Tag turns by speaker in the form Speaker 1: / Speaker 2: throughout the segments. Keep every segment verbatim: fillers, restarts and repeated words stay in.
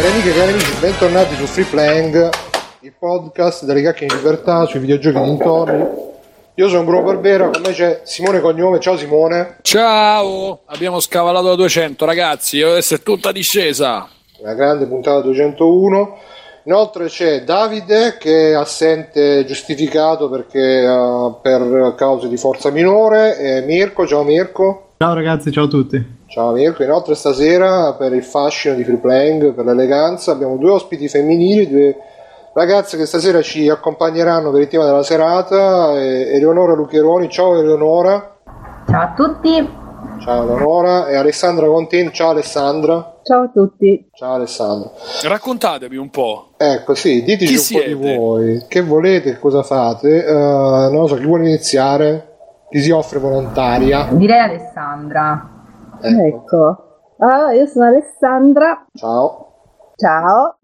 Speaker 1: Cari amiche e cari amici, bentornati su Free Playing, il podcast delle chiacchiere in libertà sui videogiochi e dintorni. Io sono Bruno Barbera, con me c'è Simone Cognome. Ciao Simone.
Speaker 2: Ciao, abbiamo scavallato la duecento ragazzi, adesso è tutta discesa.
Speaker 1: Una grande puntata duecentouno. Inoltre c'è Davide che è assente giustificato perché uh, per cause di forza minore, e Mirko. Ciao Mirko.
Speaker 3: Ciao ragazzi, ciao a tutti.
Speaker 1: Ciao Mirko. Inoltre stasera, per il fascino di Free Playing, per l'eleganza, abbiamo due ospiti femminili, due ragazze che stasera ci accompagneranno per il tema della serata. Eleonora Luccheroni. Ciao Eleonora.
Speaker 4: Ciao a tutti.
Speaker 1: Ciao Eleonora. E Alessandra Contin. Ciao Alessandra.
Speaker 4: Ciao a tutti.
Speaker 1: Ciao Alessandra.
Speaker 2: Raccontatevi un po'.
Speaker 1: Ecco, sì, diteci
Speaker 2: chi
Speaker 1: un
Speaker 2: siete?
Speaker 1: po' di voi. Che volete, cosa fate? Uh, non lo so, chi vuole iniziare? Chi si offre volontaria?
Speaker 4: Direi Alessandra.
Speaker 1: Ecco.
Speaker 5: Ecco. Ah, io sono Alessandra.
Speaker 1: Ciao.
Speaker 5: Ciao.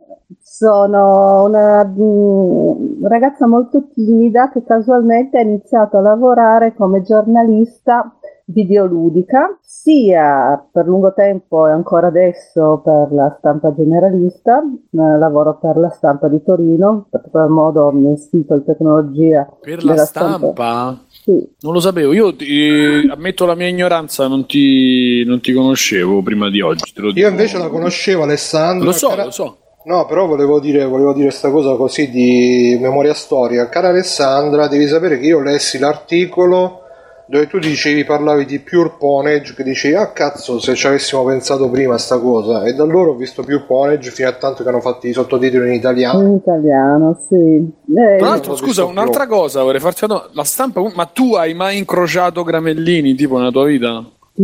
Speaker 5: Sono una mm, ragazza molto timida che casualmente ha iniziato a lavorare come giornalista videoludica, sia per lungo tempo e ancora adesso per la stampa generalista. Eh, lavoro per la stampa di Torino, in particolar modo nel sito di tecnologia
Speaker 2: Per la
Speaker 5: della
Speaker 2: stampa?
Speaker 5: Sì.
Speaker 2: Non lo sapevo, io ti, ammetto la mia ignoranza, non ti, non ti conoscevo prima di oggi. Te lo dico.
Speaker 1: Io invece la conoscevo, Alessandra.
Speaker 2: Lo so,
Speaker 1: cara...
Speaker 2: lo so.
Speaker 1: No, però volevo dire volevo dire sta cosa così di memoria storica. Cara Alessandra, devi sapere che io lessi l'articolo dove tu dicevi, parlavi di Pure Ponage, che dicevi, ah cazzo, se ci avessimo pensato prima a sta cosa, e da allora ho visto Pure Ponage fino a tanto che hanno fatto i sottotitoli in italiano.
Speaker 5: In italiano, sì. Eh,
Speaker 2: Tra l'altro, scusa, un'altra più. cosa vorrei farti notare, la stampa, ma tu hai mai incrociato Gramellini tipo nella tua vita?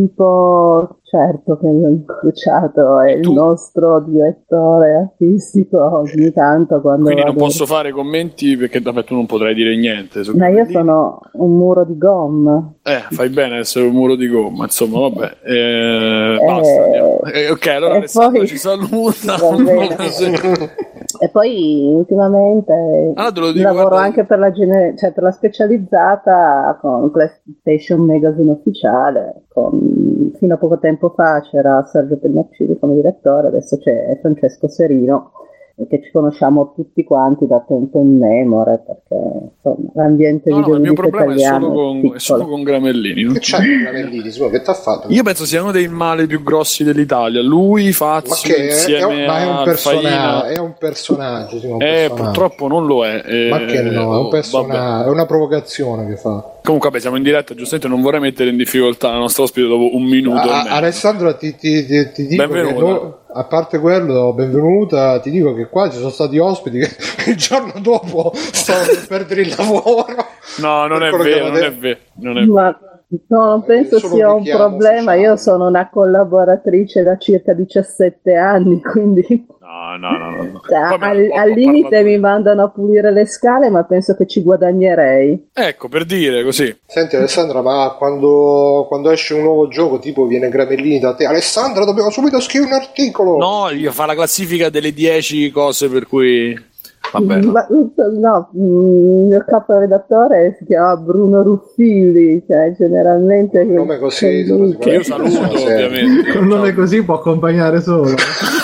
Speaker 5: Tipo, certo che l'ho incrociato, è il nostro direttore artistico ogni tanto quando
Speaker 2: quindi non
Speaker 5: vado...
Speaker 2: posso fare commenti perché vabbè, tu non potrai dire niente su
Speaker 5: ma io sono un muro di gomma.
Speaker 2: Eh, fai bene ad essere un muro di gomma, insomma, vabbè, eh,
Speaker 5: Eh,
Speaker 2: basta, andiamo. Eh, ok, allora
Speaker 5: e
Speaker 2: Alessandro
Speaker 5: poi-
Speaker 2: ci saluta.
Speaker 5: Va bene. E poi ultimamente
Speaker 2: Ah, te lo dico,
Speaker 5: lavoro
Speaker 2: guarda-
Speaker 5: anche per la, gene- cioè per la specializzata con PlayStation Magazine ufficiale, con- fino a poco tempo fa c'era Sergio Pellicini come direttore, adesso c'è Francesco Serino, che ci conosciamo tutti quanti da tempo in memore, perché insomma l'ambiente
Speaker 2: No, no, ma il mio
Speaker 5: videoludico
Speaker 2: problema è
Speaker 5: italiano
Speaker 2: solo con,
Speaker 5: piccolo.
Speaker 2: è solo con Gramellini. non
Speaker 1: Che
Speaker 2: c'è-
Speaker 1: c'è Gramellini? Simone, che t'ha fatto?
Speaker 2: Io penso sia uno dei mali più grossi dell'Italia. Lui,
Speaker 1: Ma
Speaker 2: Fazio,
Speaker 1: che è, è
Speaker 2: insieme
Speaker 1: un, ma è un
Speaker 2: a
Speaker 1: personaggio,
Speaker 2: Faina.
Speaker 1: è un personaggio, sì, un
Speaker 2: Eh,
Speaker 1: personaggio.
Speaker 2: purtroppo non lo è. eh,
Speaker 1: Ma che no, è
Speaker 2: oh,
Speaker 1: un personaggio,
Speaker 2: vabbè.
Speaker 1: è una provocazione che fa.
Speaker 2: Comunque, vabbè, siamo in diretta, giustamente non vorrei mettere in difficoltà la nostra ospite dopo un minuto.
Speaker 1: A-
Speaker 2: e mezzo.
Speaker 1: Alessandra, ti, ti, ti, ti dico che
Speaker 2: Benvenuta.
Speaker 1: no- a parte quello, benvenuta, ti dico che qua ci sono stati ospiti che il giorno dopo stavano per perdere il lavoro.
Speaker 2: No, non
Speaker 1: Per
Speaker 2: è
Speaker 1: quello che
Speaker 2: vero, non
Speaker 1: avete-
Speaker 2: è vero. Non è vero.
Speaker 5: Ma no, non penso
Speaker 1: solo
Speaker 5: sia
Speaker 1: un
Speaker 5: un
Speaker 1: richiamo
Speaker 5: problema.
Speaker 1: ufficiale.
Speaker 5: Io sono una collaboratrice da circa diciassette anni, quindi
Speaker 2: No, no, no. no, no.
Speaker 5: cioè,
Speaker 2: Vabbè,
Speaker 5: al,
Speaker 2: ho- ho
Speaker 5: al limite
Speaker 2: parlato
Speaker 5: mi
Speaker 2: io.
Speaker 5: mandano a pulire le scale, ma penso che ci guadagnerei.
Speaker 2: Ecco, per dire così.
Speaker 1: Senti Alessandra, ma quando, quando esce un nuovo gioco, tipo viene Gramellini da te, Alessandra, dobbiamo subito scrivere un articolo.
Speaker 2: No, io fa la classifica delle dieci cose per cui... Vabbè.
Speaker 5: Ma, no, mm, il mio capo redattore si chiama Bruno Ruffilli, cioè generalmente
Speaker 1: Un nome così, sono
Speaker 5: lui
Speaker 2: Che io
Speaker 1: sicuramente
Speaker 2: saluto,
Speaker 1: sì.
Speaker 2: ovviamente.
Speaker 3: Con un nome così può accompagnare solo.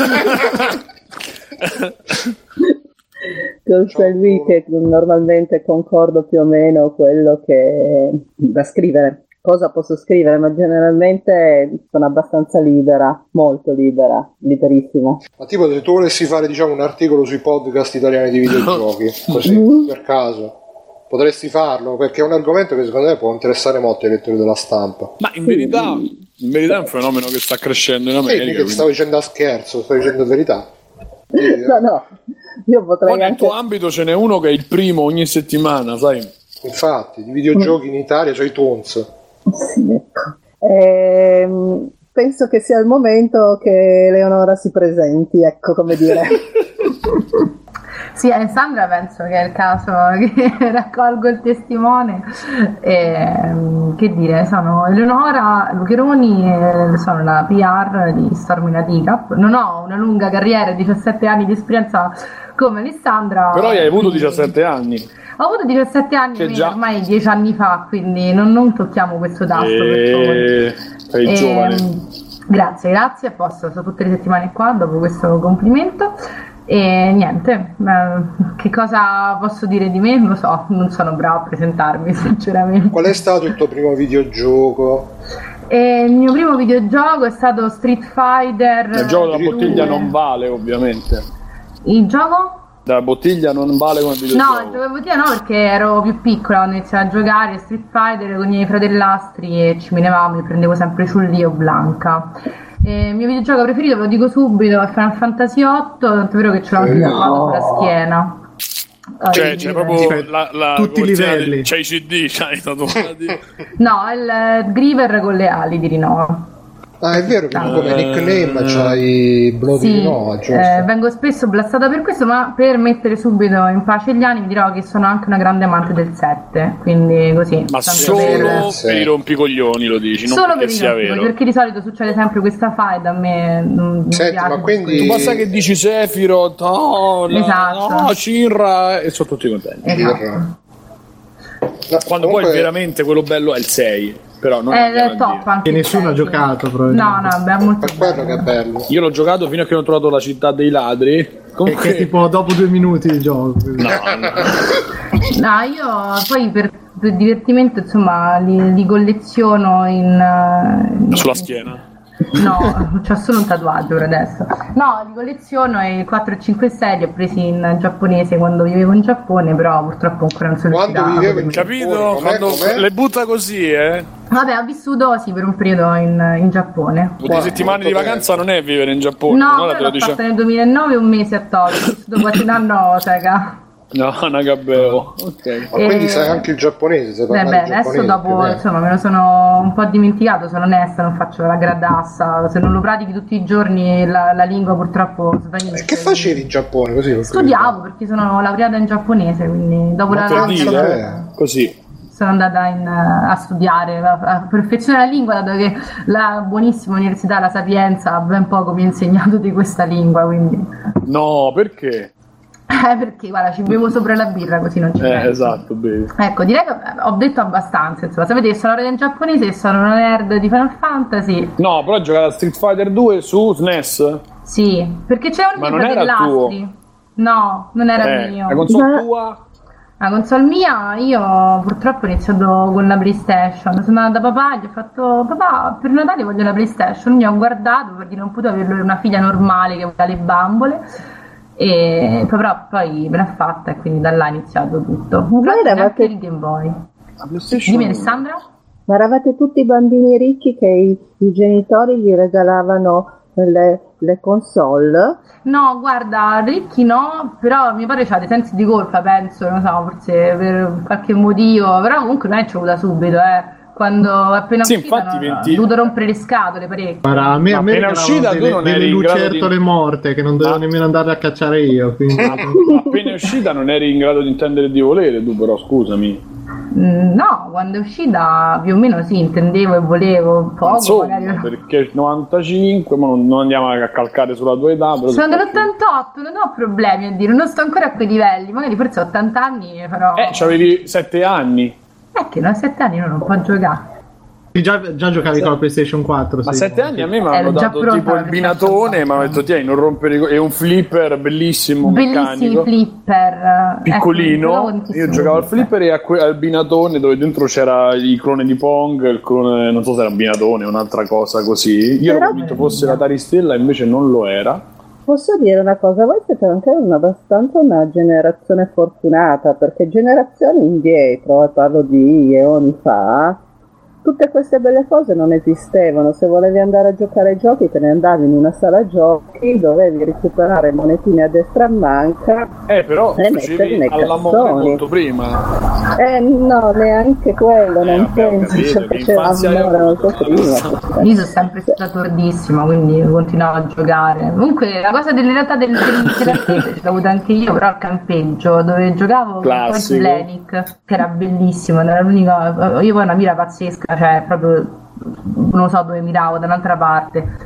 Speaker 5: Con lui che normalmente concordo più o meno quello che da scrivere. Cosa posso scrivere? Ma generalmente sono abbastanza libera, molto libera, liberissima.
Speaker 1: Ma tipo se tu volessi fare, diciamo, un articolo sui podcast italiani di videogiochi, così, per caso, potresti farlo, perché è un argomento che secondo me può interessare molto ai lettori della stampa.
Speaker 2: Ma in verità, in verità è un fenomeno che sta crescendo in
Speaker 1: Sì,
Speaker 2: America.
Speaker 1: mica ti
Speaker 2: quindi-
Speaker 1: stavo dicendo a scherzo, sto dicendo verità. Sì,
Speaker 5: No, no, io potrei
Speaker 2: Poi nel
Speaker 5: anche...
Speaker 2: tuo ambito ce n'è uno che è il primo ogni settimana, sai?
Speaker 1: infatti, di videogiochi in Italia c'ho i Toons.
Speaker 5: Sì, ecco. Ehm, penso che sia il momento che Eleonora si presenti, ecco come dire.
Speaker 4: Sì, Alessandra, penso che è il caso che raccolgo il testimone. E, che dire, sono Eleonora Luccheroni e sono la P R di Stormina Teacup. Non ho una lunga carriera, diciassette anni di esperienza come Alessandra.
Speaker 2: Però hai avuto diciassette anni.
Speaker 4: Ho avuto diciassette anni,
Speaker 2: Che già-
Speaker 4: ormai dieci anni fa, quindi non, non tocchiamo questo tasto. per favore.
Speaker 2: E... sei
Speaker 4: Ehm,
Speaker 2: giovane.
Speaker 4: Grazie, grazie, a posto, sono tutte le settimane qua dopo questo complimento. E niente, eh, che cosa posso dire di me? Non lo so, non sono brava a presentarmi sinceramente.
Speaker 1: Qual è stato il tuo primo videogioco?
Speaker 4: E il mio primo videogioco è stato Street Fighter.
Speaker 2: Il gioco della bottiglia
Speaker 4: due.
Speaker 2: non vale, ovviamente.
Speaker 4: Il gioco?
Speaker 2: Della bottiglia non vale come videogioco.
Speaker 4: No, il gioco della bottiglia no, perché ero più piccola quando iniziavo a giocare a Street Fighter con i miei fratellastri e ci menevamo, mi prendevo sempre Ciullio Blanca. E il mio videogioco preferito, ve lo dico subito, è Final Fantasy otto, tanto è vero che ce l'ho anche tatuato
Speaker 3: no.
Speaker 4: sulla schiena.
Speaker 2: Cioè, c'è proprio la, la
Speaker 3: tutti i livelli.
Speaker 2: C'hai i C D, c'hai i tatuati.
Speaker 4: No, è il Griever con le ali di Rinoa.
Speaker 1: Ah, è vero che tu come nickname c'hai Bloody
Speaker 4: Sì,
Speaker 1: Rinoa, giusto?
Speaker 4: eh, vengo spesso blastata per questo, ma per mettere subito in pace gli animi dirò che sono anche una grande amante del sette, quindi così.
Speaker 2: Ma
Speaker 4: tanto
Speaker 2: solo
Speaker 4: per...
Speaker 2: per i rompicoglioni lo dici, non
Speaker 4: Solo
Speaker 2: perché
Speaker 4: per i
Speaker 2: sia
Speaker 4: rompicoglioni,
Speaker 2: vero.
Speaker 4: perché di solito succede sempre questa fight, a me non mi
Speaker 1: Senti,
Speaker 4: piace.
Speaker 1: ma quindi-
Speaker 2: Tu basta che dici Sephiroth, oh, la-
Speaker 4: Esatto.
Speaker 2: no, Shinra, e sono tutti contenti.
Speaker 4: Esatto.
Speaker 1: No,
Speaker 2: Quando
Speaker 1: comunque-
Speaker 2: poi veramente quello bello è il sei, però non
Speaker 4: È
Speaker 2: andiamo a
Speaker 4: il top
Speaker 2: dire.
Speaker 4: anche
Speaker 3: Che
Speaker 4: il
Speaker 3: nessuno ha
Speaker 4: sette.
Speaker 3: giocato, probabilmente.
Speaker 4: No, no, beh, è molto
Speaker 1: Per quello che
Speaker 4: bello.
Speaker 1: è bello.
Speaker 2: Io l'ho giocato fino a che non ho trovato la città dei ladri.
Speaker 3: Che,
Speaker 2: Comunque...
Speaker 3: che tipo dopo due minuti di gioco. quindi.
Speaker 2: No, no.
Speaker 4: No, io poi per, per divertimento insomma li, li colleziono in, in
Speaker 2: Sulla schiena.
Speaker 4: No, c'ho solo un tatuaggio per adesso. No, li colleziono e i quattro, cinque e sei li ho presi in giapponese quando vivevo in Giappone, però purtroppo ancora non sono
Speaker 1: Quando
Speaker 4: riuscita a
Speaker 1: vivevo in
Speaker 4: poterli-
Speaker 2: Capito?
Speaker 1: Com'è,
Speaker 2: Quando
Speaker 1: com'è?
Speaker 2: le butta così, eh?
Speaker 4: Vabbè, ho vissuto sì per un periodo in, in Giappone.
Speaker 2: Due
Speaker 1: Qua,
Speaker 2: settimane di
Speaker 1: molto
Speaker 2: vacanza non è vivere in Giappone,
Speaker 4: No,
Speaker 2: no? La
Speaker 4: però
Speaker 2: te lo
Speaker 4: l'ho
Speaker 2: dice.
Speaker 4: fatta nel duemilanove un mese a Tokyo, ho vissuto quasi un anno a Osaka.
Speaker 2: No, Nagabeo. Ok.
Speaker 1: Ma quindi
Speaker 4: Eh,
Speaker 1: sai anche il giapponese, sai
Speaker 4: Beh,
Speaker 1: parlare
Speaker 4: beh,
Speaker 1: il
Speaker 4: adesso
Speaker 1: giapponese,
Speaker 4: dopo
Speaker 1: più o meno.
Speaker 4: insomma me lo sono un po' dimenticato, sono onesta, non faccio la gradassa, se non lo pratichi tutti i giorni la, la lingua purtroppo svanisce.
Speaker 1: E che facevi in Giappone così? lo
Speaker 4: Studiavo perché sono laureata in giapponese, quindi dopo
Speaker 2: Ma
Speaker 4: la
Speaker 2: per
Speaker 4: laurea
Speaker 2: dire,
Speaker 1: eh.
Speaker 2: così.
Speaker 4: sono andata in, a studiare, a, a perfezionare la lingua, dato che la buonissima università, la Sapienza, ben poco mi ha insegnato di questa lingua, quindi...
Speaker 2: No, perché?
Speaker 4: Eh, perché guarda, ci bevo sopra la birra così non ci
Speaker 2: Eh,
Speaker 4: penso.
Speaker 2: esatto, bene.
Speaker 4: Ecco, direi che ho detto abbastanza, insomma, sapete che sono laureata in giapponese e sono una nerd di Final Fantasy.
Speaker 2: No, però giocare a Street Fighter due su S N E S?
Speaker 4: Sì, perché c'era un
Speaker 2: Ma
Speaker 4: mio
Speaker 2: non era il
Speaker 4: fratellastri. No, non era
Speaker 2: Eh,
Speaker 4: mio.
Speaker 2: la console
Speaker 5: Ma-
Speaker 2: tua?
Speaker 4: La console mia, io purtroppo ho iniziato con la PlayStation. Sono andata da papà e gli ho fatto: papà, per Natale voglio la PlayStation. Mi ho guardato perché non potevo averlo una figlia normale che aveva le bambole. E però poi me l'ha fatta e quindi da là è iniziato tutto.
Speaker 5: Ma voi
Speaker 4: Anche
Speaker 5: eravate,
Speaker 4: il Game Boy.
Speaker 2: La PlayStation?
Speaker 4: Dimmi Alessandra?
Speaker 5: ma eravate tutti bambini ricchi che i, i genitori gli regalavano le, le console?
Speaker 4: No, guarda, ricchi no, però mio padre c'ha dei sensi di colpa, penso, non so, forse per qualche motivo, però comunque non è ce l'ho da subito, eh. Quando appena
Speaker 2: Sì,
Speaker 4: uscita
Speaker 2: infatti,
Speaker 4: no,
Speaker 2: venti
Speaker 4: ho dovuto rompere le scatole parecchio.
Speaker 3: Guarda, a me,
Speaker 2: Ma
Speaker 3: a me
Speaker 2: appena
Speaker 3: regalavano
Speaker 2: uscita tu
Speaker 3: delle,
Speaker 2: non
Speaker 3: delle
Speaker 2: eri in grado di-
Speaker 3: lucertole morte che non dovevo
Speaker 2: Ah.
Speaker 3: nemmeno andare a cacciare io. Quindi...
Speaker 2: Appena è uscita non eri in grado di intendere e di volere, tu però, scusami.
Speaker 4: Mm, No, quando è uscita più o meno sì, intendevo e volevo poco,
Speaker 2: Insomma,
Speaker 4: magari.
Speaker 2: perché il novantacinque, ma non, non andiamo a calcare sulla tua età. Però
Speaker 4: Sono
Speaker 2: tu-
Speaker 4: dell'ottantotto, non ho problemi a dire, non sto ancora a quei livelli, magari forse a ottanta anni farò...
Speaker 2: Eh, c'avevi sette anni.
Speaker 4: È che no, a sette anni uno non può giocare.
Speaker 3: Già, già giocavi con la PlayStation quattro.
Speaker 2: Ma
Speaker 3: sì.
Speaker 2: sette anni a me mi hanno
Speaker 4: Ero già
Speaker 2: dato
Speaker 4: pronta
Speaker 2: tipo
Speaker 4: alla
Speaker 2: il binatone,
Speaker 4: PlayStation
Speaker 2: mi hanno detto tieni, non rompere i co-" e un flipper bellissimo,
Speaker 4: Bellissimi
Speaker 2: meccanico,
Speaker 4: flipper.
Speaker 2: piccolino.
Speaker 4: Ecco,
Speaker 2: Io giocavo al flipper e a que- al binatone dove dentro c'era il clone di Pong, il clone, non so se era un binatone o un'altra cosa così. Io ero
Speaker 5: Però-
Speaker 2: convinto fosse la Taristella, invece non lo era.
Speaker 5: Posso dire una cosa, voi siete anche una, abbastanza una generazione fortunata, perché generazioni indietro, e parlo di eoni fa, tutte queste belle cose non esistevano. Se volevi andare a giocare ai giochi te ne andavi in una sala giochi, dovevi recuperare monetine a destra e a manca.
Speaker 2: Eh, però
Speaker 5: E
Speaker 2: facevi
Speaker 5: metterli nei
Speaker 2: all'amore
Speaker 5: cassoni.
Speaker 2: molto prima.
Speaker 5: Eh no, neanche quello,
Speaker 2: Eh,
Speaker 5: non
Speaker 2: vabbè, ho
Speaker 5: penso,
Speaker 2: capito,
Speaker 5: ci
Speaker 2: che
Speaker 5: faceva
Speaker 2: infanzia hai
Speaker 5: amore
Speaker 2: avuto.
Speaker 5: molto prima.
Speaker 4: Io sono sempre stata tordissima, quindi continuavo a giocare. Comunque la cosa delle realtà del, del, dell'arcade ce l'ho avuta anche io, però al campeggio, dove giocavo con
Speaker 2: Classico.
Speaker 4: Point Blank, che era bellissimo, era l'unica. Io poi ho una mira pazzesca, cioè proprio non so dove miravo, da un'altra parte.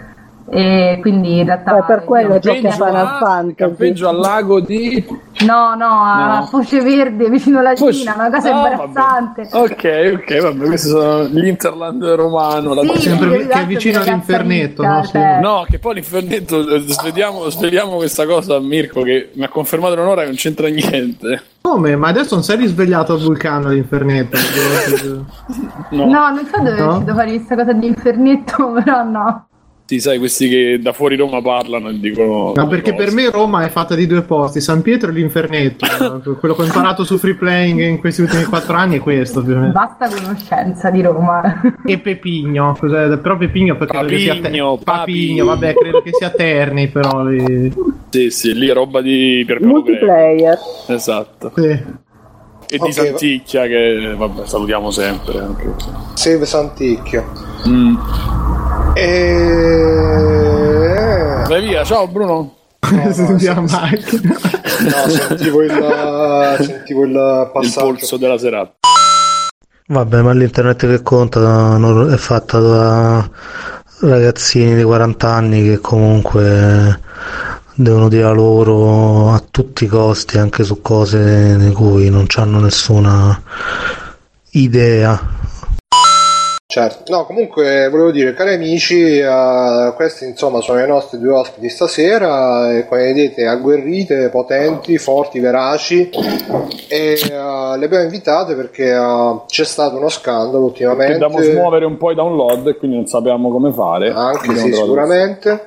Speaker 4: e quindi in realtà
Speaker 5: Poi per quello
Speaker 4: io-
Speaker 5: giochi a Final Fantasy.
Speaker 2: Campeggio al lago di
Speaker 4: no no a
Speaker 2: No.
Speaker 4: Foce Verde vicino alla
Speaker 2: Foce-
Speaker 4: Cina, una cosa
Speaker 2: Ah,
Speaker 4: imbarazzante.
Speaker 2: ok, ok, vabbè, questi sono l'interland romano. La
Speaker 4: Sì,
Speaker 3: Sempre
Speaker 4: io
Speaker 3: che è
Speaker 4: esatto,
Speaker 3: vicino
Speaker 4: di ragazza
Speaker 3: all'infernetto,
Speaker 4: ricca,
Speaker 3: no?
Speaker 4: cioè-
Speaker 2: No, che poi l'infernetto, eh, sveliamo, sveliamo questa cosa a Mirko che mi ha confermato Leonora che non c'entra niente.
Speaker 3: Come? Ma adesso non sei risvegliato al vulcano all'infernetto?
Speaker 2: No,
Speaker 4: no non so dove è
Speaker 3: No?
Speaker 4: uscito fare questa cosa dell'infernetto però no.
Speaker 2: sì, sai, questi che da fuori Roma parlano e dicono...
Speaker 3: No, perché per me Roma è fatta di due posti, San Pietro e l'infernetto. Quello che ho imparato su Free Playing in questi ultimi quattro anni è questo, più o meno.
Speaker 4: Basta conoscenza di Roma.
Speaker 3: E Pepigno, cos'è? Però Pepigno perché credo che sia
Speaker 2: Papigno,
Speaker 3: Te- Papigno, vabbè, credo che sia Terni, però lì.
Speaker 2: Sì, sì, lì è roba di Pierpaolo
Speaker 5: Multiplayer.
Speaker 2: Greco. Esatto.
Speaker 3: Sì.
Speaker 2: E
Speaker 1: Ok,
Speaker 2: di Santicchia che, vabbè, salutiamo sempre. Anche.
Speaker 1: Save Santicchia.
Speaker 2: Mm.
Speaker 1: E...
Speaker 2: Vai via, ciao Bruno.
Speaker 1: no,
Speaker 3: Senti la
Speaker 1: sì,
Speaker 3: macchina.
Speaker 1: No, sentivo il, sentivo il
Speaker 2: Il
Speaker 1: passaggio.
Speaker 2: polso della serata.
Speaker 6: Vabbè, ma l'internet che conta non- è fatta da ragazzini di quaranta anni che comunque devono dire la loro a tutti i costi, anche su cose di cui non hanno nessuna idea.
Speaker 1: Certo, no, comunque volevo dire, cari amici, eh, questi insomma sono i nostri due ospiti stasera, e come vedete agguerrite, potenti, forti, veraci, e eh, le abbiamo invitate perché eh, c'è stato uno scandalo ultimamente.
Speaker 2: Dobbiamo smuovere un po' i download e quindi non sappiamo come fare.
Speaker 1: Anche
Speaker 2: Abbiamo
Speaker 1: sì,
Speaker 2: trovato-
Speaker 1: sicuramente.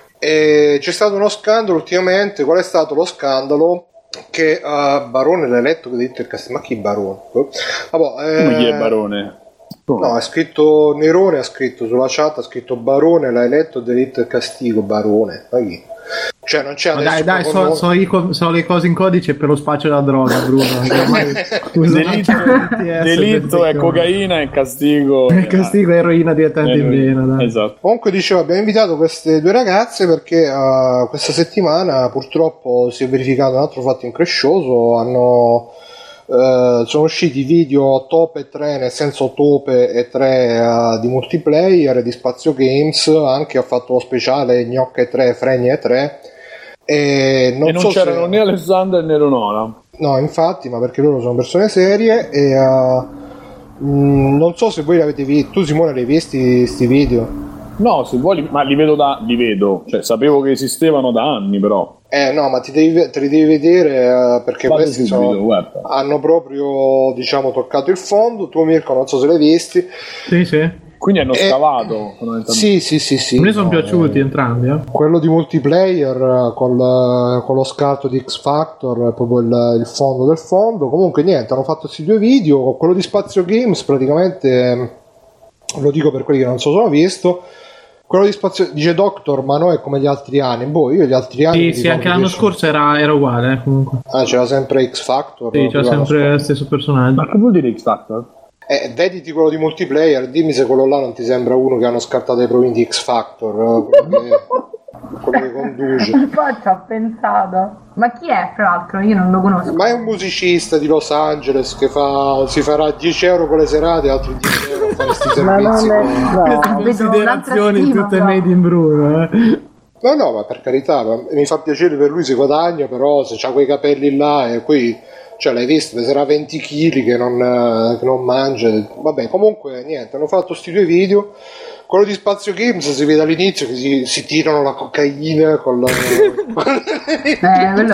Speaker 1: E c'è stato uno scandalo ultimamente. Qual è stato lo scandalo? Che uh, Barone l'ha letto che detto il cast- ma chi Barone? Vabbè, eh,
Speaker 2: Come chi è Barone?
Speaker 1: No, ha scritto Nerone, ha scritto sulla chat, ha scritto Barone, l'hai letto, delitto il castigo, Barone. Ma chi? Cioè non c'è
Speaker 3: Ma
Speaker 1: adesso
Speaker 3: dai, dai,
Speaker 1: proprio
Speaker 3: so,
Speaker 1: no-
Speaker 3: so, i co- so le cose in codice per lo spaccio della droga, Bruno. che ormai usano
Speaker 2: Delitto,
Speaker 3: G P S
Speaker 2: delitto
Speaker 3: per
Speaker 2: è
Speaker 3: te,
Speaker 2: cocaina e castigo.
Speaker 3: Il castigo è eroina direttamente in vena, dai.
Speaker 2: Esatto.
Speaker 1: Comunque dicevo, abbiamo invitato queste due ragazze perché uh, questa settimana purtroppo si è verificato un altro fatto increscioso. Hanno uh, sono usciti video Tope tre, nel senso Tope e tre uh, di multiplayer di Spazio Games, anche ha fatto lo speciale Gnocche tre, Fregne tre. E non,
Speaker 2: e non
Speaker 1: so
Speaker 2: c'erano
Speaker 1: se...
Speaker 2: né Alessandra né Leonora.
Speaker 1: No, infatti, ma perché loro sono persone serie e uh, mh, non so se voi li avete visti. Tu Simone li hai visti sti video?
Speaker 2: No, se vuoi, ma li vedo da. Li vedo. Cioè, sapevo che esistevano da anni, però.
Speaker 1: Eh no, ma ti devi, te li devi vedere uh, perché
Speaker 2: Vado
Speaker 1: questi
Speaker 2: subito,
Speaker 1: sono,
Speaker 2: guarda.
Speaker 1: hanno proprio, diciamo, toccato il fondo. Tu Mirko non so se li hai visti.
Speaker 3: Sì, sì.
Speaker 2: Quindi hanno
Speaker 1: Eh,
Speaker 2: scavato. fondamentalmente.
Speaker 1: Sì, sì, sì, sì.
Speaker 3: A me sono
Speaker 1: no,
Speaker 3: piaciuti
Speaker 1: eh,
Speaker 3: entrambi, eh.
Speaker 1: quello di multiplayer uh, col, con lo scarto di X Factor, è proprio il, il fondo del fondo. Comunque niente, hanno fatto questi due video. Quello di Spazio Games praticamente, eh, lo dico per quelli che non so se l'hanno visto. Quello di Spazio dice Doctor, ma no, è come gli altri anni. Boh, io gli altri anni
Speaker 3: Sì,
Speaker 1: mi
Speaker 3: sì,
Speaker 1: ricordo
Speaker 3: anche l'anno
Speaker 1: che-
Speaker 3: scorso era, era uguale, eh, comunque.
Speaker 1: Ah, c'era sempre X Factor.
Speaker 3: Sì, c'era
Speaker 1: l'anno
Speaker 3: sempre lo
Speaker 1: scorso.
Speaker 3: stesso personaggio.
Speaker 2: Ma che vuol dire X Factor?
Speaker 1: Eh, vediti quello di multiplayer, dimmi se quello là non ti sembra uno che hanno scartato i provini di X Factor, eh, quello che, quello che conduce.
Speaker 4: Un po' ci ho pensato. Ma chi è, fra l'altro? Io non lo conosco.
Speaker 1: Ma è un musicista di Los Angeles che fa, si farà dieci euro con le serate e altri dieci euro a fare questi
Speaker 5: Ma non
Speaker 1: servizi.
Speaker 5: è.
Speaker 1: con-
Speaker 5: No.
Speaker 4: Vedo
Speaker 3: Considerazioni
Speaker 4: un'altra
Speaker 3: tutte
Speaker 4: stima,
Speaker 3: made in Bruno, eh.
Speaker 1: No, no, ma per carità, ma mi fa piacere per lui se guadagna, però se c'ha quei capelli là e poi, cioè l'hai visto, peserà venti chili che non, eh, che non mangia. Vabbè, comunque niente, hanno fatto sti due video. Quello di Spazio Games si vede all'inizio che si, si tirano la cocaina con la...
Speaker 4: Eh, quello.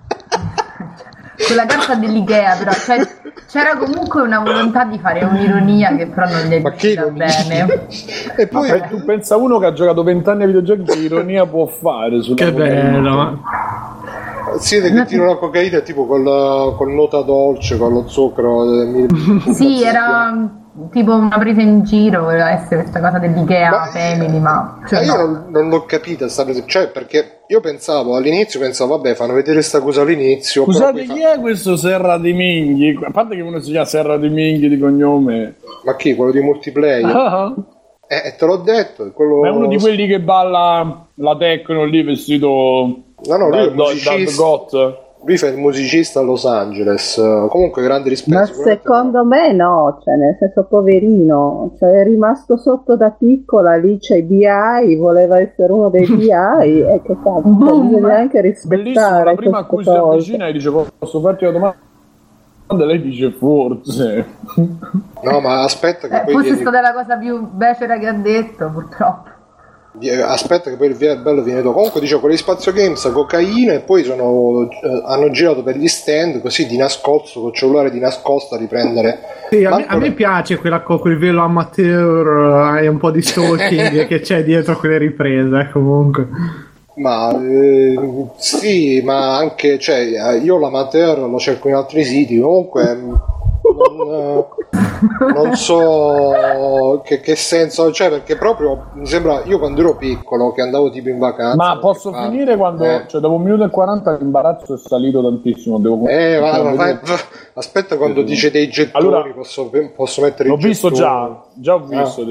Speaker 4: Con la carta dell'Ikea, però cioè, c'era comunque una volontà di fare un'ironia che però non gli è
Speaker 1: Ma che
Speaker 4: riuscita
Speaker 1: ironia?
Speaker 4: bene.
Speaker 1: E poi
Speaker 2: Ma tu pensa uno che ha giocato vent'anni a videogiochi, che ironia può fare sulla
Speaker 3: Che
Speaker 2: cocaina?
Speaker 3: bello.
Speaker 1: siete che tirano la cocaina tipo col, col nota dolce, con lo zucchero. eh, mi-
Speaker 4: Sì, era tipo una presa in giro, voleva essere questa cosa dell'Ikea
Speaker 1: Ma-
Speaker 4: Family, ma
Speaker 1: Ma
Speaker 4: cioè,
Speaker 1: io
Speaker 4: no.
Speaker 1: non, non l'ho capita sta presa, cioè perché io pensavo all'inizio, pensavo vabbè fanno vedere sta cosa all'inizio. però
Speaker 2: Scusate,
Speaker 1: poi fa-
Speaker 2: chi è questo Serra di Minghi? A parte che uno si chiama Serra di Minghi di cognome.
Speaker 1: Ma chi? Quello di multiplayer?
Speaker 2: Ah,
Speaker 1: Eh, te l'ho detto, è quello...
Speaker 2: ma è uno di quelli che balla la techno lì vestito
Speaker 1: No, no, lui
Speaker 2: da,
Speaker 1: è un
Speaker 2: da, da
Speaker 1: musicista.
Speaker 2: Got.
Speaker 1: lui fa il musicista a Los Angeles, comunque grande rispetto.
Speaker 5: Ma secondo me no, cioè nel senso poverino, cioè è rimasto sotto da piccola, lì c'è i B I, voleva essere uno dei B I e che cazzo, bisogna anche rispettare.
Speaker 2: Bellissimo, la prima a cui si
Speaker 5: cose.
Speaker 2: avvicina e dice posso farti una domanda, lei dice forse.
Speaker 1: No, ma aspetta che
Speaker 4: Eh,
Speaker 1: poi
Speaker 4: forse è
Speaker 1: vieni-
Speaker 4: stata la cosa più becera che ha detto, purtroppo.
Speaker 1: aspetta che poi il via- bello viene dopo. Comunque dicevo, quelli di Spazio Games, cocaina, e poi sono, eh, hanno girato per gli stand così di nascosto, col cellulare di nascosto a riprendere.
Speaker 3: Sì, a, me,
Speaker 1: Manco-
Speaker 3: a me piace quella co- quel velo amateur eh, e un po' di stalking che c'è dietro quelle riprese, eh, comunque.
Speaker 1: Ma eh, sì, ma anche, cioè, io l'amateur lo cerco in altri siti, comunque non, eh, non so che, che senso, cioè, perché proprio mi sembra, io quando ero piccolo che andavo tipo in vacanza,
Speaker 2: Ma posso
Speaker 1: ah,
Speaker 2: finire quando,
Speaker 1: eh.
Speaker 2: cioè dopo un minuto e quaranta l'imbarazzo è salito tantissimo. Devo
Speaker 1: Eh, va,
Speaker 2: devo
Speaker 1: va,
Speaker 2: vedere.
Speaker 1: va, aspetta quando dice dei gettoni,
Speaker 2: Allora,
Speaker 1: posso, posso mettere
Speaker 2: L'ho
Speaker 1: i
Speaker 2: visto
Speaker 1: gettoni.
Speaker 2: già, già ho visto.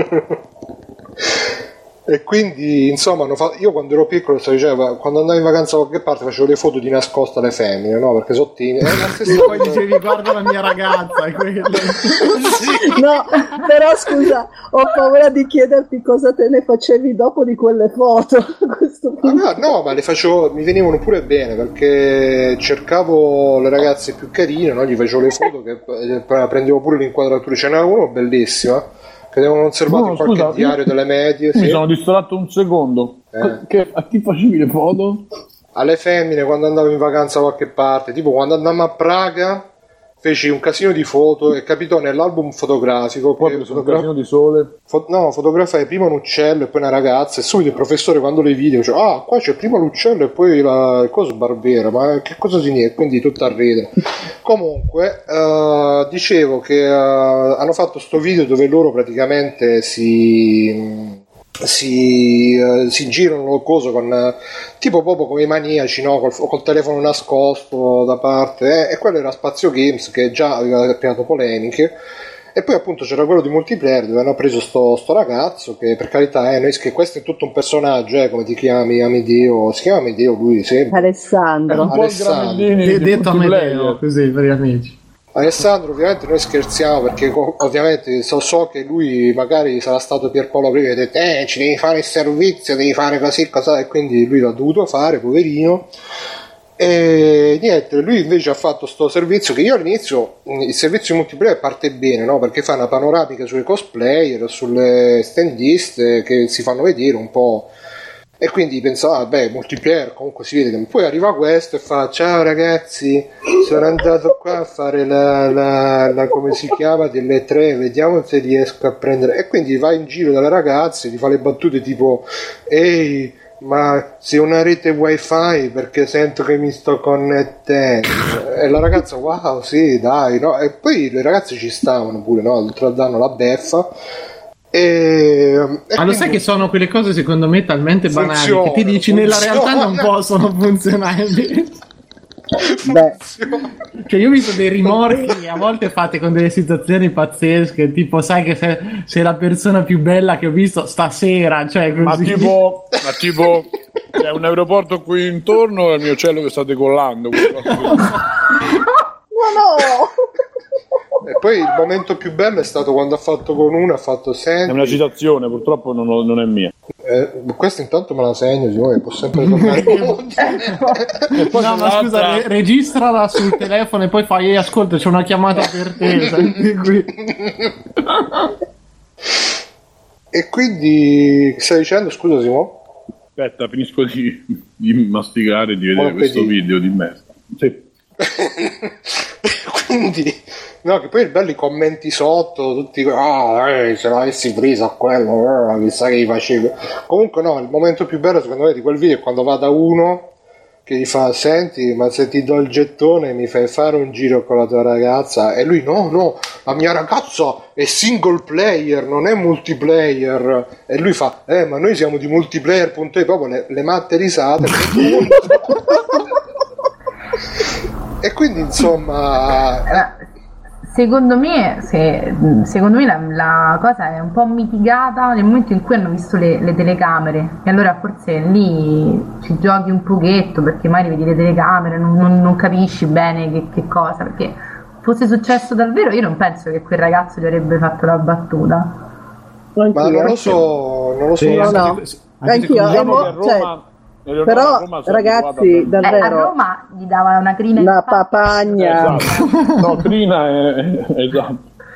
Speaker 1: E quindi insomma hanno fatto, io quando ero piccolo si diceva, quando andavo in vacanza da qualche parte facevo le foto di nascosto alle femmine, no? Perché sono timide. È la stessa
Speaker 3: E poi
Speaker 1: cosa.
Speaker 3: dicevi guarda la mia ragazza e quello.
Speaker 5: No, però scusa, ho paura di chiederti cosa te ne facevi dopo di quelle foto. A questo punto.
Speaker 1: Ah, no, ma le facevo, mi venivano pure bene perché cercavo le ragazze più carine, no? Gli facevo le foto che eh, prendevo pure l'inquadratura. Ce n'era uno bellissima che avevano conservato
Speaker 2: No,
Speaker 1: in qualche
Speaker 2: scusa,
Speaker 1: diario
Speaker 2: io-
Speaker 1: delle medie.
Speaker 2: Mi
Speaker 1: Sì.
Speaker 2: sono distratto un secondo.
Speaker 1: Eh.
Speaker 2: Che, a chi facevi le foto?
Speaker 1: Alle femmine quando andavo in vacanza da qualche parte, tipo quando andammo a Praga feci un casino di foto e capitò nell'album fotografico
Speaker 2: Poi ho
Speaker 1: che
Speaker 2: preso un
Speaker 1: fotogra-
Speaker 2: casino di sole.
Speaker 1: fo- no, fotografai prima un uccello e poi una ragazza e subito il professore quando le vide dice ah qua c'è prima l'uccello e poi la il coso Barbera, ma che cosa significa? Quindi tutto a ridere. Comunque eh, dicevo che eh, hanno fatto sto video dove loro praticamente si si, eh, si girano il coso con eh, tipo proprio come i maniaci, no? col, col telefono nascosto da parte eh? E quello era Spazio Games che già aveva creato polemiche. E poi appunto c'era quello di multiplayer dove hanno preso sto, sto ragazzo che per carità eh, noi, che questo è tutto un personaggio, eh, come ti chiami Amedeo, si chiama Amedeo lui sempre.
Speaker 2: È
Speaker 5: Alessandro.
Speaker 2: un po' il
Speaker 1: Alessandro.
Speaker 2: Gramellini
Speaker 3: De-
Speaker 2: di
Speaker 3: detto a
Speaker 2: multiplayer.
Speaker 3: Medeo, così per gli amici.
Speaker 1: Alessandro, ovviamente noi scherziamo perché co- ovviamente so, so che lui magari sarà stato Pierpaolo prima e ha detto eh ci devi fare il servizio, devi fare così, cosa, e quindi lui l'ha dovuto fare, poverino. E niente, lui invece ha fatto sto servizio che io all'inizio, il servizio multiplayer parte bene, no? Perché fa una panoramica sui cosplayer, sulle standiste che si fanno vedere un po'. E quindi pensavo, ah, beh, multiplayer comunque si vede che poi arriva questo e fa ciao ragazzi, sono andato qua a fare la, la, la come si chiama delle tre, vediamo se riesco a prendere, e quindi va in giro dalle ragazze, ti fa le battute tipo ehi ma sei una rete wifi perché sento che mi sto connettendo, e la ragazza wow sì dai, no? E poi le ragazze ci stavano pure, no? Danno la beffa. E, e
Speaker 3: Ma lo
Speaker 1: quindi-
Speaker 3: sai che sono quelle cose secondo me talmente banali
Speaker 1: Funziona,
Speaker 3: che ti dici nella
Speaker 1: funziona.
Speaker 3: realtà non possono funzionare.
Speaker 5: Beh,
Speaker 3: Cioè io ho visto dei rimorchi a volte fatti con delle situazioni pazzesche, tipo sai che sei, sei la persona più bella che ho visto stasera, cioè così.
Speaker 2: Ma tipo, ma tipo c'è un aeroporto qui intorno e il mio cielo che sta decollando.
Speaker 5: ma no!
Speaker 1: E poi il momento più bello è stato quando ha fatto con una, ha fatto
Speaker 2: È
Speaker 1: senti,
Speaker 2: una citazione, purtroppo non, ho- non è mia.
Speaker 1: eh, questa intanto me la segno, siccome può sempre tornare.
Speaker 2: E poi
Speaker 3: No,
Speaker 2: c'è
Speaker 3: ma scusa,
Speaker 2: un'altra-
Speaker 3: re- registrala sul telefono e poi fai, ehi, ascolta, c'è una chiamata per te, senti qui.
Speaker 1: E quindi, che stai dicendo, scusa Simo?
Speaker 2: Aspetta, finisco di, di masticare e di vedere
Speaker 1: Buon
Speaker 2: questo
Speaker 1: appetito.
Speaker 2: video di me. Sì.
Speaker 1: Quindi, no, che poi il bello i commenti sotto, tutti, ah, eh, se l'avessi presa a quello, eh, chissà che gli facevi. Comunque no, il momento più bello secondo me di quel video è quando va da uno che gli fa, senti, ma se ti do il gettone mi fai fare un giro con la tua ragazza? E lui, no, no, la mia ragazza è single player, non è multiplayer. E lui fa, eh, ma noi siamo di multiplayer, punto e proprio le, le matte risate. E quindi insomma
Speaker 4: Ma secondo me, se, secondo me la, la cosa è un po' mitigata nel momento in cui hanno visto le, le telecamere, e allora forse lì ci giochi un pochetto, perché magari vedi le telecamere, non, non, non capisci bene che, che cosa, perché fosse successo davvero io non penso che quel ragazzo gli avrebbe fatto la battuta.
Speaker 1: Ma non lo so, non lo so.
Speaker 2: Sì,
Speaker 5: No,
Speaker 2: anche
Speaker 5: no.
Speaker 2: se- anche se
Speaker 5: Anch'io,
Speaker 2: diciamo
Speaker 5: eh,
Speaker 2: che a
Speaker 5: mo- cioè,
Speaker 2: Roma- a
Speaker 5: però,
Speaker 2: Roma sono
Speaker 5: ragazzi,
Speaker 2: abituato a-
Speaker 4: Eh, a
Speaker 5: davvero,
Speaker 4: Roma gli dava una crina in
Speaker 5: una
Speaker 4: faccia.
Speaker 5: papagna.
Speaker 2: Esatto. No, Trina è esatto.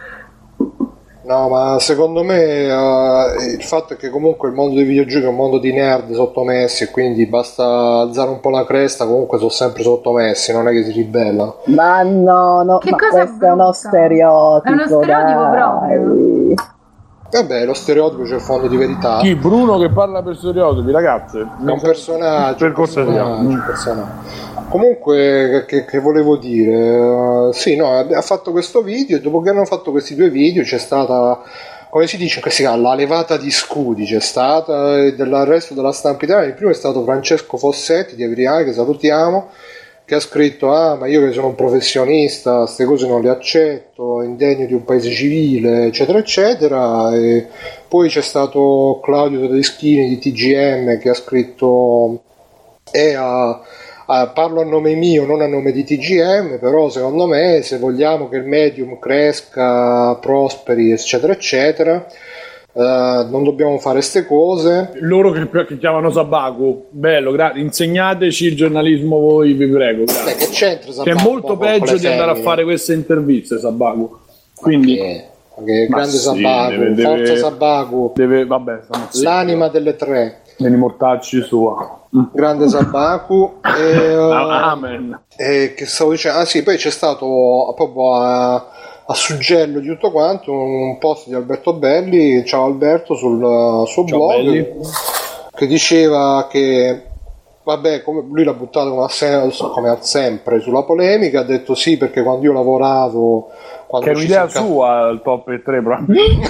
Speaker 1: No, ma secondo me eh, il fatto è che comunque il mondo dei videogiochi è un mondo di nerd sottomessi, e quindi basta alzare un po' la cresta, comunque sono sempre sottomessi, non è che si ribellano.
Speaker 5: Ma no, no,
Speaker 4: Che
Speaker 5: ma
Speaker 4: cosa
Speaker 5: questo è uno
Speaker 4: brutta.
Speaker 5: stereotipo.
Speaker 4: È uno stereotipo
Speaker 5: dai.
Speaker 4: proprio.
Speaker 1: Vabbè, lo stereotipo c'è il fondo di verità.
Speaker 2: Chi? Bruno che parla per stereotipi, ragazze?
Speaker 1: È un personaggio,
Speaker 2: Per
Speaker 1: un
Speaker 2: cortesia.
Speaker 1: personaggio, un personaggio. Comunque, che, che volevo dire? Uh, sì, no, ha fatto questo video, e dopo che hanno fatto questi due video c'è stata, come si dice in questi casi, la levata di scudi, c'è stata, e dell'arresto della stampa italiana. Il primo è stato Francesco Fossetti di Avriai, che salutiamo, che ha scritto: ah, ma io che sono un professionista, queste cose non le accetto, indegno di un paese civile, eccetera eccetera. E poi c'è stato Claudio Tedeschini di T G M, che ha scritto: e a Uh, parlo a nome mio, non a nome di T G M, però secondo me se vogliamo che il medium cresca, prosperi, eccetera eccetera, uh, non dobbiamo fare ste cose.
Speaker 2: Loro che, che chiamano Sabaku, bello, gra- insegnateci il giornalismo voi, vi prego. grazie.
Speaker 1: Beh, che c'entra
Speaker 2: Che
Speaker 1: Sabaku
Speaker 2: è molto
Speaker 1: con- con
Speaker 2: peggio
Speaker 1: le
Speaker 2: di andare a
Speaker 1: femmine?
Speaker 2: fare queste interviste, Sabaku. Quindi
Speaker 1: Che- che
Speaker 2: Ma
Speaker 1: grande
Speaker 2: sì,
Speaker 1: Sabaku,
Speaker 2: deve- deve-
Speaker 1: forza Sabaku,
Speaker 2: deve, vabbè, stiamo zitti.
Speaker 1: l'anima delle tre.
Speaker 2: Devi mortacci sua.
Speaker 1: Grande Sabaku. E, uh,
Speaker 2: Ah, amen.
Speaker 1: E che stavo dicendo? Ah sì, poi c'è stato proprio a, a suggello di tutto quanto un post di Alberto Belli, ciao Alberto, sul uh, suo
Speaker 2: Ciao,
Speaker 1: blog,
Speaker 2: Belli.
Speaker 1: che diceva che vabbè, come lui l'ha buttato come, a se- come a sempre sulla polemica, ha detto sì, perché quando io lavoravo, quando
Speaker 2: Che è
Speaker 1: ci
Speaker 2: un'idea
Speaker 1: si inca-
Speaker 2: sua, il top tre probabilmente.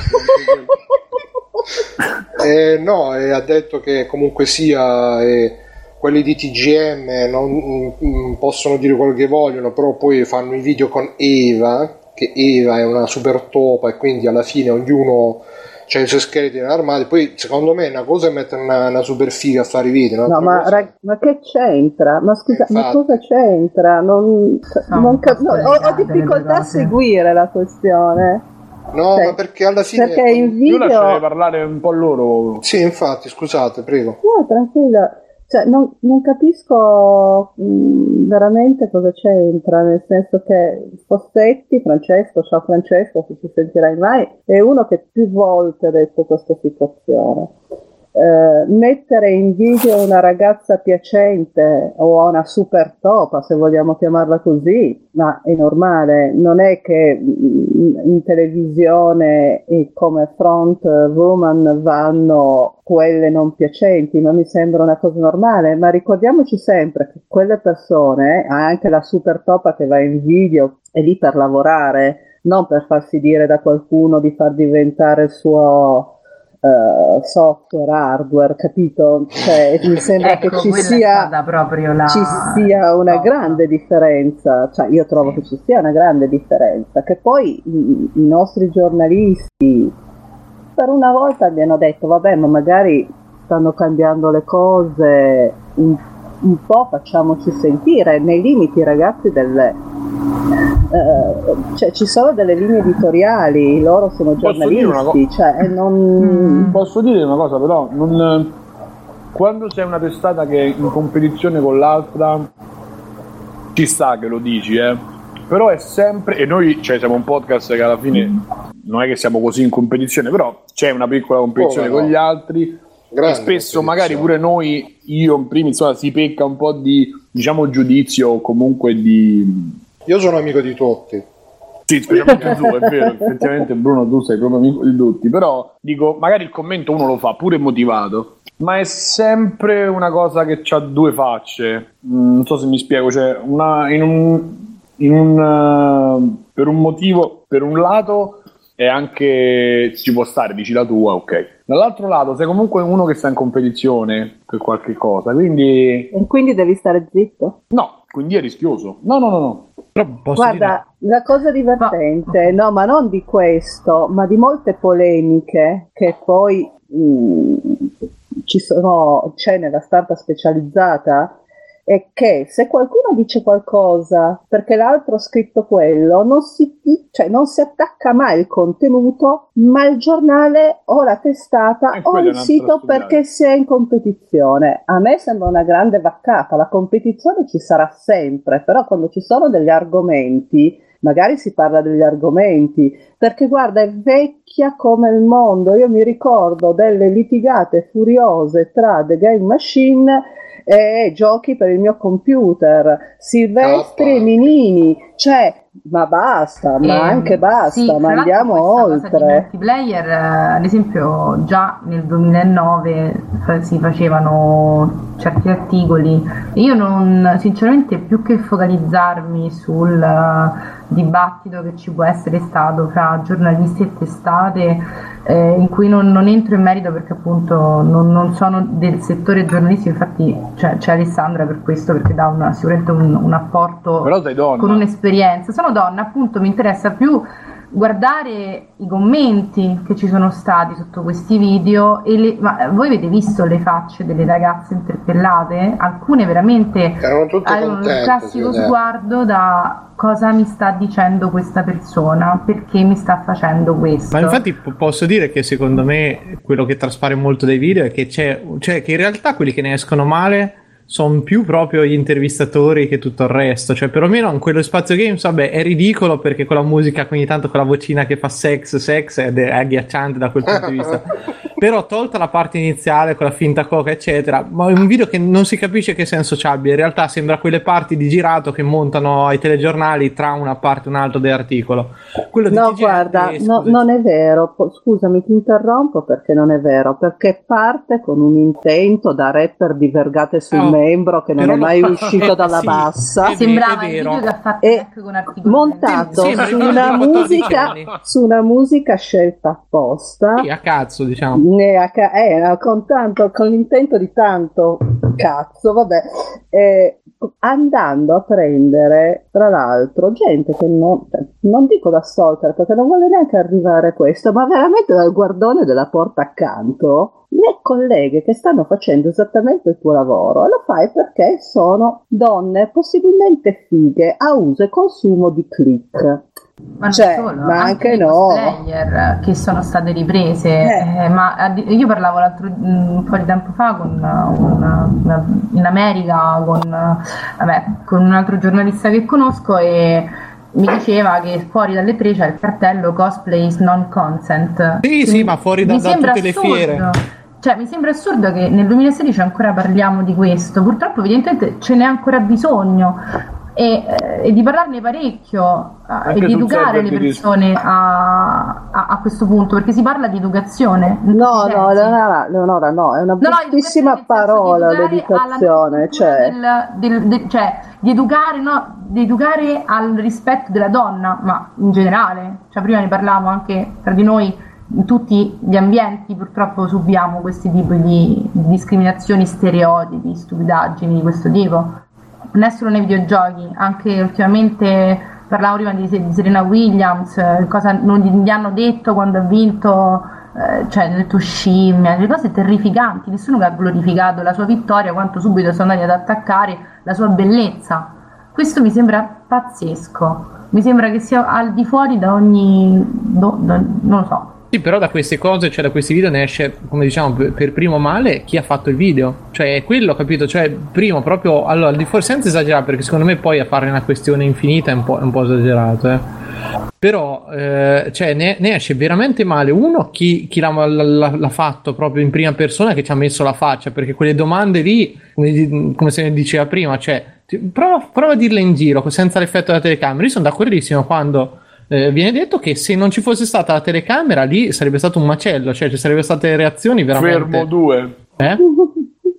Speaker 1: Eh, no, e ha detto che comunque sia eh, quelli di T G M non mm, possono dire quello che vogliono, però poi fanno i video con Eva, che Eva è una super topa, e quindi alla fine ognuno c'ha i suoi scheletri armati. Poi secondo me una cosa è mettere una, una super figa a fare i video,
Speaker 5: No,
Speaker 1: un'altra
Speaker 5: ma,
Speaker 1: cosa-
Speaker 5: rag- ma che c'entra? Ma scusa, ma
Speaker 1: Infatti.
Speaker 5: cosa c'entra? Non,
Speaker 4: No,
Speaker 5: non
Speaker 4: un
Speaker 5: cap-
Speaker 4: po'
Speaker 5: no, ho, ho
Speaker 4: scollegate le
Speaker 5: difficoltà
Speaker 4: due
Speaker 5: a
Speaker 4: cose.
Speaker 5: seguire la questione.
Speaker 1: no,
Speaker 5: Cioè,
Speaker 1: ma perché alla fine
Speaker 5: Perché in
Speaker 2: Io lascerei
Speaker 5: video...
Speaker 2: parlare un po' loro.
Speaker 1: sì, infatti, scusate, prego.
Speaker 5: No, tranquilla. Cioè, non, non capisco mh, veramente cosa c'entra, nel senso che Fossetti, Francesco, ciao Francesco, se ci sentirai mai, è uno che più volte ha detto questa situazione. Eh, mettere in video una ragazza piacente o una super topa, se vogliamo chiamarla così, ma è normale, non è che mh, in televisione e come front woman vanno quelle non piacenti, non mi sembra una cosa normale, ma ricordiamoci sempre che quelle persone, anche la super topa che va in video, è lì per lavorare, non per farsi dire da qualcuno di far diventare il suo Uh, software, hardware, capito? Cioè, mi sembra
Speaker 4: Ecco,
Speaker 5: che ci
Speaker 4: quella è
Speaker 5: sia,
Speaker 4: stata proprio la-
Speaker 5: ci sia una
Speaker 4: no.
Speaker 5: grande differenza, cioè io trovo
Speaker 4: Sì.
Speaker 5: che ci sia una grande differenza, che poi i, i nostri giornalisti per una volta abbiano detto vabbè, ma magari stanno cambiando le cose, un, un po' facciamoci sentire nei limiti, ragazzi, delle eh, cioè ci sono delle linee editoriali, loro sono
Speaker 2: Posso dire una
Speaker 5: giornalisti, cioè e non
Speaker 2: Posso dire una cosa, però, non, quando sei una testata che è in competizione con l'altra, ci sta che lo dici, eh. Però è sempre, e noi cioè, siamo un podcast che alla fine non è che siamo così in competizione, però c'è una piccola competizione
Speaker 1: Oh, no.
Speaker 2: con gli altri.
Speaker 1: Grande
Speaker 2: E spesso
Speaker 1: competizione.
Speaker 2: magari pure noi, io in primis, insomma, si pecca un po' di, diciamo, giudizio o comunque di...
Speaker 1: Io sono amico di tutti.
Speaker 2: Sì, specialmente tu, è vero, effettivamente Bruno tu sei proprio amico di tutti, però dico, magari il commento uno lo fa pure motivato, ma è sempre una cosa che ha due facce. Mm, non so se mi spiego, cioè una, in un, in un uh, per un motivo, per un lato è anche ci può stare, dici la tua, ok. Dall'altro lato sei comunque uno che sta in competizione per qualche cosa, quindi
Speaker 5: e quindi devi stare zitto.
Speaker 2: no, quindi è rischioso. No, no, no, no.
Speaker 3: Però posso
Speaker 5: Guarda,
Speaker 3: dire...
Speaker 5: la cosa divertente, no, ma non di questo, ma di molte polemiche che poi mh, ci sono, c'è nella stampa specializzata, è che se qualcuno dice qualcosa perché l'altro ha scritto quello, non si, cioè non si attacca mai il contenuto, ma il giornale o la testata
Speaker 2: E
Speaker 5: o
Speaker 2: quella è
Speaker 5: il
Speaker 2: un'altra
Speaker 5: sito
Speaker 2: stupidaggine.
Speaker 5: perché si è in competizione. A me sembra una grande vaccata, la competizione ci sarà sempre, però quando ci sono degli argomenti, magari si parla degli argomenti, perché guarda, è vecchia come il mondo. Io mi ricordo delle litigate furiose tra The Game Machine e giochi per il mio computer, Silvestri
Speaker 1: Ah,
Speaker 5: e Minini, cioè, ma basta, ma
Speaker 4: Ehm,
Speaker 5: anche basta,
Speaker 4: sì,
Speaker 5: ma
Speaker 4: tra l'altro
Speaker 5: andiamo
Speaker 4: questa cosa di
Speaker 5: oltre.
Speaker 4: multiplayer, eh, ad esempio già nel duemilanove fa- si facevano certi articoli e io non, sinceramente, più che focalizzarmi sul eh, dibattito che ci può essere stato fra giornalisti e testate, eh, in cui non, non entro in merito perché appunto non, non sono del settore giornalistico, infatti cioè, c'è Alessandra per questo, perché dà una, sicuramente un, un apporto
Speaker 2: Però sei donna.
Speaker 4: con un'esperienza. Sono donna, appunto, mi interessa più guardare i commenti che ci sono stati sotto questi video e le, ma voi avete visto le facce delle ragazze interpellate? Alcune veramente
Speaker 1: Erano tutte
Speaker 4: avevano il
Speaker 1: contente,
Speaker 4: classico
Speaker 1: si vedeva.
Speaker 4: sguardo da cosa mi sta dicendo questa persona, perché mi sta facendo questo.
Speaker 3: Ma infatti po- posso dire che secondo me quello che traspare molto dai video è che c'è, cioè che in realtà quelli che ne escono male sono più proprio gli intervistatori che tutto il resto, cioè perlomeno in quello Spazio Games, vabbè, è ridicolo perché con la musica ogni tanto con la vocina che fa sex sex ed è agghiacciante da quel punto di vista. Però tolta la parte iniziale con la finta coca eccetera, ma è un video che non si capisce che senso ci abbia, in realtà sembra quelle parti di girato che montano ai telegiornali tra una parte e un'altra dell'articolo. Quello di
Speaker 5: No,
Speaker 3: T G N
Speaker 5: guarda,
Speaker 3: è
Speaker 5: no,
Speaker 3: esposizione.
Speaker 5: non è vero. Po- Scusami, ti interrompo perché non è vero, perché parte con un intento da rapper di vergate sul
Speaker 3: Oh,
Speaker 5: membro che non
Speaker 3: però
Speaker 5: è mai
Speaker 3: no-
Speaker 5: uscito
Speaker 3: eh,
Speaker 5: dalla
Speaker 3: sì,
Speaker 5: bassa.
Speaker 3: è
Speaker 4: Sembrava
Speaker 3: è
Speaker 4: il
Speaker 3: vero.
Speaker 4: video che ha fatto
Speaker 5: E
Speaker 4: Mac con articoli
Speaker 5: montato
Speaker 3: Sì, sembra
Speaker 5: su
Speaker 3: il video
Speaker 5: una,
Speaker 3: di quattordici
Speaker 5: musica,
Speaker 3: anni.
Speaker 5: su una musica scelta apposta,
Speaker 3: Sì, a cazzo, diciamo.
Speaker 5: ne ha ca- eh, con tanto, con l'intento di tanto cazzo, vabbè, eh, andando a prendere tra l'altro gente che non, non dico da stalker perché non vuole neanche arrivare a questo, ma veramente dal guardone della porta accanto, le colleghe che stanno facendo esattamente il tuo lavoro, e lo fai perché sono donne possibilmente fighe a uso e consumo di click.
Speaker 4: Ma non
Speaker 5: Cioè,
Speaker 4: solo,
Speaker 5: ma anche
Speaker 4: dei
Speaker 5: no.
Speaker 4: cosplayer che sono state riprese,
Speaker 5: Eh.
Speaker 4: eh, ma addi- io parlavo l'altro, un po' di tempo fa con uh, una- una- in America con, uh, vabbè, con un altro giornalista che conosco e mi diceva che fuori dalle tre c'è il cartello Cosplays Non Consent.
Speaker 3: Sì,
Speaker 4: Che
Speaker 3: sì,
Speaker 4: mi-
Speaker 3: ma fuori da-
Speaker 4: mi
Speaker 3: da
Speaker 4: sembra
Speaker 3: tutte le
Speaker 4: assurdo.
Speaker 3: fiere.
Speaker 4: Cioè, mi sembra assurdo che nel duemilasedici ancora parliamo di questo. Purtroppo, evidentemente, ce n'è ancora bisogno e, eh, e di parlarne parecchio eh,
Speaker 2: Anche
Speaker 4: e di
Speaker 2: sul
Speaker 4: educare
Speaker 2: server
Speaker 4: le
Speaker 2: di Discord.
Speaker 4: persone a, a, a questo punto, perché si parla di educazione. in
Speaker 5: No,
Speaker 4: tutti i
Speaker 5: no,
Speaker 4: sensi.
Speaker 5: Leonora, Leonora, no, è una
Speaker 4: No, no,
Speaker 5: bruttissima
Speaker 4: educazione nel senso di
Speaker 5: parola
Speaker 4: educare alla
Speaker 5: l'educazione,
Speaker 4: cultura
Speaker 5: cioè,
Speaker 4: del- del- del- cioè di educare, no, di educare al rispetto della donna, ma in generale, cioè prima ne parlavamo anche tra di noi, in tutti gli ambienti purtroppo subiamo questi tipi di discriminazioni, stereotipi, stupidaggini di questo tipo. Non è solo nei videogiochi, anche ultimamente parlavo prima di, di Serena Williams, eh, cosa non gli, gli hanno detto quando ha vinto, eh, cioè hanno detto scimmia, delle cose terrificanti, nessuno che ha glorificato la sua vittoria, quanto subito sono andati ad attaccare la sua bellezza. Questo mi sembra pazzesco, mi sembra che sia al di fuori da ogni, do- da- non lo so.
Speaker 3: Sì, però da queste cose, cioè da questi video ne esce, come diciamo, per, per primo male chi ha fatto il video. Cioè, è quello, capito? Cioè, primo, proprio, allora, al di fuori, senza esagerare, perché secondo me poi a fare una questione infinita è un po', è un po' esagerato, eh. Però, eh, cioè, ne, ne esce veramente male. Uno, chi, chi l'ha, l'ha, l'ha fatto proprio in prima persona, che ci ha messo la faccia, perché quelle domande lì, come, come se ne diceva prima, cioè, ti- prova, prova a dirle in giro, senza l'effetto della telecamera. Io sono d'accordissimo quando... Eh, viene detto che se non ci fosse stata la telecamera lì sarebbe stato un macello, cioè ci sarebbero state reazioni veramente
Speaker 2: Fermo due.
Speaker 3: eh?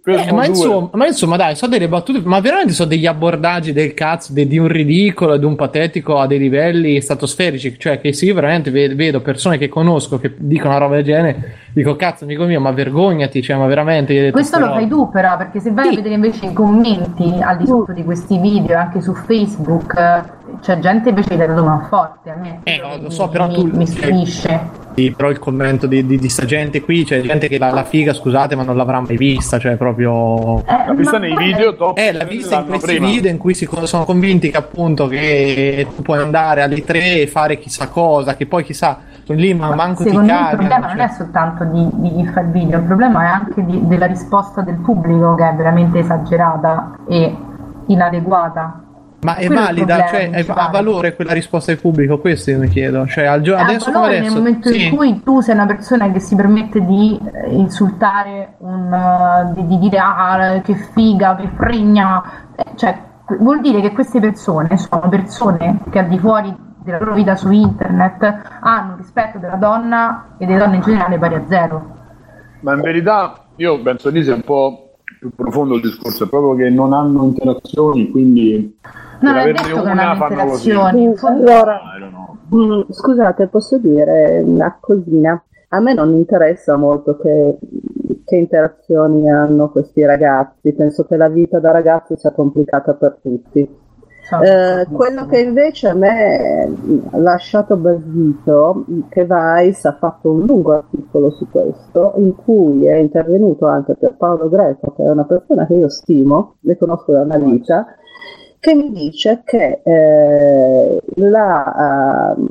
Speaker 3: Eh, ma, insomma, ma insomma dai, so delle battute, ma veramente so degli abbordaggi del cazzo de, di un ridicolo e di un patetico a dei livelli stratosferici, cioè che sì, veramente vedo persone che conosco che dicono una roba del genere, dico cazzo amico mio, ma vergognati, cioè ma veramente
Speaker 4: questo lo fai tu però, perché se vai
Speaker 3: sì.
Speaker 4: a vedere invece i commenti al di sotto di questi video anche su Facebook c'è gente invece che dà manforte, a me
Speaker 3: eh, no, lo so,
Speaker 4: mi,
Speaker 3: però
Speaker 4: mi,
Speaker 3: tu
Speaker 4: mi stupisce.
Speaker 3: Sì, però il commento di, di, di sta gente qui, cioè gente che la, la figa, scusate, ma non l'avrà mai vista, cioè proprio...
Speaker 2: Eh, l'ha vista nei video top.
Speaker 3: Eh, l'ha vista in questi
Speaker 2: prima.
Speaker 3: video in cui si, sono convinti che appunto che tu puoi andare alle tre e fare chissà cosa, che poi chissà, lì ma manco ti
Speaker 4: secondo me
Speaker 3: cagano.
Speaker 4: Il problema
Speaker 3: cioè.
Speaker 4: non è soltanto di, di chi fa il video, il problema è anche di, della risposta del pubblico che è veramente esagerata e inadeguata.
Speaker 3: Ma è
Speaker 4: Quello
Speaker 3: valida,
Speaker 4: è
Speaker 3: cioè è, ha valore quella risposta del pubblico? Questo io mi chiedo. Cioè, al gio- adesso come adesso.
Speaker 4: Nel momento
Speaker 3: sì.
Speaker 4: in cui tu sei una persona che si permette di eh, insultare, un, uh, di, di dire ah, che figa, che fregna, eh, cioè vuol dire che queste persone sono persone che al di fuori della loro vita su internet hanno un rispetto della donna e delle donne in generale pari a zero.
Speaker 2: Ma in verità io penso lì sia un po' più profondo il discorso, è proprio che non hanno interazioni, quindi
Speaker 4: non
Speaker 2: per
Speaker 4: è
Speaker 2: averne
Speaker 4: detto che
Speaker 2: una
Speaker 4: non
Speaker 2: fanno così.
Speaker 4: interazioni.
Speaker 5: Allora,
Speaker 2: I don't know.
Speaker 5: mm, scusate, posso dire una cosina? A me non interessa molto che, che interazioni hanno questi ragazzi, penso che la vita da ragazzi sia complicata per tutti. Eh, quello che invece a me ha lasciato basito, che Vice ha fatto un lungo articolo su questo in cui è intervenuto anche per Paolo Greco, che è una persona che io stimo, le conosco da una vita, che mi dice che eh, la, uh,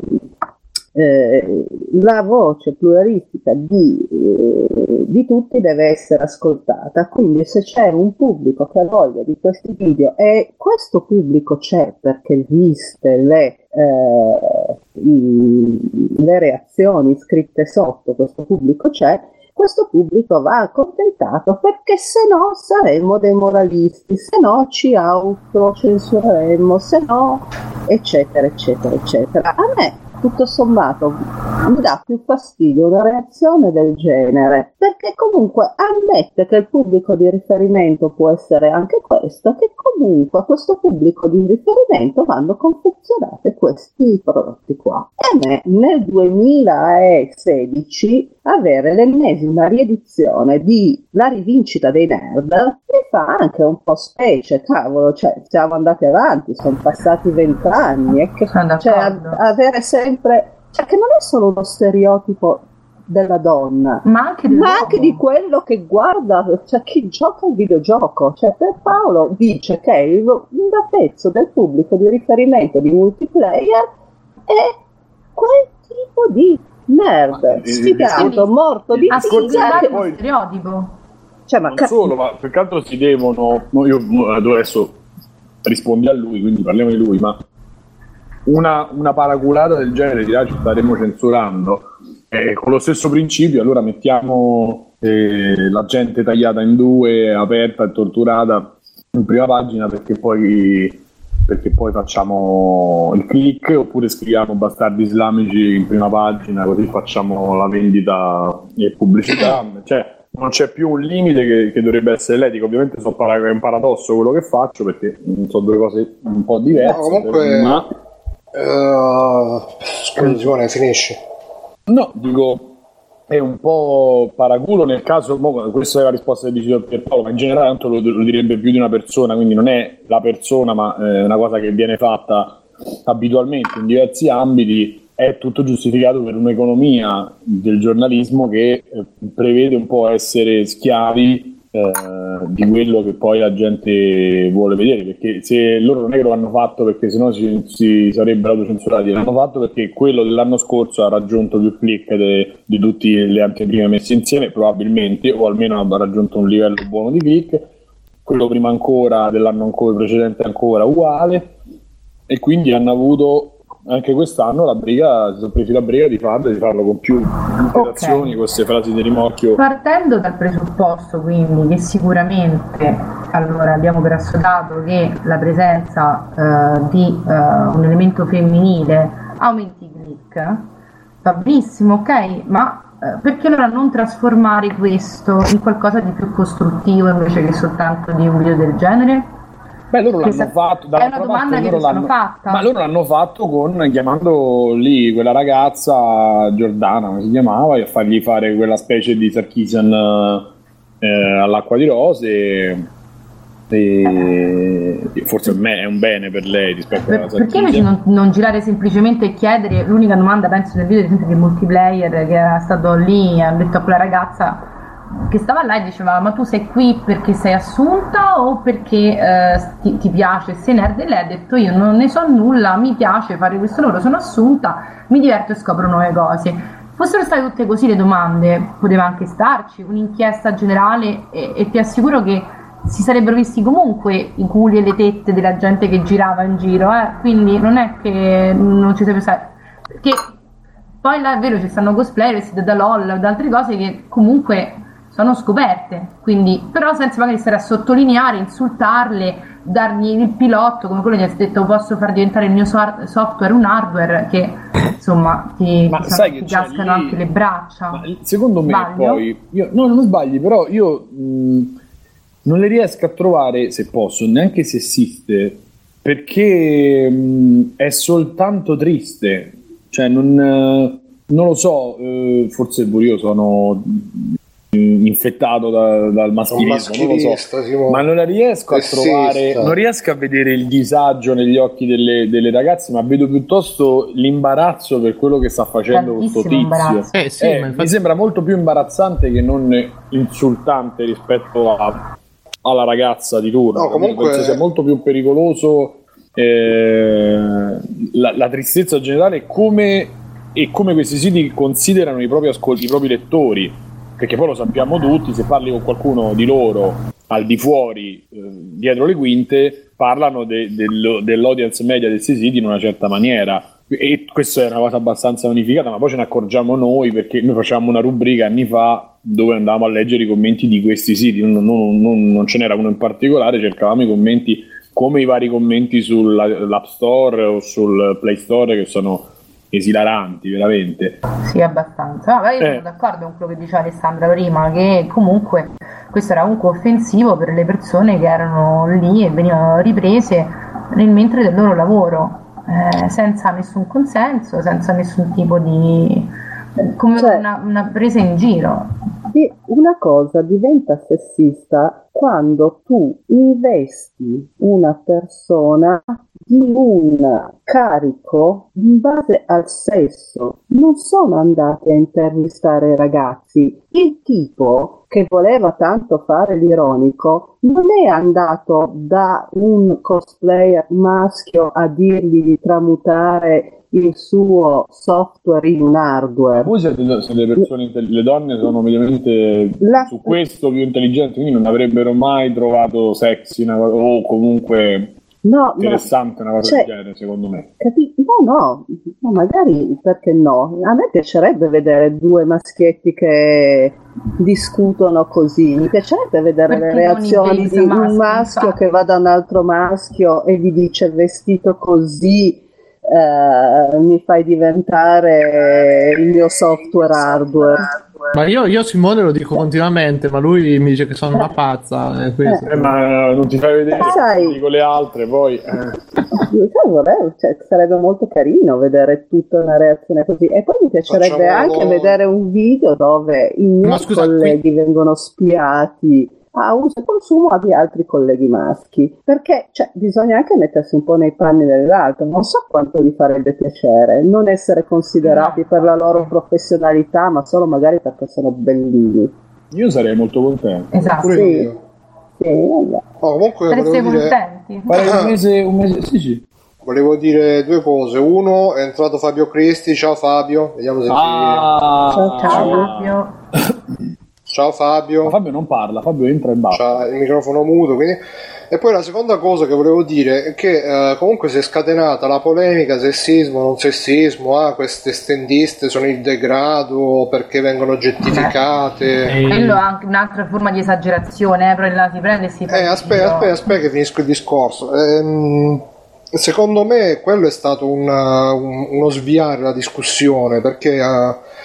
Speaker 5: eh, la voce pluralistica di, eh, di tutti deve essere ascoltata, quindi se c'è un pubblico che ha voglia di questi video, e questo pubblico c'è perché viste le, eh, i, le reazioni scritte sotto, questo pubblico c'è, questo pubblico va accontentato, perché se no saremmo dei moralisti, se no ci autocensureremmo, se no eccetera eccetera eccetera. A me tutto sommato mi dà più fastidio una reazione del genere, perché comunque ammette che il pubblico di riferimento può essere anche questo, che comunque a questo pubblico di riferimento vanno confezionati questi prodotti qua. E a me nel duemilasedici avere l'ennesima riedizione di La rivincita dei nerd mi fa anche un po' specie, cavolo, cioè siamo andati avanti, sono passati vent'anni e che cioè, a- avere sempre, cioè che non è solo uno stereotipo della donna,
Speaker 4: ma anche,
Speaker 5: ma anche di quello che guarda, cioè chi gioca al videogioco. Cioè per Paolo dice che il, un pezzo del pubblico di riferimento di multiplayer è quel tipo di nerd sfigato, morto di
Speaker 4: figa,
Speaker 2: che
Speaker 4: poi stereotipo.
Speaker 5: Cioè, ma
Speaker 2: non
Speaker 5: ca-
Speaker 2: solo, ma più che altro si devono, no, io adesso rispondi a lui, quindi parliamo di lui, ma una, una paraculata del genere di là ci staremo censurando, eh, con lo stesso principio allora mettiamo eh, la gente tagliata in due, aperta e torturata in prima pagina, perché poi perché poi facciamo il click, oppure scriviamo bastardi islamici in prima pagina, così facciamo la vendita e pubblicità. Cioè non c'è più un limite che, che dovrebbe essere l'etico. Ovviamente so para- è un paradosso quello che faccio, perché sono due cose un po' diverse.
Speaker 1: No, comunque
Speaker 2: ma...
Speaker 1: uh, scusa Simone, finisci.
Speaker 2: No, dico, è un po' paraculo nel caso, mo, questa è la risposta che dicevo per Paolo, ma in generale tanto lo, lo direbbe più di una persona, quindi non è la persona, ma è una cosa che viene fatta abitualmente in diversi ambiti. È tutto giustificato per un'economia del giornalismo che eh, prevede un po' essere schiavi eh, di quello che poi la gente vuole vedere, perché se loro non è che lo hanno fatto perché sennò si, si sarebbero autocensurati, l'hanno fatto perché quello dell'anno scorso ha raggiunto più click de, di tutte le anteprime messe insieme, probabilmente, o almeno ha raggiunto un livello buono di click, quello prima ancora, dell'anno ancora precedente ancora uguale, e quindi hanno avuto anche quest'anno la briga, si sono presi la briga di farlo, di farlo con più interazioni, okay, con queste frasi di rimorchio.
Speaker 4: Partendo dal presupposto quindi che sicuramente allora abbiamo per assodato che la presenza uh, di uh, un elemento femminile aumenti i click, va benissimo, ok, ma eh, perché allora non trasformare questo in qualcosa di più costruttivo invece che soltanto di un video del genere?
Speaker 2: Beh, loro
Speaker 4: Questa
Speaker 2: l'hanno fatto.
Speaker 4: è una domanda che mi sono fatta.
Speaker 2: Ma loro l'hanno fatto con chiamando lì quella ragazza Giordana, come si chiamava, e fargli fare quella specie di Sarkisian eh, all'acqua di rose. E forse è un bene per lei rispetto
Speaker 4: per,
Speaker 2: alla
Speaker 4: perché invece non, non girare semplicemente e chiedere? L'unica domanda penso nel video ad esempio di multiplayer che era stato lì, ha detto a quella ragazza che stava là e diceva: ma tu sei qui perché sei assunta o perché eh, ti, ti piace, sei nerd? E lei ha detto: io non ne so nulla, mi piace fare questo lavoro, sono assunta, mi diverto e scopro nuove cose. Fossero state tutte così le domande, poteva anche starci un'inchiesta generale e, e ti assicuro che si sarebbero visti comunque i culi e le tette della gente che girava in giro, eh? Quindi non è che non ci sarebbe stato, perché poi là è vero ci stanno cosplay vestiti da LOL o da altre cose che comunque sono scoperte, quindi però senza magari stare a sottolineare, insultarle, dargli il pilotto come quello che gli ha detto: posso far diventare il mio software un hardware, che insomma ti,
Speaker 2: ma
Speaker 4: ti,
Speaker 2: sai
Speaker 4: ti
Speaker 2: che
Speaker 4: cascano
Speaker 2: lì...
Speaker 4: anche le braccia.
Speaker 2: Ma secondo me
Speaker 4: Sbaglio?
Speaker 2: poi io, no, non sbagli, però io mh, non le riesco a trovare, se posso, neanche sessiste, perché mh, è soltanto triste, cioè non, eh, non lo so, eh, forse pure io sono infettato da, dal maschilismo, non lo so,
Speaker 1: Simone.
Speaker 2: Ma non la riesco a
Speaker 1: Sessista.
Speaker 2: trovare, non riesco a vedere il disagio negli occhi delle, delle ragazze, ma vedo piuttosto l'imbarazzo per quello che sta facendo questo
Speaker 4: Tantissimo
Speaker 2: tizio.
Speaker 4: imbarazzo.
Speaker 3: Eh, sì,
Speaker 2: Eh,
Speaker 3: ma infatti-
Speaker 2: mi sembra molto più imbarazzante che non insultante rispetto a, alla ragazza di turno.
Speaker 1: No, comunque-
Speaker 2: Penso sia molto più pericoloso eh, la, la tristezza generale come, e come questi siti considerano i propri, ascol- i propri lettori, perché poi lo sappiamo tutti, se parli con qualcuno di loro al di fuori, eh, dietro le quinte, parlano de- del- dell'audience media di questi siti in una certa maniera, e questa è una cosa abbastanza unificata, ma poi ce ne accorgiamo noi perché noi facevamo una rubrica anni fa dove andavamo a leggere i commenti di questi siti, non, non, non, non ce n'era uno in particolare, cercavamo i commenti come i vari commenti sull'App Store o sul Play Store, che sono esilaranti veramente.
Speaker 4: Sì, abbastanza. Ma io
Speaker 2: Eh.
Speaker 4: sono d'accordo con quello che diceva Alessandra prima, che comunque questo era comunque offensivo per le persone che erano lì e venivano riprese nel mentre del loro lavoro, eh, senza nessun consenso, senza nessun tipo di... come
Speaker 5: Cioè-
Speaker 4: una, una presa in giro.
Speaker 5: Sì, una cosa diventa sessista quando tu investi una persona di un carico in base al sesso. Non sono andati a intervistare i ragazzi. Il tipo che voleva tanto fare l'ironico non è andato da un cosplayer maschio a dirgli di tramutare il suo software in un hardware.
Speaker 2: Voi siete, siete persone intelli- le donne sono mediamente
Speaker 5: La-
Speaker 2: su questo più intelligenti, quindi non avrebbero mai trovato sexy una co- o comunque
Speaker 5: No, ma
Speaker 2: interessante una cosa
Speaker 5: cioè,
Speaker 2: del genere, secondo me.
Speaker 5: capi- no, no, no, magari perché no? A me piacerebbe vedere due maschietti che discutono così. Mi piacerebbe vedere
Speaker 4: Perché
Speaker 5: le
Speaker 4: non i
Speaker 5: reazioni
Speaker 4: base
Speaker 5: di un
Speaker 4: maschi,
Speaker 5: maschio
Speaker 4: infatti?
Speaker 5: che va da un altro maschio e gli dice: vestito così eh, mi fai diventare il mio software hardware.
Speaker 3: Ma io, io Simone lo dico continuamente, ma lui mi dice che sono una pazza. eh, questo.
Speaker 2: Eh, ma non ti fai vedere,
Speaker 5: Sai-
Speaker 2: dico le altre, poi... eh.
Speaker 5: Cioè, vorrei- cioè, sarebbe molto carino vedere tutta una reazione così, e poi mi piacerebbe
Speaker 1: Facciamo-
Speaker 5: anche vedere un video dove i miei
Speaker 3: Ma scusa,
Speaker 5: colleghi vengono spiati a uso e consumo di altri colleghi maschi, perché cioè, bisogna anche mettersi un po' nei panni dell'altro. Non so quanto gli farebbe piacere non essere considerati
Speaker 4: No.
Speaker 5: per la loro professionalità, ma solo magari perché sono bellini.
Speaker 2: Io sarei molto contento.
Speaker 4: Esatto.
Speaker 1: Pure
Speaker 5: Sì.
Speaker 1: io.
Speaker 5: Sì, vabbè.
Speaker 1: Oh, comunque
Speaker 4: Sareste
Speaker 1: volevo dire,
Speaker 4: contenti?
Speaker 2: Farei un mese, un mese, sì sì.
Speaker 1: volevo dire due cose. Uno, è entrato Fabio Cristi. Ciao Fabio, vediamo se
Speaker 2: Ah,
Speaker 5: Ciao,
Speaker 4: Ciao
Speaker 5: Fabio.
Speaker 4: Fabio.
Speaker 1: ci... Ciao Fabio.
Speaker 2: Ma Fabio non parla, Fabio entra e basta.
Speaker 1: C'ha il microfono muto, quindi... E poi la seconda cosa che volevo dire è che eh, comunque si è scatenata la polemica sessismo, non sessismo, ah, queste stendiste sono il degrado perché vengono oggettificate.
Speaker 3: Eh,
Speaker 4: Quello è anche un'altra forma di esagerazione, eh, però là si prende e si fa
Speaker 1: Eh,
Speaker 4: il
Speaker 1: aspetta,
Speaker 4: giro.
Speaker 1: aspetta, aspetta che finisco il discorso. Ehm, secondo me quello è stato un, un- uno sviare la discussione, perché eh,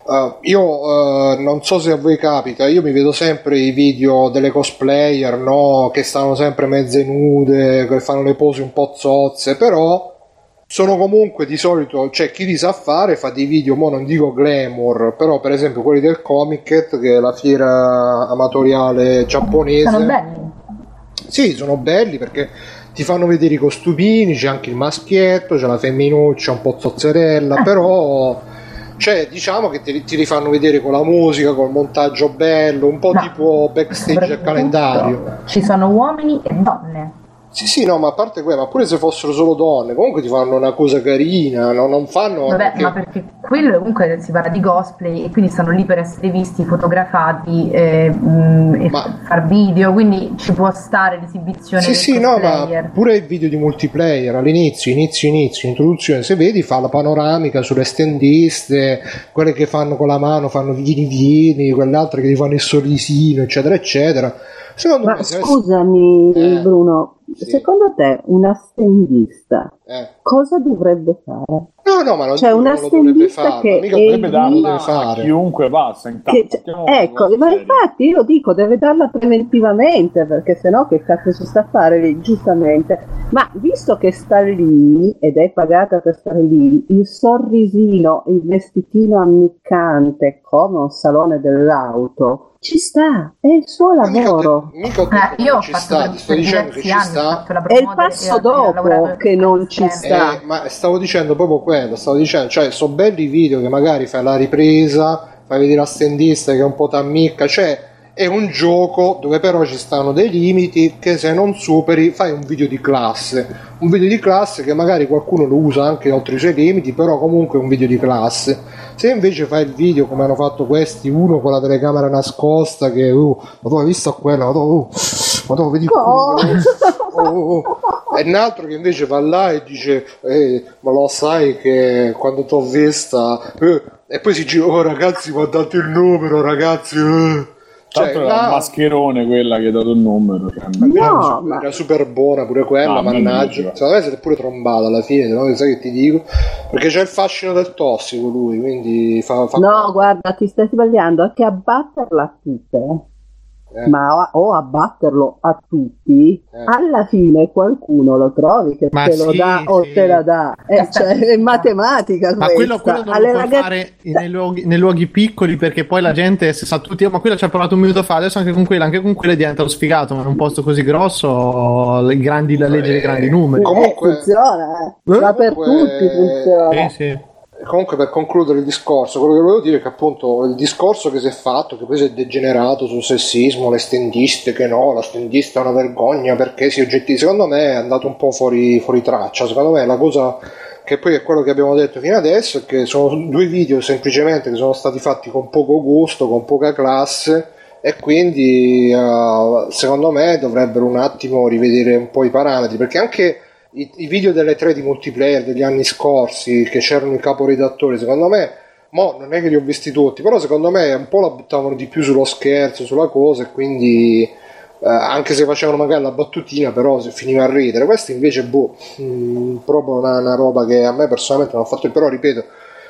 Speaker 1: Uh, io uh, non so se a voi capita, io mi vedo sempre i video delle cosplayer, no? Che stanno sempre mezze nude, che fanno le pose un po' zozze, però sono comunque di solito, cioè chi li sa fare fa dei video, mo non dico glamour, però per esempio quelli del Comiket, che è la fiera amatoriale giapponese.
Speaker 4: Sono belli.
Speaker 1: Sì, sono belli perché ti fanno vedere i costumini, c'è anche il maschietto, c'è la femminuccia un po' zozzerella, però cioè diciamo che ti, ti li fanno vedere con la musica, col montaggio bello, un po'
Speaker 4: No,
Speaker 1: tipo backstage al calendario.
Speaker 4: Ci sono uomini e donne.
Speaker 1: Sì, sì, no, ma a parte quello, ma pure se fossero solo donne, comunque ti fanno una cosa carina, no? Non fanno...
Speaker 4: Vabbè,
Speaker 1: anche...
Speaker 4: ma perché quello comunque si parla di cosplay e quindi stanno lì per essere visti, fotografati eh, mh, e
Speaker 1: Ma-
Speaker 4: far video, quindi ci può stare l'esibizione
Speaker 1: Sì,
Speaker 4: del
Speaker 1: sì, no, ma
Speaker 4: cosplayer.
Speaker 1: pure il video di multiplayer all'inizio, inizio, inizio, introduzione, se vedi fa la panoramica sulle stendiste, quelle che fanno con la mano, fanno vieni vieni, quelle altre che ti fanno il sorrisino, eccetera, eccetera. Secondo
Speaker 5: Ma
Speaker 1: me se-
Speaker 5: scusami,
Speaker 1: Eh,
Speaker 5: Bruno,
Speaker 1: sì.
Speaker 5: secondo te una stendista
Speaker 1: eh.
Speaker 5: cosa dovrebbe fare?
Speaker 1: No, no, ma non
Speaker 5: C'è
Speaker 1: dico
Speaker 5: una
Speaker 1: che non lo dovrebbe
Speaker 5: stendista
Speaker 1: fare,
Speaker 5: che
Speaker 1: ma mica
Speaker 5: è
Speaker 1: dovrebbe
Speaker 5: lì-
Speaker 1: darlo, deve
Speaker 2: darla a
Speaker 1: fare.
Speaker 2: chiunque passa intanto.
Speaker 5: Che-
Speaker 2: Partiamo con
Speaker 5: ecco,
Speaker 2: cose
Speaker 5: ma
Speaker 2: serie.
Speaker 5: infatti io dico deve darla preventivamente, perché sennò che cazzo ci sta a fare lì, giustamente. Ma visto che sta lì ed è pagata per stare lì, il sorrisino, il vestitino ammiccante come un salone dell'auto, ci sta, è il suo
Speaker 1: Ma mica ho
Speaker 5: lavoro.
Speaker 1: detto- mica ho detto
Speaker 4: Eh,
Speaker 1: che
Speaker 4: io
Speaker 1: non
Speaker 4: ho
Speaker 1: ci
Speaker 4: fatto
Speaker 1: sta,
Speaker 4: per,
Speaker 1: ti sto
Speaker 4: per
Speaker 1: dicendo che
Speaker 4: diversi
Speaker 1: ci
Speaker 4: anni, ho
Speaker 1: sta.
Speaker 4: fatto la
Speaker 5: È il
Speaker 4: promoter
Speaker 5: passo
Speaker 4: e ho- e ho
Speaker 5: dopo
Speaker 4: lavorato
Speaker 5: che non ci
Speaker 4: assistente.
Speaker 5: sta.
Speaker 1: Eh, ma stavo dicendo proprio quello, stavo dicendo, cioè sono belli i video che magari fai la ripresa, fai vedere la stendista che un po' t'ammicca, cioè è un gioco dove però ci stanno dei limiti che se non superi fai un video di classe, un video di classe che magari qualcuno lo usa anche oltre i suoi limiti, però comunque è un video di classe. Se invece fai il video come hanno fatto questi, uno con la telecamera nascosta che uh, ma tu hai visto quella, ma tu, uh, ma tu vedi
Speaker 5: Oh.
Speaker 1: oh, oh, oh. E un altro che invece va là e dice eh, ma lo sai che quando t'ho vista eh, e poi si gira, oh ragazzi mi ha dato il numero ragazzi eh.
Speaker 2: Tra
Speaker 1: Cioè,
Speaker 2: l'altro era
Speaker 1: là-
Speaker 2: un mascherone quella che ha dato il numero. Cioè,
Speaker 5: No,
Speaker 1: era, super,
Speaker 5: ma-
Speaker 1: era super buona pure quella,
Speaker 2: Ah,
Speaker 1: mannaggia.
Speaker 2: magnifica.
Speaker 1: Secondo me si è pure trombata alla fine, no? Sai che ti dico? Perché c'è il fascino del tossico lui, quindi fa... fa
Speaker 5: No, guarda, ti stai sbagliando, è che abbatterla a tutte,
Speaker 1: eh.
Speaker 5: ma o abbatterlo a tutti,
Speaker 1: Eh.
Speaker 5: alla fine qualcuno lo trovi che
Speaker 3: Ma
Speaker 5: te lo
Speaker 3: sì,
Speaker 5: dà o
Speaker 3: sì.
Speaker 5: te la dà. Eh, cioè, è matematica
Speaker 3: Ma
Speaker 5: questa.
Speaker 3: quello, quello non
Speaker 5: Alle
Speaker 3: lo puoi
Speaker 5: ragazze-
Speaker 3: fare nei luoghi, nei luoghi piccoli, perché poi la gente si sa tutti, "Oh, ma quella ci ha provato un minuto fa, adesso anche con quella, anche con quella diventa lo sfigato, ma in un posto così grosso, i grandi, la legge dei grandi numeri."
Speaker 5: Eh,
Speaker 1: Comunque-
Speaker 5: funziona, eh.
Speaker 3: Eh?
Speaker 5: Ma per
Speaker 1: Comunque-
Speaker 5: tutti funziona.
Speaker 3: Sì, sì.
Speaker 1: Comunque, per concludere il discorso, quello che volevo dire è che appunto il discorso che si è fatto, che poi si è degenerato sul sessismo, le stendiste, che no, la stendista è una vergogna perché si oggetti, secondo me è andato un po' fuori, fuori traccia. Secondo me la cosa che poi è quello che abbiamo detto fino adesso è che sono due video semplicemente che sono stati fatti con poco gusto, con poca classe, e quindi uh, secondo me dovrebbero un attimo rivedere un po' i parametri, perché anche I, i video delle tre di multiplayer degli anni scorsi che c'erano i caporedattori, secondo me, mo non è che li ho visti tutti, però secondo me un po' la buttavano di più sullo scherzo, sulla cosa, e quindi eh, anche se facevano magari la battutina, però se finiva a ridere. Questi invece boh, mh, proprio una, una roba che a me personalmente non ha fatto, però ripeto,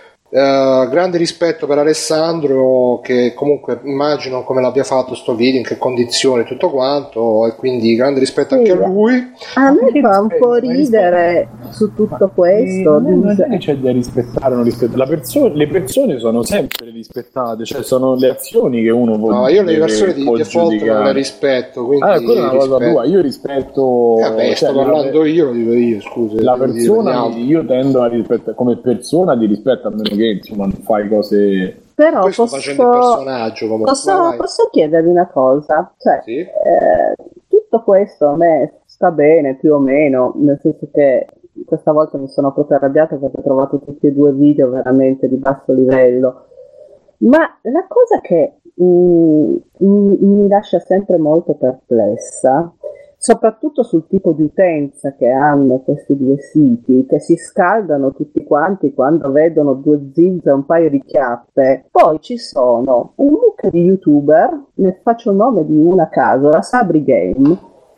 Speaker 1: Uh, grande rispetto per Alessandro, che comunque immagino come l'abbia fatto sto video, in che condizioni, tutto quanto, e quindi grande rispetto anche a
Speaker 5: Sì.
Speaker 1: lui.
Speaker 5: A me
Speaker 2: Che
Speaker 5: fa un po'
Speaker 2: rispetto,
Speaker 5: ridere su tutto questo.
Speaker 2: Eh, non è che c'è da rispettare o non rispettare. La perso- le persone sono sempre rispettate, cioè sono le azioni che uno può
Speaker 1: No, io le
Speaker 2: deve-
Speaker 1: persone di
Speaker 2: può
Speaker 1: default non le
Speaker 2: giudicare.
Speaker 1: rispetto, quindi
Speaker 2: Ah, quella è una cosa
Speaker 1: rispetto.
Speaker 2: tua, io rispetto
Speaker 1: Eh, Vabbè,
Speaker 2: cioè,
Speaker 1: sto
Speaker 2: la-
Speaker 1: parlando io, lo dico io, scusa.
Speaker 2: la
Speaker 1: devo dire gli
Speaker 2: persona,
Speaker 1: altri.
Speaker 2: io tendo a rispettare come persona di rispetto, a meno che insomma non fai cose.
Speaker 5: Però
Speaker 1: Poi sto
Speaker 5: posso,
Speaker 1: facendo il personaggio comunque.
Speaker 5: posso,
Speaker 1: vai, vai.
Speaker 5: posso chiedervi una cosa? Cioè,
Speaker 1: Sì?
Speaker 5: eh, tutto questo a me sta bene più o meno, nel senso che questa volta mi sono proprio arrabbiata perché ho trovato tutti e due video veramente di basso livello. Ma la cosa che mm, mi, mi lascia sempre molto perplessa, soprattutto sul tipo di utenza che hanno questi due siti, che si scaldano tutti quanti quando vedono due zilze e un paio di chiappe. Poi ci sono un mucchio di youtuber, ne faccio il nome di una a caso, la Sabri Game,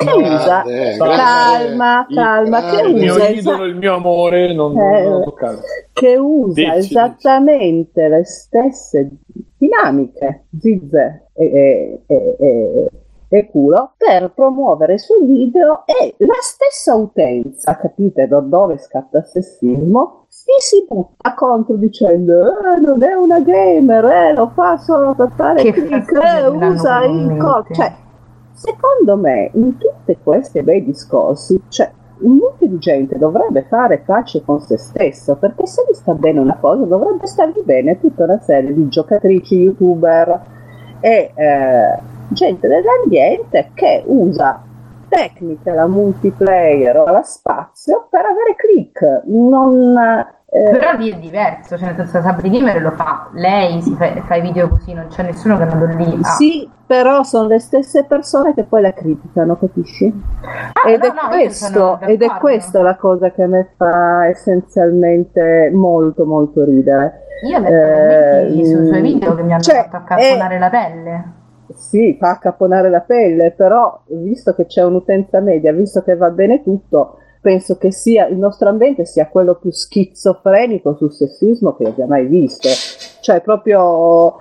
Speaker 5: che usa
Speaker 1: Grande,
Speaker 5: calma,
Speaker 1: grande.
Speaker 5: calma, che
Speaker 1: Il
Speaker 2: Il
Speaker 5: usa
Speaker 2: mio
Speaker 5: esa-
Speaker 2: idolo, il mio amore, non,
Speaker 5: Eh,
Speaker 2: non lo toccare.
Speaker 5: che usa
Speaker 2: Dici,
Speaker 5: esattamente le stesse dinamiche, zizze e, e, e, e- e culo per promuovere i suoi video, e la stessa utenza, capite da dove scatta il sessismo, si si butta contro dicendo eh, non è una gamer, eh, lo fa solo per fare
Speaker 4: Che
Speaker 5: click,
Speaker 4: fastidio
Speaker 5: eh,
Speaker 4: mi danno
Speaker 5: usa
Speaker 4: quei
Speaker 5: il
Speaker 4: commenti.
Speaker 5: corpo, cioè secondo me in tutti questi bei discorsi, cioè molta gente dovrebbe fare pace con se stesso, perché se gli sta bene una cosa dovrebbe stargli bene tutta una serie di giocatrici, youtuber e eh, gente dell'ambiente che usa tecniche alla multiplayer o alla spazio per avere click. Non, eh,
Speaker 4: Però lì è diverso, cioè nel senso Sabri Gamer lo fa, lei si fa, fa i video così, non c'è nessuno che non lì. Ah.
Speaker 5: sì, però sono le stesse persone che poi la criticano, capisci?
Speaker 4: Ah,
Speaker 5: ed,
Speaker 4: no,
Speaker 5: è
Speaker 4: no, io
Speaker 5: questo,
Speaker 4: sono
Speaker 5: ed è
Speaker 4: d'accordo.
Speaker 5: questa la cosa che a me fa essenzialmente molto molto ridere.
Speaker 4: Io ho letto
Speaker 5: Eh,
Speaker 4: commenti sui suoi video che mi hanno
Speaker 5: cioè,
Speaker 4: fatto accapponare la pelle.
Speaker 5: Sì, fa accapponare la pelle, però visto che c'è un'utenza media, visto che va bene tutto, penso che sia il nostro ambiente sia quello più schizofrenico sul sessismo che abbia mai visto. Cioè proprio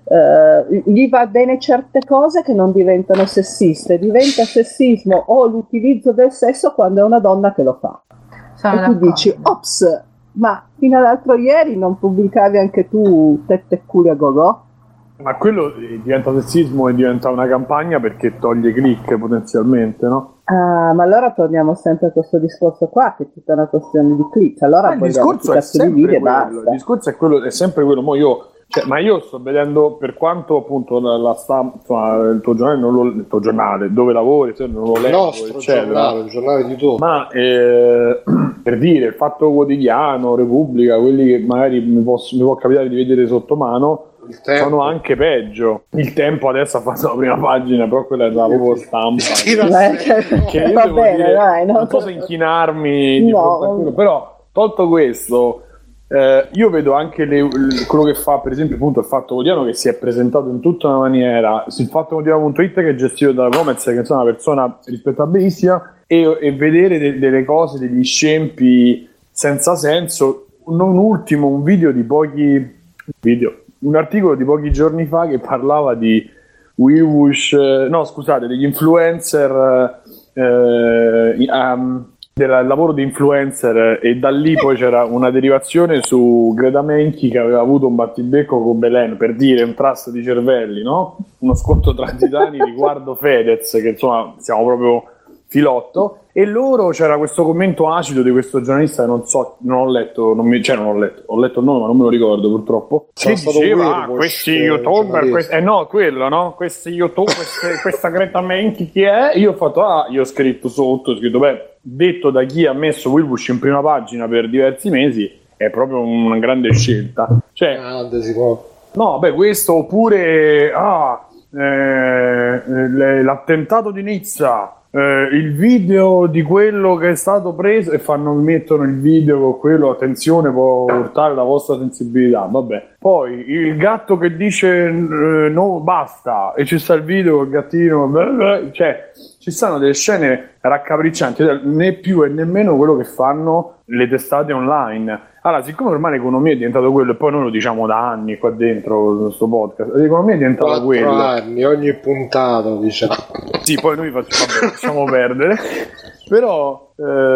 Speaker 5: eh, gli va bene certe cose che non diventano sessiste, diventa sessismo o l'utilizzo del sesso quando è una donna che lo fa.
Speaker 4: Sono
Speaker 5: E tu
Speaker 4: d'accordo.
Speaker 5: dici, ops, ma fino all'altro ieri non pubblicavi anche tu tette e culi a go-go?
Speaker 2: Ma quello eh, diventa sessismo e diventa una campagna perché toglie click potenzialmente, no?
Speaker 5: Ah, ma allora torniamo sempre a questo discorso qua, che è tutta una questione di click. Allora
Speaker 2: Ma il
Speaker 5: vogliamo
Speaker 2: discorso è
Speaker 5: cazzo di
Speaker 2: sempre
Speaker 5: video e
Speaker 2: quello,
Speaker 5: basta.
Speaker 2: il discorso è quello, è sempre quello. Mo io, cioè, ma io sto vedendo, per quanto appunto la, la stampa, insomma, il tuo giornale, non lo, il tuo giornale dove lavori, se non lo
Speaker 1: Il
Speaker 2: leggo,
Speaker 1: nostro
Speaker 2: eccetera.
Speaker 1: giornale, il giornale di tutti.
Speaker 2: Ma eh, per dire, il Fatto Quotidiano, Repubblica, quelli che magari mi, posso, mi può capitare di vedere sotto mano,
Speaker 1: Il tempo.
Speaker 2: sono anche peggio. Il Tempo adesso ha fatto la prima pagina, però quella è la proprio stampa.
Speaker 1: Tira
Speaker 5: Eh,
Speaker 1: sempre.
Speaker 2: Che io
Speaker 5: va
Speaker 2: devo
Speaker 5: bene,
Speaker 2: dire,
Speaker 5: dai, no?
Speaker 2: non so se inchinarmi di
Speaker 5: No.
Speaker 2: fronte a quello, però tolto questo, eh, io vedo anche le- l- quello che fa, per esempio, appunto il Fatto Quotidiano, che si è presentato in tutta una maniera, sul fatto quotidiano punto it, che è gestito da Gomez, che insomma è una persona rispettabilissima, e, e vedere de- delle cose, degli scempi senza senso. Non ultimo un video di pochi video un articolo di pochi giorni fa che parlava di Wilwush, eh, no scusate, degli influencer, eh, um, del lavoro di influencer, e da lì poi c'era una derivazione su Greta Menchi che aveva avuto un battibecco con Belen, per dire un trust di cervelli, no? Uno scontro tra titani riguardo Fedez, che insomma siamo proprio filotto, e loro c'era questo commento acido di questo giornalista che non so, non ho letto, non mi, cioè non ho letto, ho letto il nome ma non me lo ricordo purtroppo,
Speaker 1: Sarà
Speaker 2: che
Speaker 1: stato
Speaker 2: diceva
Speaker 1: Wilbush,
Speaker 2: ah, questi
Speaker 1: eh,
Speaker 2: youtuber,
Speaker 1: giornalista.
Speaker 2: questi, eh no, quello, no? Questi youtuber, queste, questa Greta Menchi chi è? Io ho fatto, ah, io ho scritto sotto, ho scritto, beh, detto da chi ha messo Wilbush in prima pagina per diversi mesi, è proprio una grande scelta. Cioè,
Speaker 1: Grande, si può.
Speaker 2: no, beh, questo, oppure ah, eh, le- l'attentato di Nizza, eh, il video di quello che è stato preso, e fanno mettono il video con quello, attenzione, può urtare la vostra sensibilità, vabbè. Poi il gatto che dice eh, no, basta, e ci sta il video col gattino, blah, blah, cioè ci stanno delle scene raccapriccianti, né più e nemmeno quello che fanno le testate online. Allora, siccome ormai l'economia è diventato quello, e poi noi lo diciamo da anni qua dentro questo podcast, l'economia è diventata
Speaker 1: Quattro
Speaker 2: quello.
Speaker 1: anni, ogni puntata, diciamo.
Speaker 2: Sì, poi noi facciamo, vabbè, facciamo perdere, però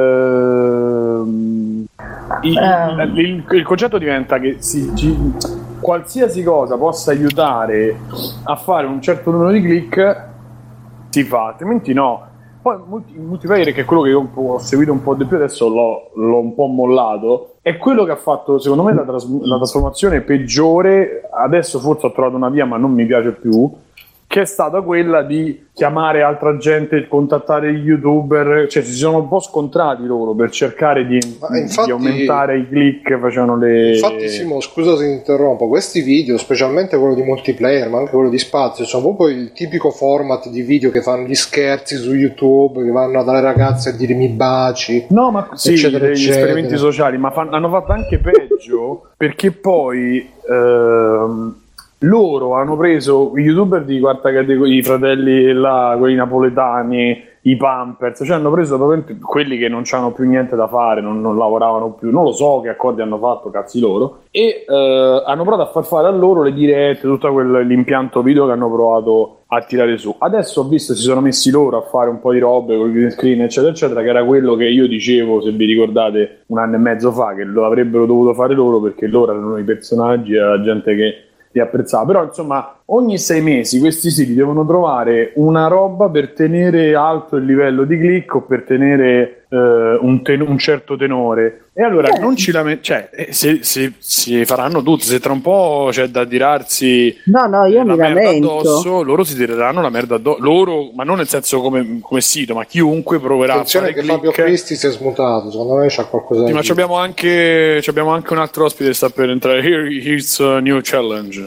Speaker 2: ehm, il,
Speaker 4: Ehm.
Speaker 2: il- il concetto diventa che si, ci- qualsiasi cosa possa aiutare a fare un certo numero di click si fa, altrimenti no. Poi multi- il multiplayer, che è quello che io un po' ho seguito un po' di più, adesso l'ho, l'ho un po' mollato, è quello che ha fatto secondo me la, tras- la trasformazione peggiore. Adesso forse ho trovato una via ma non mi piace più, che è stata quella di chiamare altra gente, contattare gli youtuber, cioè si sono un po' scontrati loro per cercare di,
Speaker 1: Ma infatti-
Speaker 2: di aumentare i click, facevano le...
Speaker 1: Infatti, Simo, scusa se ti interrompo, questi video, specialmente quello di multiplayer, ma anche quello di spazio, sono proprio il tipico format di video che fanno gli scherzi su YouTube, che vanno dalle ragazze a dire mi baci.
Speaker 2: No, ma sì,
Speaker 1: eccetera,
Speaker 2: gli
Speaker 1: eccetera.
Speaker 2: esperimenti sociali, ma fan- hanno fatto anche peggio, perché poi ehm, loro hanno preso i youtuber di quarta categoria, i fratelli là, quelli napoletani, i Pampers, cioè hanno preso proprio quelli che non c'hanno più niente da fare, non, non lavoravano più, non lo so che accordi hanno fatto, cazzi loro, e eh, hanno provato a far fare a loro le dirette, tutto quel, l'impianto video che hanno provato a tirare su. Adesso ho visto si sono messi loro a fare un po' di robe con il green screen eccetera eccetera, che era quello che io dicevo, se vi ricordate, un anno e mezzo fa, che lo avrebbero dovuto fare loro perché loro erano i personaggi e la gente che li apprezzava. Però insomma ogni sei mesi questi siti devono trovare una roba per tenere alto il livello di click o per tenere eh, un, ten- un certo tenore, e allora eh. non ci lament- cioè se, se, si faranno tutti, se tra un po' c'è da tirarsi
Speaker 5: no no io
Speaker 2: la
Speaker 5: mi
Speaker 2: merda
Speaker 5: lamento
Speaker 2: addosso, loro si tireranno la merda addosso, loro, ma non nel senso come, come sito, ma chiunque proverà
Speaker 1: attenzione
Speaker 2: a fare
Speaker 1: che
Speaker 2: click.
Speaker 1: Fabio Cristi si è smutato, secondo me c'ha qualcosa da
Speaker 2: sì,
Speaker 1: dire.
Speaker 2: ma abbiamo anche, abbiamo anche un altro ospite che sta per entrare. Here, here's a new challenge.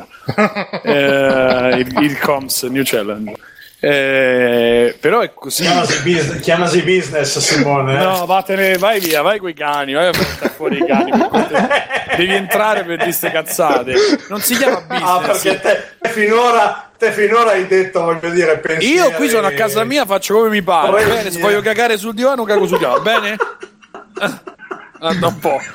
Speaker 2: eh, il, il comes new challenge. Eh, però è così.
Speaker 7: Chiamasi business, chiamasi business Simone. Eh?
Speaker 2: No, vattene, vai via, vai coi cani, vai a portare fuori i cani. Devi entrare per dire ste cazzate. Non si chiama business.
Speaker 7: Ah, perché te finora, te finora hai detto, voglio dire, pensieri.
Speaker 2: Io qui sono a casa mia, faccio come mi pare. Bene, se voglio cagare sul divano, cago sul divano, bene? Anda un po'.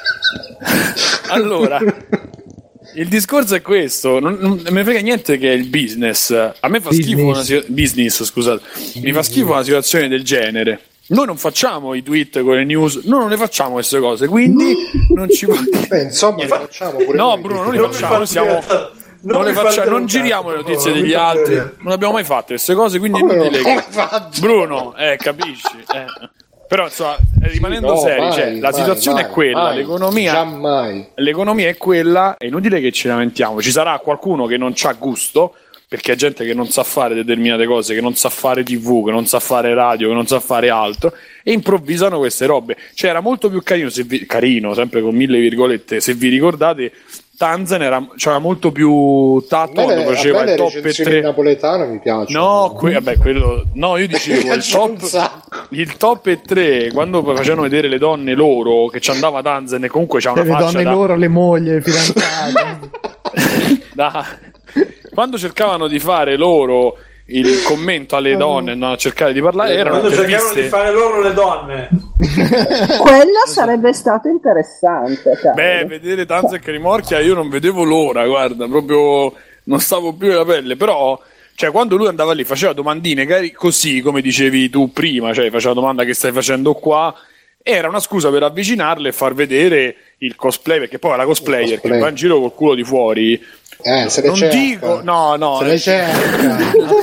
Speaker 2: Allora, il discorso è questo, non, non me ne frega niente che è il business. A me fa business. schifo una situ- business, scusate. Business. Mi fa schifo una situazione del genere. Noi non facciamo i tweet con le news, noi non le facciamo queste cose, quindi non ci può dire.
Speaker 1: Beh, insomma, le facciamo pure
Speaker 2: no,
Speaker 1: noi.
Speaker 2: Bruno, non le facciamo, noi siamo non, non, le facciamo, non giriamo le notizie degli altri, non abbiamo mai fatto queste cose, quindi è inutile che... Bruno, eh, capisci? Eh. Però insomma, rimanendo no, seri, mai, cioè, la mai, situazione mai, è quella, mai, l'economia, l'economia è quella, è inutile che ci lamentiamo. Ci sarà qualcuno che non c'ha gusto, perché è gente che non sa fare determinate cose, che non sa fare tivù, che non sa fare radio, che non sa fare altro, e improvvisano queste robe. Cioè era molto più carino, se vi, carino, sempre con mille virgolette, se vi ricordate, Tanzan era, c'era molto più tatto quando faceva il top tre
Speaker 1: napoletano, mi piace.
Speaker 2: No, que- vabbè, quello no, io dicevo il top il top e tre quando facevano vedere le donne loro che ci andava Tanzan e comunque c'ha una
Speaker 3: le
Speaker 2: faccia
Speaker 3: donne
Speaker 2: da...
Speaker 3: loro, le mogli, le fidanzate.
Speaker 2: da... quando cercavano di fare loro il commento alle donne, no, a cercare di parlare, erano
Speaker 7: quando cercavano
Speaker 2: interviste...
Speaker 7: di fare loro le donne.
Speaker 5: Quello sarebbe stato interessante, caro.
Speaker 2: Beh, vedere Tanzan che rimorchia io non vedevo l'ora, guarda, proprio non stavo più nella pelle, però cioè quando lui andava lì faceva domandine così come dicevi tu prima, cioè faceva domanda che stai facendo qua, era una scusa per avvicinarle e far vedere il cosplay, perché poi la cosplayer cosplay. Che va in giro col culo di fuori.
Speaker 1: Eh, se le
Speaker 2: non
Speaker 1: cerca.
Speaker 2: dico, no, no,
Speaker 1: se le cerca.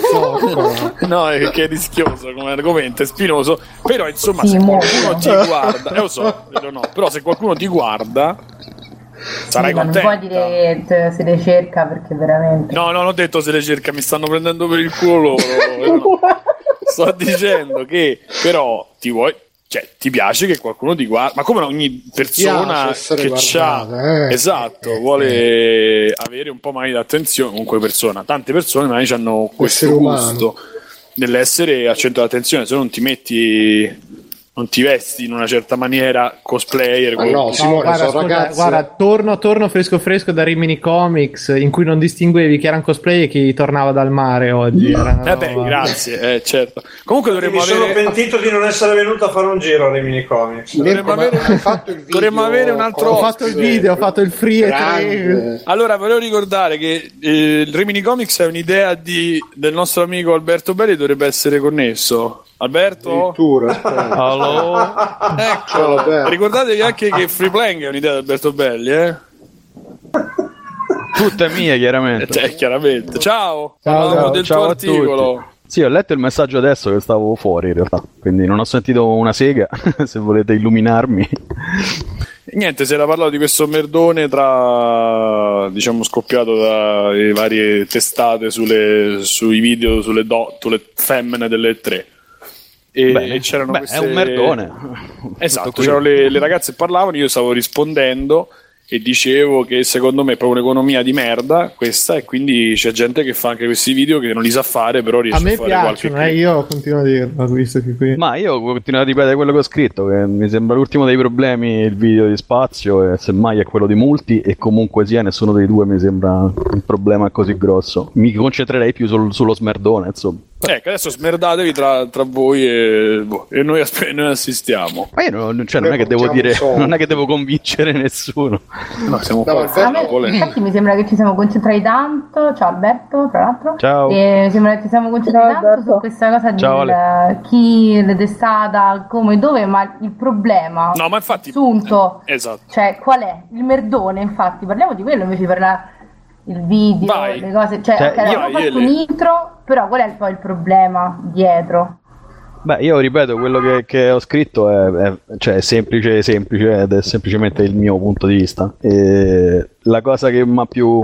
Speaker 2: no, è che è rischioso come argomento, è spinoso. Però, insomma, se qualcuno ti guarda, eh, lo so, no, però se qualcuno ti guarda, sarai
Speaker 4: sì, ma
Speaker 2: contento.
Speaker 4: non puoi dire che se le cerca perché veramente.
Speaker 2: No, no, non ho detto se le cerca, mi stanno prendendo per il culo loro. No. Sto dicendo che, però, ti vuoi. Cioè, ti piace che qualcuno ti guarda, ma come ogni persona che c'ha, eh, esatto, eh, vuole eh. avere un po' magari d'attenzione, comunque persona, tante persone magari hanno questo gusto nell'essere al centro dell'attenzione, se non ti metti, non ti vesti in una certa maniera cosplayer.
Speaker 1: Ah, no, Simone,
Speaker 3: no, guarda,
Speaker 1: sono
Speaker 3: ascolta,
Speaker 1: ragazze...
Speaker 3: guarda, torno, torno fresco fresco da Rimini Comics, in cui non distinguevi chi erano cosplay e chi tornava dal mare oggi. Era
Speaker 2: eh beh, grazie, eh, certo. Comunque dovremmo
Speaker 7: mi
Speaker 2: avere...
Speaker 7: sono pentito di non essere venuto a fare un giro a Rimini Comics.
Speaker 2: Dovremmo avere... fatto il video, dovremmo avere un altro...
Speaker 3: Ho fatto il video, ho fatto il free e tre.
Speaker 2: Allora, volevo ricordare che eh, il Rimini Comics è un'idea di, del nostro amico Alberto Belli, dovrebbe essere connesso. Alberto?
Speaker 3: Allora.
Speaker 2: Ecco, ciao, ricordatevi anche che Free Playing è un'idea di Alberto Belli, eh?
Speaker 8: Tutte mie, chiaramente.
Speaker 2: Cioè, chiaramente. Ciao,
Speaker 8: ciao, ciao
Speaker 2: del
Speaker 8: ciao
Speaker 2: tuo
Speaker 8: a
Speaker 2: articolo.
Speaker 8: Tutti. Sì, ho letto il messaggio adesso che stavo fuori in realtà, quindi non ho sentito una sega, se volete illuminarmi.
Speaker 2: Niente, si era parlato di questo merdone tra, diciamo, scoppiato dalle varie testate sulle, sui video sulle, do, sulle femmine delle tre. E,
Speaker 8: beh,
Speaker 2: e c'erano
Speaker 8: beh,
Speaker 2: queste...
Speaker 8: è un merdone.
Speaker 2: Esatto, c'erano le, le ragazze che parlavano, io stavo rispondendo e dicevo che secondo me è proprio un'economia di merda questa, e quindi c'è gente che fa anche questi video che non li sa fare, però riesce a,
Speaker 3: a
Speaker 2: fare
Speaker 3: piacciono,
Speaker 2: qualche
Speaker 3: eh, io continuo a dirlo, visto che qui...
Speaker 8: Ma io continuo a ripetere quello che ho scritto, che mi sembra l'ultimo dei problemi il video di spazio, e semmai è quello di Multi, e comunque sia nessuno dei due mi sembra un problema così grosso. Mi concentrerei più sul, sullo smerdone, insomma.
Speaker 2: Ecco, adesso smerdatevi tra, tra voi e, boh, e noi, aspe- noi assistiamo.
Speaker 8: Ma io non, cioè, non è che devo dire, non è che devo convincere nessuno.
Speaker 2: No, siamo
Speaker 1: No,
Speaker 2: qua.
Speaker 4: A me, infatti mi sembra che ci siamo concentrati tanto. Ciao Alberto, tra l'altro.
Speaker 8: Ciao.
Speaker 4: E mi sembra che ci siamo concentrati
Speaker 5: Ciao,
Speaker 4: tanto
Speaker 5: Alberto.
Speaker 4: su questa cosa
Speaker 8: Ciao,
Speaker 4: di chi l'è testata, come, dove, ma il problema
Speaker 2: No, ma infatti
Speaker 4: assunto,
Speaker 2: eh, esatto.
Speaker 4: cioè qual è? Il merdone, infatti, parliamo di quello invece per la, il video,
Speaker 2: Vai.
Speaker 4: le cose, cioè,
Speaker 8: Cioè,
Speaker 4: ok, abbiamo
Speaker 2: vai,
Speaker 4: fatto
Speaker 2: Ele.
Speaker 4: un intro, però qual è poi il problema dietro?
Speaker 8: Beh, io ripeto, quello che, che ho scritto è, è, cioè, è semplice, semplice ed è semplicemente il mio punto di vista. E la cosa che mi ha più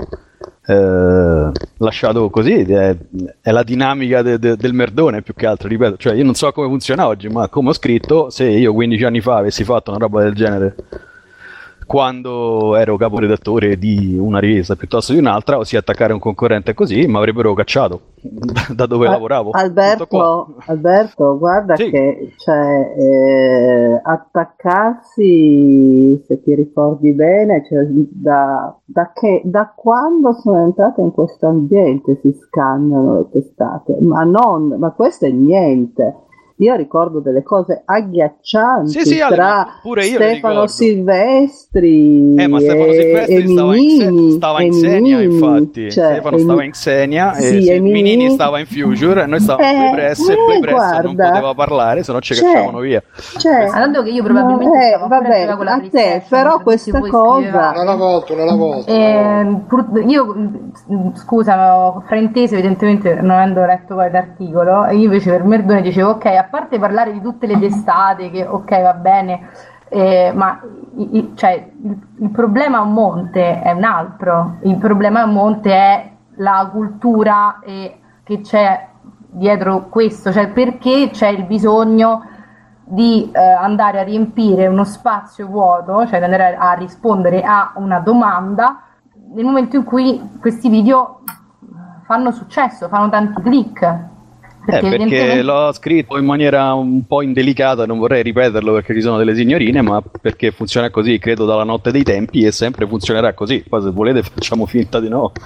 Speaker 8: eh, lasciato così è, è la dinamica de, de, del merdone, più che altro, ripeto. Cioè, io non so come funziona oggi, ma come ho scritto, se io quindici anni fa avessi fatto una roba del genere quando ero caporedattore di una rivista piuttosto di un'altra, ossia attaccare un concorrente così, mi avrebbero cacciato da dove
Speaker 5: Al-
Speaker 8: lavoravo. Tutto
Speaker 5: Alberto,
Speaker 8: qua.
Speaker 5: Alberto, guarda
Speaker 8: Sì.
Speaker 5: che cioè, eh, attaccarsi, se ti ricordi bene, cioè, da, da, che, da quando sono entrata in questo ambiente si scannano le testate, ma non, ma questo è niente. Io ricordo delle cose agghiaccianti
Speaker 8: Sì, sì, Ale,
Speaker 5: tra
Speaker 8: ma pure io le
Speaker 5: Stefano
Speaker 8: ricordo.
Speaker 5: Silvestri
Speaker 8: Eh, ma Stefano
Speaker 5: e,
Speaker 8: Silvestri
Speaker 5: e
Speaker 8: stava in,
Speaker 5: Minini,
Speaker 8: Se- stava
Speaker 5: e
Speaker 8: in Xenia,
Speaker 5: Minini,
Speaker 8: infatti.
Speaker 5: cioè,
Speaker 8: Stefano
Speaker 5: e
Speaker 8: stava
Speaker 5: Mi-
Speaker 8: in Xenia e
Speaker 5: sì,
Speaker 8: se-
Speaker 5: e
Speaker 8: Minini
Speaker 5: Minini-
Speaker 8: stava in Future, noi stavamo in
Speaker 5: Eh,
Speaker 8: Playpress e
Speaker 5: eh,
Speaker 8: Playpress non
Speaker 5: guarda.
Speaker 8: poteva parlare, se no ci
Speaker 5: Cioè,
Speaker 8: cacciavano via.
Speaker 5: Cioè,
Speaker 4: Ah, tanto che io probabilmente
Speaker 5: no, eh,
Speaker 4: stavo ancora
Speaker 5: vabbè,
Speaker 4: giocando con la
Speaker 5: a te,
Speaker 4: PlayStation,
Speaker 5: però
Speaker 4: mentre
Speaker 5: questa
Speaker 4: tutti voi
Speaker 5: cosa-
Speaker 4: scrivevate.
Speaker 1: Una alla volta, una alla volta.
Speaker 4: Eh, pur- io mh, scusa, ho frainteso evidentemente non avendo letto poi l'articolo, e io invece per Merdone dicevo ok, a parte parlare di tutte le testate che ok va bene, eh, ma i- i- cioè, il, il problema a monte è un altro, il problema a monte è la cultura e che c'è dietro questo, cioè perché c'è il bisogno di eh, andare a riempire uno spazio vuoto, cioè di andare a, a rispondere a una domanda nel momento in cui questi video fanno successo, fanno tanti click.
Speaker 8: Eh, perché
Speaker 4: evidentemente-
Speaker 8: l'ho scritto in maniera un po' indelicata, non vorrei ripeterlo perché ci sono delle signorine, ma perché funziona così, credo dalla notte dei tempi e sempre funzionerà così. Poi se volete facciamo finta di no.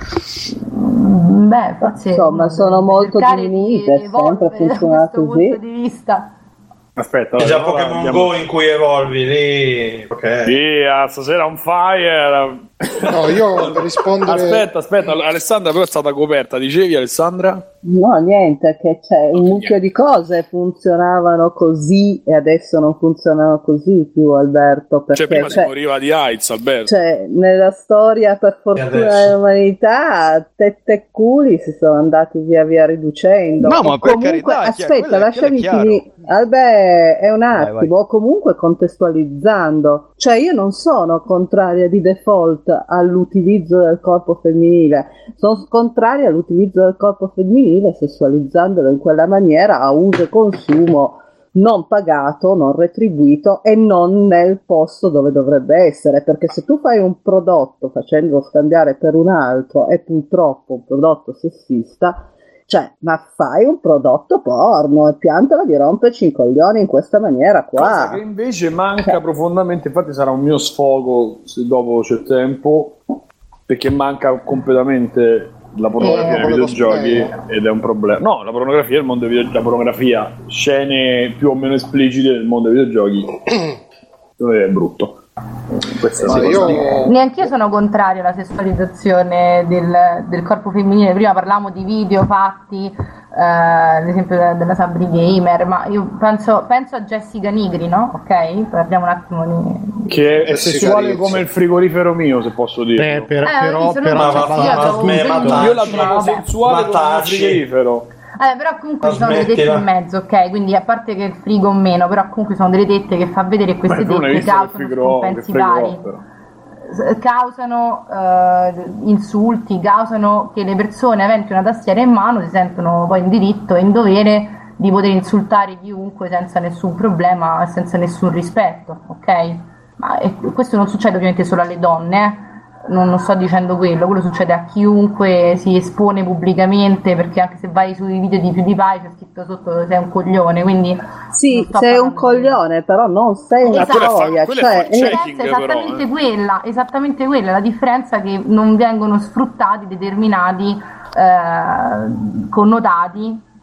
Speaker 4: Mm, Beh, forse
Speaker 5: Insomma, sono molto
Speaker 4: cercare di
Speaker 5: diminuite, è sempre
Speaker 4: evolvere da
Speaker 5: funzionato
Speaker 4: questo
Speaker 5: così.
Speaker 4: punto di vista.
Speaker 2: Aspetta,
Speaker 7: È già
Speaker 2: allora,
Speaker 7: Pokémon
Speaker 2: andiamo-
Speaker 7: Go in cui evolvi lì. Ok.
Speaker 2: Via, stasera on fire.
Speaker 1: No, io per rispondere...
Speaker 2: Aspetta, aspetta, Alessandra però è stata coperta, dicevi Alessandra?
Speaker 5: No, niente, che c'è un mucchio di cose funzionavano così e adesso non funzionano così più, Alberto, perché
Speaker 2: Cioè prima si
Speaker 5: cioè,
Speaker 2: moriva di AIDS, Alberto.
Speaker 5: cioè, nella storia, per fortuna
Speaker 7: adesso?
Speaker 5: dell'umanità, tette e culi si sono andati via via riducendo.
Speaker 8: No, ma
Speaker 5: O
Speaker 8: per
Speaker 5: comunque,
Speaker 8: carità, è chiaro,
Speaker 5: aspetta,
Speaker 8: quello è-
Speaker 5: lasciami
Speaker 8: quello è
Speaker 5: finire. Vabbè, è un attimo,
Speaker 8: Vai, vai.
Speaker 5: o comunque contestualizzando. Cioè, io non sono contraria di default all'utilizzo del corpo femminile, sono contraria all'utilizzo del corpo femminile sessualizzandolo in quella maniera a uso e consumo non pagato, non retribuito e non nel posto dove dovrebbe essere, perché se tu fai un prodotto facendolo scambiare per un altro è purtroppo un prodotto sessista, cioè, ma fai un prodotto porno e piantala di romperci i coglioni in questa maniera
Speaker 2: Cosa
Speaker 5: qua.
Speaker 2: che invece manca profondamente, infatti sarà un mio sfogo se dopo c'è tempo, perché manca completamente la pornografia
Speaker 4: Eh,
Speaker 2: nei videogiochi ed è un problema. No, la pornografia nel mondo dei videogiochi, la pornografia, scene più o meno esplicite nel mondo dei videogiochi, dove è brutto. Questo è
Speaker 1: Ma
Speaker 2: la
Speaker 1: io...
Speaker 2: cosa.
Speaker 4: Neanche io sono contrario alla sessualizzazione del, del corpo femminile. Prima parlavamo di video fatti, eh, ad esempio della, della Sabri Gamer, ma io penso, penso a Jessica Nigri, no? Ok? Parliamo un attimo di...
Speaker 2: Che è
Speaker 1: Eh, sì,
Speaker 2: sessuale
Speaker 1: carizzo.
Speaker 2: come il frigorifero mio, se posso dire.
Speaker 3: Eh, per-
Speaker 4: Eh,
Speaker 3: però,
Speaker 4: se no
Speaker 3: però
Speaker 4: non
Speaker 3: c'è
Speaker 4: so,
Speaker 3: parlato
Speaker 4: io
Speaker 7: ma-
Speaker 4: trovo
Speaker 7: ma-
Speaker 4: un
Speaker 7: ma-
Speaker 4: bellissimo-
Speaker 2: Io la
Speaker 7: Taci,
Speaker 2: trovo
Speaker 4: vabbè.
Speaker 2: sensuale come il
Speaker 7: Taci.
Speaker 2: frigorifero.
Speaker 4: Eh, però comunque
Speaker 7: Ma
Speaker 4: ci sono delle tette
Speaker 7: smettila.
Speaker 4: in mezzo, ok? Quindi a parte che il frigo o meno, però comunque sono delle tette che fa vedere che
Speaker 2: Ma
Speaker 4: queste
Speaker 2: tu non hai
Speaker 4: tette
Speaker 2: visto che
Speaker 4: causano
Speaker 2: frigorifero, che
Speaker 4: scompensi vari.
Speaker 2: frigorifero?
Speaker 4: S- causano eh, insulti, causano che le persone aventi una tastiera in mano si sentono poi in diritto e in dovere di poter insultare chiunque senza nessun problema e senza nessun rispetto, ok? Ma e questo non succede ovviamente solo alle donne, eh? Non, non sto dicendo quello, quello succede a chiunque si espone pubblicamente, perché anche se vai sui video di PewDiePie c'è scritto sotto sei un coglione, quindi
Speaker 5: Sì,
Speaker 4: non sto
Speaker 5: sei un
Speaker 4: parlando di-
Speaker 5: coglione, però non sei una
Speaker 4: Esatto.
Speaker 2: Quella è fa-
Speaker 5: troia.
Speaker 2: quella è
Speaker 5: Cioè,
Speaker 2: fa-
Speaker 5: eh,
Speaker 4: La
Speaker 2: checking,
Speaker 4: differenza è esattamente
Speaker 2: però, eh.
Speaker 4: quella, esattamente quella, la differenza è che non vengono sfruttati determinati eh, connotati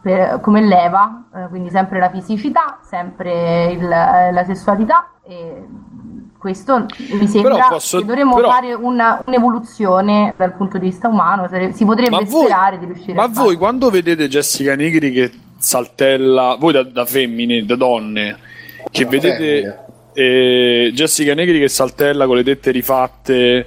Speaker 4: per, come leva, eh, quindi sempre la fisicità, sempre il, la sessualità, e questo mi sembra posso, che dovremmo però, fare una, un'evoluzione dal punto di vista umano, si potrebbe sperare voi, di riuscire
Speaker 2: ma
Speaker 4: a
Speaker 2: voi fare. Quando vedete Jessica Negri che saltella, voi da, da femmine, da donne, che no, vedete eh, Jessica Negri che saltella con le tette rifatte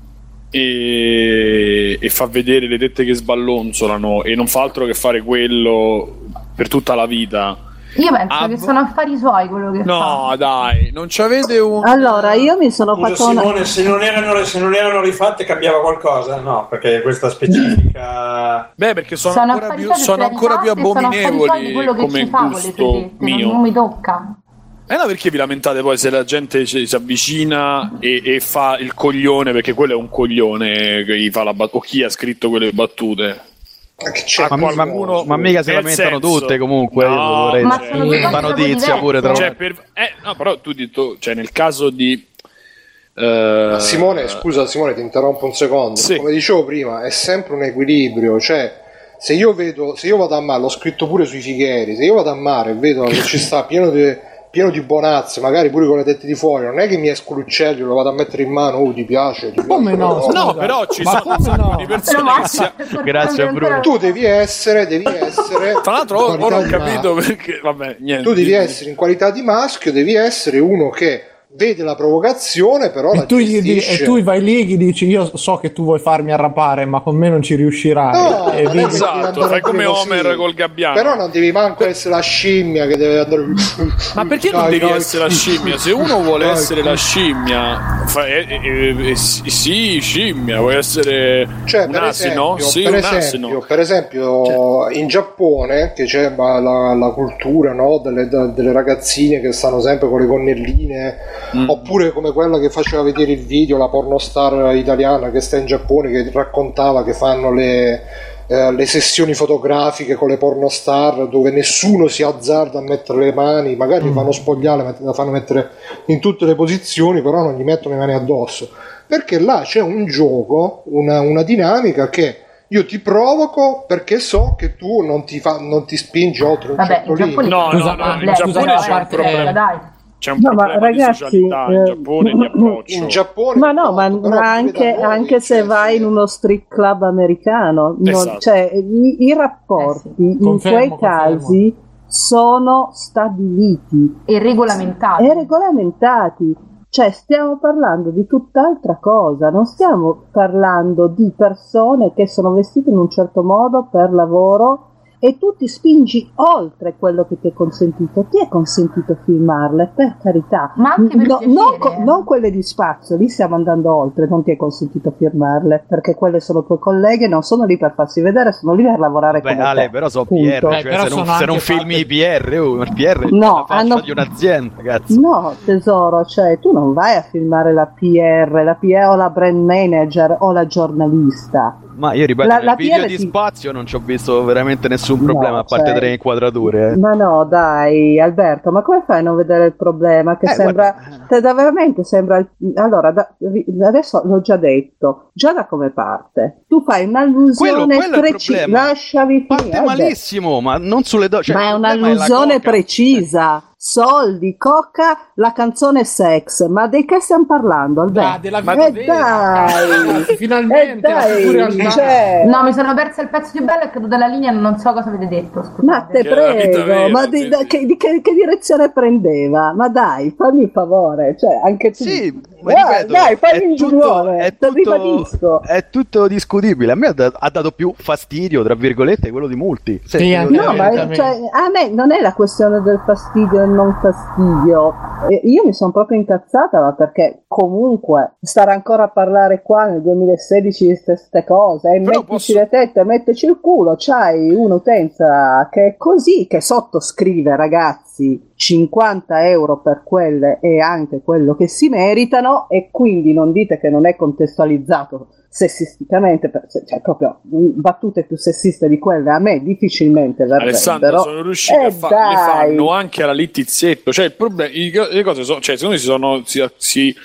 Speaker 2: e, e fa vedere le tette che sballonzolano e non fa altro che fare quello per tutta la vita.
Speaker 4: Io penso ah, che sono affari suoi quello che
Speaker 2: no, fa. No, dai, non c'avete un...
Speaker 5: Allora, io mi sono
Speaker 7: Scusa,
Speaker 5: fatto
Speaker 7: Simone,
Speaker 5: una...
Speaker 7: se non erano se non erano rifatte cambiava qualcosa? No, perché questa specifica...
Speaker 2: Beh, perché sono, sono ancora più sono ancora più abominevoli come gusto mio.
Speaker 4: Non mi tocca.
Speaker 2: Eh no, perché vi lamentate poi se la gente ci, si avvicina e, e fa il coglione, perché quello è un coglione che gli fa la bat- o chi ha scritto quelle battute?
Speaker 8: Ma, ma, ma, ma mica si lamentano senso, tutte comunque.
Speaker 2: No,
Speaker 8: io
Speaker 4: ma
Speaker 8: fa notizia pure tra
Speaker 2: cioè, per, eh, no, però tu detto, cioè nel caso di uh,
Speaker 1: Simone, scusa Simone, ti interrompo un secondo.
Speaker 2: Sì.
Speaker 1: Come dicevo prima, è sempre un equilibrio, cioè se io vedo, se io vado a mare, l'ho scritto pure sui Fighieri, se io vado a mare e vedo che ci sta pieno di pieno di bonazze, magari pure con le tette di fuori, non è che mi esco l'uccello, lo vado a mettere in mano, oh ti piace, ti
Speaker 3: come
Speaker 1: piace,
Speaker 3: no?
Speaker 2: No, però ci sono un sacco
Speaker 3: no?
Speaker 2: di persone che si...
Speaker 8: Grazie Bruno.
Speaker 1: Tu devi essere, devi essere
Speaker 2: tra l'altro ora ho capito perché, vabbè, niente.
Speaker 1: Tu devi essere in qualità di maschio, devi essere uno che vede la provocazione, però
Speaker 3: e
Speaker 1: la
Speaker 3: tu, gli
Speaker 1: dici,
Speaker 3: e tu vai lì e gli dici io so che tu vuoi farmi arrapare ma con me non ci riuscirai.
Speaker 1: No,
Speaker 3: e
Speaker 1: vedi,
Speaker 2: esatto, fai come Homer così. Col gabbiano.
Speaker 1: Però non devi manco essere la scimmia che deve andare.
Speaker 2: Ma perché non devi essere la scimmia? Se uno vuole essere la scimmia, fa, eh, eh, eh, sì, scimmia, vuoi essere
Speaker 1: cioè,
Speaker 2: un
Speaker 1: per
Speaker 2: asino?
Speaker 1: Esempio,
Speaker 2: sì,
Speaker 1: per,
Speaker 2: un
Speaker 1: esempio,
Speaker 2: asino.
Speaker 1: per esempio, cioè. In Giappone che c'è la, la cultura, no, delle, delle ragazzine che stanno sempre con le gonnelline, mm. oppure come quella che faceva vedere il video, la pornostar italiana che sta in Giappone, che raccontava che fanno le, eh, le sessioni fotografiche con le pornostar dove nessuno si azzarda a mettere le mani, magari mm. fanno spogliare, la fanno mettere in tutte le posizioni, però non gli mettono le mani addosso, perché là c'è un gioco, una, una dinamica che io ti provoco perché so che tu non ti, fa, non ti spingi oltre un
Speaker 4: Vabbè,
Speaker 1: certo limite.
Speaker 2: No, no, no, in Giappone c'è un problema.
Speaker 4: Dai.
Speaker 2: C'è un
Speaker 5: no,
Speaker 2: problema
Speaker 5: ma ragazzi,
Speaker 2: di socialità in Giappone, di approccio.
Speaker 1: In Giappone,
Speaker 5: ma no, ma,
Speaker 1: però,
Speaker 5: ma anche,
Speaker 1: noi,
Speaker 5: anche se
Speaker 1: cioè,
Speaker 5: vai
Speaker 1: sì.
Speaker 5: in uno strip club americano, non,
Speaker 2: esatto.
Speaker 5: cioè, i, i rapporti
Speaker 4: eh sì.
Speaker 5: in
Speaker 3: confermo,
Speaker 5: quei
Speaker 3: confermo.
Speaker 5: casi sono stabiliti
Speaker 4: e regolamentati.
Speaker 5: e regolamentati. Cioè, stiamo parlando di tutt'altra cosa, non stiamo parlando di persone che sono vestite in un certo modo per lavoro e tu ti spingi oltre quello che ti è consentito. Ti è consentito filmarle, per carità,
Speaker 4: ma anche per
Speaker 5: no,
Speaker 4: piacere.
Speaker 5: non, co- non quelle di spazio, lì stiamo andando oltre, non ti è consentito filmarle perché quelle sono tue colleghe, non sono lì per farsi vedere, sono lì per lavorare.
Speaker 8: Beh,
Speaker 5: come
Speaker 8: Ale,
Speaker 5: te.
Speaker 8: però sono
Speaker 5: Punto.
Speaker 8: P R,
Speaker 3: Beh,
Speaker 8: cioè
Speaker 3: però
Speaker 8: se non,
Speaker 3: sono
Speaker 8: se non
Speaker 3: anche
Speaker 8: filmi i
Speaker 3: fatte-
Speaker 8: P R, oh, il P R è
Speaker 5: No,
Speaker 8: la faccia
Speaker 5: hanno-
Speaker 8: di un'azienda, cazzo.
Speaker 5: No, tesoro, cioè tu non vai a filmare la P R, la P R o la brand manager o la giornalista.
Speaker 8: Ma io ripeto,
Speaker 5: La-
Speaker 8: nel
Speaker 5: la
Speaker 8: video
Speaker 5: P R
Speaker 8: di
Speaker 5: ti-
Speaker 8: spazio non ci ho visto veramente nessun problema,
Speaker 5: No,
Speaker 8: a parte
Speaker 5: cioè-
Speaker 8: tre inquadrature. Eh.
Speaker 5: Ma no, dai, Alberto, ma come fai a non vedere il problema? Che
Speaker 8: Eh,
Speaker 5: sembra,
Speaker 8: guarda.
Speaker 5: te- da- veramente sembra. il- Allora, da- adesso l'ho già detto, già da come parte? Tu fai un'allusione
Speaker 8: Quello- quello è il
Speaker 5: precisa.
Speaker 8: problema.
Speaker 5: Lasciami
Speaker 8: Parte
Speaker 5: finire. Vabbè.
Speaker 8: malissimo, ma non sulle donne. Cioè,
Speaker 5: Ma è
Speaker 8: il problema la
Speaker 5: un'allusione
Speaker 8: coca.
Speaker 5: precisa. Soldi, coca, la canzone sex. Ma di che stiamo parlando,
Speaker 3: Ah,
Speaker 5: Alberto?
Speaker 3: della
Speaker 5: Eh,
Speaker 3: vita vera,
Speaker 5: dai.
Speaker 3: finalmente
Speaker 5: Eh,
Speaker 3: la
Speaker 5: dai,
Speaker 3: realtà.
Speaker 5: cioè-
Speaker 4: No, mi sono persa il pezzo più bello, è caduta la linea, non so cosa avete detto. Scusate.
Speaker 5: Ma te
Speaker 2: Che è la vita
Speaker 5: prego,
Speaker 2: vera,
Speaker 5: ma di,
Speaker 2: sì,
Speaker 5: da-
Speaker 2: sì.
Speaker 5: che, di che, che direzione prendeva? Ma dai, fammi il favore, cioè anche tu.
Speaker 8: Sì, ma
Speaker 5: Dai,
Speaker 8: ripeto,
Speaker 5: dai, fammi
Speaker 8: è
Speaker 5: il
Speaker 8: tutto,
Speaker 5: giulione,
Speaker 8: è,
Speaker 5: te
Speaker 8: tutto,
Speaker 5: ribadisco.
Speaker 8: è tutto discutibile. A me ha, da- ha dato più fastidio, tra virgolette, quello di molti. Se
Speaker 3: Sì,
Speaker 8: ti
Speaker 3: anche
Speaker 8: devo
Speaker 5: No,
Speaker 8: dire
Speaker 5: ma
Speaker 8: la verità.
Speaker 5: cioè, a me non è la questione del fastidio e non fastidio. Eh, io mi sono proprio incazzata, ma perché comunque stare ancora a parlare qua nel duemilasedici di queste cose, e
Speaker 2: Però
Speaker 5: mettici
Speaker 2: posso-
Speaker 5: le tette, mettici il culo, c'hai un'utenza che è così, che sottoscrive, ragazzi, cinquanta euro per quelle e anche quello che si meritano, e quindi non dite che non è contestualizzato sessisticamente, per- cioè proprio battute più sessiste di quelle a me difficilmente verrebbero.
Speaker 2: Alessandro, sono riusciti
Speaker 5: Eh,
Speaker 2: a fare, le
Speaker 5: dai.
Speaker 2: fanno anche alla Littizzetto, cioè il problema, i- le cose sono, cioè secondo me si sono si, si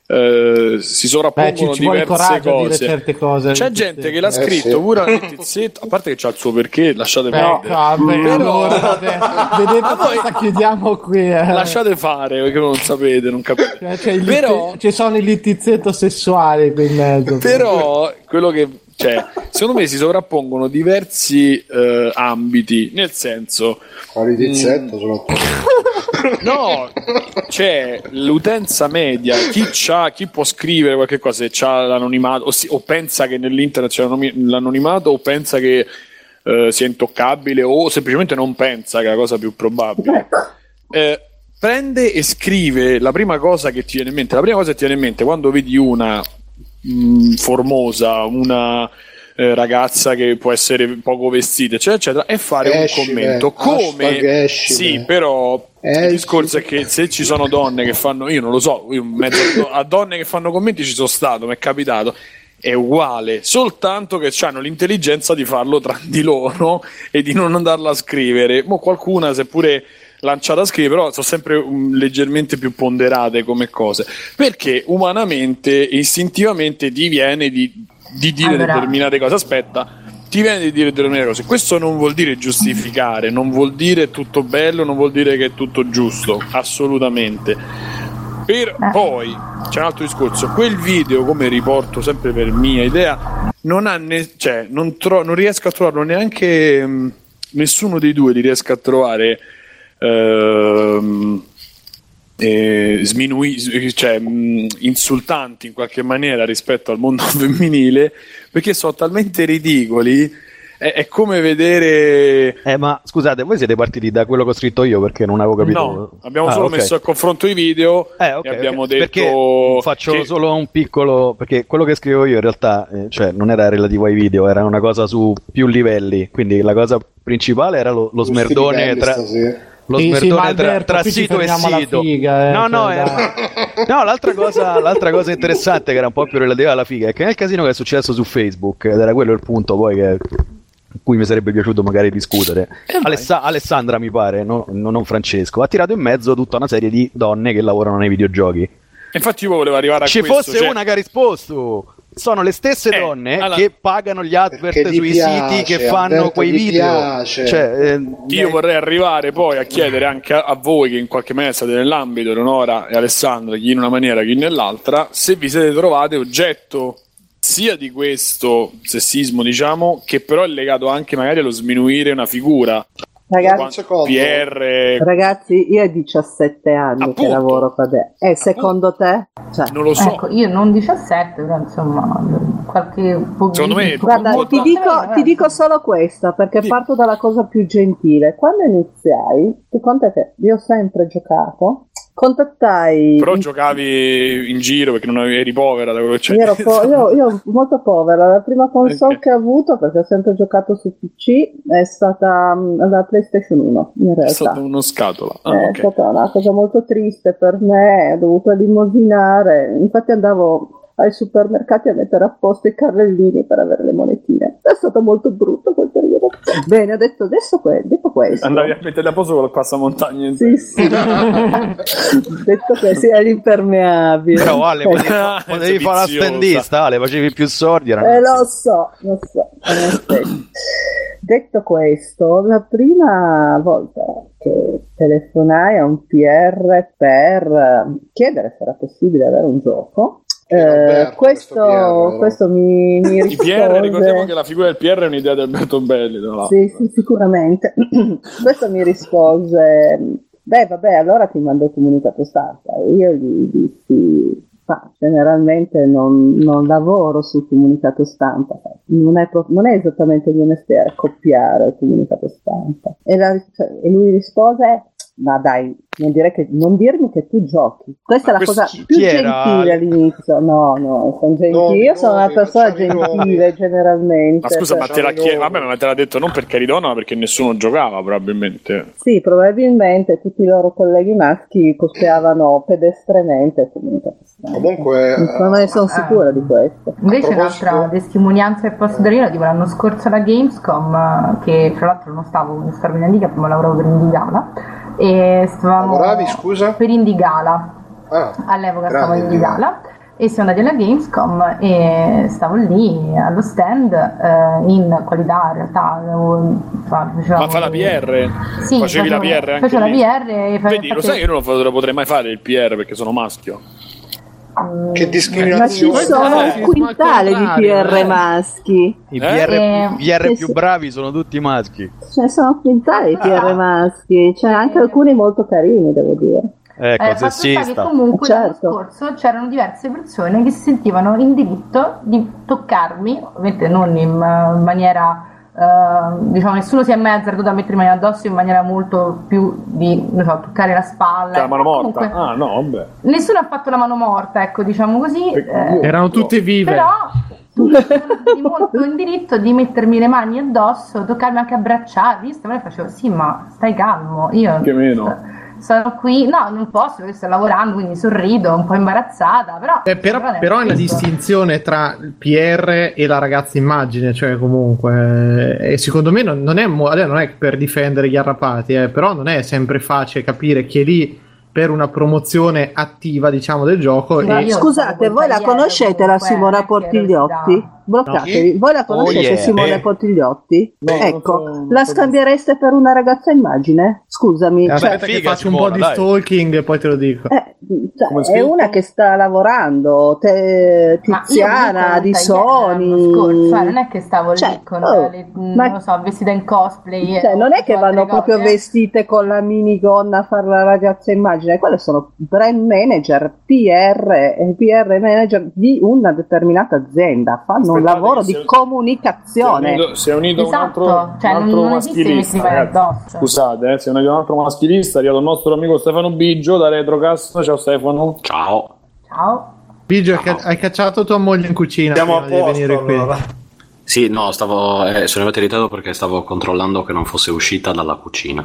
Speaker 2: eh, si sovrappongono
Speaker 3: Beh, ci, ci vuole
Speaker 2: diverse
Speaker 3: coraggio a dire
Speaker 2: cose.
Speaker 3: certe cose.
Speaker 2: C'è gente che l'ha
Speaker 1: Eh,
Speaker 2: scritto
Speaker 1: sì.
Speaker 2: pure nel tizzetto, a parte che c'ha il suo perché, lasciate
Speaker 3: Però,
Speaker 2: perdere.
Speaker 3: vabbè,
Speaker 2: Però-
Speaker 3: allora, vabbè, vedete
Speaker 2: Ma voi-
Speaker 3: cosa chiudiamo qui. eh.
Speaker 2: Lasciate fare perché non sapete, non capite.
Speaker 3: Cioè, c'è il
Speaker 2: Però-
Speaker 3: litti- ci sono i littizzetto sessuali qui in mezzo.
Speaker 2: Però quello che cioè, secondo me si sovrappongono diversi eh, ambiti, nel senso,
Speaker 1: Quali tizzetto
Speaker 2: Mm.
Speaker 1: soprattutto.
Speaker 2: no, c'è l'utenza media, chi c'ha, chi può scrivere qualche cosa, se c'ha l'anonimato o, si- o pensa che nell'internet c'è l'anomi- l'anonimato o pensa che eh, sia intoccabile o semplicemente non pensa, che è la cosa più probabile. Eh, prende e scrive la prima cosa che ti viene in mente. La prima cosa che ti viene in mente quando vedi una mh, formosa, una eh, ragazza che può essere poco vestita, eccetera, eccetera, è fare
Speaker 1: Esci,
Speaker 2: un commento.
Speaker 1: beh.
Speaker 2: Come
Speaker 1: Hashtag esci,
Speaker 2: sì,
Speaker 1: beh.
Speaker 2: però
Speaker 1: Esci.
Speaker 2: il discorso è che se ci sono donne che fanno, io non lo so, io in mezzo a donne che fanno commenti ci sono stato, mi è capitato. È uguale, soltanto che hanno l'intelligenza di farlo tra di loro e di non andarla a scrivere. Mo qualcuna si è pure lanciata a scrivere, però sono sempre um, leggermente più ponderate come cose, perché umanamente, istintivamente ti viene di, di dire
Speaker 4: Allora.
Speaker 2: determinate cose. Aspetta, ti viene di dire determinate cose. Questo non vuol dire giustificare, non vuol dire tutto bello, non vuol dire che è tutto giusto, assolutamente. Per poi c'è un altro discorso, quel video, come riporto sempre per mia idea, non ha ne- cioè non, tro- non riesco a trovarlo neanche mh, nessuno dei due li riesco a trovare ehm, eh, sminui- cioè, mh, insultanti in qualche maniera rispetto al mondo femminile, perché sono talmente ridicoli. È, è come vedere.
Speaker 8: Eh, ma scusate, voi siete partiti da quello che ho scritto io perché non avevo capito.
Speaker 2: No, abbiamo
Speaker 8: Ah,
Speaker 2: solo
Speaker 8: ok.
Speaker 2: messo a confronto i video
Speaker 8: Eh, ok,
Speaker 2: e abbiamo
Speaker 8: ok.
Speaker 2: detto
Speaker 8: Perché faccio
Speaker 2: che-
Speaker 8: solo un piccolo, perché quello che scrivo io in realtà eh, cioè non era relativo ai video, era una cosa su più livelli, quindi la cosa principale era lo, lo
Speaker 1: Giusti
Speaker 8: smerdone
Speaker 1: livelli
Speaker 8: tra,
Speaker 1: stasera.
Speaker 8: lo
Speaker 3: Sì, sì,
Speaker 8: smerdone
Speaker 3: ma
Speaker 8: tra,
Speaker 3: Alberto,
Speaker 8: tra
Speaker 3: qui ci
Speaker 8: sito e
Speaker 3: fermiamo alla
Speaker 8: sito.
Speaker 3: figa, eh,
Speaker 8: no,
Speaker 3: cioè,
Speaker 8: no,
Speaker 3: dai.
Speaker 8: era- no, l'altra cosa, l'altra cosa interessante che era un po' più relativa alla figa è che nel casino che è successo su Facebook, ed era quello il punto poi che cui mi sarebbe piaciuto magari discutere. Alessa- Alessandra, mi pare, no, no- non Francesco, ha tirato in mezzo tutta una serie di donne che lavorano nei videogiochi.
Speaker 2: Infatti io volevo arrivare a
Speaker 8: Ci
Speaker 2: questo,
Speaker 8: fosse
Speaker 2: cioè-
Speaker 8: una che ha risposto. Sono le stesse
Speaker 2: Eh,
Speaker 8: donne
Speaker 2: allora-
Speaker 8: che pagano gli advert
Speaker 1: Perché gli
Speaker 8: sui
Speaker 1: piace,
Speaker 8: siti che fanno
Speaker 1: Alberto,
Speaker 8: quei
Speaker 1: gli
Speaker 8: video.
Speaker 1: piace.
Speaker 8: Cioè, eh,
Speaker 2: Io vorrei arrivare poi a chiedere anche a, a voi che in qualche maniera state nell'ambito, Eleonora e Alessandra, chi in una maniera chi nell'altra, se vi siete trovate oggetto sia di questo sessismo, diciamo, che però è legato anche magari allo sminuire una figura.
Speaker 5: Ragazzi,
Speaker 2: Quando- P R,
Speaker 5: ragazzi, io ho diciassette anni
Speaker 2: Appunto.
Speaker 5: che lavoro qua dentro. E secondo te? Cioè,
Speaker 2: non lo so.
Speaker 4: Ecco, io non diciassette, però insomma, qualche po-
Speaker 2: Secondo me-
Speaker 5: guarda,
Speaker 2: Molto-
Speaker 5: ti dico, ti dico solo questo, perché
Speaker 2: Sì.
Speaker 5: parto dalla cosa più gentile. Quando iniziai, tu conta che io ho sempre giocato, contattai...
Speaker 2: Però giocavi in giro perché non eri povera, da quello che c'è.
Speaker 5: Io ero po- io, io molto povera, la prima console
Speaker 2: Ok.
Speaker 5: che ho avuto, perché ho sempre giocato su P C, è stata mm, la PlayStation uno, in
Speaker 2: È
Speaker 5: realtà.
Speaker 2: stato uno scatola. Ah,
Speaker 5: È
Speaker 2: ok.
Speaker 5: stata una cosa molto triste per me, ho dovuto limosinare, infatti andavo ai supermercati a mettere a posto i carrellini per avere le monetine. È stato molto brutto quel periodo. Bene, ho detto adesso que- detto questo.
Speaker 2: Andavi a mettere a posto con il passamontagna in
Speaker 5: Sì, sì. detto che sì, è l'impermeabile.
Speaker 8: però Ale,
Speaker 5: Eh,
Speaker 8: potevi,
Speaker 2: Ah,
Speaker 8: potevi
Speaker 2: sei
Speaker 8: fare la
Speaker 2: viziosa.
Speaker 8: standista, Ale, facevi più sordi. Era
Speaker 5: Eh, lo so, lo so. in effetti. Detto questo, la prima volta che telefonai a un P R per chiedere se era possibile avere un gioco,
Speaker 1: Che
Speaker 5: eh,
Speaker 1: Roberto, questo
Speaker 5: questo,
Speaker 1: P R, no?
Speaker 5: questo mi, mi
Speaker 2: I P R, ricordiamo che
Speaker 5: rispose.
Speaker 2: la figura del P R è un'idea di Alberto Belli, tra l'altro.
Speaker 5: Sì, sì, sicuramente. Questo mi rispose, beh, vabbè, allora ti mando il comunicato stampa. E io gli dissi, ma generalmente non, non lavoro sul comunicato stampa, non è, pro- non è esattamente il mio mestiere copiare il comunicato stampa. E, la- cioè, e lui rispose, ma dai, non, dire che, non dirmi che tu giochi. Questa
Speaker 2: Ma
Speaker 5: è la
Speaker 2: questo
Speaker 5: cosa
Speaker 2: chi-
Speaker 5: più
Speaker 8: chi era?
Speaker 5: gentile all'inizio. No, no, sono gentile.
Speaker 1: Nomi,
Speaker 5: Io sono una
Speaker 1: nomi,
Speaker 5: persona
Speaker 1: facciamo i nomi.
Speaker 5: gentile generalmente.
Speaker 2: Ma scusa,
Speaker 5: cioè-
Speaker 2: ma te l'ha
Speaker 1: Facciamo i
Speaker 2: chiesto?
Speaker 1: nomi.
Speaker 2: Vabbè, ma te l'ha detto non perché eri donna, ma perché nessuno giocava, probabilmente.
Speaker 5: Sì, probabilmente tutti i loro colleghi maschi copiavano pedestremente il comunicato stampa.
Speaker 1: Comunque,
Speaker 5: non ne sono sicura di questo.
Speaker 4: Invece
Speaker 1: A proposito-
Speaker 4: un'altra testimonianza che posso dare io, tipo l'anno scorso alla Gamescom, eh, che fra l'altro non stavo con Starminatica, prima lavoravo per Indigala, e stavamo
Speaker 1: Lavoravi, scusa?
Speaker 4: per Indigala.
Speaker 1: Ah,
Speaker 4: All'epoca
Speaker 1: grande
Speaker 4: stavo in
Speaker 1: Indigala.
Speaker 4: Indigala e siamo andati alla Gamescom e stavo lì allo stand eh, in qualità in realtà
Speaker 2: ma fa la P R?
Speaker 4: Sì,
Speaker 2: facevi
Speaker 4: facevo,
Speaker 2: la P R anche
Speaker 4: facevo
Speaker 2: lì?
Speaker 4: la P R e
Speaker 2: vedi lo sai che io non lo potrei mai fare il P R perché sono maschio.
Speaker 1: Che discriminazione.
Speaker 5: Ma ci sono un quintale di P R maschi.
Speaker 8: I P R,
Speaker 5: Eh?
Speaker 8: i P R
Speaker 5: Eh,
Speaker 8: più
Speaker 5: sì.
Speaker 8: bravi sono tutti maschi.
Speaker 5: Ce ne sono un quintale di P R maschi, c'è anche alcuni molto carini, devo dire.
Speaker 8: Ecco,
Speaker 4: Eh, fatto sta che
Speaker 8: sessista.
Speaker 4: comunque l'anno
Speaker 5: Certo.
Speaker 4: scorso c'erano diverse persone che si sentivano in diritto di toccarmi, ovviamente non in uh, maniera uh, diciamo nessuno si è mai azzardato a mettere mani addosso in maniera molto più di non so, toccare la spalla.
Speaker 2: Cioè, la mano morta?
Speaker 4: Comunque,
Speaker 2: Ah no, vabbè.
Speaker 4: nessuno ha fatto la mano morta, ecco, diciamo così. eh,
Speaker 3: Erano tutte vive.
Speaker 4: Però tutti sono di molto in diritto di mettermi le mani addosso, toccarmi anche abbracciarmi. Io stavo e facevo sì, ma stai calmo, io
Speaker 2: Che meno.
Speaker 4: sono qui, no, non posso perché sto lavorando, quindi sorrido, un po' imbarazzata, però...
Speaker 3: Eh, però, però è una distinzione tra il P R e la ragazza immagine, cioè comunque, eh, e secondo me non, non è mo- adesso non è per difendere gli arrapati, eh, però non è sempre facile capire chi è lì per una promozione attiva, diciamo, del gioco.
Speaker 5: Ma
Speaker 3: E...
Speaker 5: scusate, voi la conoscete la Simona Portigliotti? Bloccatevi, voi la conoscete
Speaker 8: Oh, yeah.
Speaker 5: Simona
Speaker 8: Eh.
Speaker 5: Portigliotti?
Speaker 2: No,
Speaker 5: Ecco,
Speaker 2: non so- non
Speaker 5: la
Speaker 2: so-
Speaker 5: scambiereste per una ragazza immagine? Scusami,
Speaker 3: Eh,
Speaker 5: cioè,
Speaker 3: aspetta che
Speaker 8: figa,
Speaker 3: faccio un
Speaker 8: Simona,
Speaker 3: po' di
Speaker 8: dai.
Speaker 3: stalking e poi te lo dico.
Speaker 5: eh, cioè,
Speaker 2: Come
Speaker 5: è
Speaker 2: scritto?
Speaker 5: una che sta lavorando, te,
Speaker 4: Ma io
Speaker 5: Tiziana
Speaker 4: l'ho
Speaker 5: di
Speaker 4: vista ieri, l'anno
Speaker 5: Sony.
Speaker 4: scorso, eh, non è che stavo
Speaker 5: Cioè,
Speaker 4: lì con
Speaker 5: oh,
Speaker 4: le,
Speaker 5: ma-
Speaker 4: non lo so, vestita in cosplay. e
Speaker 5: Cioè, non è che
Speaker 4: altre
Speaker 5: vanno proprio
Speaker 4: cose.
Speaker 5: vestite con la minigonna a fare la ragazza immagine, quelle sono brand manager, P R, e P R manager di una determinata azienda, fanno un
Speaker 2: Aspettate
Speaker 5: lavoro
Speaker 2: che
Speaker 5: di
Speaker 2: si è-
Speaker 5: comunicazione.
Speaker 2: Si è unito, si è unito
Speaker 4: Esatto,
Speaker 2: un altro,
Speaker 4: cioè,
Speaker 2: un
Speaker 4: non-
Speaker 2: altro
Speaker 4: non esiste
Speaker 2: maschilista.
Speaker 4: mettere
Speaker 2: Ragazzi.
Speaker 4: addosso.
Speaker 2: Scusate, eh, si è unito un altro maschilista. È arrivato il nostro amico Stefano Biggio da Retrocast. Ciao Stefano.
Speaker 9: Ciao.
Speaker 4: Ciao.
Speaker 3: Biggio, hai ca- hai cacciato tua moglie in cucina
Speaker 7: Siamo a
Speaker 3: prima di
Speaker 7: posto
Speaker 3: venire qui.
Speaker 7: allora.
Speaker 9: Sì, no, stavo, eh, sono arrivato in ritardo perché stavo controllando che non fosse uscita dalla cucina.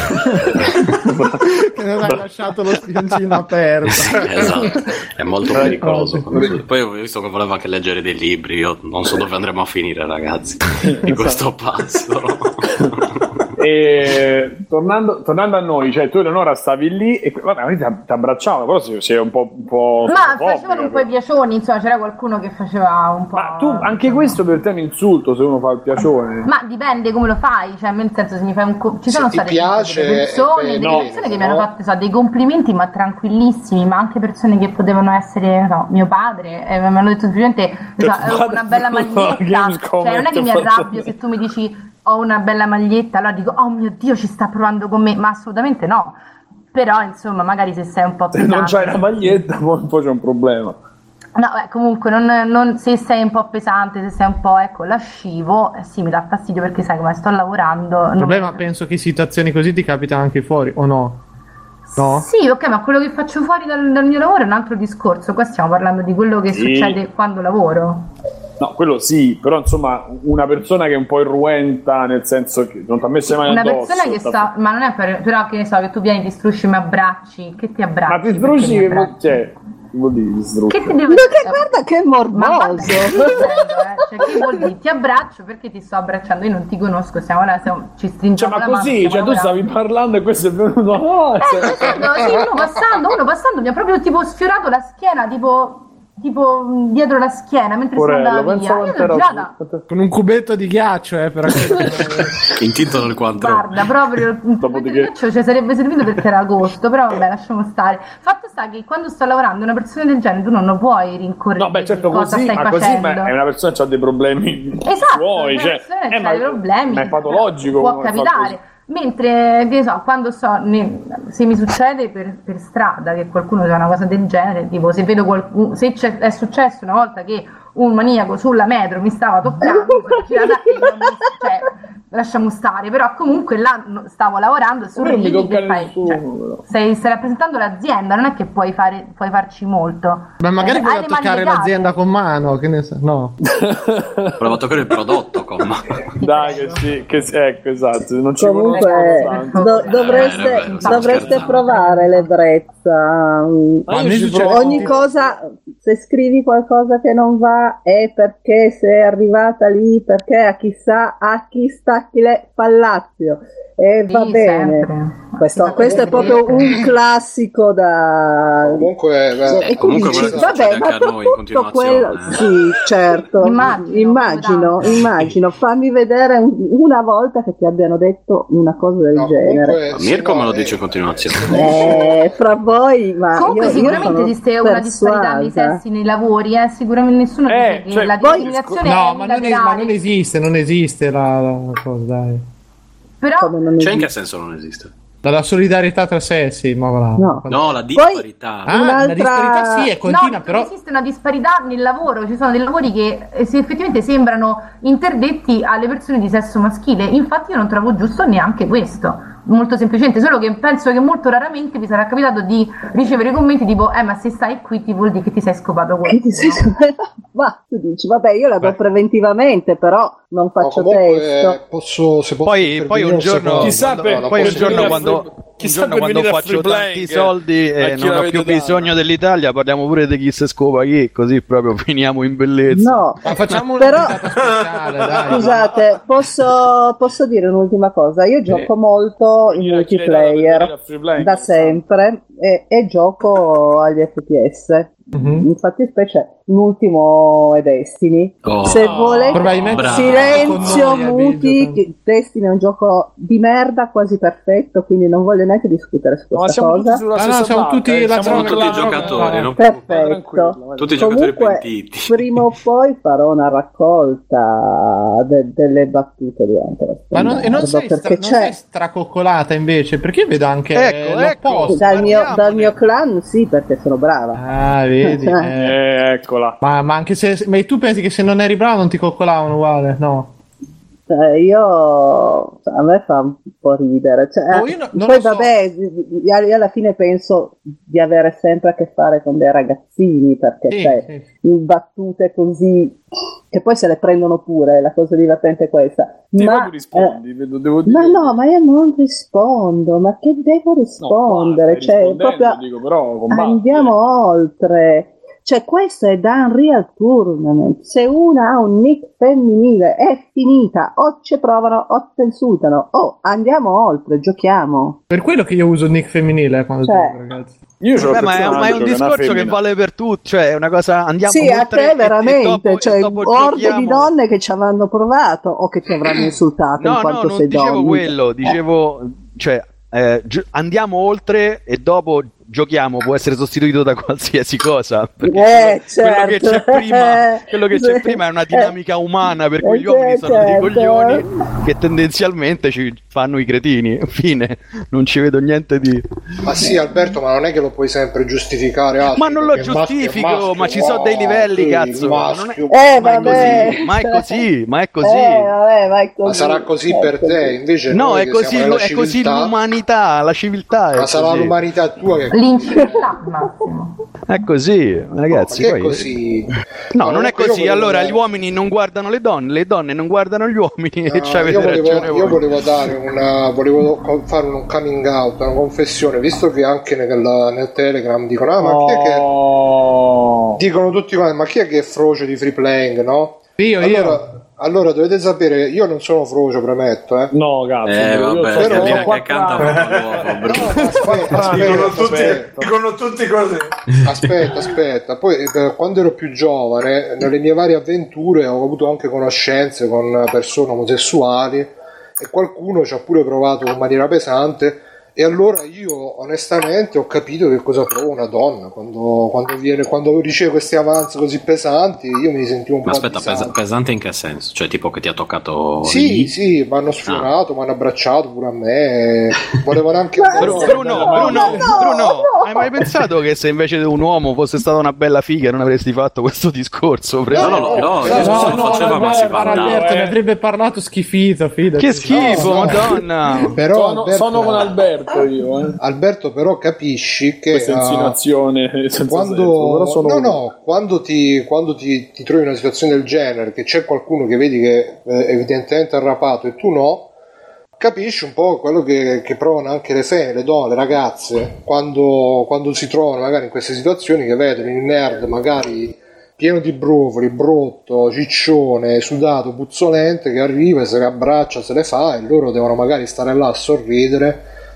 Speaker 3: Che non hai lasciato lo spioncino aperto.
Speaker 9: Sì, esatto, è molto pericoloso. Poi ho visto che voleva anche leggere dei libri, io non so dove andremo a finire, ragazzi, di questo passo.
Speaker 2: E tornando, tornando a noi, cioè tu Eleonora stavi lì e vabbè, ti abbracciavano, però si, si è un po', un po'
Speaker 4: Ma
Speaker 2: fobica,
Speaker 4: facevano un po'
Speaker 2: però.
Speaker 4: i piacioni, insomma, c'era qualcuno che faceva un po'.
Speaker 2: Ma tu anche questo per te è un insulto se uno fa il piacione.
Speaker 4: Ma dipende come lo fai, cioè nel senso se mi fai un co- ci
Speaker 1: Se
Speaker 4: sono
Speaker 1: ti
Speaker 4: state
Speaker 1: piace,
Speaker 4: delle persone,
Speaker 1: è
Speaker 4: delle
Speaker 2: bene,
Speaker 4: persone
Speaker 1: no?
Speaker 4: che mi hanno fatto so, dei complimenti ma tranquillissimi, ma anche persone che potevano essere no, mio padre, e mi hanno detto semplicemente so,
Speaker 2: Tuo
Speaker 4: ho una bella
Speaker 2: padre
Speaker 4: maglietta,
Speaker 2: Gamescom
Speaker 4: cioè non è che mi
Speaker 2: ti ha fatto-
Speaker 4: arrabbio se tu mi dici ho una bella maglietta, allora dico oh mio Dio ci sta provando con me, ma assolutamente no. Però insomma magari se sei un po'
Speaker 2: Se
Speaker 4: pesante,
Speaker 2: non c'hai la maglietta poi, poi c'è un problema.
Speaker 4: no, eh, comunque non, non- se sei un po' pesante, se sei un po' ecco lascivo, eh, sì mi dà fastidio perché sai come sto lavorando.
Speaker 3: Il
Speaker 4: non-
Speaker 3: problema penso che situazioni così ti capitano anche fuori, o no? No?
Speaker 4: Sì, ok, ma quello che faccio fuori dal, dal mio lavoro è un altro discorso. Qua stiamo parlando di quello che
Speaker 2: Sì.
Speaker 4: succede quando lavoro.
Speaker 2: No, quello sì, però insomma una persona che è un po' irruenta nel senso che non ti ha messo le mani
Speaker 4: Una
Speaker 2: addosso.
Speaker 4: persona che
Speaker 2: t'ha-
Speaker 4: sta, ma non è per, però che ne so, che tu vieni, ti strusci, mi abbracci, che ti abbracci?
Speaker 2: Ma ti
Speaker 4: Perché
Speaker 2: sdrucci
Speaker 4: mi
Speaker 2: che
Speaker 4: abbracci?
Speaker 2: vuol cioè, che vuol dire ti sdrucci?
Speaker 4: Che ti devo
Speaker 5: Ma che guarda che
Speaker 4: Ma guarda,
Speaker 5: morboso!
Speaker 4: che sto dicendo, eh. Cioè, che vuol dire? Ti abbraccio perché ti sto abbracciando, io non ti conosco, stiamo là, stiamo, ci
Speaker 2: Cioè,
Speaker 4: stringiamo
Speaker 2: ma
Speaker 4: la mano.
Speaker 2: così,
Speaker 4: stiamo
Speaker 2: cioè tu
Speaker 4: lavorando.
Speaker 2: stavi parlando e questo è venuto. Oh,
Speaker 4: Eh,
Speaker 2: cioè-
Speaker 4: esatto, sì, uno passando, uno passando mi ha proprio tipo sfiorato la schiena, tipo, tipo mh, dietro la schiena mentre si
Speaker 2: Porello,
Speaker 4: andava
Speaker 2: pensa
Speaker 4: via. Io
Speaker 2: quanto
Speaker 4: l'ho
Speaker 2: era
Speaker 4: girata.
Speaker 2: su-
Speaker 3: Con un cubetto di ghiaccio, eh, per
Speaker 9: Intinto nel quadro.
Speaker 4: Guarda, proprio il
Speaker 2: Dopodiché-
Speaker 4: cubetto di ghiaccio ci sarebbe servito perché era agosto, però vabbè, lasciamo stare. Fatto sta che quando sto lavorando una persona del genere tu non lo puoi rincorrere.
Speaker 2: No, beh, certo,
Speaker 4: cosa
Speaker 2: così,
Speaker 4: stai
Speaker 2: ma così
Speaker 4: facendo.
Speaker 2: ma è una persona che ha dei problemi
Speaker 4: Esatto,
Speaker 2: suoi,
Speaker 4: una
Speaker 2: cioè,
Speaker 4: persona che
Speaker 2: eh,
Speaker 4: ha
Speaker 2: ma,
Speaker 4: dei problemi.
Speaker 2: ma è patologico.
Speaker 4: Può
Speaker 2: come fa
Speaker 4: capitare.
Speaker 2: così.
Speaker 4: Mentre, che ne so, quando so, ne- se mi succede per, per strada che qualcuno fa una cosa del genere, tipo se vedo qualcuno, se c'è- è successo una volta che un maniaco sulla metro mi stava toccando, mi sono girata e non mi- cioè, lasciamo stare, però comunque là no- stavo lavorando,
Speaker 2: A me non mi
Speaker 4: sorridi,
Speaker 2: tocca
Speaker 4: che fai?
Speaker 2: nessuno,
Speaker 4: Cioè,
Speaker 2: però.
Speaker 4: stai, stai rappresentando l'azienda, non è che puoi, fare, puoi farci molto.
Speaker 3: Ma magari
Speaker 4: Eh,
Speaker 3: voleva
Speaker 4: hai le mani
Speaker 3: toccare
Speaker 4: legate.
Speaker 3: l'azienda con mano, che ne so. No.
Speaker 9: Voleva toccare il prodotto con
Speaker 2: Dai, che sì, che sì, ecco, esatto, non ci
Speaker 5: Comunque
Speaker 2: conoscono tanto.
Speaker 5: do- dovreste,
Speaker 9: Eh, beh, stiamo
Speaker 5: dovreste
Speaker 9: scherzando.
Speaker 5: provare l'ebbrezza. Mm,
Speaker 2: Ma
Speaker 3: io
Speaker 2: ci
Speaker 3: ci-
Speaker 2: provo.
Speaker 5: Ogni cosa, se scrivi qualcosa che non va è perché sei arrivata lì, perché a chissà a chi stacchi le pallazio e va
Speaker 4: Sì,
Speaker 5: bene.
Speaker 4: sempre.
Speaker 5: Questo, questo è proprio un classico da...
Speaker 1: Comunque, beh,
Speaker 5: e
Speaker 9: comunque
Speaker 5: dici,
Speaker 9: quello
Speaker 5: vabbè,
Speaker 9: succede
Speaker 5: ma
Speaker 9: anche a noi in
Speaker 5: tutto quello...
Speaker 9: continuazione.
Speaker 5: Sì, certo.
Speaker 4: Immagino,
Speaker 5: immagino, immagino. Fammi vedere un- una volta che ti abbiano detto una cosa del
Speaker 1: no,
Speaker 5: genere.
Speaker 1: comunque,
Speaker 9: Ma
Speaker 1: sì,
Speaker 9: Mirko
Speaker 1: no,
Speaker 9: me lo
Speaker 1: eh,
Speaker 9: dice in continuazione.
Speaker 5: Eh, fra voi, ma
Speaker 4: Comunque
Speaker 5: io, io
Speaker 4: sicuramente
Speaker 5: sono
Speaker 4: esiste una disparità nei
Speaker 5: persuasa.
Speaker 4: sessi nei lavori, eh? Sicuramente nessuno
Speaker 2: Eh,
Speaker 4: dice che
Speaker 2: cioè,
Speaker 4: la
Speaker 2: poi-
Speaker 4: discriminazione
Speaker 3: No,
Speaker 4: è
Speaker 3: ma non, es- ma
Speaker 4: unilaterale.
Speaker 3: non esiste, non esiste la, la cosa, dai.
Speaker 4: Però
Speaker 5: Come non
Speaker 9: Cioè, in che
Speaker 5: esiste.
Speaker 9: senso non esiste?
Speaker 3: Dalla solidarietà tra sessi, ma va.
Speaker 5: No.
Speaker 9: No, la disparità.
Speaker 3: Ah,
Speaker 5: Un'altra-
Speaker 3: la disparità sì, è continua,
Speaker 4: no,
Speaker 3: però...
Speaker 4: non esiste una disparità nel lavoro, ci sono dei lavori che eh, se effettivamente sembrano interdetti alle persone di sesso maschile, infatti io non trovo giusto neanche questo, molto semplicemente, solo che penso che molto raramente vi sarà capitato di ricevere commenti tipo eh ma se stai qui ti vuol dire che ti sei scopato
Speaker 5: Che ti sei-
Speaker 4: qualcuno.
Speaker 5: Ma tu dici, vabbè, io la do
Speaker 1: Beh.
Speaker 5: preventivamente, però non
Speaker 1: no,
Speaker 5: faccio
Speaker 1: comunque,
Speaker 5: testo.
Speaker 1: eh, posso, se posso
Speaker 8: Poi, poi un
Speaker 1: intervenire
Speaker 8: giorno,
Speaker 1: secondo?
Speaker 2: Chissà
Speaker 8: quando-
Speaker 2: per-
Speaker 1: no,
Speaker 8: poi un
Speaker 1: posso
Speaker 8: giorno
Speaker 1: venire a
Speaker 8: quando,
Speaker 2: free-
Speaker 8: un
Speaker 2: chissà
Speaker 8: giorno
Speaker 2: per
Speaker 8: quando
Speaker 2: venire a
Speaker 8: faccio
Speaker 2: free
Speaker 8: tanti
Speaker 2: playing,
Speaker 8: soldi
Speaker 2: a
Speaker 8: e
Speaker 2: chi
Speaker 8: non ho
Speaker 2: l'avete
Speaker 8: più
Speaker 2: dato.
Speaker 8: bisogno dell'Italia, parliamo pure di chi se scopa chi, così proprio finiamo in bellezza.
Speaker 5: No,
Speaker 3: Ma facciamo una
Speaker 5: però
Speaker 3: puntata speciale, dai.
Speaker 5: scusate, posso, posso dire un'ultima cosa? Io gioco molto in
Speaker 2: Chi l'ha- chi l'ha dato per venire a
Speaker 5: multiplayer
Speaker 2: free playing?
Speaker 5: da sempre e, e gioco agli F P S.
Speaker 3: Mhm.
Speaker 5: Infatti specie l'ultimo è Destiny.
Speaker 9: Oh.
Speaker 5: Se volete
Speaker 3: Probabilmente
Speaker 9: Bravo.
Speaker 5: silenzio
Speaker 3: con noi al
Speaker 5: muti,
Speaker 3: video,
Speaker 5: che Destiny è un gioco di merda quasi perfetto, quindi non voglio neanche discutere su
Speaker 2: Ma
Speaker 5: questa
Speaker 2: siamo tutti
Speaker 5: cosa.
Speaker 2: sulla
Speaker 3: Ah, no,
Speaker 2: stessa
Speaker 3: siamo
Speaker 2: barca,
Speaker 3: tutti
Speaker 2: eh,
Speaker 3: la
Speaker 2: siamo
Speaker 3: droga,
Speaker 9: tutti
Speaker 3: la droga,
Speaker 9: giocatori,
Speaker 3: la-
Speaker 9: non-
Speaker 5: Perfetto.
Speaker 9: Tutti i giocatori
Speaker 5: Comunque,
Speaker 9: pentiti.
Speaker 5: prima o poi farò una raccolta de- delle battute durante la
Speaker 3: Ma non, e non
Speaker 5: standard,
Speaker 3: sei, stra-
Speaker 5: perché
Speaker 3: non
Speaker 5: c'è
Speaker 3: sei stracoccolata invece? Perché io vedo anche
Speaker 8: Ecco,
Speaker 3: l'opposto.
Speaker 5: dal mio, dal
Speaker 8: parliamone.
Speaker 5: mio clan, sì, perché sono brava.
Speaker 3: Ah, vedi. eh.
Speaker 2: Eh, eccola.
Speaker 3: Ma, ma anche se... Ma tu pensi che se non eri bravo non ti coccolavano uguale? No.
Speaker 5: Cioè, io a me fa un po' ridere. Cioè,
Speaker 3: Oh, io no- non
Speaker 5: poi
Speaker 3: lo so.
Speaker 5: vabbè, io alla fine penso di avere sempre a che fare con dei ragazzini, perché
Speaker 3: Sì,
Speaker 5: cioè,
Speaker 3: sì.
Speaker 5: in battute così che poi se le prendono pure, la cosa divertente è questa.
Speaker 2: Sì,
Speaker 5: ma,
Speaker 2: poi tu rispondi, vedo- devo
Speaker 5: eh,
Speaker 2: dire.
Speaker 5: ma no, ma io non rispondo, ma che devo
Speaker 2: No,
Speaker 5: rispondere?
Speaker 2: qua stai
Speaker 5: Cioè,
Speaker 2: rispondendo,
Speaker 5: proprio
Speaker 2: dico, però combatti.
Speaker 5: andiamo oltre. Cioè, questo è da Unreal Tournament. Se una ha un nick femminile è finita, o ci provano o ti insultano. Oh, andiamo oltre, giochiamo.
Speaker 3: Per quello che io uso il nick femminile quando
Speaker 5: Cioè.
Speaker 3: gioco, ragazzi.
Speaker 2: Io ce l'ho
Speaker 8: Vabbè, ma, è, ma è un discorso che vale per tutti, cioè è una cosa, andiamo
Speaker 5: Sì, a
Speaker 8: oltre e-
Speaker 5: te
Speaker 8: e
Speaker 5: veramente,
Speaker 8: dopo-
Speaker 5: cioè
Speaker 8: e dopo
Speaker 5: orde
Speaker 8: giochiamo-
Speaker 5: di donne che ci avranno provato o che ti avranno insultato in
Speaker 8: No, no,
Speaker 5: quanto
Speaker 8: non
Speaker 5: sei
Speaker 8: dicevo
Speaker 5: donna.
Speaker 8: quello, dicevo, cioè, eh, gi- andiamo oltre e dopo giochiamo, può essere sostituito da qualsiasi cosa. Perché
Speaker 5: Eh,
Speaker 8: quello che
Speaker 5: certo.
Speaker 8: c'è prima, quello che c'è
Speaker 5: Sì.
Speaker 8: prima è una dinamica umana, per cui
Speaker 5: Eh,
Speaker 8: gli uomini sono dei
Speaker 5: certo.
Speaker 8: coglioni che tendenzialmente ci fanno i cretini. Fine, non ci vedo niente di...
Speaker 1: Ma sì, Alberto, ma non è che lo puoi sempre giustificare. ah,
Speaker 8: Ma
Speaker 1: sì,
Speaker 8: non lo
Speaker 1: perché il maschio è
Speaker 8: giustifico,
Speaker 1: maschio,
Speaker 8: ma ci sono dei
Speaker 1: wow,
Speaker 8: livelli,
Speaker 1: sì,
Speaker 8: cazzo.
Speaker 1: il
Speaker 8: Ma non è-
Speaker 1: maschio.
Speaker 5: Eh,
Speaker 8: ma è
Speaker 5: vabbè.
Speaker 8: così, ma è così, ma è così.
Speaker 5: Eh, vabbè, vai così.
Speaker 1: Ma sarà così
Speaker 5: Eh,
Speaker 1: per
Speaker 5: così.
Speaker 1: te, invece
Speaker 8: No,
Speaker 1: noi
Speaker 8: è
Speaker 1: che
Speaker 8: così,
Speaker 1: siamo nella
Speaker 8: è così
Speaker 1: civiltà,
Speaker 8: l'umanità, la civiltà è
Speaker 1: ma sarà
Speaker 8: così.
Speaker 1: l'umanità tua che
Speaker 4: L'inciviltà, Massimo.
Speaker 8: È così, ragazzi.
Speaker 1: ma che è
Speaker 8: poi-
Speaker 1: così?
Speaker 8: No, non è
Speaker 1: Comunque io
Speaker 8: così.
Speaker 1: volevo-
Speaker 8: Allora, gli uomini non guardano le donne, le donne non guardano gli uomini e
Speaker 1: No,
Speaker 8: ci avete
Speaker 1: io, volevo,
Speaker 8: ragione voi.
Speaker 1: io volevo dare una volevo co- fare un coming out, una confessione, visto che anche nel, nel Telegram dicono ah, ma chi è che
Speaker 2: Oh.
Speaker 1: dicono tutti quanti, ma chi è che è froce di free playing, no?
Speaker 3: Io, io.
Speaker 1: Allora, allora dovete sapere, io non sono froce, premetto, eh.
Speaker 2: No, cazzo.
Speaker 9: Eh,
Speaker 2: io
Speaker 9: vabbè,
Speaker 2: so-
Speaker 1: però-
Speaker 9: Carlina
Speaker 2: sono
Speaker 9: che canta
Speaker 2: quattro anni.
Speaker 9: fa l'uovo, bro.
Speaker 1: Aspetta, aspetta,
Speaker 7: Dicono tutti,
Speaker 1: aspetta.
Speaker 7: dicono tutti così.
Speaker 1: Aspetta, aspetta, poi eh, quando ero più giovane, nelle mie varie avventure ho avuto anche conoscenze con persone omosessuali e qualcuno ci ha pure provato in maniera pesante e allora io onestamente ho capito che cosa prova una donna quando, quando, viene, quando riceve questi avanzi così pesanti, io mi sentivo un
Speaker 9: Ma
Speaker 1: po'
Speaker 9: aspetta, pesa-
Speaker 1: disagio.
Speaker 9: pesante in che senso? Cioè, tipo che ti ha toccato
Speaker 1: Sì,
Speaker 9: lì?
Speaker 1: sì, mi hanno sfiorato, mi hanno abbracciato pure a me, volevano anche
Speaker 5: Ma-
Speaker 8: Bru-
Speaker 1: un
Speaker 8: Bruno,
Speaker 5: No,
Speaker 8: Bruno,
Speaker 5: no,
Speaker 8: Bruno,
Speaker 5: no.
Speaker 8: hai mai pensato che se invece di un uomo fosse stata una bella figa non avresti fatto questo discorso? per
Speaker 9: No, no,
Speaker 8: esempio?
Speaker 9: no, no,
Speaker 1: No,
Speaker 9: Gesù
Speaker 3: No,
Speaker 9: se lo
Speaker 3: no,
Speaker 9: faceva, ma
Speaker 3: Alberto,
Speaker 9: si vantava.
Speaker 3: Alberto
Speaker 2: eh.
Speaker 3: ne avrebbe parlato schifito, fidati.
Speaker 8: Che schifo,
Speaker 1: No, no.
Speaker 8: madonna!
Speaker 1: Però
Speaker 2: Sono,
Speaker 1: Alberto,
Speaker 2: sono con Alberto io, eh.
Speaker 1: Alberto però capisci che
Speaker 2: Questa
Speaker 1: ah,
Speaker 2: insinuazione senza
Speaker 1: quando,
Speaker 2: senso, però sono
Speaker 1: no, no, quando, ti, quando ti, ti trovi in una situazione del genere, che c'è qualcuno che vedi che eh, evidentemente è arrapato e tu no, capisci un po' quello che, che provano anche le femmine, le donne, le ragazze, quando, quando si trovano magari in queste situazioni che vedono il nerd magari pieno di brufoli, brutto, ciccione, sudato, puzzolente, che arriva, se le abbraccia, se le fa e loro devono magari stare là a sorridere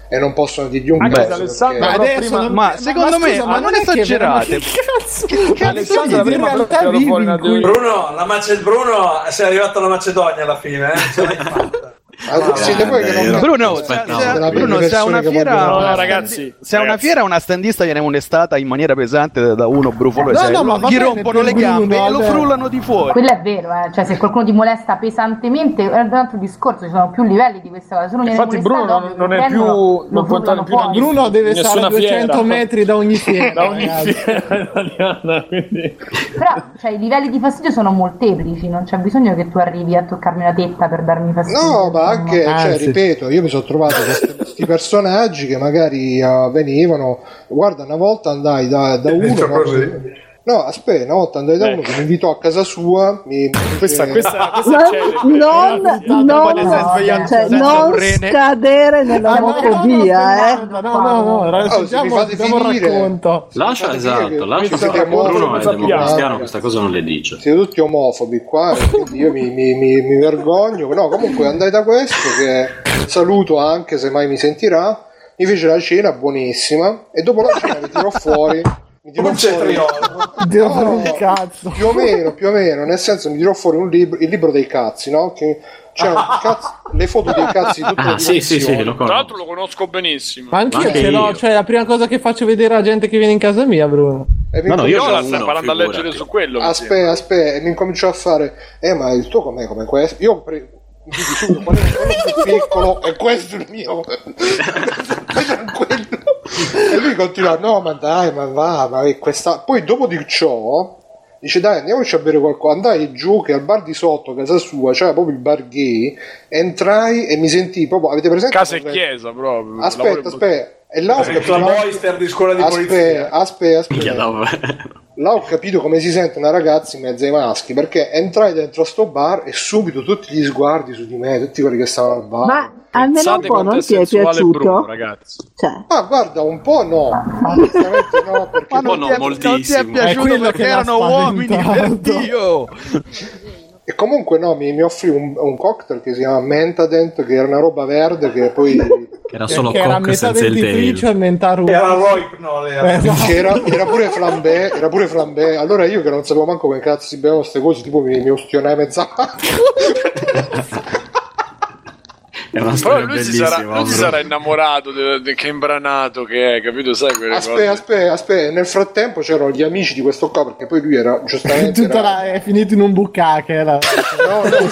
Speaker 1: e non possono dirgli un
Speaker 2: Anche
Speaker 1: pezzo
Speaker 2: se
Speaker 1: perché...
Speaker 3: Ma adesso
Speaker 2: prima-
Speaker 3: non-
Speaker 8: ma secondo me-
Speaker 3: scusa,
Speaker 8: ma non
Speaker 3: è che
Speaker 8: esagerate.
Speaker 3: veramente- Che cazzo? Che cazzo
Speaker 2: Alessandra
Speaker 3: di
Speaker 2: prima
Speaker 3: realtà
Speaker 2: però
Speaker 3: vivi
Speaker 2: fuori
Speaker 3: in
Speaker 2: una
Speaker 3: cui-
Speaker 7: Bruno, la Mace- Bruno sei arrivato alla Macedonia alla fine, eh? Ce l'hai fatta.
Speaker 1: Ah, siete voi che non
Speaker 9: Io-
Speaker 8: Bruno, se,
Speaker 9: Aspetta,
Speaker 8: se-
Speaker 1: no,
Speaker 8: Bruno,
Speaker 1: le
Speaker 8: se a una
Speaker 1: persone che
Speaker 8: fiera,
Speaker 1: vogliono-
Speaker 2: No,
Speaker 8: una
Speaker 2: ragazzi,
Speaker 8: standi- se a una
Speaker 2: ragazzi.
Speaker 8: fiera una standista viene molestata in maniera pesante da uno brufolo e
Speaker 3: No,
Speaker 8: sei-
Speaker 3: no, ma va
Speaker 8: gli
Speaker 3: bene
Speaker 8: rompono
Speaker 3: per
Speaker 8: le gambe
Speaker 3: Bruno,
Speaker 8: e lo
Speaker 3: cioè.
Speaker 8: frullano di fuori.
Speaker 4: Quello è vero, eh. Cioè se qualcuno ti molesta pesantemente è un altro discorso, ci sono più livelli di questa cosa. Se uno viene
Speaker 2: Infatti Bruno
Speaker 4: molestato,
Speaker 2: non,
Speaker 4: ovvio,
Speaker 2: non
Speaker 4: lo
Speaker 2: è più
Speaker 4: prendono,
Speaker 2: non
Speaker 4: lo
Speaker 2: può entrare
Speaker 4: frullano
Speaker 2: più in
Speaker 4: fuori.
Speaker 3: Bruno deve stare a
Speaker 2: nessuna
Speaker 3: duecento
Speaker 2: fiera.
Speaker 3: metri da ogni fiera.
Speaker 2: da ogni
Speaker 3: ragazzi.
Speaker 2: fiera italiana, quindi
Speaker 4: Però cioè, i livelli di fastidio sono molteplici, non c'è bisogno che tu arrivi a toccarmi la tetta per darmi fastidio.
Speaker 1: No, ma anche,
Speaker 3: Ah,
Speaker 1: cioè,
Speaker 3: sì.
Speaker 1: ripeto, io mi sono trovato questi, questi personaggi che magari uh, venivano. Guarda, una volta andai da, da uno.
Speaker 7: Detto
Speaker 1: no,
Speaker 7: così.
Speaker 1: no, aspetta, una volta andai da uno che mi invitò a casa sua. Mi,
Speaker 2: questa,
Speaker 1: eh,
Speaker 2: questa, questa
Speaker 5: Ma
Speaker 2: è celebre.
Speaker 5: non,
Speaker 2: Poi
Speaker 5: non,
Speaker 2: ne sei svegliato
Speaker 5: cioè,
Speaker 2: senza
Speaker 5: non
Speaker 2: un rene.
Speaker 5: scadere nella
Speaker 3: Ah, no, no,
Speaker 5: omofobia, eh.
Speaker 3: no, no, no, no,
Speaker 1: Oh, se mi
Speaker 3: sentiamo,
Speaker 1: fate
Speaker 3: sentiamo il
Speaker 1: finire.
Speaker 3: racconto.
Speaker 9: Lascia,
Speaker 1: Fate
Speaker 9: esatto,
Speaker 1: dire che
Speaker 9: lascia
Speaker 1: siete
Speaker 9: perché
Speaker 1: omofobi,
Speaker 9: Bruno è
Speaker 2: sappiamo.
Speaker 9: democristiano, questa cosa non le dice.
Speaker 1: siete tutti omofobi qua, e quindi io mi, mi, mi, mi vergogno. No, comunque andai da questo che saluto anche se mai mi sentirà. Mi fece la cena buonissima e dopo la cena mi tirò fuori. Mi tirò
Speaker 7: Un
Speaker 1: fuori.
Speaker 7: cetriolo.
Speaker 3: Dio
Speaker 1: No,
Speaker 3: per un cazzo.
Speaker 1: più o meno, più o meno, nel senso mi tirò fuori un libro, il libro dei cazzi, no? Che c'erano cazzi- le foto dei cazzi di tutte le
Speaker 9: Ah, sì, sì, sì,
Speaker 1: dimensioni.
Speaker 9: lo
Speaker 2: Tra
Speaker 9: conosco.
Speaker 2: l'altro lo conosco benissimo.
Speaker 3: Ma anch'io
Speaker 9: Anche
Speaker 3: ce l'ho,
Speaker 9: io.
Speaker 3: cioè la prima cosa che faccio vedere alla gente che viene in casa mia, Bruno.
Speaker 1: E mi
Speaker 9: No, no,
Speaker 1: incominciò-
Speaker 9: io
Speaker 2: Io la
Speaker 9: c'ho
Speaker 2: sto
Speaker 9: uno,
Speaker 2: imparando a leggere
Speaker 9: figurati.
Speaker 2: su quello. mi sembra.
Speaker 1: aspetta, aspetta, e mi incominciò a fare, eh, ma il tuo com'è come questo? Io pre- mi dico subito, qual è quello più piccolo e questo è il mio. Stai tranquillo. E lui continua, no, ma dai, ma va, ma è questa. Poi dopo di ciò dice dai andiamoci a bere qualcosa. Andai giù che al bar di sotto casa sua c'era proprio il bar gay, entrai e mi sentii proprio, avete presente?
Speaker 2: Casa e chiesa proprio.
Speaker 1: Aspetta,
Speaker 2: Lavoro-
Speaker 1: aspetta, e là ho
Speaker 7: Perché la
Speaker 1: capito,
Speaker 7: Boyster di scuola di
Speaker 1: aspetta,
Speaker 7: polizia.
Speaker 1: aspetta,
Speaker 9: Minchia,
Speaker 1: aspetta.
Speaker 9: davvero.
Speaker 1: Là ho capito come si sente una ragazza in mezzo ai maschi, perché entrai dentro a sto bar e subito tutti gli sguardi su di me, tutti quelli che stavano al bar.
Speaker 5: Ma almeno un
Speaker 2: Pensate
Speaker 5: po'
Speaker 2: quanto
Speaker 5: non ti è
Speaker 2: sessuale
Speaker 5: piaciuto?
Speaker 2: Bruno, ragazzi.
Speaker 5: Cioè,
Speaker 1: Ma guarda, un po' no, onestamente no, perché
Speaker 8: Ma
Speaker 9: no,
Speaker 8: non, ti è, non ti è
Speaker 9: moltissimo.
Speaker 3: È
Speaker 8: piaciuto
Speaker 3: quello
Speaker 8: perché
Speaker 3: che l'ha
Speaker 8: erano uomini per
Speaker 3: spaventato.
Speaker 8: Dio.
Speaker 1: e comunque no, mi, mi offrì un, un cocktail che si chiama Mentadent, che era una roba verde che poi
Speaker 9: Che era solo
Speaker 3: che era a
Speaker 9: cock
Speaker 3: metà
Speaker 9: senza il
Speaker 3: dentifricio
Speaker 9: tail.
Speaker 3: e mentà russo.
Speaker 7: Era Rohypnol, era.
Speaker 3: Esatto.
Speaker 1: che era, era pure flambé, era pure flambé. Allora io che non sapevo manco come cazzo si bevevano queste cose, tipo mi, mi ustionai mezza
Speaker 9: È una
Speaker 2: Però
Speaker 9: storia
Speaker 2: lui si
Speaker 9: bellissima.
Speaker 2: sarà, lui si
Speaker 9: Bruno.
Speaker 2: sarà innamorato de- de- che imbranato che è, capito? Sai quelle
Speaker 1: Aspetta,
Speaker 2: cose.
Speaker 1: aspetta, aspetta. Nel frattempo c'erano gli amici di questo qua, perché poi lui era giustamente
Speaker 3: Tutta
Speaker 1: era-
Speaker 3: la- è finito in un bucache. Era.
Speaker 1: no, no,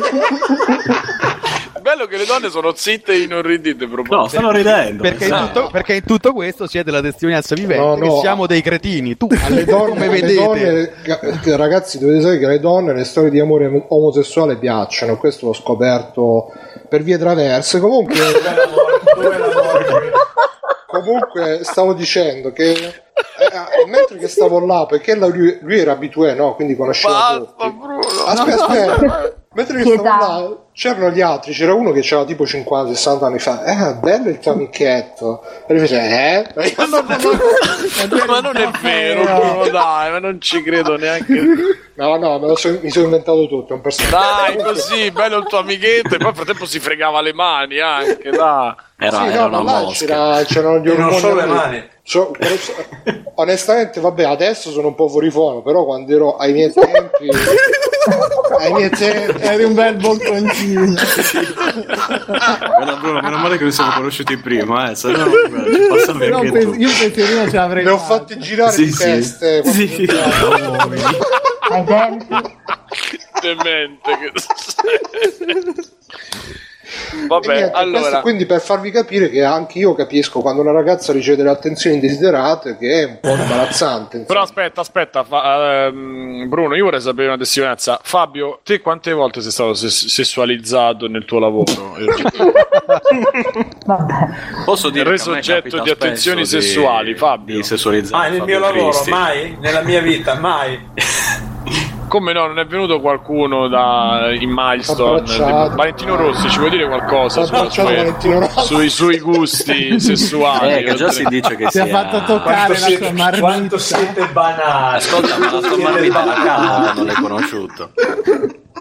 Speaker 2: Bello che le donne sono zitte e inorridite proprio.
Speaker 9: No, stanno ridendo.
Speaker 8: Perché in,
Speaker 9: pensate.
Speaker 8: tutto, perché in tutto questo siete la testimonianza vivente
Speaker 1: No,
Speaker 8: che
Speaker 1: no.
Speaker 8: siamo dei cretini. Tu
Speaker 1: alle donne,
Speaker 8: come
Speaker 1: alle
Speaker 8: vedete.
Speaker 1: donne, ga- ragazzi, dovete sapere che alle donne le storie di amore omosessuale piacciono. Questo l'ho scoperto per vie traverse. Comunque,
Speaker 7: Dove lavori?
Speaker 1: comunque stavo dicendo che eh, mentre che stavo là, perché la- lui, lui era abitué, no? Quindi conosceva
Speaker 2: Basta,
Speaker 1: tutti.
Speaker 2: Bruno.
Speaker 1: Aspetta, aspetta. Mentre che
Speaker 4: Che
Speaker 1: stavo
Speaker 4: età?
Speaker 1: là, c'erano gli altri, c'era uno che aveva tipo cinquanta sessanta anni fa. Eh, bello il tuo amichetto. E lui fece, eh?
Speaker 2: Ma non è vero, Bruno, dai, ma non ci credo neanche.
Speaker 1: No, no, me lo so- mi sono inventato tutto. È un personaggio.
Speaker 2: Dai, così, bello il tuo amichetto. E poi nel frattempo si fregava le mani anche, dai.
Speaker 9: Era,
Speaker 1: Sì,
Speaker 9: era
Speaker 1: no,
Speaker 9: una
Speaker 1: ma là
Speaker 9: mosca.
Speaker 1: c'era, c'erano gli
Speaker 7: E non
Speaker 1: ormoni.
Speaker 7: solo le
Speaker 1: a me.
Speaker 7: mani.
Speaker 1: So- onestamente, vabbè, adesso sono un po' fuori fono, però quando ero ai miei tempi, ai miei tempi,
Speaker 3: Eri un bel bocconcino.
Speaker 9: Guarda Bruno, meno male che noi siamo conosciuti prima, eh, se no guarda, ci passavi
Speaker 3: Però
Speaker 9: anche
Speaker 3: pens-
Speaker 9: tu.
Speaker 3: io un pensierino ce l'avrei
Speaker 1: ne ho
Speaker 3: fatto.
Speaker 1: fatti girare
Speaker 9: Sì,
Speaker 1: di
Speaker 9: sì.
Speaker 1: teste. quando
Speaker 9: Sì.
Speaker 1: giocavo.
Speaker 4: Ai tempi.
Speaker 2: Demente che...
Speaker 1: E
Speaker 2: Vabbè,
Speaker 1: niente, questo
Speaker 2: allora.
Speaker 1: quindi per farvi capire che anche io capisco quando una ragazza riceve delle attenzioni indesiderate, che è un po' imbarazzante. insomma.
Speaker 2: Però aspetta, aspetta, fa- ehm, Bruno, io vorrei sapere una testimonianza. Fabio, te quante volte sei stato ses- sessualizzato nel tuo lavoro?
Speaker 4: Vabbè.
Speaker 9: Posso dire
Speaker 2: Reso
Speaker 9: che a me
Speaker 2: oggetto
Speaker 9: capita
Speaker 2: di attenzioni
Speaker 9: spesso di-
Speaker 2: sessuali, Fabio.
Speaker 9: Di sessualizzare
Speaker 7: Ah, nel
Speaker 9: Fabio
Speaker 7: mio lavoro,
Speaker 9: Cristi.
Speaker 7: mai? Nella mia vita, mai.
Speaker 2: Come no, non è venuto qualcuno da in Milestone?
Speaker 1: Abbracciato.
Speaker 2: Tipo, Valentino Rossi, ci vuoi dire qualcosa su-
Speaker 1: Abbracciato
Speaker 2: sui-
Speaker 1: Valentino Rossi.
Speaker 2: sui suoi gusti sessuali?
Speaker 9: Eh, che già si dice che
Speaker 3: Ti ha
Speaker 9: sia...
Speaker 3: fatto toccare
Speaker 7: Quanto
Speaker 3: la
Speaker 7: siete,
Speaker 3: sua marmita.
Speaker 7: quanto siete banali.
Speaker 9: Ascolta, ma la tua
Speaker 7: Siete
Speaker 9: marmita da
Speaker 7: banali.
Speaker 9: casa non l'hai conosciuto.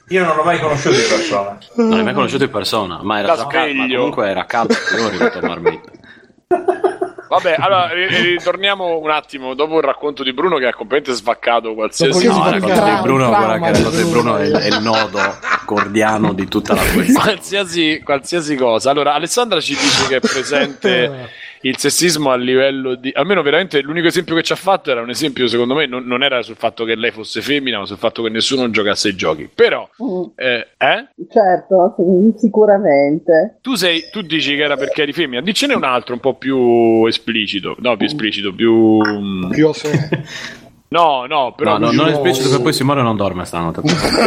Speaker 7: Io non l'ho mai conosciuto in persona.
Speaker 9: Non l'hai mai conosciuto in persona, ma era già caldo, ma comunque era caldo, io ho arrivato a marmita.
Speaker 2: Vabbè, allora ritorniamo un attimo dopo il racconto di Bruno che ha completamente svaccato qualsiasi
Speaker 9: no, il racconto di Bruno, guarda che il racconto di Bruno è, è il nodo gordiano di tutta la questione.
Speaker 2: qualsiasi, qualsiasi cosa. Allora, Alessandra ci dice che è presente il sessismo a livello di, almeno veramente l'unico esempio che ci ha fatto era un esempio, secondo me non, non era sul fatto che lei fosse femmina, ma sul fatto che nessuno giocasse ai giochi. Però
Speaker 5: mm.
Speaker 2: eh, eh?
Speaker 5: certo, sicuramente.
Speaker 2: Tu sei, tu dici che era perché eri femmina, dicene un altro un po' più esplicito, no, più esplicito, più
Speaker 1: più
Speaker 2: no, no, però
Speaker 9: no, no, non è esplicito che poi Simone non dorme stanotte.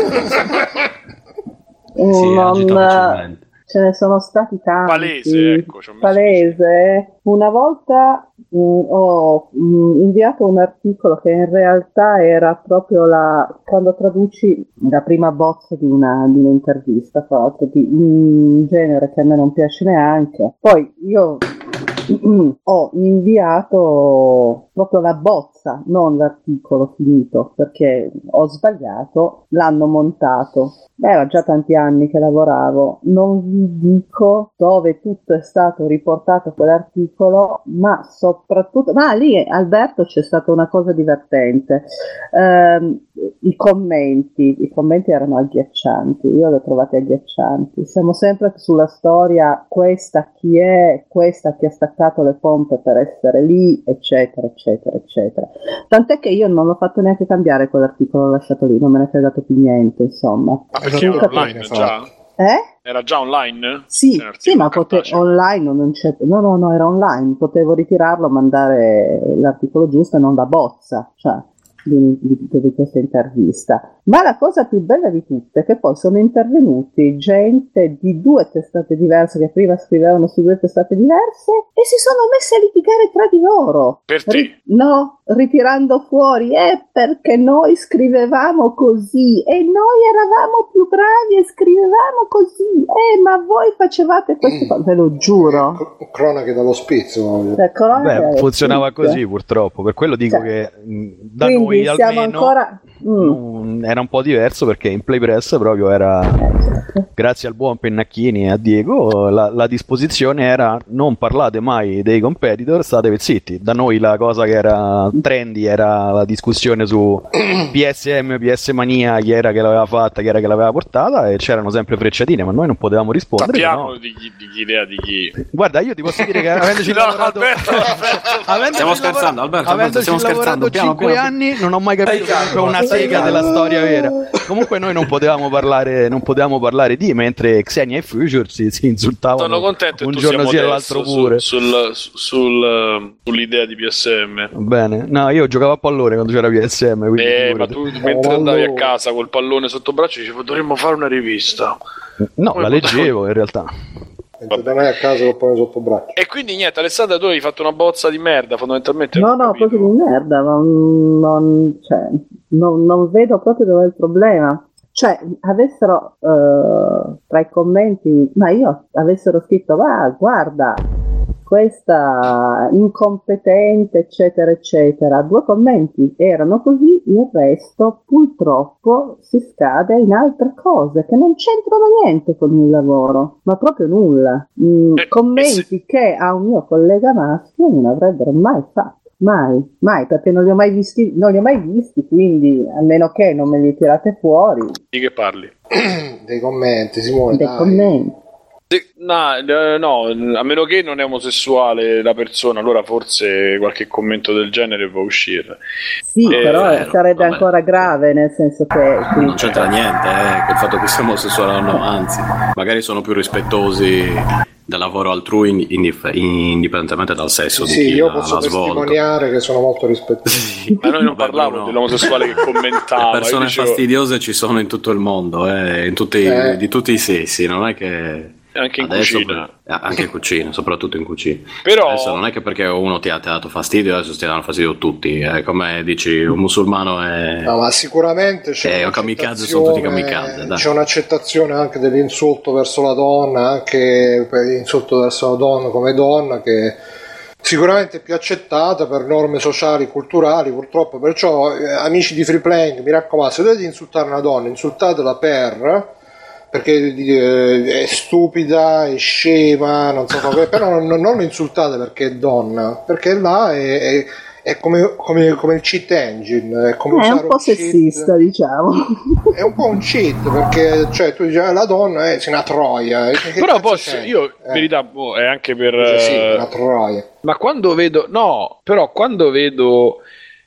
Speaker 5: Si agita facilmente. Ce ne sono stati tanti.
Speaker 2: Palese, ecco.
Speaker 5: Palese. Una volta mh, ho mh, inviato un articolo che in realtà era proprio la, quando traduci la prima bozza di una di un'intervista, tra l'altro di un genere che a me non piace neanche. Poi io ho inviato proprio la bozza, non l'articolo finito, perché ho sbagliato, l'hanno montato. Beh, era già tanti anni che lavoravo, non vi dico dove tutto è stato riportato quell'articolo, ma soprattutto, ma lì Alberto c'è stata una cosa divertente, ehm, i commenti, i commenti erano agghiaccianti, io li ho trovati agghiaccianti, siamo sempre sulla storia, questa chi è, questa chi ha staccato le pompe per essere lì, eccetera, eccetera, eccetera. Tant'è che io non l'ho fatto neanche cambiare quell'articolo, l'ho lasciato lì, non me ne è fregato più niente, insomma.
Speaker 2: Perché era online già?
Speaker 5: Eh?
Speaker 2: Era già online?
Speaker 5: Sì, sì, ma pote- online non c'è. No, no, no, era online. Potevo ritirarlo, mandare l'articolo giusto e non la bozza, cioè di, di, di questa intervista. Ma la cosa più bella di tutte è che poi sono intervenuti gente di due testate diverse che prima scrivevano su due testate diverse e si sono messi a litigare tra di loro.
Speaker 2: Per te? Ri-
Speaker 5: no, ritirando fuori, eh, perché noi scrivevamo così e noi eravamo più bravi e scrivevamo così, eh, ma voi facevate queste cose, ve lo giuro.
Speaker 1: Cronache dall'ospizio.
Speaker 5: Cioè,
Speaker 8: Beh, funzionava così purtroppo, per quello dico cioè, che da
Speaker 5: quindi
Speaker 8: noi
Speaker 5: siamo
Speaker 8: almeno
Speaker 5: ancora...
Speaker 8: Mm. era un po' diverso perché in Playpress proprio era, grazie al buon Pennacchini e a Diego, la, la disposizione era non parlate mai dei competitor, state zitti. Da noi la cosa che era trendy era la discussione su P S M, P S Mania, chi era che l'aveva fatta, chi era che l'aveva portata, e c'erano sempre frecciatine, ma noi non potevamo rispondere.
Speaker 2: Sappiamo
Speaker 8: no?
Speaker 2: di, chi, di chi idea di chi.
Speaker 8: Guarda, io ti posso dire che avendoci
Speaker 2: no,
Speaker 8: lavorato
Speaker 2: Alberto, Alberto,
Speaker 9: stiamo scherzando, Alberto, Alberto, stiamo scherzando piano,
Speaker 8: cinque
Speaker 9: piano.
Speaker 8: anni non ho mai capito una sega della storia vera. Comunque noi non potevamo parlare non potevamo parlare di, mentre Xenia e Future si, si insultavano.
Speaker 2: Sono contento
Speaker 8: un
Speaker 2: tu
Speaker 8: giorno sì e l'altro
Speaker 2: su,
Speaker 8: pure
Speaker 2: sul, sul, sul, sull'idea di P S M.
Speaker 8: Bene, no, io giocavo a pallone quando c'era P S M,
Speaker 2: eh, ma tu mentre andavi a casa col pallone sotto braccio dicevo dovremmo fare una rivista.
Speaker 8: No,
Speaker 2: come
Speaker 8: la leggevo in realtà.
Speaker 1: Da me a casa lo pone sotto braccio.
Speaker 2: E quindi niente, Alessandra, tu hai fatto una bozza di merda fondamentalmente.
Speaker 5: No, no, proprio di merda, non, non, cioè, non, non vedo proprio dove è il problema. Cioè, avessero eh, tra i commenti, ma io avessero scritto, va, guarda, questa incompetente, eccetera, eccetera. Due commenti erano così, il resto purtroppo si scade in altre cose che non c'entrano niente con il lavoro, ma proprio nulla. Mm,
Speaker 2: eh,
Speaker 5: commenti
Speaker 2: eh, sì.
Speaker 5: che a un mio collega maschio non avrebbero mai fatto. Mai, mai, perché non li ho mai visti, non li ho mai visti, quindi a meno che non me li tirate fuori.
Speaker 2: Di che parli?
Speaker 1: Dei commenti, Simone.
Speaker 5: Dei
Speaker 1: dai.
Speaker 5: commenti.
Speaker 2: No, no, a meno che non è omosessuale la persona, allora forse qualche commento del genere può uscire.
Speaker 5: Sì,
Speaker 2: eh,
Speaker 5: però
Speaker 9: vero,
Speaker 5: sarebbe
Speaker 9: vabbè.
Speaker 5: ancora grave, nel senso che... Sì.
Speaker 9: Non c'entra niente, eh, che il fatto che siamo omosessuali o no, anzi, magari sono più rispettosi del lavoro altrui indif- indipendentemente dal sesso
Speaker 1: Sì,
Speaker 9: di chi
Speaker 1: io
Speaker 9: l'ha,
Speaker 1: posso
Speaker 9: l'ha svolto.
Speaker 1: testimoniare che sono molto rispettoso.
Speaker 9: Sì.
Speaker 2: Ma noi non
Speaker 9: Beh,
Speaker 2: parlavamo
Speaker 9: Bruno,
Speaker 2: dell'omosessuale che commentava.
Speaker 9: le persone
Speaker 2: io dicevo,
Speaker 9: fastidiose ci sono in tutto il mondo, eh, in tutti,
Speaker 1: Eh.
Speaker 9: di tutti i sessi, non è che...
Speaker 2: anche in
Speaker 9: Adesso,
Speaker 2: cucina.
Speaker 9: anche in cucina, soprattutto in cucina.
Speaker 2: Però
Speaker 9: Adesso non è che perché uno ti ha, ti ha dato fastidio, adesso ti danno fastidio tutti. È come dici, un musulmano è.
Speaker 1: No, ma sicuramente c'è
Speaker 9: Eh, o kamikaze sono tutti kamikaze, dai.
Speaker 1: C'è un'accettazione anche dell'insulto verso la donna, anche per l'insulto verso la donna come donna, che sicuramente più accettata per norme sociali e culturali, purtroppo. Perciò eh, amici di Free Playing, mi raccomando, se dovete insultare una donna, insultatela per perché eh, è stupida, è scema, non so come, però non, non lo insultate perché è donna, perché là è, è, è come, come, come il cheat engine, è, come
Speaker 5: è
Speaker 1: usare
Speaker 5: un po'
Speaker 1: un
Speaker 5: sessista,
Speaker 1: cheat.
Speaker 5: Diciamo.
Speaker 1: È un po' un cheat, perché cioè tu dici ah, la donna è una troia, che
Speaker 2: però posso
Speaker 1: c'è?
Speaker 2: io in
Speaker 1: eh.
Speaker 2: verità boh, è anche per
Speaker 1: Dice, sì,
Speaker 2: eh,
Speaker 1: una troia.
Speaker 2: ma quando vedo no però quando vedo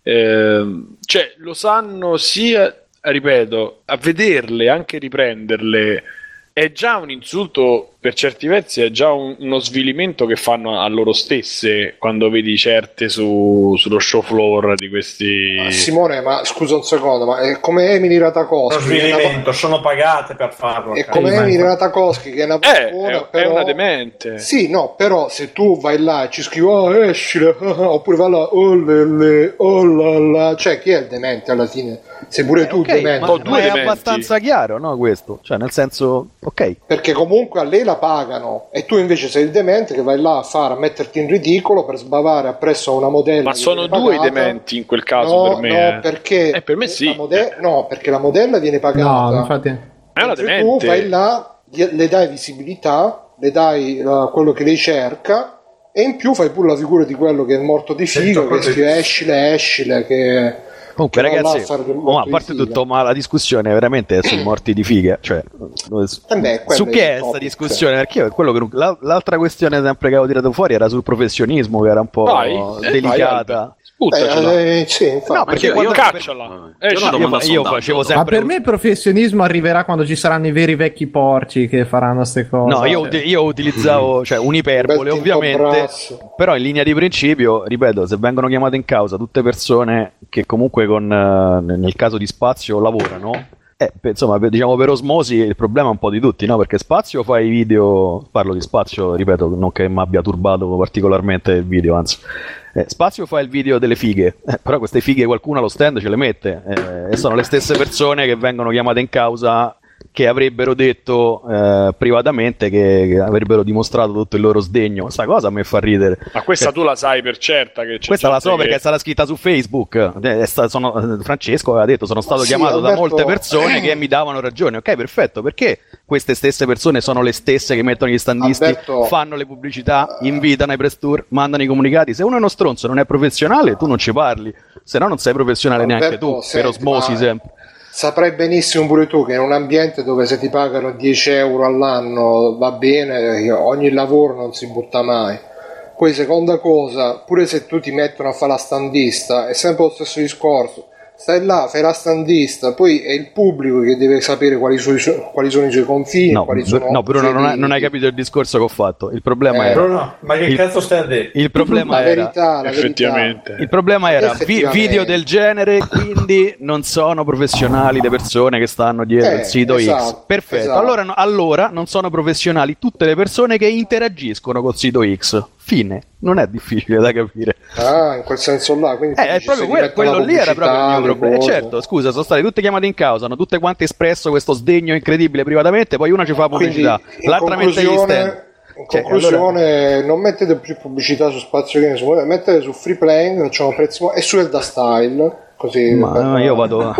Speaker 2: eh, cioè lo sanno sia, ripeto, a vederle, anche riprenderle è già un insulto, per certi versi è già un, uno svilimento che fanno a loro stesse quando vedi certe su, sullo show floor di questi.
Speaker 1: Ma Simone, ma scusa un secondo, ma è come Emily Ratajkowski,
Speaker 7: Lo svilimento, una... sono pagate per farlo.
Speaker 1: È come Emily Ratajkowski che è una
Speaker 2: buona, è,
Speaker 1: però...
Speaker 2: è una demente.
Speaker 1: Sì, no, però se tu vai là e ci scrivi oh esci, oppure vai là oh le le oh la la, cioè chi è il demente alla fine? Sei pure eh, tu
Speaker 8: okay,
Speaker 1: demente.
Speaker 8: Ma, ma è abbastanza chiaro, no, questo? Cioè, nel senso, ok.
Speaker 1: Perché comunque a lei la pagano e tu invece sei il demente che vai là a fare, a metterti in ridicolo per sbavare appresso a una modella.
Speaker 2: Ma sono due i dementi in quel caso
Speaker 1: no,
Speaker 2: per me.
Speaker 1: No, perché
Speaker 2: eh, per me sì.
Speaker 1: Mode- no, perché la modella viene pagata.
Speaker 3: No, infatti.
Speaker 2: È una demente.
Speaker 1: Tu vai là, le dai visibilità, le dai uh, quello che lei cerca e in più fai pure la figura di quello che è morto di figo, che scrive escile, escile, che...
Speaker 8: Comunque ragazzi, oh, a parte tutto, ma la discussione veramente è su morti di fighe, cioè
Speaker 1: eh beh,
Speaker 8: su che è questa discussione? Perché io, quello che, l'altra questione sempre che avevo tirato fuori era sul professionismo, che era un po'
Speaker 2: vai,
Speaker 8: delicata.
Speaker 2: Vai, eh,
Speaker 1: eh, sì,
Speaker 2: no, perché io, io cacciala.
Speaker 8: Eh, io, io, io facevo sempre.
Speaker 3: Ma per me il professionismo arriverà quando ci saranno i veri vecchi porci che faranno queste cose.
Speaker 8: No, io, io utilizzavo cioè, un'iperbole, ovviamente. Però in linea di principio, ripeto, se vengono chiamate in causa tutte persone che comunque con nel caso di Spazio lavorano. Eh, insomma, diciamo per osmosi il problema è un po' di tutti, no? Perché Spazio fa i video, parlo di Spazio, ripeto, non che mi abbia turbato particolarmente il video, anzi. Eh, Spazio fa il video delle fighe, eh, però queste fighe qualcuno allo stand ce le mette eh, e sono le stesse persone che vengono chiamate in causa che avrebbero detto eh, privatamente che, che avrebbero dimostrato tutto il loro sdegno. Questa cosa a me fa ridere.
Speaker 2: Ma questa cioè, tu la sai per certa che c'è
Speaker 8: questa la so
Speaker 2: che...
Speaker 8: perché è stata scritta su Facebook. È sta, sono, Francesco aveva detto sono stato sì, chiamato Alberto... da molte persone che mi davano ragione. Ok, perfetto, perché queste stesse persone sono le stesse che mettono gli standisti, Alberto... fanno le pubblicità, invitano ai press tour, mandano i comunicati. Se uno è uno stronzo, non è professionale, tu non ci parli, se no non sei professionale Alberto, neanche tu, senti, per osmosi ma... sempre.
Speaker 1: Saprai benissimo pure tu che in un ambiente dove se ti pagano dieci euro all'anno va bene, ogni lavoro non si butta mai. Poi seconda cosa, pure se tu ti mettono a fare la standista è sempre lo stesso discorso, stai là, fai la standista, poi è il pubblico che deve sapere quali sono i, su- quali sono i suoi confini,
Speaker 8: no,
Speaker 1: quali sono
Speaker 8: no Bruno non, non hai capito il discorso che ho fatto. Il problema
Speaker 7: eh,
Speaker 8: era
Speaker 7: Bruno, ma che
Speaker 8: il,
Speaker 7: cazzo stai a dire?
Speaker 8: Il problema
Speaker 1: la
Speaker 8: era
Speaker 1: verità, la
Speaker 2: effettivamente
Speaker 1: verità.
Speaker 8: Il problema era vi- video del genere, quindi non sono professionali le persone che stanno dietro
Speaker 1: eh,
Speaker 8: il sito
Speaker 1: esatto,
Speaker 8: X. Perfetto,
Speaker 1: esatto.
Speaker 8: allora, no, allora non sono professionali tutte le persone che interagiscono col sito X. Fine, non è difficile da capire.
Speaker 1: Ah, in quel senso là, quindi
Speaker 8: eh, è proprio quello, quello lì era proprio il mio problema. Eh, certo, scusa, sono state tutte chiamate in causa, hanno tutte quante espresso questo sdegno incredibile privatamente, poi una ci fa pubblicità, l'altra mette gli stand.
Speaker 1: In cioè, conclusione, allora... non mettete più pubblicità su Spazio Games, mettete su Free Playing, facciamo prezzi mo- e su Elda Style, così.
Speaker 8: Ma per... no, io vado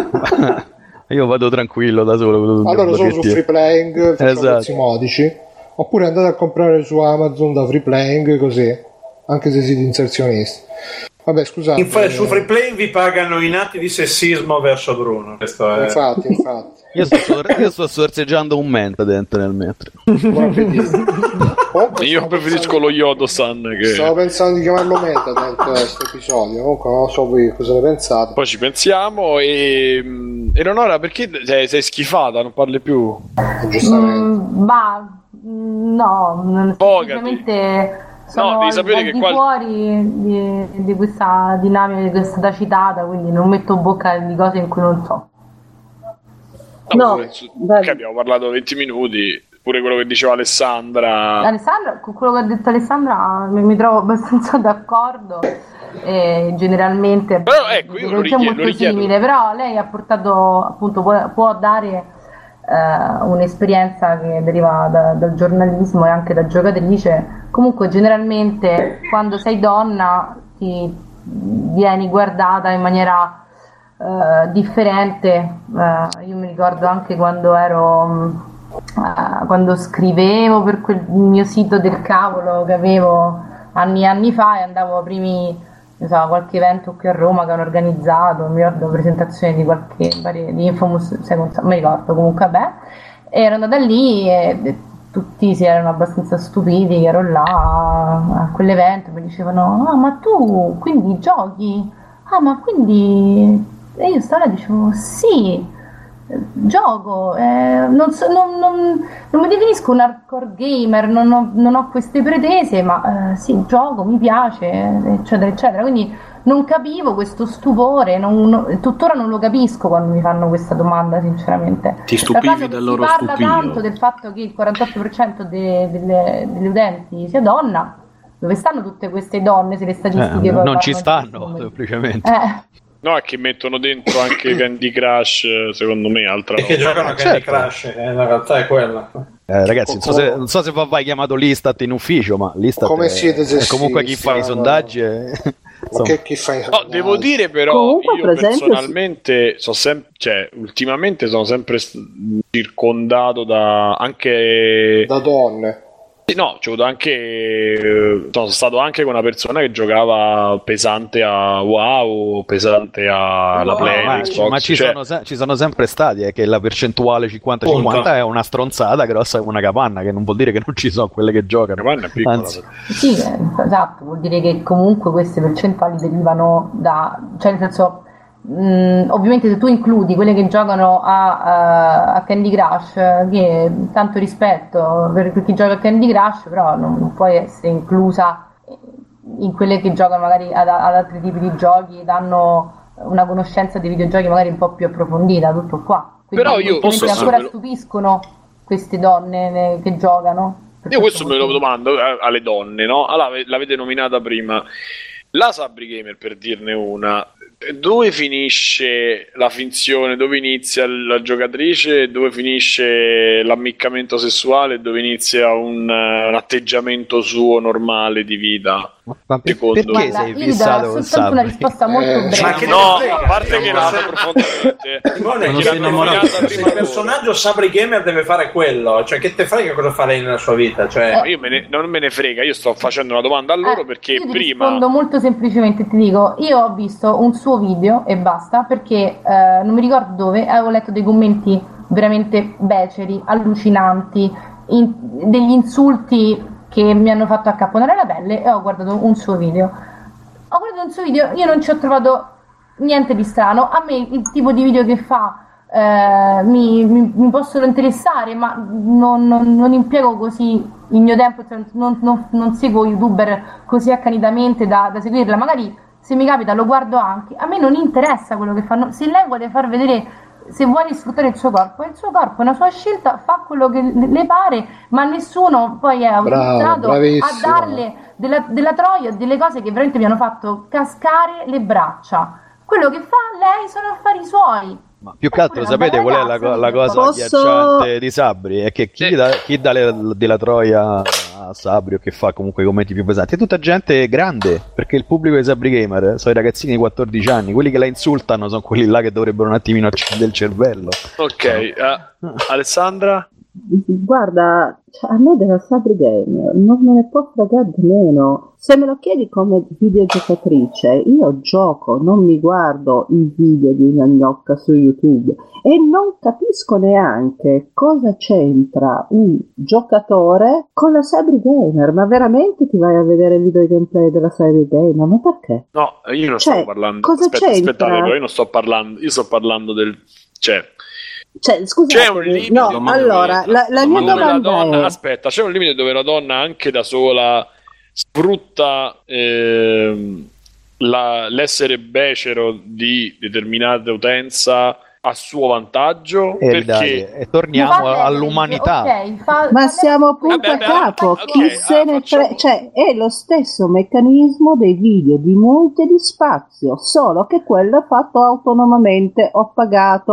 Speaker 8: io vado tranquillo da solo.
Speaker 1: Allora solo su Free Playing, facciamo
Speaker 8: esatto.
Speaker 1: prezzi modici. Oppure andate a comprare su Amazon da Free Playing, così, anche se siete inserzionisti. Vabbè, scusate.
Speaker 7: Infatti, su Free Playing vi pagano in atti di sessismo verso Bruno. Questo è...
Speaker 1: Infatti, infatti.
Speaker 8: Io sto, sor- io sto sorseggiando un menta dentro nel metro.
Speaker 2: Comunque, io preferisco lo Yodo-san che...
Speaker 1: Stavo pensando di chiamarlo meta dentro questo episodio. Comunque non so voi cosa ne pensate.
Speaker 2: Poi ci pensiamo e... Eleonora, perché sei, sei schifata? Non parli più?
Speaker 1: Giustamente.
Speaker 4: Mm, ma... No, semplicemente sono
Speaker 2: no, devi sapere
Speaker 4: al
Speaker 2: che
Speaker 4: di
Speaker 2: qual...
Speaker 4: fuori di, di questa dinamica che è stata citata, quindi non metto bocca di cose in cui non so.
Speaker 5: No,
Speaker 2: no che abbiamo parlato venti minuti, pure quello che diceva Alessandra.
Speaker 4: Alessandra, con quello che ha detto Alessandra mi, mi trovo abbastanza d'accordo. Eh, generalmente
Speaker 2: però ecco io lo richiedo,
Speaker 4: molto
Speaker 2: lo richiedo.
Speaker 4: simile, però lei ha portato appunto può, può dare eh, un'esperienza che deriva da, dal giornalismo e anche da giocatrice. Comunque generalmente quando sei donna ti vieni guardata in maniera Uh, differente. Uh, io mi ricordo anche quando ero uh, quando scrivevo per quel mio sito del cavolo che avevo anni e anni fa e andavo a primi, non so, qualche evento qui a Roma che hanno organizzato, mi ricordo presentazioni di qualche di Infamous, non mi ricordo, comunque vabbè, e ero andata lì e, e tutti si erano abbastanza stupiti che ero là a, a quell'evento, mi dicevano ah ma tu quindi giochi? Ah ma quindi... E io stavo là e dicevo sì, gioco, eh, non, so, non, non, non mi definisco un hardcore gamer, non ho, non ho queste pretese, ma eh, sì, gioco, mi piace, eccetera, eccetera. Quindi non capivo questo stupore, non, non, tuttora non lo capisco quando mi fanno questa domanda, sinceramente.
Speaker 9: Ti stupivi del loro
Speaker 4: stupire. Si parla
Speaker 9: stupio.
Speaker 4: tanto del fatto che il quarantotto per cento de, delle, degli utenti sia donna. Dove stanno tutte queste donne se le statistiche
Speaker 8: eh,
Speaker 4: poi
Speaker 8: non ci
Speaker 4: parlano
Speaker 8: stanno semplicemente
Speaker 4: eh.
Speaker 2: No, è che mettono dentro anche Candy Crush, secondo me, altra
Speaker 7: E che
Speaker 2: roba.
Speaker 7: giocano a Candy
Speaker 8: certo.
Speaker 7: Crush, eh, in realtà è quella.
Speaker 8: eh, ragazzi, non so, se, non so se vai chiamato l'Istat in ufficio, ma l'Istat
Speaker 1: Come
Speaker 8: è,
Speaker 1: siete
Speaker 8: è comunque chi
Speaker 1: sessisti,
Speaker 8: fa i
Speaker 1: ma-
Speaker 8: sondaggi è-
Speaker 1: Ma
Speaker 8: insomma.
Speaker 1: che chi fa i
Speaker 2: No,
Speaker 1: sondaggi?
Speaker 2: devo dire però,
Speaker 5: Comunque,
Speaker 2: io
Speaker 5: per esempio,
Speaker 2: personalmente so sem- cioè, ultimamente sono sempre st- circondato da anche
Speaker 1: Da donne.
Speaker 2: Sì, no, c'ho avuto anche eh, sono stato anche con una persona che giocava pesante a WoW, pesante alla
Speaker 7: Wow,
Speaker 2: Play,
Speaker 8: ma,
Speaker 2: Xbox,
Speaker 8: ma ci,
Speaker 2: cioè-
Speaker 8: sono, se- ci sono sempre stati, è che la percentuale cinquanta cinquanta
Speaker 7: Punto.
Speaker 8: è una stronzata grossa come una capanna, che non vuol dire che non ci sono quelle che giocano.
Speaker 2: La capanna è piccola,
Speaker 8: Anzi,
Speaker 4: Sì, eh, esatto, vuol dire che comunque queste percentuali derivano da, cioè nel senso, mh, ovviamente se tu includi quelle che giocano a, a, a Candy Crush, eh, che tanto rispetto per, per chi gioca a Candy Crush, però non, non puoi essere inclusa in quelle che giocano magari ad, ad altri tipi di giochi ed hanno una conoscenza dei videogiochi magari un po' più approfondita, tutto qua. Quindi
Speaker 2: Però io
Speaker 4: ultimamente
Speaker 2: posso
Speaker 4: ancora
Speaker 2: saperlo.
Speaker 4: stupiscono queste donne eh, che giocano. Per
Speaker 2: Io questo me lo
Speaker 4: motivo.
Speaker 2: domando eh, alle donne, no? Allora, ave- l'avete nominata prima. La Sabri Gamer, per dirne una, dove finisce la finzione, dove inizia la giocatrice, dove finisce l'ammiccamento sessuale, dove inizia un, eh, un atteggiamento suo normale di vita?
Speaker 8: ma per-
Speaker 2: Secondo
Speaker 8: perché
Speaker 2: me.
Speaker 4: Guarda,
Speaker 8: sei
Speaker 4: io gli darò
Speaker 8: fissato con
Speaker 4: soltanto una
Speaker 8: Sabri?
Speaker 4: risposta molto
Speaker 1: Eh,
Speaker 4: breve.
Speaker 7: ma che
Speaker 2: No,
Speaker 7: te ne
Speaker 2: a
Speaker 7: frega?
Speaker 2: parte che l'ha dato profondamente,
Speaker 7: Simone,
Speaker 9: Quando
Speaker 7: chi
Speaker 9: sei
Speaker 7: l'ha
Speaker 9: innamorato-
Speaker 7: nominata
Speaker 2: nominata
Speaker 7: prima
Speaker 2: prima
Speaker 7: il personaggio Sabri Gamer deve fare quello, cioè che te frega cosa fa lei nella sua vita, cioè
Speaker 2: io me ne- non me ne frega, io sto facendo una domanda a loro
Speaker 4: Eh,
Speaker 2: perché
Speaker 4: io ti
Speaker 2: prima
Speaker 4: rispondo molto semplicemente, ti dico, io ho visto un suo video e basta, perché eh, non mi ricordo dove, avevo letto dei commenti veramente beceri, allucinanti, in- degli insulti che mi hanno fatto accapponare la pelle e ho guardato un suo video. Ho guardato un suo video, io non ci ho trovato niente di strano, a me il tipo di video che fa eh, mi, mi- mi possono interessare, ma non, non- non impiego così il mio tempo, cioè non, non- non seguo youtuber così accanitamente da, da seguirla, magari se mi capita lo guardo anche, a me non interessa quello che fanno, se lei vuole far vedere, se vuole sfruttare il suo corpo, è il suo corpo, è una sua scelta, fa quello che le le pare, ma nessuno poi è autorizzato a
Speaker 1: bravissimo.
Speaker 4: darle della, della troia, delle cose che veramente mi hanno fatto cascare le braccia. Quello che fa lei sono affari suoi.
Speaker 8: Ma più che altro
Speaker 4: Oppure una
Speaker 8: sapete
Speaker 4: bella
Speaker 8: qual è la, co-
Speaker 4: ragazza
Speaker 8: la
Speaker 4: che
Speaker 8: cosa
Speaker 5: posso-
Speaker 8: agghiacciante di Sabri? È che chi,
Speaker 2: Sì.
Speaker 8: dà, chi dà le- della Troia a Sabri o che fa comunque i commenti più pesanti è tutta gente grande, perché il pubblico di Sabri Gamer sono i ragazzini di quattordici anni, quelli che la insultano sono quelli là che dovrebbero un attimino accendere il cervello.
Speaker 2: ok, eh, Alessandra?
Speaker 5: Guarda, cioè, a me della Sabri Gamer non me ne può fregare di meno. Se me lo chiedi come videogiocatrice, io gioco, non mi guardo i video di una gnocca su YouTube e non capisco neanche cosa c'entra un giocatore con la Sabri Gamer. Ma veramente ti vai a vedere il video gameplay della Sabri Gamer? Ma perché?
Speaker 2: No, io non
Speaker 5: Cioè,
Speaker 2: sto parlando.
Speaker 5: cosa
Speaker 2: Aspetta,
Speaker 5: c'entra?
Speaker 2: aspettate, però io non sto parlando. Io sto parlando del. Cioè,
Speaker 5: Cioè, scusate,
Speaker 2: c'è un limite.
Speaker 5: no,
Speaker 9: domanda
Speaker 5: allora,
Speaker 9: vera.
Speaker 5: la, la mia
Speaker 2: dove la
Speaker 5: domanda
Speaker 2: donna.
Speaker 5: è...
Speaker 2: Aspetta, c'è un limite dove la donna anche da sola sfrutta ehm, la- l'essere becero di determinata utenza a suo vantaggio.
Speaker 8: E, dai,
Speaker 2: perché.
Speaker 8: e torniamo
Speaker 4: Ma fa lei,
Speaker 8: all'umanità.
Speaker 4: ok, fa-
Speaker 5: Ma
Speaker 4: fa
Speaker 5: siamo
Speaker 4: lei-
Speaker 5: punto a
Speaker 2: Vabbè,
Speaker 5: capo,
Speaker 2: ok,
Speaker 5: chi se
Speaker 2: allora
Speaker 5: ne
Speaker 2: facciamo-
Speaker 5: fre- cioè è lo stesso meccanismo dei video di monte di spazio, solo che quello è fatto autonomamente, ho pagato,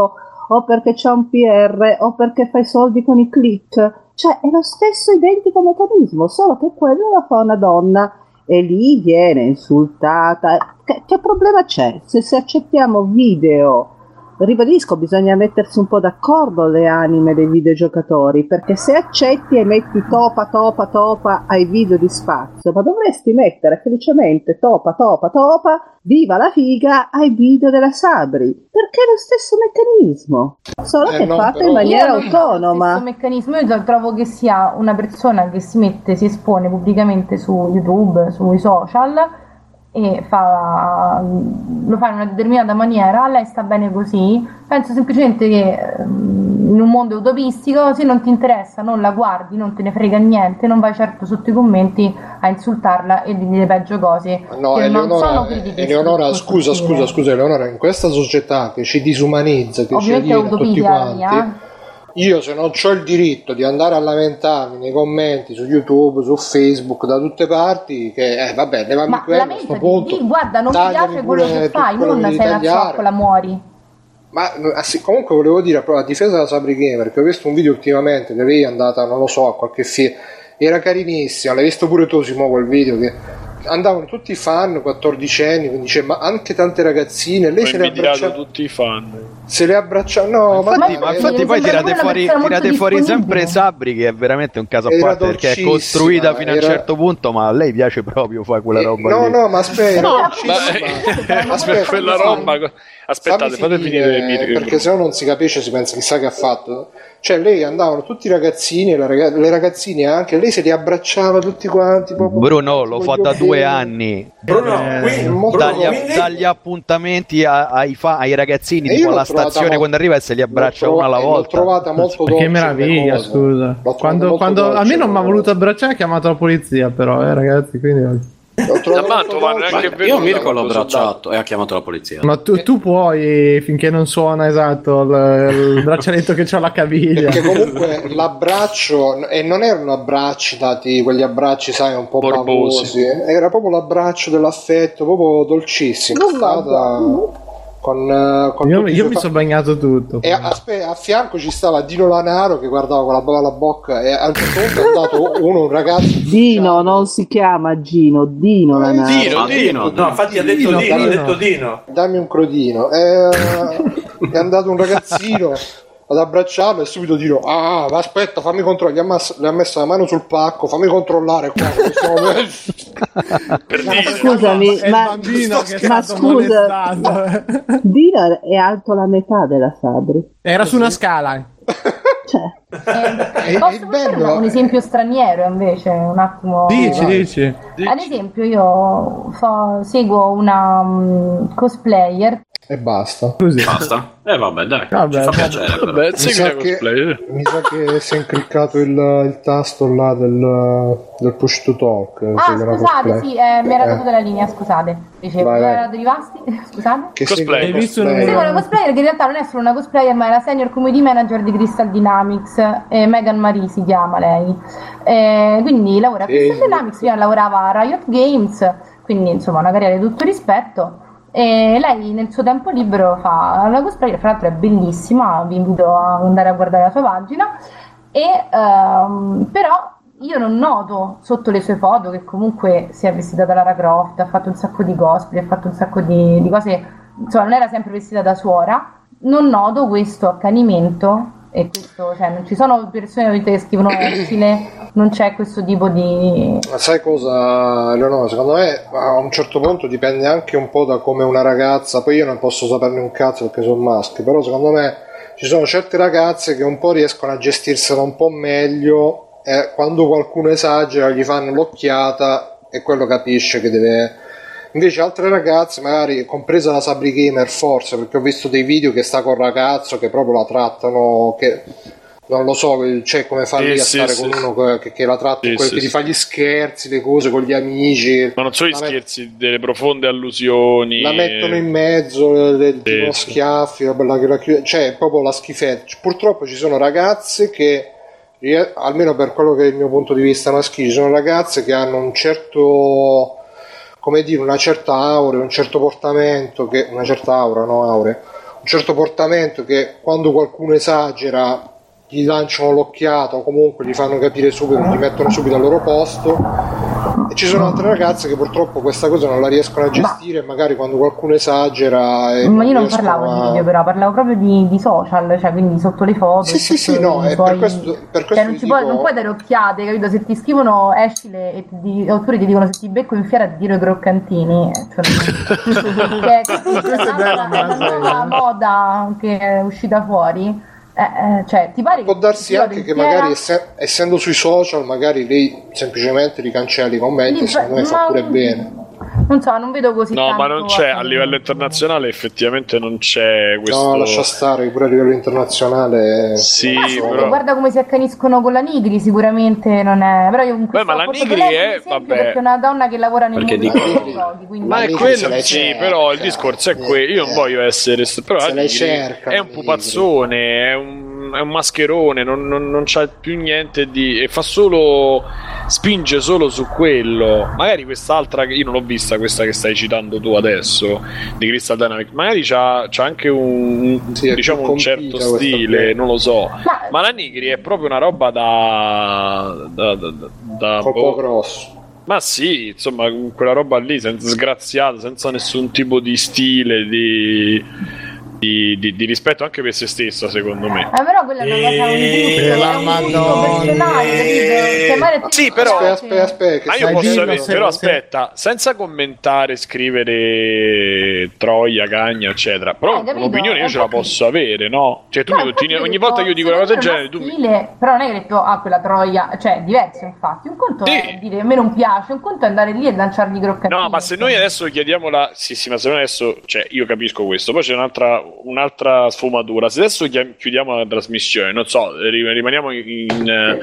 Speaker 5: o perché c'è un P R o perché fai soldi con i click. Cioè è lo stesso identico meccanismo, solo che quello la fa una donna e lì viene insultata. Che, che problema c'è? Se, se accettiamo video, ribadisco, bisogna mettersi un po' d'accordo le anime dei videogiocatori, perché se accetti e metti topa topa topa ai video di spazio, ma dovresti mettere felicemente topa topa topa viva la figa ai video della Sabri, perché è lo stesso meccanismo, solo
Speaker 1: Eh
Speaker 5: che
Speaker 1: no,
Speaker 5: fatto
Speaker 1: però-
Speaker 5: in maniera
Speaker 4: Io non ho lo
Speaker 5: autonoma.
Speaker 4: stesso meccanismo, io trovo che sia una persona che si mette, si espone pubblicamente su YouTube, sui social e fa, lo fa in una determinata maniera, a lei sta bene così. Penso semplicemente che ehm, in un mondo utopistico, se non ti interessa non la guardi, non te ne frega niente, non vai certo sotto i commenti a insultarla e di dire peggio cose
Speaker 1: No,
Speaker 4: che non sono
Speaker 1: Eleonora,
Speaker 4: critiche
Speaker 1: Eleonora scusa,
Speaker 4: costruttive.
Speaker 1: scusa, scusa, Eleonora, in questa società che ci disumanizza, che ci
Speaker 4: Ovviamente è
Speaker 1: aliena tutti
Speaker 4: utopia la
Speaker 1: quanti,
Speaker 4: mia.
Speaker 1: io se non ho il diritto di andare a lamentarmi nei commenti su YouTube, su Facebook, da tutte parti, che eh, vabbè, levami
Speaker 4: Ma
Speaker 1: quello a questo
Speaker 4: lamentati,
Speaker 1: punto.
Speaker 4: di, guarda, non ti
Speaker 1: tagliami
Speaker 4: piace quello
Speaker 1: pure
Speaker 4: che
Speaker 1: tutto
Speaker 4: fai,
Speaker 1: quello
Speaker 4: non
Speaker 1: che devi
Speaker 4: sei una
Speaker 1: tagliare.
Speaker 4: zoccola, muori.
Speaker 1: Ma ah, sì, comunque volevo dire proprio a difesa della Sabri Gamer, che ho visto un video ultimamente che lei è andata, non lo so, a qualche film, era carinissima, l'hai visto pure tu Simo quel video, che andavano tutti i fan quattordicenni, quindi dice, ma anche tante ragazzine, lei
Speaker 10: Ho
Speaker 1: se le
Speaker 10: invidiato
Speaker 1: abbracciava,
Speaker 10: tutti i fan.
Speaker 1: se le abbracciava, no, ma,
Speaker 8: Infatti,
Speaker 1: no,
Speaker 8: ma
Speaker 1: eh,
Speaker 8: infatti
Speaker 4: mi
Speaker 8: poi
Speaker 4: sembra
Speaker 8: tirate
Speaker 4: una
Speaker 8: fuori,
Speaker 4: persona molto
Speaker 8: tirate fuori
Speaker 4: disponibile.
Speaker 8: sempre Sabri, che è veramente un caso a
Speaker 1: Era
Speaker 8: parte, perché è
Speaker 1: dolcissima,
Speaker 8: costruita fino a un
Speaker 1: era-
Speaker 8: certo punto, ma a lei piace proprio fare quella
Speaker 1: eh,
Speaker 8: roba
Speaker 1: no,
Speaker 8: lì.
Speaker 1: no, ma aspetta,
Speaker 4: No,
Speaker 1: era
Speaker 4: ma-
Speaker 1: dolcissima.
Speaker 4: ma-
Speaker 1: Aspetta,
Speaker 10: quella
Speaker 1: fammi-
Speaker 10: roba. Aspettate,
Speaker 1: fammi
Speaker 10: fate finire
Speaker 1: finire,
Speaker 10: Mir-
Speaker 1: perché se no non si capisce, si pensa chissà che ha fatto. Cioè lei andavano tutti i ragazzini, la raga- le ragazzine anche, lei se li abbracciava tutti quanti proprio,
Speaker 8: Bruno lo fa da
Speaker 1: voglio
Speaker 8: due
Speaker 1: bene.
Speaker 8: anni.
Speaker 7: Bruno,
Speaker 3: Eh,
Speaker 7: qui-
Speaker 1: molto-
Speaker 7: Bruno,
Speaker 8: Dagli,
Speaker 7: quindi-
Speaker 8: dagli appuntamenti a- ai, fa- ai ragazzini
Speaker 1: E io
Speaker 8: tipo
Speaker 1: l'ho
Speaker 8: alla
Speaker 1: trovata
Speaker 8: stazione
Speaker 1: mo-
Speaker 8: quando arriva e se li abbraccia
Speaker 1: l'ho
Speaker 8: uno alla
Speaker 1: trova- L'ho
Speaker 8: volta.
Speaker 1: trovata molto
Speaker 3: Ma
Speaker 1: dolce.
Speaker 3: che meraviglia,
Speaker 1: come cosa.
Speaker 3: scusa.
Speaker 1: L'ho trovata
Speaker 3: Quando,
Speaker 1: molto
Speaker 3: quando
Speaker 1: dolce
Speaker 3: a me non mi ha
Speaker 1: come
Speaker 3: voluto
Speaker 1: cosa.
Speaker 3: abbracciare, ha chiamato la polizia, però, eh, ragazzi. Quindi...
Speaker 1: L'ho trovata
Speaker 10: Da
Speaker 1: molto
Speaker 10: Mantova,
Speaker 1: dolce.
Speaker 10: neanche
Speaker 9: Ma
Speaker 10: venuto
Speaker 9: io Mirko l'ho
Speaker 10: quando sono
Speaker 9: abbracciato e ha chiamato la polizia.
Speaker 3: Ma tu, tu puoi, finché non suona esatto il, il braccialetto che c'ha la caviglia.
Speaker 1: Perché comunque l'abbraccio, e non erano abbracci dati, quegli abbracci sai un po'
Speaker 10: Morbosi.
Speaker 1: pavosi, era proprio l'abbraccio dell'affetto, proprio dolcissimo. È stata con, eh, con
Speaker 3: Io,
Speaker 1: tutti i
Speaker 3: io
Speaker 1: suoi
Speaker 3: mi
Speaker 1: fa-
Speaker 3: sono bagnato tutto.
Speaker 1: E a, aspe- a fianco ci stava Dino Lanaro che guardava con la bava alla bocca, e a un certo punto è andato uno, un ragazzo.
Speaker 5: Dino non si chiama Gino, Dino la nave.
Speaker 10: Dino,
Speaker 9: Ma
Speaker 10: Dino,
Speaker 7: No, infatti ha detto
Speaker 3: Dino,
Speaker 7: Dino, ha
Speaker 3: Dino.
Speaker 7: detto Dino.
Speaker 1: Dammi un crodino. E, è andato un ragazzino ad abbracciarlo e subito Dino, ah, ma aspetta, fammi controllare. Gli ha, mas- gli ha messo la mano sul pacco, fammi controllare qua.
Speaker 10: per
Speaker 5: Ma
Speaker 10: dire.
Speaker 5: scusami,
Speaker 3: È il
Speaker 5: ma,
Speaker 3: bambino che è
Speaker 5: ma
Speaker 3: stato
Speaker 5: scusa,
Speaker 3: molestato.
Speaker 5: Dino è alto la metà della Sabri.
Speaker 3: Era su una scala.
Speaker 5: Cioè,
Speaker 4: Eh,
Speaker 1: E-
Speaker 4: posso
Speaker 1: e
Speaker 4: fare
Speaker 1: bello-
Speaker 4: un esempio straniero invece, un attimo.
Speaker 3: Dici, dici.
Speaker 4: Ad esempio io fa- seguo una um, cosplayer.
Speaker 1: E basta.
Speaker 3: Così.
Speaker 9: Basta? Eh vabbè, dai,
Speaker 3: Vabbè,
Speaker 9: ci fa
Speaker 3: vabbè.
Speaker 9: piacere però.
Speaker 10: Vabbè,
Speaker 1: Mi
Speaker 10: segui
Speaker 1: sa,
Speaker 10: la
Speaker 1: che,
Speaker 10: cosplay.
Speaker 1: mi sa che si è incliccato il, il tasto là del, del push to talk.
Speaker 4: Ah,
Speaker 1: segue una
Speaker 4: scusate,
Speaker 1: cosplay.
Speaker 4: sì, eh, mi era
Speaker 1: Eh.
Speaker 4: caduta la linea, scusate. Dicevo,
Speaker 1: Vai,
Speaker 4: dove
Speaker 1: vai.
Speaker 4: era rimasti? Scusate.
Speaker 1: Che
Speaker 10: Cosplay.
Speaker 1: segue
Speaker 3: Hai
Speaker 1: una
Speaker 3: visto
Speaker 1: cosplay.
Speaker 3: un-
Speaker 4: Seguo una cosplayer che in realtà non è solo una cosplayer, ma è la senior community manager di Crystal Dynamics, eh, Megan Marie si chiama lei. Eh, quindi lavora a Crystal
Speaker 1: Facebook.
Speaker 4: Dynamics, prima lavorava a Riot Games, quindi insomma una carriera di tutto rispetto. E lei nel suo tempo libero fa la cosplayer, fra l'altro è bellissima, vi invito a andare a guardare la sua pagina. E ehm, però io non noto sotto le sue foto che comunque si è vestita da Lara Croft, ha fatto un sacco di cosplay, ha fatto un sacco di, di cose, insomma non era sempre vestita da suora, non noto questo accanimento e questo, cioè non ci sono persone che scrivono essile, non c'è questo tipo di...
Speaker 1: Ma sai cosa, Eleonora? Secondo me a un certo punto dipende anche un po' da come una ragazza, poi io non posso saperne un cazzo perché sono maschi, però secondo me ci sono certe ragazze che un po' riescono a gestirsela un po' meglio e quando qualcuno esagera gli fanno l'occhiata e quello capisce che deve... Invece altre ragazze, magari compresa la Sabri Gamer forse, perché ho visto dei video che sta col ragazzo che proprio la trattano, che non lo so, cioè come fa
Speaker 10: Sì,
Speaker 1: lì a
Speaker 10: sì,
Speaker 1: stare
Speaker 10: sì,
Speaker 1: con
Speaker 10: sì.
Speaker 1: uno che, che la tratta,
Speaker 10: Sì,
Speaker 1: quel
Speaker 10: sì,
Speaker 1: che ti
Speaker 10: sì.
Speaker 1: fa gli scherzi, le cose con gli amici.
Speaker 10: Ma non sono gli
Speaker 1: La met-
Speaker 10: scherzi, delle profonde allusioni.
Speaker 1: La mettono in mezzo, le, le,
Speaker 10: Sì,
Speaker 1: tipo
Speaker 10: sì.
Speaker 1: schiaffi, la, la, la, cioè proprio la schifezza. Purtroppo ci sono ragazze che, almeno per quello che è il mio punto di vista maschile, ci sono ragazze che hanno un certo, come dire, una certa aura, un certo portamento, che, una certa aura, no aure, un certo portamento che quando qualcuno esagera gli lanciano l'occhiata o comunque gli fanno capire subito, gli mettono subito al loro posto. E ci sono altre ragazze che purtroppo questa cosa non la riescono a gestire, magari quando qualcuno esagera e
Speaker 4: ma io non
Speaker 1: riescono
Speaker 4: parlavo
Speaker 1: a...
Speaker 4: di video, però parlavo proprio di, di social, cioè quindi sotto le foto.
Speaker 1: Sì, sì, sì, no, è per questo, per questo
Speaker 4: cioè, non, ci
Speaker 1: dico...
Speaker 4: puoi, non puoi dare occhiate, capito? Se ti scrivono escile e ti di... oppure ti dicono se ti becco in fiera ti tiro i croccantini, cioè, cioè, questa è una nuova moda che è uscita fuori. Eh, eh, cioè, ti pare
Speaker 1: può
Speaker 4: che
Speaker 1: darsi anche che
Speaker 4: intera...
Speaker 1: magari ess- essendo sui social magari lei semplicemente li cancella i commenti,
Speaker 4: Lì,
Speaker 1: secondo me
Speaker 4: ma...
Speaker 1: fa pure bene.
Speaker 4: Non so, non vedo così
Speaker 10: no,
Speaker 4: tanto.
Speaker 10: ma non c'è a livello internazionale, effettivamente non c'è questo.
Speaker 1: No, lascia stare che pure a livello internazionale.
Speaker 10: Sì,
Speaker 4: ma
Speaker 10: però...
Speaker 4: guarda come si accaniscono con la Nigri, sicuramente non è. Però io comunque
Speaker 10: beh, ma la Nigri è vabbè,
Speaker 4: perché è una donna che lavora nel
Speaker 9: perché
Speaker 4: mondo
Speaker 9: dico...
Speaker 4: dei giochi, quindi...
Speaker 10: ma è quello, sì, però il discorso è quello. Io non voglio essere, però
Speaker 1: se lei cerca,
Speaker 10: è un pupazzone, è un è un mascherone, non, non, non c'ha più niente di... e fa solo... spinge solo su quello. Magari quest'altra, che io non l'ho vista, questa che stai citando tu adesso, di Crystal Dynamics, magari c'ha, c'ha anche un,
Speaker 1: sì,
Speaker 10: diciamo un certo stile, non lo so. Ma, ma la Nigri è proprio una roba da... da, da, da, da
Speaker 1: un po' grosso.
Speaker 10: Ma sì, insomma, quella roba lì, senza sgraziata, senza nessun tipo di stile, di... Di, di, di rispetto anche per se stessa, secondo me.
Speaker 4: Eh, però quella è una cosa, un gusto, è un gusto personale, capito? Cioè, magari
Speaker 10: sì, però
Speaker 1: aspetta, aspetta, aspetta,
Speaker 10: ma io posso avere, però aspetta, senza commentare, scrivere Troia, Cagna, eccetera. Però
Speaker 4: eh,
Speaker 10: un'opinione io ce la posso avere, no? Cioè tu
Speaker 4: no,
Speaker 10: mi continui, ogni volta che io dico una cosa del genere, tu
Speaker 4: stile, mi... però non è che hai detto ah quella Troia, cioè è diverso infatti. Un conto sì. è dire a me non piace, un conto è andare lì e lanciargli croccantini.
Speaker 10: No, ma se noi adesso chiediamo la sì, sì, ma se noi adesso, cioè io capisco questo, poi c'è un'altra un'altra sfumatura. Se adesso chiudiamo la trasmissione, non so, rimaniamo in,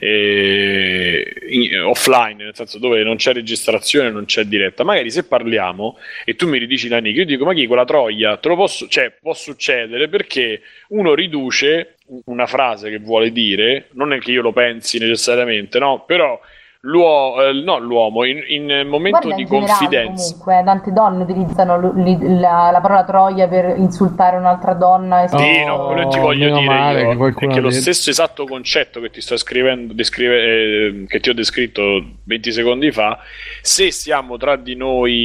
Speaker 10: eh, in offline, nel senso dove non c'è registrazione, non c'è diretta, magari se parliamo e tu mi ridici la Nick, io dico ma chi quella Troia, te lo posso, cioè può succedere perché uno riduce una frase che vuole dire, non è che io lo pensi necessariamente, no, però L'uomo, eh, no, l'uomo in, in momento
Speaker 4: Guarda,
Speaker 10: di
Speaker 4: in generale,
Speaker 10: confidenza.
Speaker 4: Comunque, tante donne utilizzano l- la, la parola troia per insultare un'altra donna. E
Speaker 10: sì, no, quello ti voglio dire
Speaker 3: male,
Speaker 10: io
Speaker 3: che
Speaker 10: è che lo stesso esatto concetto che ti sto scrivendo, descrive, eh, che ti ho descritto venti secondi fa, se siamo tra di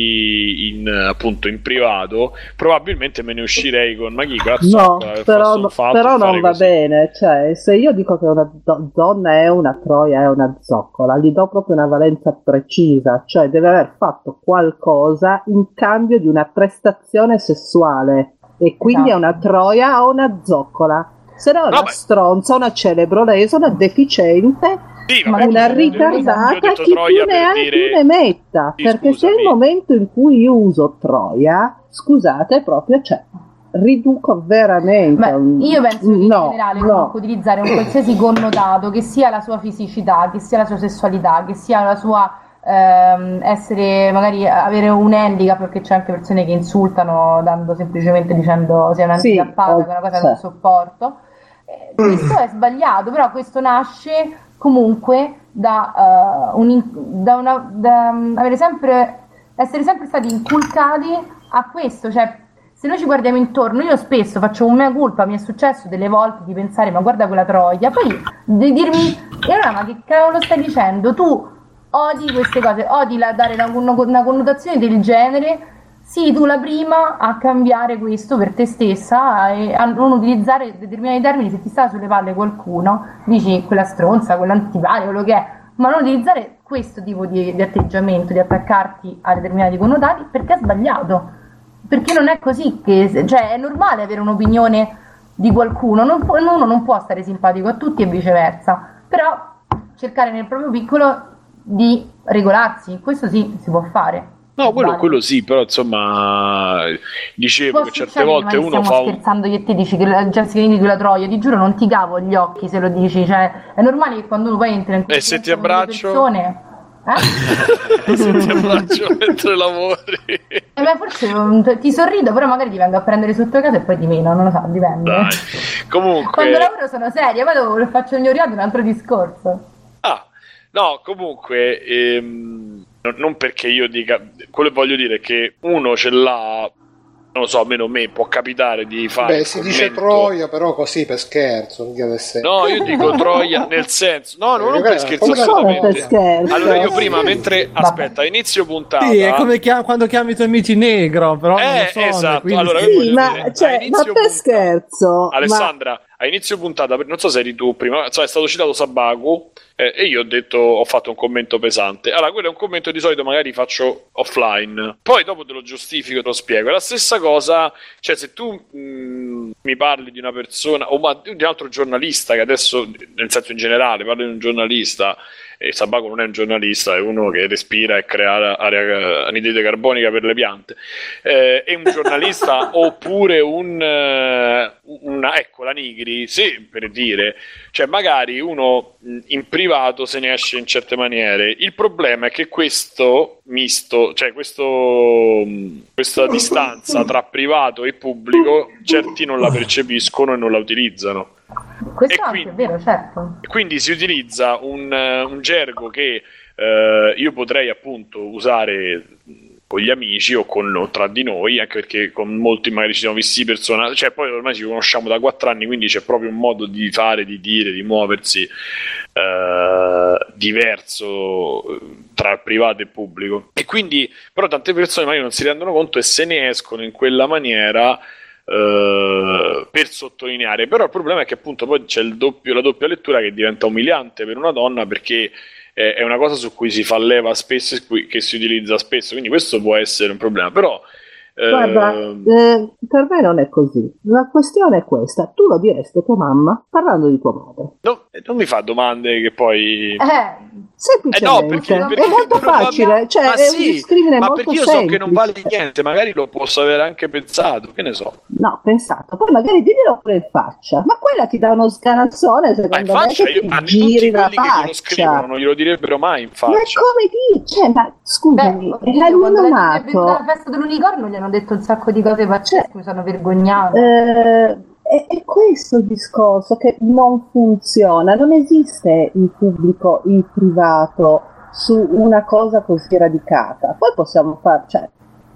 Speaker 10: noi in, appunto in privato, probabilmente me ne uscirei con ma chi cazzo
Speaker 5: no, però, no, però non va così. Bene, cioè se io dico che una do- donna è una troia, è una zoccola, gli do proprio una valenza precisa, cioè deve aver fatto qualcosa in cambio di una prestazione sessuale e quindi esatto. È una troia o una zoccola, se no è una no, stronza, una celebrolesa, una deficiente, sì, ma una ritardata che più ne ha dire... più ne metta, sì, perché scusami. Se è il momento in cui io uso troia, scusate, proprio c'è. Riduco veramente.
Speaker 4: Beh, io penso che in
Speaker 5: no,
Speaker 4: generale
Speaker 5: no.
Speaker 4: comunque utilizzare un qualsiasi connotato che sia la sua fisicità, che sia la sua sessualità, che sia la sua ehm, essere magari avere un handicap, perché c'è anche persone che insultano dando semplicemente dicendo sei un'handicappata, sì, che è una cosa che non sopporto. Eh, questo è sbagliato, però questo nasce comunque da, uh, un, da una da um, avere sempre essere sempre stati inculcati a questo, cioè se noi ci guardiamo intorno, io spesso faccio un mea culpa, mi è successo delle volte di pensare ma guarda quella troia, poi di dirmi e allora ma che cavolo stai dicendo, tu odi queste cose, odi la, dare una, una connotazione del genere, sì tu la prima a cambiare questo per te stessa e a non utilizzare determinati termini, se ti sta sulle palle qualcuno dici quella stronza, quell'antipatia, quello che è, ma non utilizzare questo tipo di, di atteggiamento, di attaccarti a determinati connotati perché è sbagliato. Perché non è così che, cioè è normale avere un'opinione di qualcuno, non può, uno non può stare simpatico a tutti e viceversa, però cercare nel proprio piccolo di regolarsi, questo sì, si può fare.
Speaker 10: No, quello, vale. quello sì, però insomma dicevo che certe volte uno fa un...
Speaker 4: stiamo scherzando che ti dici che la Jessica Nini di quella troia, ti giuro non ti cavo gli occhi se lo dici, cioè è normale che quando uno poi entra in
Speaker 10: e se ti abbraccio
Speaker 4: persone... Eh?
Speaker 10: Se ti abbraccio mentre lavori
Speaker 4: eh beh, forse ti sorrido, però magari ti vengo a prendere sotto casa e poi ti meno, non lo so, dipende.
Speaker 10: Dai. Comunque
Speaker 4: quando lavoro sono seria, poi dopo faccio il mio riato un altro discorso.
Speaker 10: Ah, no, comunque ehm, non perché io dica, quello che voglio dire è che uno ce l'ha non lo so, almeno a me può capitare di fare.
Speaker 1: Beh, si commento... dice Troia, però così per scherzo.
Speaker 10: No, io dico Troia nel senso, no, non, non per scherzo, assolutamente. Per scherzo. Allora, io prima, mentre aspetta, inizio puntata.
Speaker 3: Sì, è come chiam- quando chiami i tuoi amici negro, però.
Speaker 10: Eh,
Speaker 3: non lo so,
Speaker 10: esatto.
Speaker 3: quindi...
Speaker 10: Allora,
Speaker 5: sì, ma,
Speaker 10: dire,
Speaker 5: cioè, ma per
Speaker 10: puntata,
Speaker 5: scherzo.
Speaker 10: Alessandra. Ma... a inizio puntata, non so se eri tu prima, cioè è stato citato Sabaku eh, e io ho detto, ho fatto un commento pesante. Allora, quello è un commento di solito magari faccio offline, poi dopo te lo giustifico, te lo spiego. È la stessa cosa, cioè se tu mh, mi parli di una persona o ma, di un altro giornalista, che adesso, nel senso in generale, parli di un giornalista, e Sabaku non è un giornalista, è uno che respira e crea aria, anidride carbonica per le piante, eh, è un giornalista oppure un una, ecco la Nigri, sì, per dire, cioè magari uno in privato se ne esce in certe maniere. Il problema è che questo misto, cioè questo questa distanza tra privato e pubblico certi non la percepiscono e non la utilizzano.
Speaker 4: Questo è anche vero, certo.
Speaker 10: Quindi si utilizza un, un gergo che eh, io potrei appunto usare con gli amici o, con, o tra di noi, anche perché con molti magari ci siamo visti persona, cioè poi ormai ci conosciamo da quattro anni, quindi c'è proprio un modo di fare, di dire, di muoversi eh, diverso tra privato e pubblico. E quindi però tante persone magari non si rendono conto e se ne escono in quella maniera. Uh, per sottolineare, però il problema è che appunto poi c'è il doppio, la doppia lettura che diventa umiliante per una donna, perché è, è una cosa su cui si fa leva spesso e che si utilizza spesso, quindi questo può essere un problema. Però
Speaker 5: guarda,
Speaker 10: uh,
Speaker 5: eh, per me non è così. La questione è questa: tu lo diresti a tua mamma parlando di tua madre?
Speaker 10: No, non mi fa domande che poi
Speaker 5: eh, semplicemente
Speaker 10: eh no, perché, perché
Speaker 5: è molto facile, cioè
Speaker 10: ma
Speaker 5: è
Speaker 10: sì,
Speaker 5: un discrimine
Speaker 10: ma
Speaker 5: molto
Speaker 10: perché io
Speaker 5: semplice.
Speaker 10: so che non vale niente, magari lo posso aver anche pensato, che ne so.
Speaker 5: No, pensato, poi magari diglielo pure in faccia, ma quella ti dà uno scanazzone, secondo
Speaker 10: ma in
Speaker 5: me,
Speaker 10: faccia,
Speaker 5: che
Speaker 10: io,
Speaker 5: ti
Speaker 10: ma
Speaker 5: giri la
Speaker 10: tutti quelli
Speaker 5: faccia.
Speaker 10: che lo scrivono non glielo direbbero mai in faccia.
Speaker 5: Ma come dice? Cioè, ma scusami,
Speaker 4: Beh,
Speaker 5: era
Speaker 4: quando
Speaker 5: l'uomato.
Speaker 4: alla festa dell'unicorno gli hanno detto un sacco di cose pazzesche, mi sono vergognata.
Speaker 5: Eh, è, è questo il discorso che non funziona, non esiste il pubblico, il privato su una cosa così radicata. Poi possiamo fare, cioè,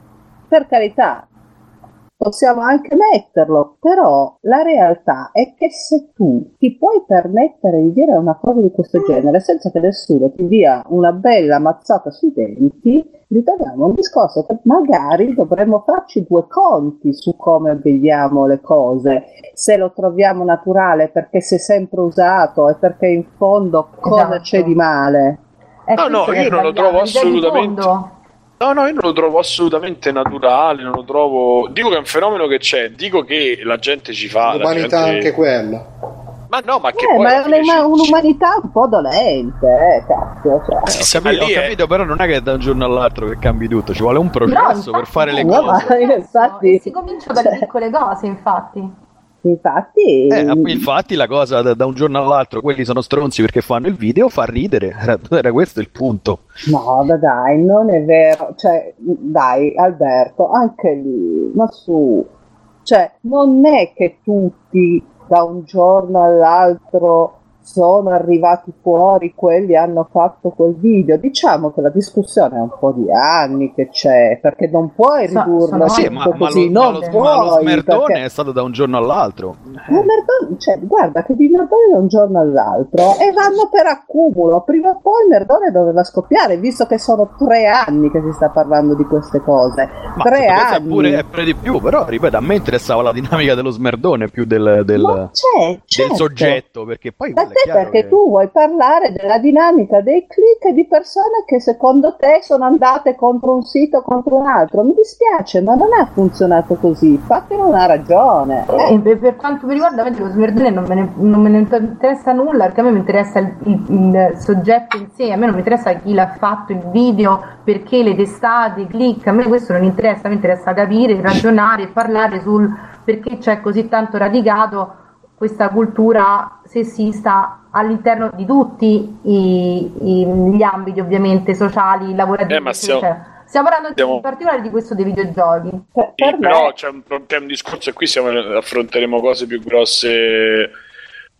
Speaker 5: per carità, possiamo anche metterlo, però la realtà è che se tu ti puoi permettere di dire una cosa di questo genere senza che nessuno ti dia una bella mazzata sui denti, ritorniamo a un discorso che magari dovremmo farci due conti su come vediamo le cose, se lo troviamo naturale perché si è sempre usato e perché in fondo cosa
Speaker 4: esatto.
Speaker 5: c'è di male.
Speaker 10: No, no, io non lo trovo assolutamente. No, no, io non lo trovo assolutamente naturale, non lo trovo. Dico che è un fenomeno che c'è, dico che la gente ci fa.
Speaker 1: L'umanità
Speaker 10: la gente...
Speaker 1: anche quella.
Speaker 10: Ma no, ma che
Speaker 5: eh,
Speaker 10: poi.
Speaker 5: Ma è una, un'umanità un po' dolente, eh, cazzo. Cioè.
Speaker 8: Sì, sì, ho capito, ho capito, però non è che da un giorno all'altro che cambi tutto, ci vuole un processo
Speaker 4: no,
Speaker 8: per fare le
Speaker 5: no,
Speaker 8: cose.
Speaker 5: Ma infatti,
Speaker 4: si comincia dalle piccole cose, infatti.
Speaker 5: Infatti,
Speaker 8: eh, infatti la cosa da, da un giorno all'altro, quelli sono stronzi perché fanno il video, fa ridere, era, era questo il punto.
Speaker 5: No, dai, non è vero, cioè, dai, Alberto, anche lì, ma su, cioè, non è che tutti da un giorno all'altro sono arrivati fuori, quelli hanno fatto quel video. Diciamo che la discussione è un po' di anni che c'è, perché non puoi ridurlo
Speaker 8: sì,
Speaker 5: tutto
Speaker 8: ma, ma
Speaker 5: così,
Speaker 8: lo,
Speaker 5: non
Speaker 8: ma lo,
Speaker 5: puoi,
Speaker 8: ma lo smerdone
Speaker 5: perché...
Speaker 8: è stato da un giorno all'altro.
Speaker 5: Ma Merdone, cioè, guarda che di Merdone da un giorno all'altro e vanno per accumulo. Prima o poi Merdone doveva scoppiare, visto che sono tre anni che si sta parlando di queste cose.
Speaker 8: Ma
Speaker 5: tre anni.
Speaker 8: È pure, è pure di più, però ripeto, a me interessava la dinamica dello smerdone più del, del,
Speaker 5: c'è, certo.
Speaker 8: del soggetto, perché poi
Speaker 5: da te perché
Speaker 8: che...
Speaker 5: tu vuoi parlare della dinamica dei click e di persone che secondo te sono andate contro un sito o contro un altro. Mi dispiace, ma non ha funzionato così. Fatene una ragione.
Speaker 4: Eh. Per, per quanto mi riguarda, lo smerdone non me ne, non me ne interessa nulla, perché a me mi interessa il, il, il soggetto in sé, a me non mi interessa chi l'ha fatto il video, perché le testate, i click, a me questo non interessa, a me interessa capire, ragionare, parlare sul perché c'è così tanto radicato questa cultura sessista all'interno di tutti i, i, gli ambiti ovviamente sociali, lavorativi,
Speaker 10: eh, ma stiamo,
Speaker 4: cioè, stiamo parlando
Speaker 10: stiamo...
Speaker 4: in particolare di questo dei videogiochi.
Speaker 5: Per,
Speaker 10: sì,
Speaker 5: per
Speaker 10: però
Speaker 5: me...
Speaker 10: c'è un, c'è un discorso e qui siamo, affronteremo cose più grosse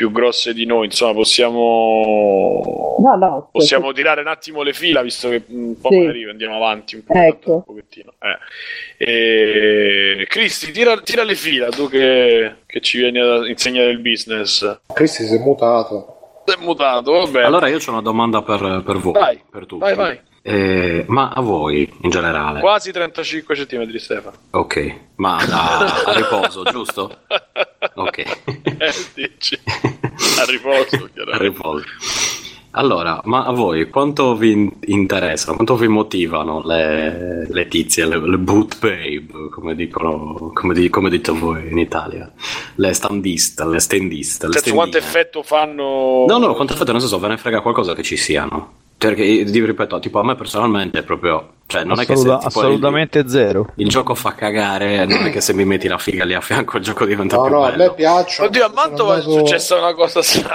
Speaker 10: più grosse di noi, insomma possiamo
Speaker 5: no, no,
Speaker 10: possiamo
Speaker 5: sì.
Speaker 10: tirare un attimo le fila, visto che un po'
Speaker 5: Sì.
Speaker 10: magari andiamo avanti un po',
Speaker 5: Ecco.
Speaker 10: un pochettino. Eh. E... Cristi, tira, tira le fila, tu che, che ci vieni a insegnare il business.
Speaker 1: Cristi si è mutato.
Speaker 10: È mutato, vabbè.
Speaker 9: Allora io ho una domanda per, per voi,
Speaker 10: Vai,
Speaker 9: per tutti.
Speaker 10: vai, vai.
Speaker 9: Eh, ma a voi in generale?
Speaker 10: Quasi trentacinque centimetri, Stefano.
Speaker 9: Ok, ma a, a riposo, giusto? Ok.
Speaker 10: Eh, dici. A riposo,
Speaker 9: A
Speaker 10: chiaramente.
Speaker 9: riposo. Allora, ma a voi quanto vi in- interessano, quanto vi motivano le, le tizie, le, le boot babe, come dicono, come, di, come dite voi in Italia, le standiste, le stendiste, le
Speaker 10: Cazzo, quanto
Speaker 9: stendine?
Speaker 10: effetto fanno?
Speaker 9: No, no, quanto effetto, nel senso, ve ne frega qualcosa che ci siano. Perché, ti ripeto, tipo a me personalmente è proprio, cioè non
Speaker 8: Assoluta-
Speaker 9: è che se tipo,
Speaker 8: assolutamente
Speaker 9: il,
Speaker 8: zero.
Speaker 9: il gioco fa cagare, non è che se mi metti la figa lì a fianco il gioco diventa
Speaker 1: No,
Speaker 9: più
Speaker 1: no, a
Speaker 9: bello.
Speaker 1: me piacciono.
Speaker 10: Oddio, a Mantova è
Speaker 1: Sono andato-
Speaker 10: successa una cosa strana.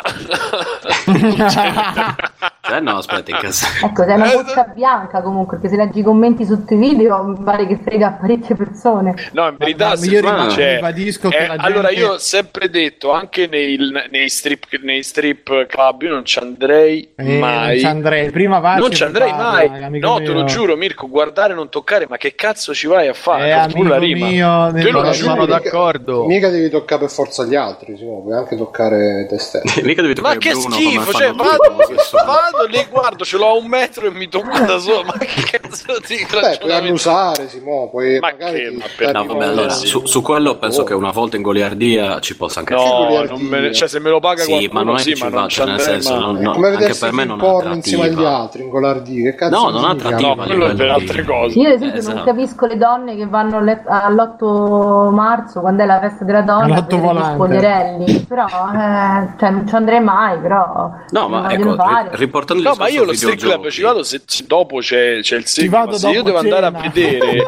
Speaker 9: Eh no, aspetta, in casa.
Speaker 4: Ecco, sei una boccia bianca comunque, perché se leggi i commenti sotto i video mi pare che frega parecchie persone.
Speaker 10: No, in verità,
Speaker 3: Ma
Speaker 10: se
Speaker 3: io
Speaker 10: fa-
Speaker 3: ribadisco-
Speaker 10: cioè,
Speaker 3: ribadisco che
Speaker 10: eh,
Speaker 3: la
Speaker 10: allora
Speaker 3: gente-
Speaker 10: io ho sempre detto, anche nei, nei strip nei strip club io non ci andrei
Speaker 3: Eh,
Speaker 10: mai.
Speaker 3: non ci andrei. Prima vai
Speaker 10: Non
Speaker 3: che
Speaker 10: ci andrei
Speaker 3: parla,
Speaker 10: mai.
Speaker 3: amico
Speaker 10: No,
Speaker 3: mio.
Speaker 10: te lo giuro, Mirko, guardare non toccare, ma che cazzo ci vai a fare?
Speaker 3: Eh,
Speaker 10: Ho pure la
Speaker 3: amico
Speaker 10: rima.
Speaker 3: mio,
Speaker 10: Te lo
Speaker 3: nel-
Speaker 10: giuro.
Speaker 8: Sono
Speaker 1: mica-
Speaker 8: d'accordo.
Speaker 1: Mica devi toccare per forza gli altri, Simo, puoi anche toccare te stesso.
Speaker 9: Mica devi
Speaker 10: Ma
Speaker 9: toccare
Speaker 10: che
Speaker 9: Bruno
Speaker 10: schifo,
Speaker 9: come
Speaker 10: cioè
Speaker 9: fanno
Speaker 10: vado,
Speaker 9: tutti, insomma.
Speaker 10: vado lì, guardo, ce l'ho a un metro e mi tocco da solo. Ma che cazzo di
Speaker 1: Beh, puoi
Speaker 10: ragionamento?
Speaker 1: annusare, Simo, puoi
Speaker 10: Ma
Speaker 1: magari
Speaker 10: che-
Speaker 1: ti
Speaker 10: ma per-
Speaker 1: tagli
Speaker 9: No,
Speaker 1: un-
Speaker 9: vabbè, allora, su, su quello penso
Speaker 1: Oh.
Speaker 9: che una volta in goliardia ci possa anche
Speaker 10: No,
Speaker 1: goliardia.
Speaker 10: non me ne- cioè se me lo paga
Speaker 9: Sì,
Speaker 10: qualcuno,
Speaker 9: ma non è
Speaker 10: sì,
Speaker 9: che ci
Speaker 10: ma non
Speaker 9: va,
Speaker 10: ci
Speaker 9: cioè, nel
Speaker 10: andrei
Speaker 9: senso,
Speaker 10: mai.
Speaker 9: non- no,
Speaker 1: come
Speaker 9: anche
Speaker 1: vedersi
Speaker 9: per me
Speaker 1: il
Speaker 9: non è
Speaker 1: porno insieme agli
Speaker 9: attrattiva.
Speaker 1: altri in golardi, che cazzo
Speaker 9: No, non è
Speaker 1: significa?
Speaker 9: attrattiva.
Speaker 10: No, quello è per
Speaker 9: livello
Speaker 10: altre
Speaker 9: di-
Speaker 10: cose.
Speaker 4: Io ad esempio
Speaker 9: Esatto.
Speaker 4: non capisco le donne che vanno le- all'otto marzo, quando è la festa della donna, a
Speaker 3: All'otto
Speaker 4: vedere gli
Speaker 3: volante.
Speaker 4: spogliarelli, però eh, cioè, non ci andrei mai, però
Speaker 9: No,
Speaker 4: lo
Speaker 9: ma
Speaker 4: vogliono
Speaker 9: ecco,
Speaker 4: fare.
Speaker 9: ri- riportando il
Speaker 10: No, ma io lo
Speaker 9: discorso
Speaker 10: strip club
Speaker 9: videogiochi.
Speaker 10: ci vado se, se dopo c'è, c'è il seguito,
Speaker 3: vado
Speaker 10: ma se io
Speaker 3: dopo
Speaker 10: devo andare
Speaker 3: cena.
Speaker 10: a vedere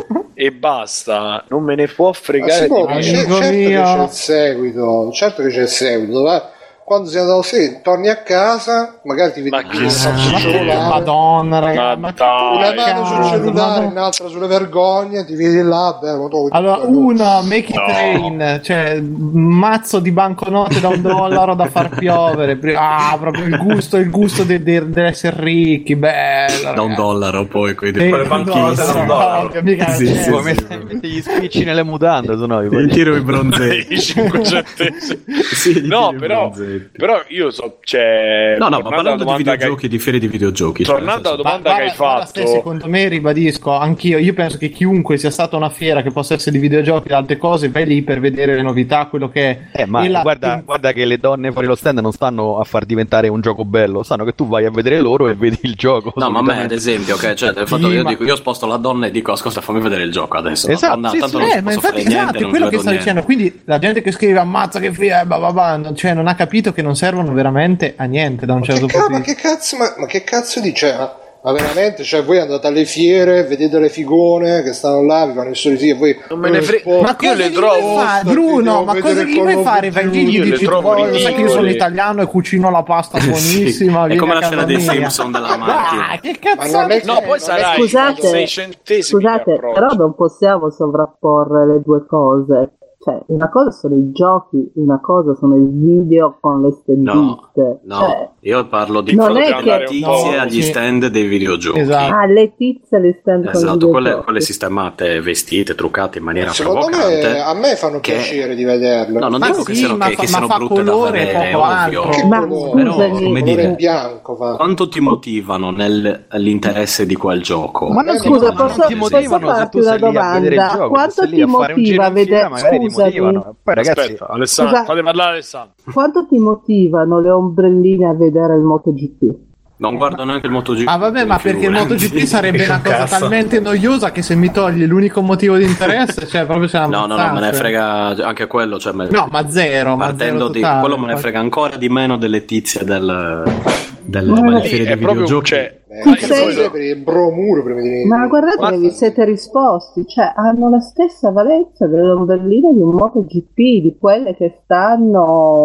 Speaker 10: e basta, non me ne può
Speaker 1: Ma
Speaker 10: fregare
Speaker 1: Simo,
Speaker 10: di
Speaker 1: ma
Speaker 10: me.
Speaker 1: c'è-
Speaker 3: Amico
Speaker 1: certo
Speaker 3: mio.
Speaker 1: che c'è il seguito, certo che c'è il seguito. va. Quando sei andato sì, torni a casa, magari ti vedi
Speaker 10: Ma
Speaker 1: il
Speaker 10: che
Speaker 1: salsiccio
Speaker 10: schifo.
Speaker 1: volare,
Speaker 3: Madonna, ragazzi.
Speaker 10: Ma
Speaker 3: ma
Speaker 10: dai.
Speaker 1: una mano sul
Speaker 3: cazzo,
Speaker 1: cellulare,
Speaker 3: ma-
Speaker 1: un'altra sulle vergogne, ti vedi là, beh, ma tu-
Speaker 3: Allora, uno, make it
Speaker 10: No.
Speaker 3: rain, cioè un mazzo di banconote da un dollaro da far piovere. Ah, proprio il gusto, il gusto de- de- dell'essere ricchi, bello.
Speaker 9: Da un
Speaker 3: ragazzi.
Speaker 9: dollaro poi con i
Speaker 3: Eh,
Speaker 9: quelle banchine.
Speaker 3: no, no, no, mica-
Speaker 9: Sì,
Speaker 3: cioè,
Speaker 9: sì,
Speaker 8: Come
Speaker 9: sì.
Speaker 8: metti metti gli spicci nelle mutande, se no i
Speaker 9: Il tiro i
Speaker 10: I
Speaker 9: bronzetti.
Speaker 10: cinquecentesimi.
Speaker 9: Sì, gli
Speaker 10: No,
Speaker 9: tiri i
Speaker 10: però,
Speaker 9: bronzetti.
Speaker 10: però io so, cioè,
Speaker 9: No, no, ma
Speaker 10: tornando alla
Speaker 9: parlando di
Speaker 10: domanda che hai-
Speaker 9: videogiochi, di fiere di videogiochi. cioè,
Speaker 10: Tornando
Speaker 9: nel
Speaker 10: alla
Speaker 9: senso-
Speaker 10: domanda
Speaker 3: Ma
Speaker 10: che hai
Speaker 3: guarda, guarda,
Speaker 10: fatto,
Speaker 3: se secondo me ribadisco anch'io, io penso che chiunque sia stata a una fiera che possa essere di videogiochi o altre cose, vai lì per vedere le novità, quello che è.
Speaker 8: Eh, ma
Speaker 3: E la-
Speaker 8: guarda, guarda che le donne fuori lo stand non stanno a far diventare un gioco bello, sanno che tu vai a vedere loro e vedi il gioco.
Speaker 9: No, ma a me ad
Speaker 8: solitamente.
Speaker 9: esempio, ok, cioè, del fatto
Speaker 3: Sì,
Speaker 9: che io
Speaker 3: ma-
Speaker 9: dico, io sposto la donna e dico, ascolta, fammi vedere il gioco adesso.
Speaker 8: Esatto,
Speaker 9: No,
Speaker 8: sì,
Speaker 9: tanto
Speaker 8: sì.
Speaker 9: non
Speaker 3: Eh,
Speaker 9: ci
Speaker 3: ma
Speaker 9: posso
Speaker 3: infatti
Speaker 9: fare niente,
Speaker 3: esatto, è
Speaker 9: non
Speaker 3: quello
Speaker 9: ci
Speaker 3: che
Speaker 9: vedo
Speaker 3: sto
Speaker 9: niente.
Speaker 3: dicendo. Quindi la gente che scrive ammazza che figa, eh, bah, bah, bah, non- cioè non ha capito che non servono veramente a niente da un
Speaker 1: Ma
Speaker 3: certo
Speaker 1: che, ca-
Speaker 3: punto
Speaker 1: ma
Speaker 3: di vista.
Speaker 1: che cazzo, ma, ma che cazzo dice? Ma, ma veramente, cioè voi andate alle fiere, vedete le figone che stanno là, vi fanno i sorrisi e voi
Speaker 10: Non me ne fre-
Speaker 1: Oh,
Speaker 3: Ma
Speaker 10: io
Speaker 3: cosa
Speaker 10: le
Speaker 3: gli
Speaker 10: trovo-
Speaker 3: vuoi fare,
Speaker 1: Sto
Speaker 3: Bruno?
Speaker 1: devo
Speaker 3: Ma
Speaker 1: vedere
Speaker 3: cosa gli
Speaker 1: Call
Speaker 3: vuoi
Speaker 1: of
Speaker 3: fare? Vai lì, gli
Speaker 10: Duty, le
Speaker 3: dici
Speaker 10: trovo
Speaker 3: "Oh, sai che io sono
Speaker 10: ridicole."
Speaker 3: italiano e cucino la pasta buonissima.
Speaker 9: Sì, è
Speaker 3: vieni
Speaker 9: come
Speaker 3: a
Speaker 9: la
Speaker 3: casa
Speaker 9: scena dei
Speaker 3: mia."
Speaker 9: Simpson della macchina.
Speaker 3: Ah, che
Speaker 1: Ma
Speaker 3: cazzo
Speaker 1: non è-
Speaker 10: no, poi sarai
Speaker 5: Scusate,
Speaker 10: sei centesimi
Speaker 5: Scusate,
Speaker 10: di approccio.
Speaker 5: però non possiamo sovrapporre le due cose. Cioè, una cosa sono i giochi, una cosa sono i video con le stendiste.
Speaker 9: No,
Speaker 5: Cioè,
Speaker 9: io parlo di
Speaker 5: non
Speaker 10: è
Speaker 9: fronte alle
Speaker 10: che-
Speaker 9: tizie
Speaker 3: no,
Speaker 9: agli
Speaker 3: sì.
Speaker 9: stand dei videogiochi.
Speaker 3: Esatto.
Speaker 5: ah, le tizie le stand con i
Speaker 9: Esatto, quelle,
Speaker 5: videogiochi.
Speaker 9: quelle sistemate, vestite, truccate in maniera
Speaker 1: secondo
Speaker 9: provocante.
Speaker 1: me a me fanno
Speaker 9: che-
Speaker 1: piacere di vederlo.
Speaker 9: No, non
Speaker 3: Ma
Speaker 9: dico che
Speaker 3: sì,
Speaker 9: siano,
Speaker 3: ma
Speaker 9: che,
Speaker 3: fa-
Speaker 9: che siano
Speaker 3: ma fa
Speaker 9: brutte da
Speaker 3: colore e
Speaker 9: vedere, è
Speaker 3: poco
Speaker 9: ovvio.
Speaker 3: altro.
Speaker 1: Che
Speaker 5: Ma
Speaker 1: colore,
Speaker 9: Però,
Speaker 5: scusami,
Speaker 9: come
Speaker 1: colore
Speaker 9: dire,
Speaker 1: in bianco fa.
Speaker 9: quanto ti motivano nell'interesse di quel gioco?
Speaker 8: Ma non
Speaker 1: Eh,
Speaker 8: ti,
Speaker 5: scusa,
Speaker 8: ma non
Speaker 5: posso-
Speaker 8: ti
Speaker 5: posso
Speaker 8: motivano se
Speaker 5: farti
Speaker 8: tu
Speaker 5: una
Speaker 8: sei lì a vedere il
Speaker 5: domanda?
Speaker 8: gioco,
Speaker 5: Quanto
Speaker 8: se sei lì
Speaker 5: ti
Speaker 8: a fare un
Speaker 5: motiva
Speaker 8: giro in fiera,
Speaker 5: vedere-
Speaker 8: magari ti
Speaker 5: scusami.
Speaker 8: motivano. Poi ragazzi,
Speaker 10: Aspetta, Alessandro,
Speaker 5: Scusa.
Speaker 10: fate parlare Alessandro.
Speaker 5: Quanto ti motivano le ombrelline a vedere il MotoGP?
Speaker 9: Non guardo neanche il MotoGP.
Speaker 3: Ah vabbè, ma perché il
Speaker 9: figurati.
Speaker 3: MotoGP sarebbe una cosa
Speaker 7: Cazzo.
Speaker 3: talmente noiosa che se mi togli l'unico motivo di interesse, cioè proprio c'è una
Speaker 9: No, no, no, me ne
Speaker 3: mazzata.
Speaker 9: frega anche quello. Cioè, me-
Speaker 3: No, ma zero, ma
Speaker 9: partendo
Speaker 3: zero
Speaker 9: di
Speaker 3: totale.
Speaker 9: quello me ne frega ancora di meno delle tizie del, delle
Speaker 5: Ma
Speaker 9: delle
Speaker 5: lì
Speaker 9: fiere
Speaker 10: è
Speaker 9: di
Speaker 10: proprio,
Speaker 9: videogiochi.
Speaker 10: cioè,
Speaker 1: Eh,
Speaker 5: Tu
Speaker 1: che
Speaker 5: sei-
Speaker 1: poi per il bromuro prima di
Speaker 5: Ma guardate
Speaker 10: Ma-
Speaker 5: che vi siete risposti, cioè hanno la stessa valenza delle ombrelline di un MotoGP, di quelle che stanno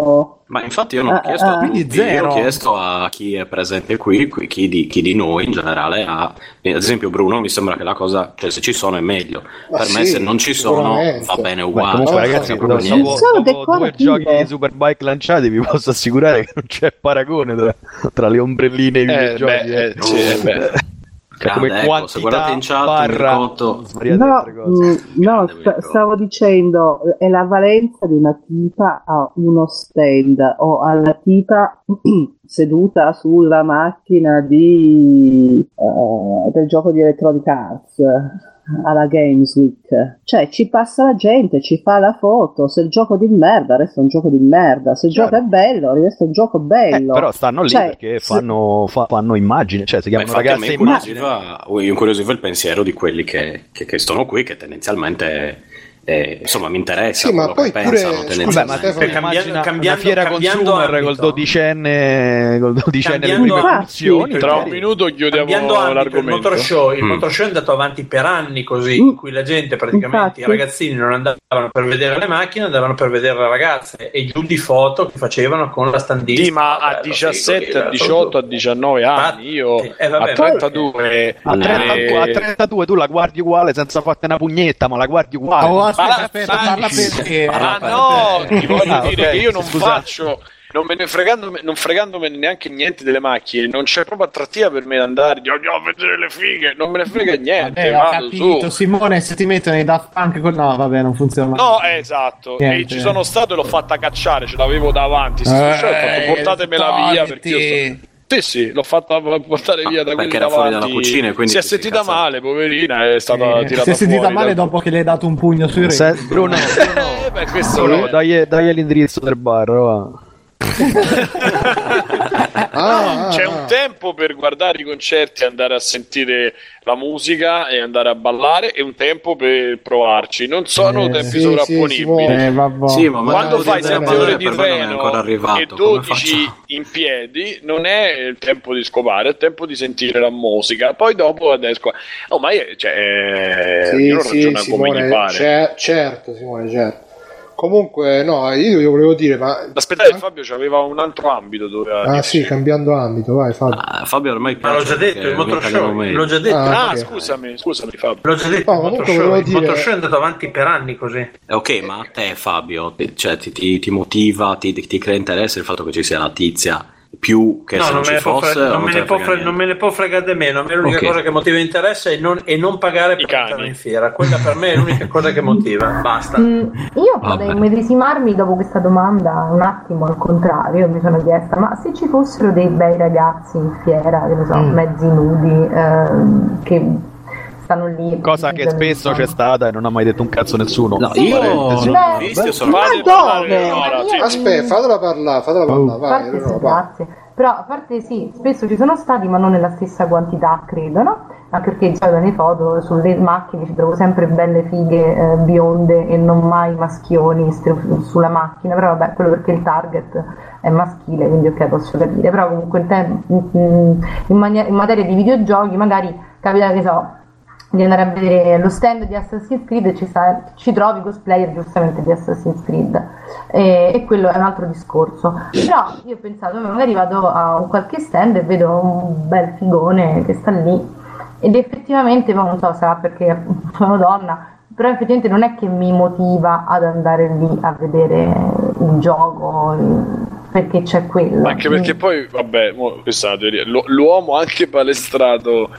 Speaker 9: Ma infatti io non ho chiesto,
Speaker 5: ah,
Speaker 9: a tutti, io ho chiesto a chi è presente qui, qui chi, di, chi di noi in generale ha, ad esempio Bruno mi sembra che la cosa, cioè se ci sono è meglio,
Speaker 1: Ma
Speaker 9: per
Speaker 1: sì,
Speaker 9: me se non ci sono va bene uguale.
Speaker 8: Comunque
Speaker 9: cioè,
Speaker 8: ragazzi,
Speaker 9: non proprio
Speaker 8: dopo,
Speaker 9: niente.
Speaker 8: dopo due giochi di Superbike lanciati vi posso assicurare che non c'è paragone tra, tra le ombrelline e i videogiochi.
Speaker 10: Beh, eh, sì, eh, beh.
Speaker 8: Cioè, come
Speaker 9: Grande, ecco, se guardate in chat
Speaker 8: barra
Speaker 9: Mircotto,
Speaker 5: No, mh, no st- stavo dicendo, è la valenza di una tipa a uno stand o alla tipa seduta sulla macchina di, uh, del gioco di Electronic Arts alla Games Week, cioè ci passa la gente, ci fa la foto, se il gioco di merda resta un gioco di merda, se il
Speaker 8: certo.
Speaker 5: gioco è bello resta un gioco bello,
Speaker 8: eh, però stanno lì
Speaker 5: cioè,
Speaker 8: perché fanno, fa, fanno immagine, cioè si chiamano
Speaker 9: Beh,
Speaker 8: ragazze
Speaker 9: mi incuriosiva, mi incuriosiva il pensiero di quelli che, che, che sono qui, che tendenzialmente eh, insomma mi interessa
Speaker 1: Sì, ma
Speaker 9: quello
Speaker 1: poi
Speaker 9: che
Speaker 1: pure-
Speaker 9: pensano
Speaker 1: scusa,
Speaker 9: tendenzialmente.
Speaker 1: Stefano,
Speaker 8: immagina
Speaker 7: cambiando-
Speaker 8: una
Speaker 7: cambiando-
Speaker 8: fiera
Speaker 7: cambiando
Speaker 8: consumer
Speaker 7: ambito.
Speaker 8: col dodicenne col dodicenne le
Speaker 7: Cambiando
Speaker 8: prime
Speaker 7: ambito.
Speaker 8: funzioni,
Speaker 10: Tra un
Speaker 8: magari.
Speaker 10: minuto chiudiamo
Speaker 7: Cambiando ambito, il
Speaker 10: l'argomento.
Speaker 7: motor show, il
Speaker 8: Mm.
Speaker 7: motor show è andato avanti per anni così,
Speaker 5: Mm.
Speaker 7: in cui la gente praticamente,
Speaker 5: Infatti.
Speaker 7: i ragazzini non andavano per vedere le macchine, andavano per vedere le ragazze e giù di foto che facevano con la standina.
Speaker 10: Sì, ma a diciassette, a diciotto, a diciannove anni, io
Speaker 7: eh, vabbè,
Speaker 10: a trentadue,
Speaker 8: A trentadue, a trentadue tu la guardi uguale senza farti una pugnetta, ma la guardi uguale.
Speaker 3: Oh, aspetta,
Speaker 10: Ma-
Speaker 3: aspetta,
Speaker 10: ma-
Speaker 3: parla perché.
Speaker 10: Ah no, ti voglio
Speaker 8: Ah,
Speaker 10: dire
Speaker 8: ok,
Speaker 10: che io non
Speaker 8: scusate.
Speaker 10: faccio, non me ne fregandomene, non fregandomene neanche niente delle macchine, non c'è proprio attrattiva per me andare di, "Andiamo a vedere le fighe", non me ne frega niente,
Speaker 3: Vabbè, ho
Speaker 10: vado
Speaker 3: capito,
Speaker 10: su.
Speaker 3: Simone, se ti mettono i Daft Punk con... No, vabbè, non funziona mai.
Speaker 10: No, eh, esatto,
Speaker 3: Niente.
Speaker 10: e ci sono stato e l'ho fatta cacciare, ce l'avevo davanti, sì,
Speaker 3: Eh,
Speaker 10: sì, ho fatto portatemela via perché io
Speaker 3: togliti.
Speaker 10: sto... Sì, sì, l'ho fatta portare via da
Speaker 9: perché
Speaker 10: quelli
Speaker 9: era fuori
Speaker 10: davanti.
Speaker 9: dalla cucina e quindi
Speaker 10: si è
Speaker 9: ti sei
Speaker 10: sentita
Speaker 9: incazzato.
Speaker 10: male, poverina, è stata
Speaker 3: Eh,
Speaker 10: tirata
Speaker 3: si è sentita
Speaker 10: fuori
Speaker 3: male
Speaker 10: dal-
Speaker 3: dopo che le hai dato un pugno sui reni.
Speaker 8: Se- Bruno,
Speaker 10: Eh, beh, questo
Speaker 8: Bruno,
Speaker 10: è-
Speaker 8: dai, dai l'indirizzo del bar, va.
Speaker 1: Ah,
Speaker 10: C'è
Speaker 1: ah,
Speaker 10: un tempo per guardare i concerti, andare a sentire la musica e andare a ballare, e un tempo per provarci. Non sono
Speaker 3: Eh,
Speaker 10: tempi
Speaker 1: sì,
Speaker 10: sovrapponibili.
Speaker 1: sì, Simone.
Speaker 3: Eh, vabbè.
Speaker 9: Sì, ma
Speaker 10: Quando
Speaker 9: magari
Speaker 10: fai
Speaker 9: andare a
Speaker 10: sette ore
Speaker 9: ballare
Speaker 10: di
Speaker 9: per me non è
Speaker 10: treno
Speaker 9: ancora arrivato,
Speaker 10: e
Speaker 9: come
Speaker 10: dodici
Speaker 9: facciamo?
Speaker 10: in piedi, non è il tempo di scopare, è il tempo di sentire la musica. Poi dopo adesso, oh, ma io, cioè, eh,
Speaker 1: sì,
Speaker 10: io
Speaker 1: sì,
Speaker 10: ragiono come
Speaker 1: Simone,
Speaker 10: gli pare.
Speaker 1: cer- certo, Simone, certo. Comunque, no, io io volevo dire, ma...
Speaker 10: Aspettate, Fabio c'aveva un altro ambito dove
Speaker 1: Ah sì, cambiando ambito, vai Fabio.
Speaker 9: Ah, Fabio ormai
Speaker 7: Ma l'ho già
Speaker 9: piace
Speaker 7: detto, il
Speaker 9: perché
Speaker 7: motor
Speaker 9: mi cagano
Speaker 7: show,
Speaker 9: meglio.
Speaker 7: l'ho già detto.
Speaker 1: Ah,
Speaker 10: Ah,
Speaker 1: ok.
Speaker 10: scusami, scusami Fabio.
Speaker 7: L'ho già detto,
Speaker 1: No,
Speaker 7: il motor
Speaker 1: comunque
Speaker 7: show,
Speaker 1: volevo
Speaker 7: il motor
Speaker 1: dire-
Speaker 7: show è andato avanti per anni così.
Speaker 9: Eh, ok, ma a te Fabio, ti- cioè, ti, ti, ti motiva, ti, ti crea interesse il fatto che ci sia la tizia più che
Speaker 7: No,
Speaker 9: se
Speaker 7: non
Speaker 9: non
Speaker 7: me,
Speaker 9: ci
Speaker 7: ne può
Speaker 9: fosse?
Speaker 7: fre-
Speaker 9: o
Speaker 7: non, me
Speaker 9: te
Speaker 7: ne può
Speaker 9: frega
Speaker 7: fre- non
Speaker 9: niente?
Speaker 7: me ne può fregare di meno. A me l'unica
Speaker 9: Ok.
Speaker 7: cosa che motiva interesse è non, è non pagare per
Speaker 10: I cani.
Speaker 7: entrare in fiera. Quella per me è l'unica cosa che motiva. Basta.
Speaker 4: Mm, io
Speaker 9: Vabbè.
Speaker 4: potrei immedesimarmi dopo questa domanda un attimo al contrario, mi sono chiesta, ma se ci fossero dei bei ragazzi in fiera, che ne so,
Speaker 3: Mm.
Speaker 4: mezzi nudi, ehm, che stanno lì...
Speaker 8: Cosa che spesso c'è stata e non ha mai detto un cazzo nessuno.
Speaker 9: No, io
Speaker 8: Parentesi.
Speaker 9: non ho
Speaker 4: Beh,
Speaker 9: visto, io sono
Speaker 5: ma
Speaker 10: Fate
Speaker 5: dove?
Speaker 10: parlare Eleonora, sì.
Speaker 1: Aspetta, fatela parlare, fatela parlare,
Speaker 4: A
Speaker 1: vai,
Speaker 4: parte
Speaker 1: Eleonora,
Speaker 4: sì,
Speaker 1: vai.
Speaker 4: grazie. Però a parte sì, spesso ci sono stati, ma non nella stessa quantità, credo, no? Anche perché di solito nelle foto sulle macchine ci trovo sempre belle fighe eh, bionde e non mai maschioni str- sulla macchina, però vabbè, quello perché il target è maschile, quindi ok, posso capire. Però comunque in, te- in, in mania- in materia di videogiochi magari capita, che so, di andare a vedere lo stand di Assassin's Creed e ci, sta, ci trovi cosplayer giustamente di Assassin's Creed e, e quello è un altro discorso. Però io ho pensato, magari vado a un qualche stand e vedo un bel figone che sta lì ed effettivamente, ma non so, sarà perché sono donna, però effettivamente non è che mi motiva ad andare lì a vedere il gioco perché c'è quello.
Speaker 10: Anche perché poi, vabbè, mo, questa è una teoria. L'u- l'uomo anche palestrato,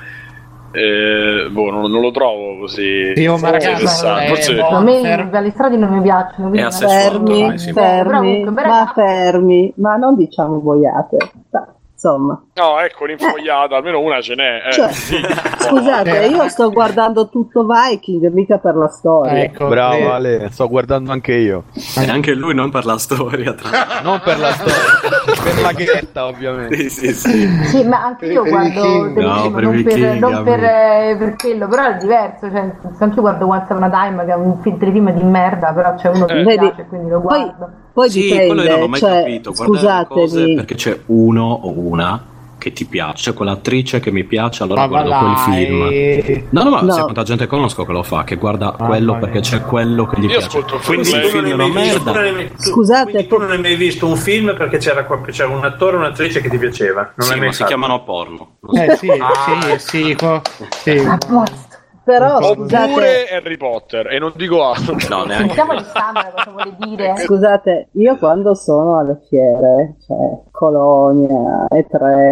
Speaker 10: eh, boh, non, non lo trovo così
Speaker 3: Io, ma ragazzi,
Speaker 10: interessante.
Speaker 3: eh,
Speaker 10: Forse
Speaker 3: boh.
Speaker 4: a me
Speaker 3: Fer-
Speaker 4: i balestrati non mi piacciono, quindi
Speaker 9: È
Speaker 4: magari-
Speaker 9: assessuato,
Speaker 5: Fermi,
Speaker 9: ormai, sì.
Speaker 4: Però
Speaker 5: fermi,
Speaker 4: comunque, per
Speaker 5: ma
Speaker 4: ragazzi-
Speaker 5: fermi, ma non diciamo boiate. Dai, insomma,
Speaker 10: no, ecco, l'infogliata, almeno una ce n'è. Eh.
Speaker 5: cioè, scusate, io sto guardando tutto Viking, mica per la storia.
Speaker 3: Ecco,
Speaker 8: Bravo
Speaker 3: eh,
Speaker 8: Ale, sto guardando anche io.
Speaker 9: E anche lui non per la storia, tra
Speaker 8: Non per la storia, per la ghetta ovviamente.
Speaker 9: Sì, sì, sì.
Speaker 4: Sì, ma anche io
Speaker 1: Per i
Speaker 4: guardo
Speaker 1: vichinghi.
Speaker 4: telefilm,
Speaker 9: No, per i
Speaker 4: non, per,
Speaker 9: vichinghi,
Speaker 4: non per,
Speaker 9: amico.
Speaker 4: eh, per quello, però è diverso, cioè, anche io guardo Once Upon a Time, che è un film, telefilm di merda, però c'è uno che mi
Speaker 5: Vedi,
Speaker 4: piace, quindi lo
Speaker 5: poi,
Speaker 4: guardo.
Speaker 5: poi
Speaker 9: Sì,
Speaker 5: dipende,
Speaker 9: quello io non ho mai
Speaker 5: cioè,
Speaker 9: capito. Guardare le cose
Speaker 5: scusatemi,
Speaker 9: perché c'è uno o una che ti piace, quell'attrice che mi piace, allora
Speaker 3: Ma
Speaker 9: guardo
Speaker 3: va
Speaker 9: quel
Speaker 3: là,
Speaker 9: film.
Speaker 3: e-
Speaker 9: No, no, ma
Speaker 5: No.
Speaker 9: sai quanta gente conosco che lo fa, che guarda
Speaker 3: Mamma
Speaker 9: quello
Speaker 3: mia.
Speaker 9: perché c'è quello che gli
Speaker 10: Io
Speaker 9: piace.
Speaker 10: ascolto il
Speaker 9: Quindi
Speaker 10: film,
Speaker 9: il
Speaker 10: lei-
Speaker 9: film è
Speaker 7: tu
Speaker 9: una
Speaker 7: non hai visto- tu
Speaker 9: merda.
Speaker 7: non hai- tu-
Speaker 5: Scusate,
Speaker 7: quindi tu non hai mai visto un film perché c'era, qua- c'era un attore o un'attrice che ti piaceva, non
Speaker 9: Sì,
Speaker 7: hai mai
Speaker 9: ma si
Speaker 7: fatto.
Speaker 9: chiamano porno.
Speaker 3: Eh sì,
Speaker 7: Ah.
Speaker 3: sì, sì, co- sì.
Speaker 4: A posto.
Speaker 5: però
Speaker 10: Oppure
Speaker 5: scusate,
Speaker 10: Harry Potter, e non dico altro.
Speaker 9: No, neanche.
Speaker 4: Sentiamo Alessandra cosa vuole dire.
Speaker 5: scusate, io quando sono alle fiere, cioè Colonia, E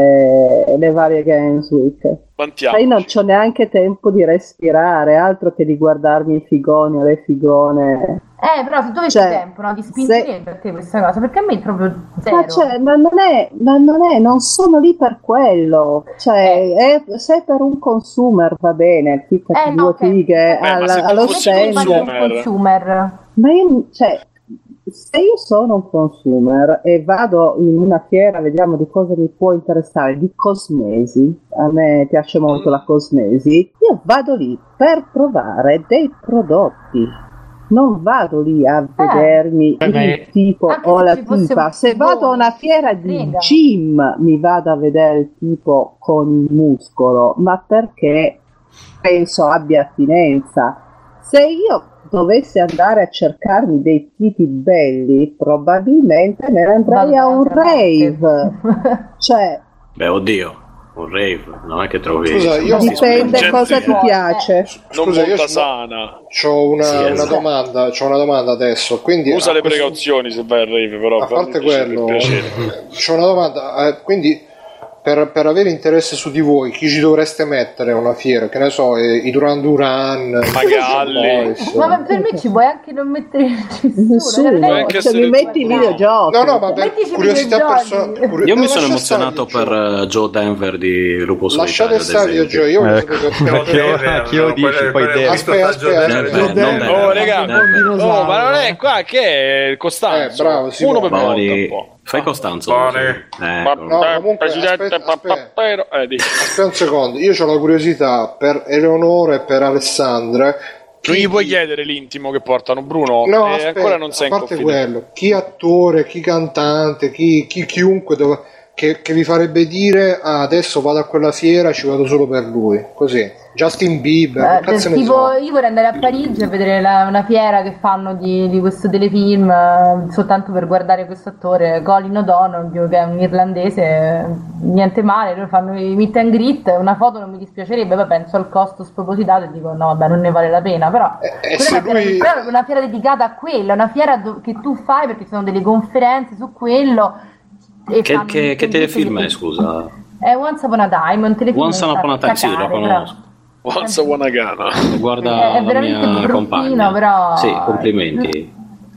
Speaker 5: tre, le varie Games Week,
Speaker 10: Vantiamo.
Speaker 5: io non c'ho neanche tempo di respirare, altro che di guardarmi i figoni o le figone.
Speaker 4: Eh, però se tu avessi
Speaker 5: Cioè,
Speaker 4: tempo, no, ti spingerebbe
Speaker 5: se-
Speaker 4: per te questa cosa, perché a me è proprio zero.
Speaker 5: Ma, cioè, ma non è, ma non è, non sono lì per quello. Cioè, è- se per un consumer va bene, cliccati
Speaker 4: Eh, no,
Speaker 5: due
Speaker 4: ok.
Speaker 5: righe
Speaker 10: Beh, ma
Speaker 5: alla-
Speaker 10: se tu
Speaker 5: allo
Speaker 10: fossi
Speaker 5: stand.
Speaker 10: consumer-
Speaker 4: Un consumer.
Speaker 5: Ma io, cioè, se io sono un consumer e vado in una fiera, vediamo di cosa mi può interessare, di cosmesi, a me piace molto la cosmesi, io vado lì per provare dei prodotti. Non vado lì a vedermi
Speaker 3: Eh, beh,
Speaker 5: il tipo
Speaker 4: anche
Speaker 5: o
Speaker 4: se
Speaker 5: la
Speaker 4: ci fosse
Speaker 5: tipa.
Speaker 4: un
Speaker 5: Se vado a
Speaker 4: figone,
Speaker 5: una fiera di
Speaker 4: frega.
Speaker 5: gym, mi vado a vedere il tipo con il muscolo, ma perché penso abbia attinenza. Se io dovessi andare a cercarmi dei tipi belli, probabilmente me ne andrei
Speaker 4: Vado
Speaker 5: a un
Speaker 4: un'altra
Speaker 5: rave.
Speaker 4: parte.
Speaker 5: Cioè,
Speaker 9: Beh, oddio, un rave, non è che trovi...
Speaker 1: Scusa, io-
Speaker 5: dipende
Speaker 10: gente-
Speaker 5: cosa ti piace.
Speaker 10: Non
Speaker 1: Scusa, io
Speaker 10: molta
Speaker 1: sono-
Speaker 10: sana.
Speaker 1: C'ho una,
Speaker 9: Sì,
Speaker 1: una
Speaker 9: esatto.
Speaker 1: domanda, c'ho una domanda adesso. Quindi
Speaker 10: Usa
Speaker 1: a
Speaker 10: le
Speaker 1: questo-
Speaker 10: precauzioni se vai al rave, però.
Speaker 1: A parte quello,
Speaker 10: Per piacere.
Speaker 1: c'ho una domanda. eh, quindi, per, per avere interesse su di voi, chi ci dovreste mettere a una fiera? Che ne so, eh, i Duran Duran,
Speaker 10: Magalli.
Speaker 1: Boys.
Speaker 4: Ma per me ci puoi anche non mettere nessuno.
Speaker 5: Nessuno,
Speaker 4: non è-
Speaker 10: Puoi anche
Speaker 5: cioè, mi
Speaker 10: essere
Speaker 5: metti i
Speaker 10: tu.
Speaker 5: videogiochi.
Speaker 1: No, no, ma per
Speaker 4: Mettici
Speaker 1: curiosità
Speaker 4: videogiochi.
Speaker 1: personale. curi-
Speaker 9: Io
Speaker 1: no,
Speaker 9: mi sono
Speaker 1: lascia stare
Speaker 9: emozionato
Speaker 1: il gioco.
Speaker 9: per eh, Joe Denver di Lupo Solitario.
Speaker 1: Lasciate
Speaker 9: ad
Speaker 1: stare io
Speaker 9: esempio.
Speaker 1: gioco, io voglio
Speaker 8: Ecco.
Speaker 1: sapere
Speaker 7: No,
Speaker 1: perché-
Speaker 8: Che io-
Speaker 7: Denver,
Speaker 8: che io
Speaker 7: no,
Speaker 8: dici,
Speaker 7: quello-
Speaker 8: poi
Speaker 7: quello-
Speaker 8: Denver.
Speaker 1: Aspetta, aspetta,
Speaker 9: Denver,
Speaker 1: aspetta.
Speaker 9: non Denver.
Speaker 10: Oh, raga,
Speaker 3: Denver.
Speaker 10: oh, ma non è qua che è Costanzo.
Speaker 1: Eh, bravo, Simone.
Speaker 10: Uno per volta un
Speaker 9: Boni,
Speaker 10: po'.
Speaker 9: fai Costanzo.
Speaker 7: Buone.
Speaker 9: Eh,
Speaker 10: Ma-
Speaker 1: No,
Speaker 10: eh,
Speaker 1: comunque,
Speaker 10: Presidente
Speaker 1: aspetta, aspetta.
Speaker 10: Pappero, eh, dici.
Speaker 1: Aspetta un secondo, io ho la curiosità per Eleonora e per Alessandra.
Speaker 10: Non gli puoi chiedere l'intimo che portano, Bruno.
Speaker 1: No,
Speaker 10: eh,
Speaker 1: aspetta,
Speaker 10: ancora non sei
Speaker 1: a
Speaker 10: in
Speaker 1: parte
Speaker 10: confidenza.
Speaker 1: quello, chi attore, chi cantante, chi, chi chiunque dove- che, che vi farebbe dire ah, adesso vado a quella fiera, ci vado solo per lui, così. Justin Bieber,
Speaker 4: Eh,
Speaker 1: che cazzo ne
Speaker 4: tipo,
Speaker 1: so.
Speaker 4: io vorrei andare a Parigi a vedere la- una fiera che fanno di, di questo telefilm eh, soltanto per guardare questo attore Colin O'Donnell, che è un irlandese, eh, niente male. Loro fanno i meet and greet, una foto non mi dispiacerebbe, poi penso al costo spropositato e dico no, vabbè, non ne vale la pena. Però
Speaker 1: Eh, eh,
Speaker 4: quella
Speaker 1: se
Speaker 4: è una, fiera,
Speaker 1: lui-
Speaker 4: però è una fiera dedicata a quello, è una fiera do- che tu fai perché ci sono delle conferenze su quello. e
Speaker 9: Che,
Speaker 4: fanno
Speaker 9: che,
Speaker 4: meet
Speaker 9: che
Speaker 4: and
Speaker 9: telefilm
Speaker 4: greet.
Speaker 9: è, scusa?
Speaker 4: È Once Upon a Time, è un telefilm.
Speaker 9: Once Upon a Time, sì, lo
Speaker 4: cacare,
Speaker 9: conosco.
Speaker 10: Once upon a Ghana.
Speaker 9: Guarda
Speaker 4: È
Speaker 9: la
Speaker 4: veramente
Speaker 9: mia
Speaker 4: bruttino,
Speaker 9: compagna.
Speaker 4: però-
Speaker 9: Sì, complimenti.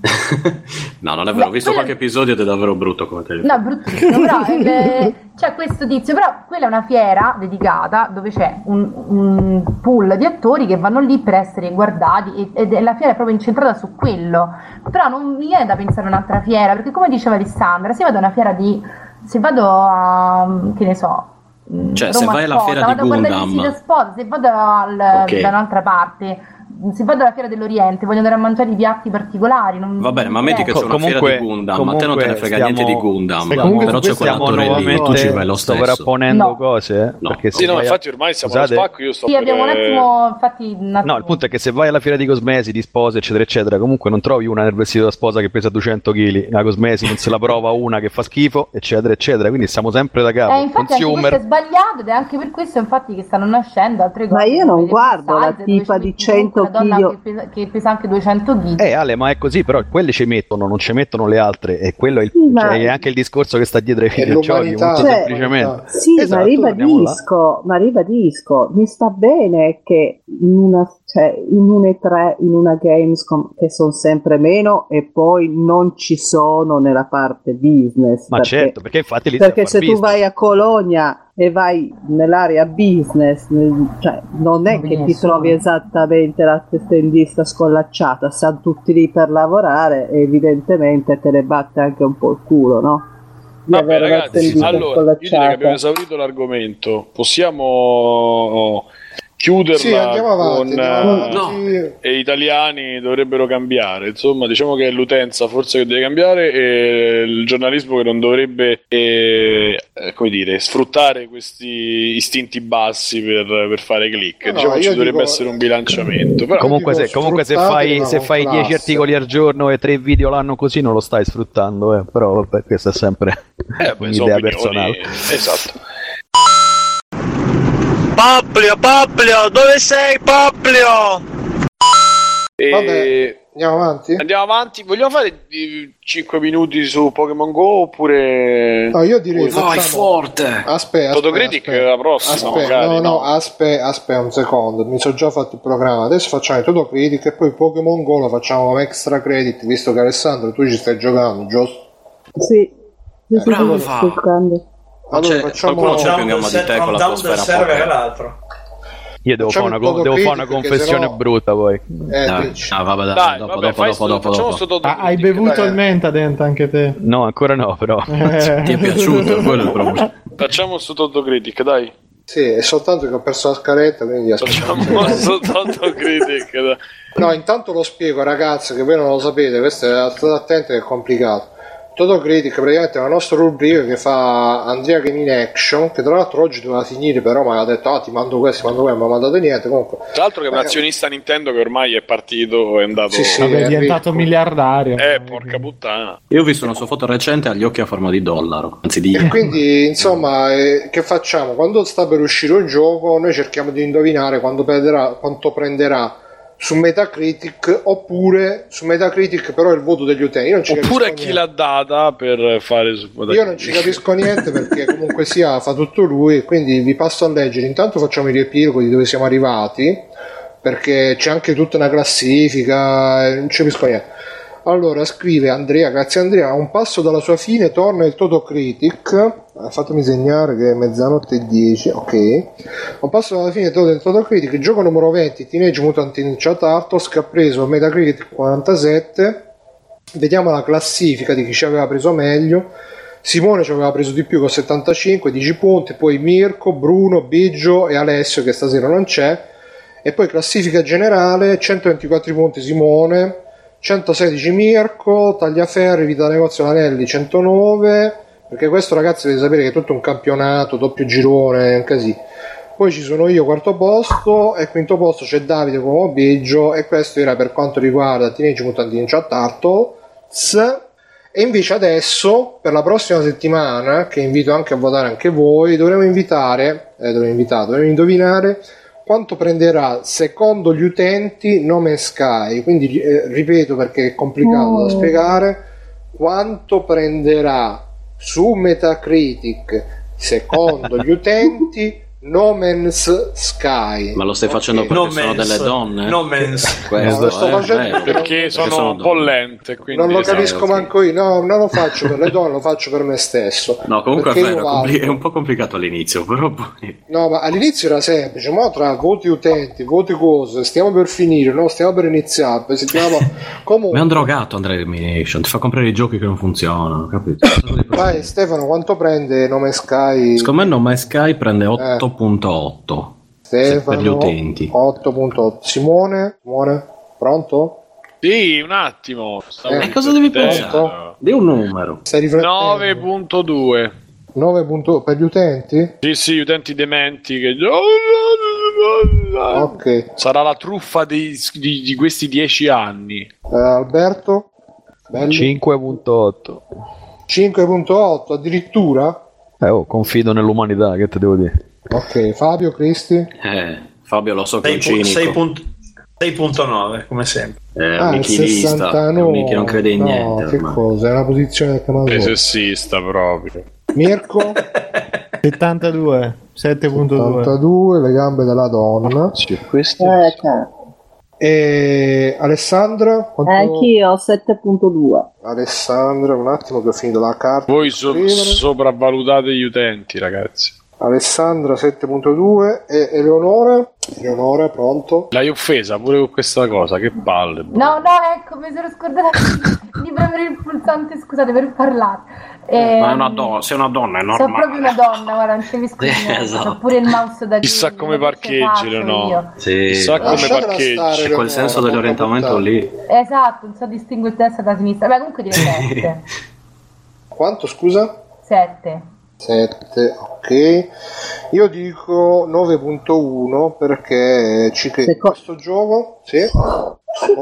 Speaker 9: No, non è vero, ho visto
Speaker 4: quello-
Speaker 9: qualche episodio ed è davvero brutto come telefilm.
Speaker 4: No, bruttissimo, però eh, c'è questo tizio, però quella è una fiera dedicata dove c'è un, un pool di attori che vanno lì per essere guardati e, ed è- la fiera è proprio incentrata su quello. Però non mi viene da pensare a un'altra fiera, perché come diceva Alessandra, se vado a una fiera di... se vado a... che ne so... mh,
Speaker 9: Cioè, se
Speaker 4: Roma
Speaker 9: vai alla
Speaker 4: Sposa,
Speaker 9: fiera di
Speaker 4: vado a guardare il
Speaker 9: Gundam.
Speaker 4: sito Sposa, se vado al-
Speaker 9: Ok.
Speaker 4: da un'altra parte, se vado alla fiera dell'Oriente, voglio andare a mangiare i piatti particolari. Non,
Speaker 9: Va bene, ma metti che
Speaker 4: eh,
Speaker 9: c'è una fiera
Speaker 8: Comunque-
Speaker 9: di Gundam, ma a te non te ne frega
Speaker 8: comunque
Speaker 9: niente di
Speaker 8: stiamo-
Speaker 9: Gundam,
Speaker 3: Sì, comunque
Speaker 9: però c'è
Speaker 3: stiamo
Speaker 9: quell'attore lì, tu ci
Speaker 8: nuovamente
Speaker 9: vai lo stesso.
Speaker 8: sovrapponendo
Speaker 4: No.
Speaker 8: cose.
Speaker 9: No.
Speaker 8: Perché
Speaker 10: Sì,
Speaker 8: se
Speaker 10: no,
Speaker 8: vai a-
Speaker 10: infatti ormai siamo
Speaker 8: Scusate?
Speaker 10: allo spacco. Io sto
Speaker 4: Sì,
Speaker 10: per...
Speaker 4: abbiamo un attimo, infatti, un attimo.
Speaker 8: No, il punto è che se vai alla fiera di cosmesi, di spose, eccetera, eccetera, comunque non trovi una nel vestito da sposa che pesa duecento chili. La cosmesi non se la prova una che fa schifo, eccetera, eccetera. Quindi siamo sempre da capo.
Speaker 4: Eh, infatti anche
Speaker 8: Consumer.
Speaker 4: questo è sbagliato ed è anche per questo infatti che stanno nascendo altre cose.
Speaker 5: Ma io non
Speaker 4: come le
Speaker 5: guardo la
Speaker 4: plus size,
Speaker 5: tipa
Speaker 4: dove
Speaker 5: di
Speaker 4: ci metti comunque
Speaker 5: cento
Speaker 4: una donna
Speaker 5: chili.
Speaker 4: che pesa, che pesa anche duecento chili.
Speaker 8: Eh Ale, ma è così, però quelli ci mettono, non ci mettono le altre, e quello è, il,
Speaker 5: Sì, ma-
Speaker 8: cioè, è anche il discorso che sta dietro ai
Speaker 1: È
Speaker 8: videogiochi,
Speaker 1: l'umanità,
Speaker 8: molto
Speaker 5: Cioè-
Speaker 8: semplicemente.
Speaker 5: Sì,
Speaker 8: Esatto,
Speaker 5: ma
Speaker 8: torniamo là.
Speaker 5: ribadisco, ma ribadisco, mi sta bene che in una, cioè, in una E tre, in una Gamescom, che sono sempre meno, e poi non ci sono nella parte business.
Speaker 8: Ma
Speaker 5: perché,
Speaker 8: certo, perché infatti lì
Speaker 5: perché
Speaker 8: stai
Speaker 5: se
Speaker 8: a far
Speaker 5: tu vai a Cologna e vai nell'area business, nel- cioè, non è
Speaker 4: Non
Speaker 5: che
Speaker 4: viene
Speaker 5: ti
Speaker 4: nessuno.
Speaker 5: trovi esattamente la testendista scollacciata, stanno tutti lì per lavorare e evidentemente te ne batte anche un po' il culo, no? Di
Speaker 10: Vabbè,
Speaker 5: avere una
Speaker 10: ragazzi,
Speaker 5: testendista
Speaker 10: allora io direi che abbiamo
Speaker 5: scollacciata.
Speaker 10: esaurito l'argomento. Possiamo chiuderla
Speaker 1: Sì, andiamo avanti,
Speaker 10: con
Speaker 1: andiamo
Speaker 10: eh,
Speaker 1: avanti.
Speaker 10: e gli italiani dovrebbero cambiare. Insomma, diciamo che è l'utenza forse che deve cambiare e il giornalismo che non dovrebbe eh, eh, come dire, sfruttare questi istinti bassi per, per fare click.
Speaker 1: No,
Speaker 10: Diciamo
Speaker 1: no,
Speaker 10: che ci
Speaker 1: io
Speaker 10: dovrebbe
Speaker 1: dico-
Speaker 10: essere un bilanciamento. Però
Speaker 8: Comunque,
Speaker 1: dico,
Speaker 8: se, comunque se
Speaker 1: sfruttateli,
Speaker 8: fai,
Speaker 1: ma
Speaker 8: se
Speaker 1: con
Speaker 8: fai dieci
Speaker 1: classe.
Speaker 8: articoli al giorno e tre video l'anno così non lo stai sfruttando, eh. Però vabbè, questa è sempre
Speaker 10: eh, beh, sono
Speaker 8: un'idea
Speaker 10: opinioni-
Speaker 8: personale.
Speaker 10: Esatto.
Speaker 11: Poplio, Poplio, dove sei Poplio?
Speaker 10: E...
Speaker 1: Vabbè, andiamo avanti?
Speaker 10: Andiamo avanti. Vogliamo fare cinque minuti su Pokémon Go oppure
Speaker 1: No, io direi
Speaker 10: No,
Speaker 1: facciamo...
Speaker 10: è
Speaker 9: forte.
Speaker 1: Aspetta,
Speaker 10: Totocritic
Speaker 1: aspetta,
Speaker 10: la prossima,
Speaker 1: aspetta,
Speaker 10: magari,
Speaker 1: no, no,
Speaker 10: no?
Speaker 1: aspetta, aspetta un secondo, mi sono già fatto il programma, adesso facciamo il Totocritic e poi Pokémon Go lo facciamo come extra credit, visto che Alessandro tu ci stai giocando, giusto?
Speaker 5: Sì, io sono
Speaker 9: Brava.
Speaker 5: sto giocando.
Speaker 1: Allora
Speaker 9: c'è-
Speaker 1: facciamo...
Speaker 9: qualcuno c'è più in
Speaker 7: Countdown
Speaker 9: gamma
Speaker 7: del
Speaker 9: di te con
Speaker 7: countdown del
Speaker 9: l'atmosfera
Speaker 7: server
Speaker 9: Pokémon.
Speaker 7: all'altro.
Speaker 8: Io devo
Speaker 1: Facciamo
Speaker 8: fare
Speaker 1: il
Speaker 8: una, con- devo fare una
Speaker 1: Totocritic,
Speaker 8: confessione
Speaker 1: che sennò-
Speaker 8: brutta poi.
Speaker 1: Eh,
Speaker 9: Dai,
Speaker 1: dici.
Speaker 9: ah, vabbè, dai,
Speaker 10: Dai,
Speaker 9: dopo,
Speaker 10: vabbè,
Speaker 9: dopo,
Speaker 10: fai
Speaker 9: dopo,
Speaker 10: sto-
Speaker 9: dopo,
Speaker 10: facciamo
Speaker 9: dopo.
Speaker 10: sto
Speaker 3: Ah,
Speaker 10: Totocritic,
Speaker 3: hai bevuto
Speaker 10: dai.
Speaker 3: il Mentadent anche te?
Speaker 8: No, ancora no, però.
Speaker 3: Eh.
Speaker 9: Ti è piaciuto? Quello è il problema.
Speaker 10: Facciamo sto Totocritic, dai.
Speaker 1: Sì, è soltanto che ho perso la scaletta, quindi
Speaker 10: Facciamo
Speaker 1: aspetta.
Speaker 10: sto Totocritic, dai.
Speaker 1: No, intanto lo spiego ragazzi, che voi non lo sapete, questo è, state attenti che è complicato. Totocritic praticamente è una nostra rubrica che fa Andrea Game in Action, che tra l'altro oggi doveva finire, però mi ha detto ah ti mando questo, ti mando quello, non mi ha mandato niente, comunque.
Speaker 10: Tra l'altro che è un azionista Nintendo che ormai è partito, è andato...
Speaker 1: Sì, sì.
Speaker 3: Vabbè, è
Speaker 1: è
Speaker 3: diventato
Speaker 1: ricco.
Speaker 3: miliardario.
Speaker 10: Eh, porca puttana.
Speaker 9: Io ho visto una sua foto recente agli occhi a forma di dollaro, anzi di
Speaker 1: E quindi insomma eh, che facciamo? Quando sta per uscire un gioco noi cerchiamo di indovinare quando prenderà, quanto prenderà su Metacritic, oppure su Metacritic però il voto degli utenti. Io non ci
Speaker 10: Oppure a
Speaker 1: capisco
Speaker 10: chi
Speaker 1: niente.
Speaker 10: l'ha data per fare su
Speaker 1: Io non ci capisco niente perché comunque sia fa tutto lui, e quindi vi passo a leggere. Intanto facciamo il riepilogo di dove siamo arrivati, perché c'è anche tutta una classifica e non ci capisco niente. Allora scrive Andrea, grazie Andrea, a un passo dalla sua fine torna il Totocritic. Ah, fatemi segnare che è mezzanotte e dieci, ok. A un passo dalla fine torna il Totocritic, gioco numero venti, Teenage Mutant Ninja Turtles, che ha preso Metacritic quarantasette. Vediamo la classifica di chi ci aveva preso meglio. Simone ci aveva preso di più con settantacinque, dieci punti, poi Mirko, Bruno, Biggio e Alessio che stasera non c'è, e poi classifica generale, centoventiquattro punti Simone, centosedici Mirko, Tagliaferri, Vita Negozio Lanelli centonove, perché questo ragazzi dovete sapere che è tutto un campionato, doppio girone, un casino. Poi ci sono io quarto posto e quinto posto c'è Davide come Biggio, e questo era per quanto riguarda Teenage Mutant Ninja Turtles. E invece adesso per la prossima settimana, che invito anche a votare anche voi, dovremo invitare eh, dovremo invitare, dovremo indovinare quanto prenderà secondo gli utenti No Man's Sky. Quindi eh, ripeto perché è complicato
Speaker 5: Oh.
Speaker 1: da spiegare: quanto prenderà su Metacritic secondo gli utenti No Man's Sky.
Speaker 9: Ma lo stai facendo
Speaker 1: Ok.
Speaker 9: perché
Speaker 7: No
Speaker 9: sono
Speaker 7: mens.
Speaker 9: delle donne?
Speaker 7: No mens.
Speaker 9: Questo,
Speaker 1: No, lo sto
Speaker 9: eh,
Speaker 1: facendo
Speaker 9: vero.
Speaker 10: Perché sono,
Speaker 9: sono
Speaker 10: un po'
Speaker 9: donne.
Speaker 10: lente, quindi
Speaker 1: Non lo
Speaker 10: esatto.
Speaker 1: capisco manco io, no, non lo faccio per le donne, lo faccio per me stesso.
Speaker 9: No, comunque è
Speaker 1: Perché
Speaker 9: vero,
Speaker 1: io
Speaker 9: è compli-
Speaker 1: valgo.
Speaker 9: è un po' complicato all'inizio, però poi...
Speaker 1: No, ma all'inizio era semplice, ma tra voti utenti, voti cose, stiamo per finire, no, stiamo per iniziare, poi si chiama
Speaker 9: Ma è
Speaker 1: comunque.
Speaker 9: un drogato Andrea Elimination, ti fa comprare i giochi che non funzionano, capito?
Speaker 1: Vai Stefano, quanto prende No Man's Sky?
Speaker 9: Secondo me No Man's Sky prende otto virgola otto
Speaker 1: Stefano,
Speaker 9: per gli utenti.
Speaker 1: otto virgola otto. Simone? Simone? Pronto?
Speaker 10: Sì, un attimo. Stavo
Speaker 1: Eh,
Speaker 9: E cosa devi
Speaker 10: riflettendo.
Speaker 9: pensare? Di un numero.
Speaker 1: Stai riflettendo?
Speaker 10: nove virgola due.
Speaker 1: nove punto per gli utenti?
Speaker 10: Sì, sì, utenti dementi che...
Speaker 1: Ok.
Speaker 10: Sarà la truffa di, di- di questi dieci anni.
Speaker 1: Eh, Alberto? Belli?
Speaker 8: cinque virgola otto.
Speaker 1: cinque virgola otto addirittura?
Speaker 8: Eh, oh, confido nell'umanità, che te devo dire?
Speaker 1: Ok, Fabio, Cristi?
Speaker 9: Eh, Fabio lo so che è un
Speaker 7: sei
Speaker 9: cinico.
Speaker 7: virgola nove come sempre.
Speaker 9: È un
Speaker 1: Ah, il
Speaker 9: nichilista, è
Speaker 1: sessantanove.
Speaker 9: un che non crede in
Speaker 1: No,
Speaker 9: niente
Speaker 1: che
Speaker 9: ormai.
Speaker 1: cosa? È una posizione del canale.
Speaker 10: È sessista proprio.
Speaker 1: Mirko?
Speaker 3: settantadue, sette virgola due.
Speaker 1: ottantadue, le gambe della donna.
Speaker 8: Sì, questi...
Speaker 5: Eh, cazzo.
Speaker 1: E Alessandra? Quanto...
Speaker 5: Eh, anch'io sette virgola due.
Speaker 1: Alessandra, un attimo che ho finito la carta.
Speaker 10: Voi so-
Speaker 1: Scrivere.
Speaker 10: sopravvalutate gli utenti, ragazzi.
Speaker 1: Alessandra sette punto due e Eleonora? Eleonora, pronto?
Speaker 10: L'hai offesa pure con questa cosa, che palle.
Speaker 4: No, no, ecco, mi sono scordata di premere il pulsante, scusate, per parlare. Eh,
Speaker 9: Ma è una donna, sei una donna, è normale.
Speaker 4: sono proprio una donna, guarda, non ci capisco niente.
Speaker 9: Esatto.
Speaker 4: Ho pure il mouse da
Speaker 10: Chissà come parcheggi, no?
Speaker 9: Sì.
Speaker 10: Chissà come
Speaker 1: Lasciatela
Speaker 10: parcheggi.
Speaker 1: stare,
Speaker 9: C'è quel senso dell'orientamento lì.
Speaker 4: Esatto, non so distinguere destra da sinistra. Beh, comunque dire sette.
Speaker 1: Quanto, scusa?
Speaker 4: sette.
Speaker 1: sette, ok. Io dico nove punto uno perché ci credo in questo gioco. Sì? Cosa?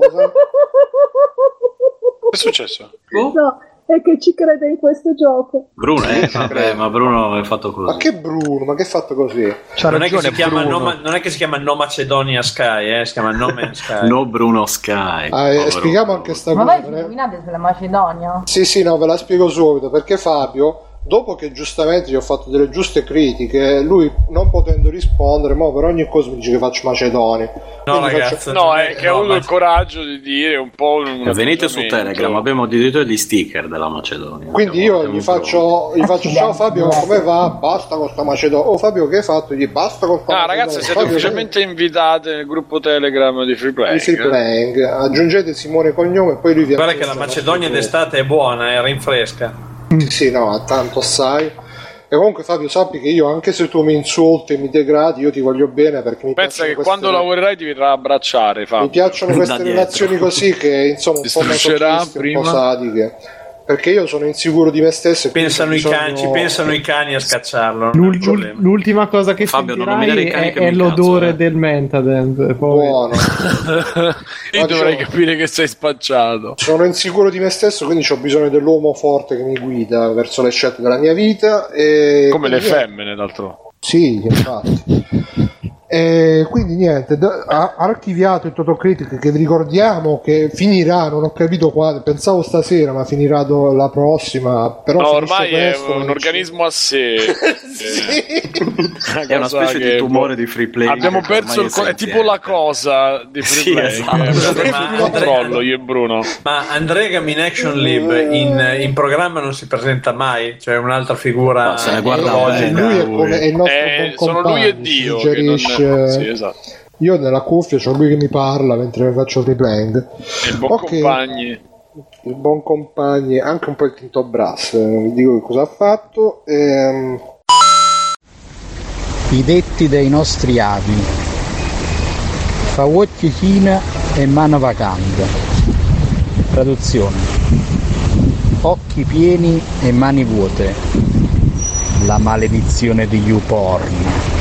Speaker 10: Che è successo?
Speaker 5: No, è che ci crede in questo gioco.
Speaker 9: Bruno, eh, vabbè, ma Bruno è fatto così.
Speaker 1: Ma che Bruno? Ma che è fatto così?
Speaker 7: C'ha non, è che si chiama no, non è che si chiama No Macedonia Sky, eh? Si chiama No Man's Sky.
Speaker 9: No Bruno Sky.
Speaker 1: Ah, eh, spieghiamo anche sta
Speaker 4: Ma
Speaker 1: cosa.
Speaker 4: voi ci
Speaker 1: eh?
Speaker 4: nominate sulla Macedonia?
Speaker 1: Sì, sì, no, ve la spiego subito, perché Fabio, dopo che giustamente gli ho fatto delle giuste critiche, lui non potendo rispondere, ma per ogni cosa mi dice che faccio Macedonia.
Speaker 7: No,
Speaker 1: Quindi
Speaker 7: ragazzi,
Speaker 1: faccio...
Speaker 10: No, è che ha
Speaker 7: no,
Speaker 10: avuto
Speaker 7: ma-
Speaker 10: il coraggio di dire un po' un
Speaker 9: Venite su Telegram, abbiamo addirittura gli sticker della Macedonia.
Speaker 1: Quindi
Speaker 9: Siamo-
Speaker 1: io
Speaker 9: siamo
Speaker 1: gli faccio, gli faccio ciao Fabio, come va? Basta con sta Macedonia. Oh Fabio, che hai fatto? Gli basta con sta
Speaker 10: Ah,
Speaker 1: Macedonia.
Speaker 10: ragazzi, siete
Speaker 1: Fabio,
Speaker 10: ufficialmente invitate nel gruppo Telegram di Free Play.
Speaker 1: di free playing. Aggiungete Simone Cognome e poi lui vi
Speaker 7: Guarda che la
Speaker 1: acquista
Speaker 7: Macedonia
Speaker 1: il nostro
Speaker 7: d'estate è buona, eh, rinfresca.
Speaker 1: gruppo. Sì, sì, no, tanto sai. E comunque Fabio, sappi che io, anche se tu mi insulti e mi degradi, io ti voglio bene perché mi
Speaker 10: Pensa
Speaker 1: piacciono
Speaker 10: che
Speaker 1: queste...
Speaker 10: quando lavorerai ti verrà a abbracciare, Fabio.
Speaker 1: mi piacciono queste
Speaker 9: Da
Speaker 1: relazioni
Speaker 9: dietro.
Speaker 1: così che insomma un
Speaker 10: Ti
Speaker 1: po'
Speaker 10: struscerà
Speaker 1: masochisti, un po'
Speaker 10: prima.
Speaker 1: sadiche. Perché io sono insicuro di me stesso e quindi
Speaker 7: Pensano
Speaker 1: ho
Speaker 7: i cani,
Speaker 1: bisogno-
Speaker 7: ci pensano i cani a scacciarlo. non è
Speaker 3: L'ul-
Speaker 7: un problema.
Speaker 3: l'ultima cosa che
Speaker 9: Fabio, non
Speaker 3: sentirai
Speaker 9: nominare i cani
Speaker 3: è,
Speaker 9: che
Speaker 3: è
Speaker 9: mi
Speaker 3: l'odore
Speaker 9: incazzo, eh.
Speaker 3: del Mentadent. Poi...
Speaker 1: Buono.
Speaker 10: Io dovrei capire che sei spacciato.
Speaker 1: Sono insicuro di me stesso, quindi ho bisogno dell'uomo forte che mi guida verso le scelte della mia vita. E
Speaker 10: Come le
Speaker 1: quindi niente.
Speaker 10: femmine, d'altro.
Speaker 1: Sì, infatti. E quindi niente, da- ha archiviato il Totocritic, che vi ricordiamo che finirà, non ho capito quando, pensavo stasera, ma finirà do- la prossima. Però
Speaker 10: No,
Speaker 1: finisce
Speaker 10: ormai è
Speaker 1: presto,
Speaker 10: un
Speaker 1: non
Speaker 10: organismo a sé.
Speaker 9: È una
Speaker 10: cosa
Speaker 9: specie
Speaker 10: che-
Speaker 9: di tumore di free play.
Speaker 10: Abbiamo
Speaker 9: che
Speaker 10: perso
Speaker 9: ormai
Speaker 10: il co- è
Speaker 9: senziente.
Speaker 10: tipo la cosa di free
Speaker 9: Sì,
Speaker 10: play.
Speaker 9: esatto.
Speaker 10: Abbiamo perso il
Speaker 7: Ma
Speaker 10: controllo io e Bruno.
Speaker 7: Ma Andregam in Action Lib in, in programma non si presenta mai? Cioè un'altra figura
Speaker 9: No, se ne guarda
Speaker 7: ideologica.
Speaker 1: Eh, lui è, come, è il nostro
Speaker 10: Eh,
Speaker 1: buon
Speaker 10: sono
Speaker 1: compagno,
Speaker 10: lui e
Speaker 1: ci
Speaker 10: Dio che non...
Speaker 1: suggerisce-
Speaker 10: Sì, esatto.
Speaker 1: Io nella cuffia c'ho lui che mi parla mentre faccio replaying.
Speaker 10: E il buon
Speaker 1: Ok.
Speaker 10: compagni.
Speaker 1: Il buon compagno, anche un po' il Tinto Brass, eh, non vi dico che cosa ha fatto. Ehm,
Speaker 12: I detti dei nostri avi. Fa occhi china e mano vacante. Traduzione. Occhi pieni e mani vuote. La maledizione di YouPorn.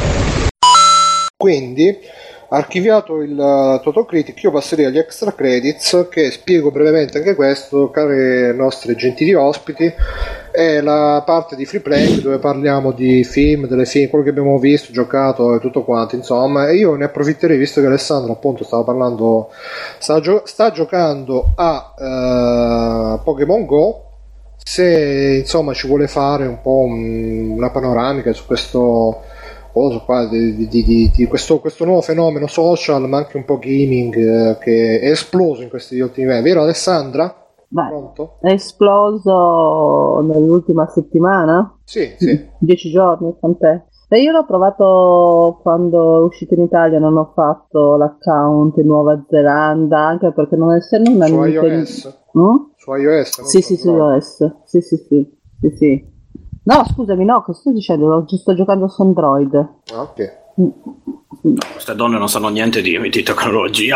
Speaker 1: quindi, archiviato il uh, Totocritic, io passerei agli extra credits, che spiego brevemente anche questo, care nostre gentili ospiti. È la parte di free play dove parliamo di film, delle film, quello che abbiamo visto, giocato e tutto quanto, insomma. E io ne approfitterei, visto che Alessandro appunto stava parlando, sta, gio- sta giocando a uh, Pokémon Go, se insomma ci vuole fare un po' un- una panoramica su questo cosa qua, di, di- di- di questo, questo nuovo fenomeno social, ma anche un po' gaming, eh, che è esploso in questi ultimi anni, vero Alessandra?
Speaker 5: Beh,
Speaker 1: Pronto?
Speaker 5: è esploso nell'ultima settimana?
Speaker 1: Sì, sì.
Speaker 5: Dieci giorni, quant'è? E io l'ho provato quando è uscito in Italia, non ho fatto l'account in Nuova Zelanda, anche perché non essendo una
Speaker 1: Su
Speaker 5: Nintendo-
Speaker 1: iOS?
Speaker 5: Mm?
Speaker 1: Su iOS? non
Speaker 5: Sì,
Speaker 1: so,
Speaker 5: sì, su
Speaker 1: no.
Speaker 5: iOS. Sì, sì, sì, sì, sì. No, scusami, no, che sto dicendo? Ci sto giocando su Android.
Speaker 1: Ah, ok.
Speaker 9: Queste donne non sanno niente di, di tecnologia.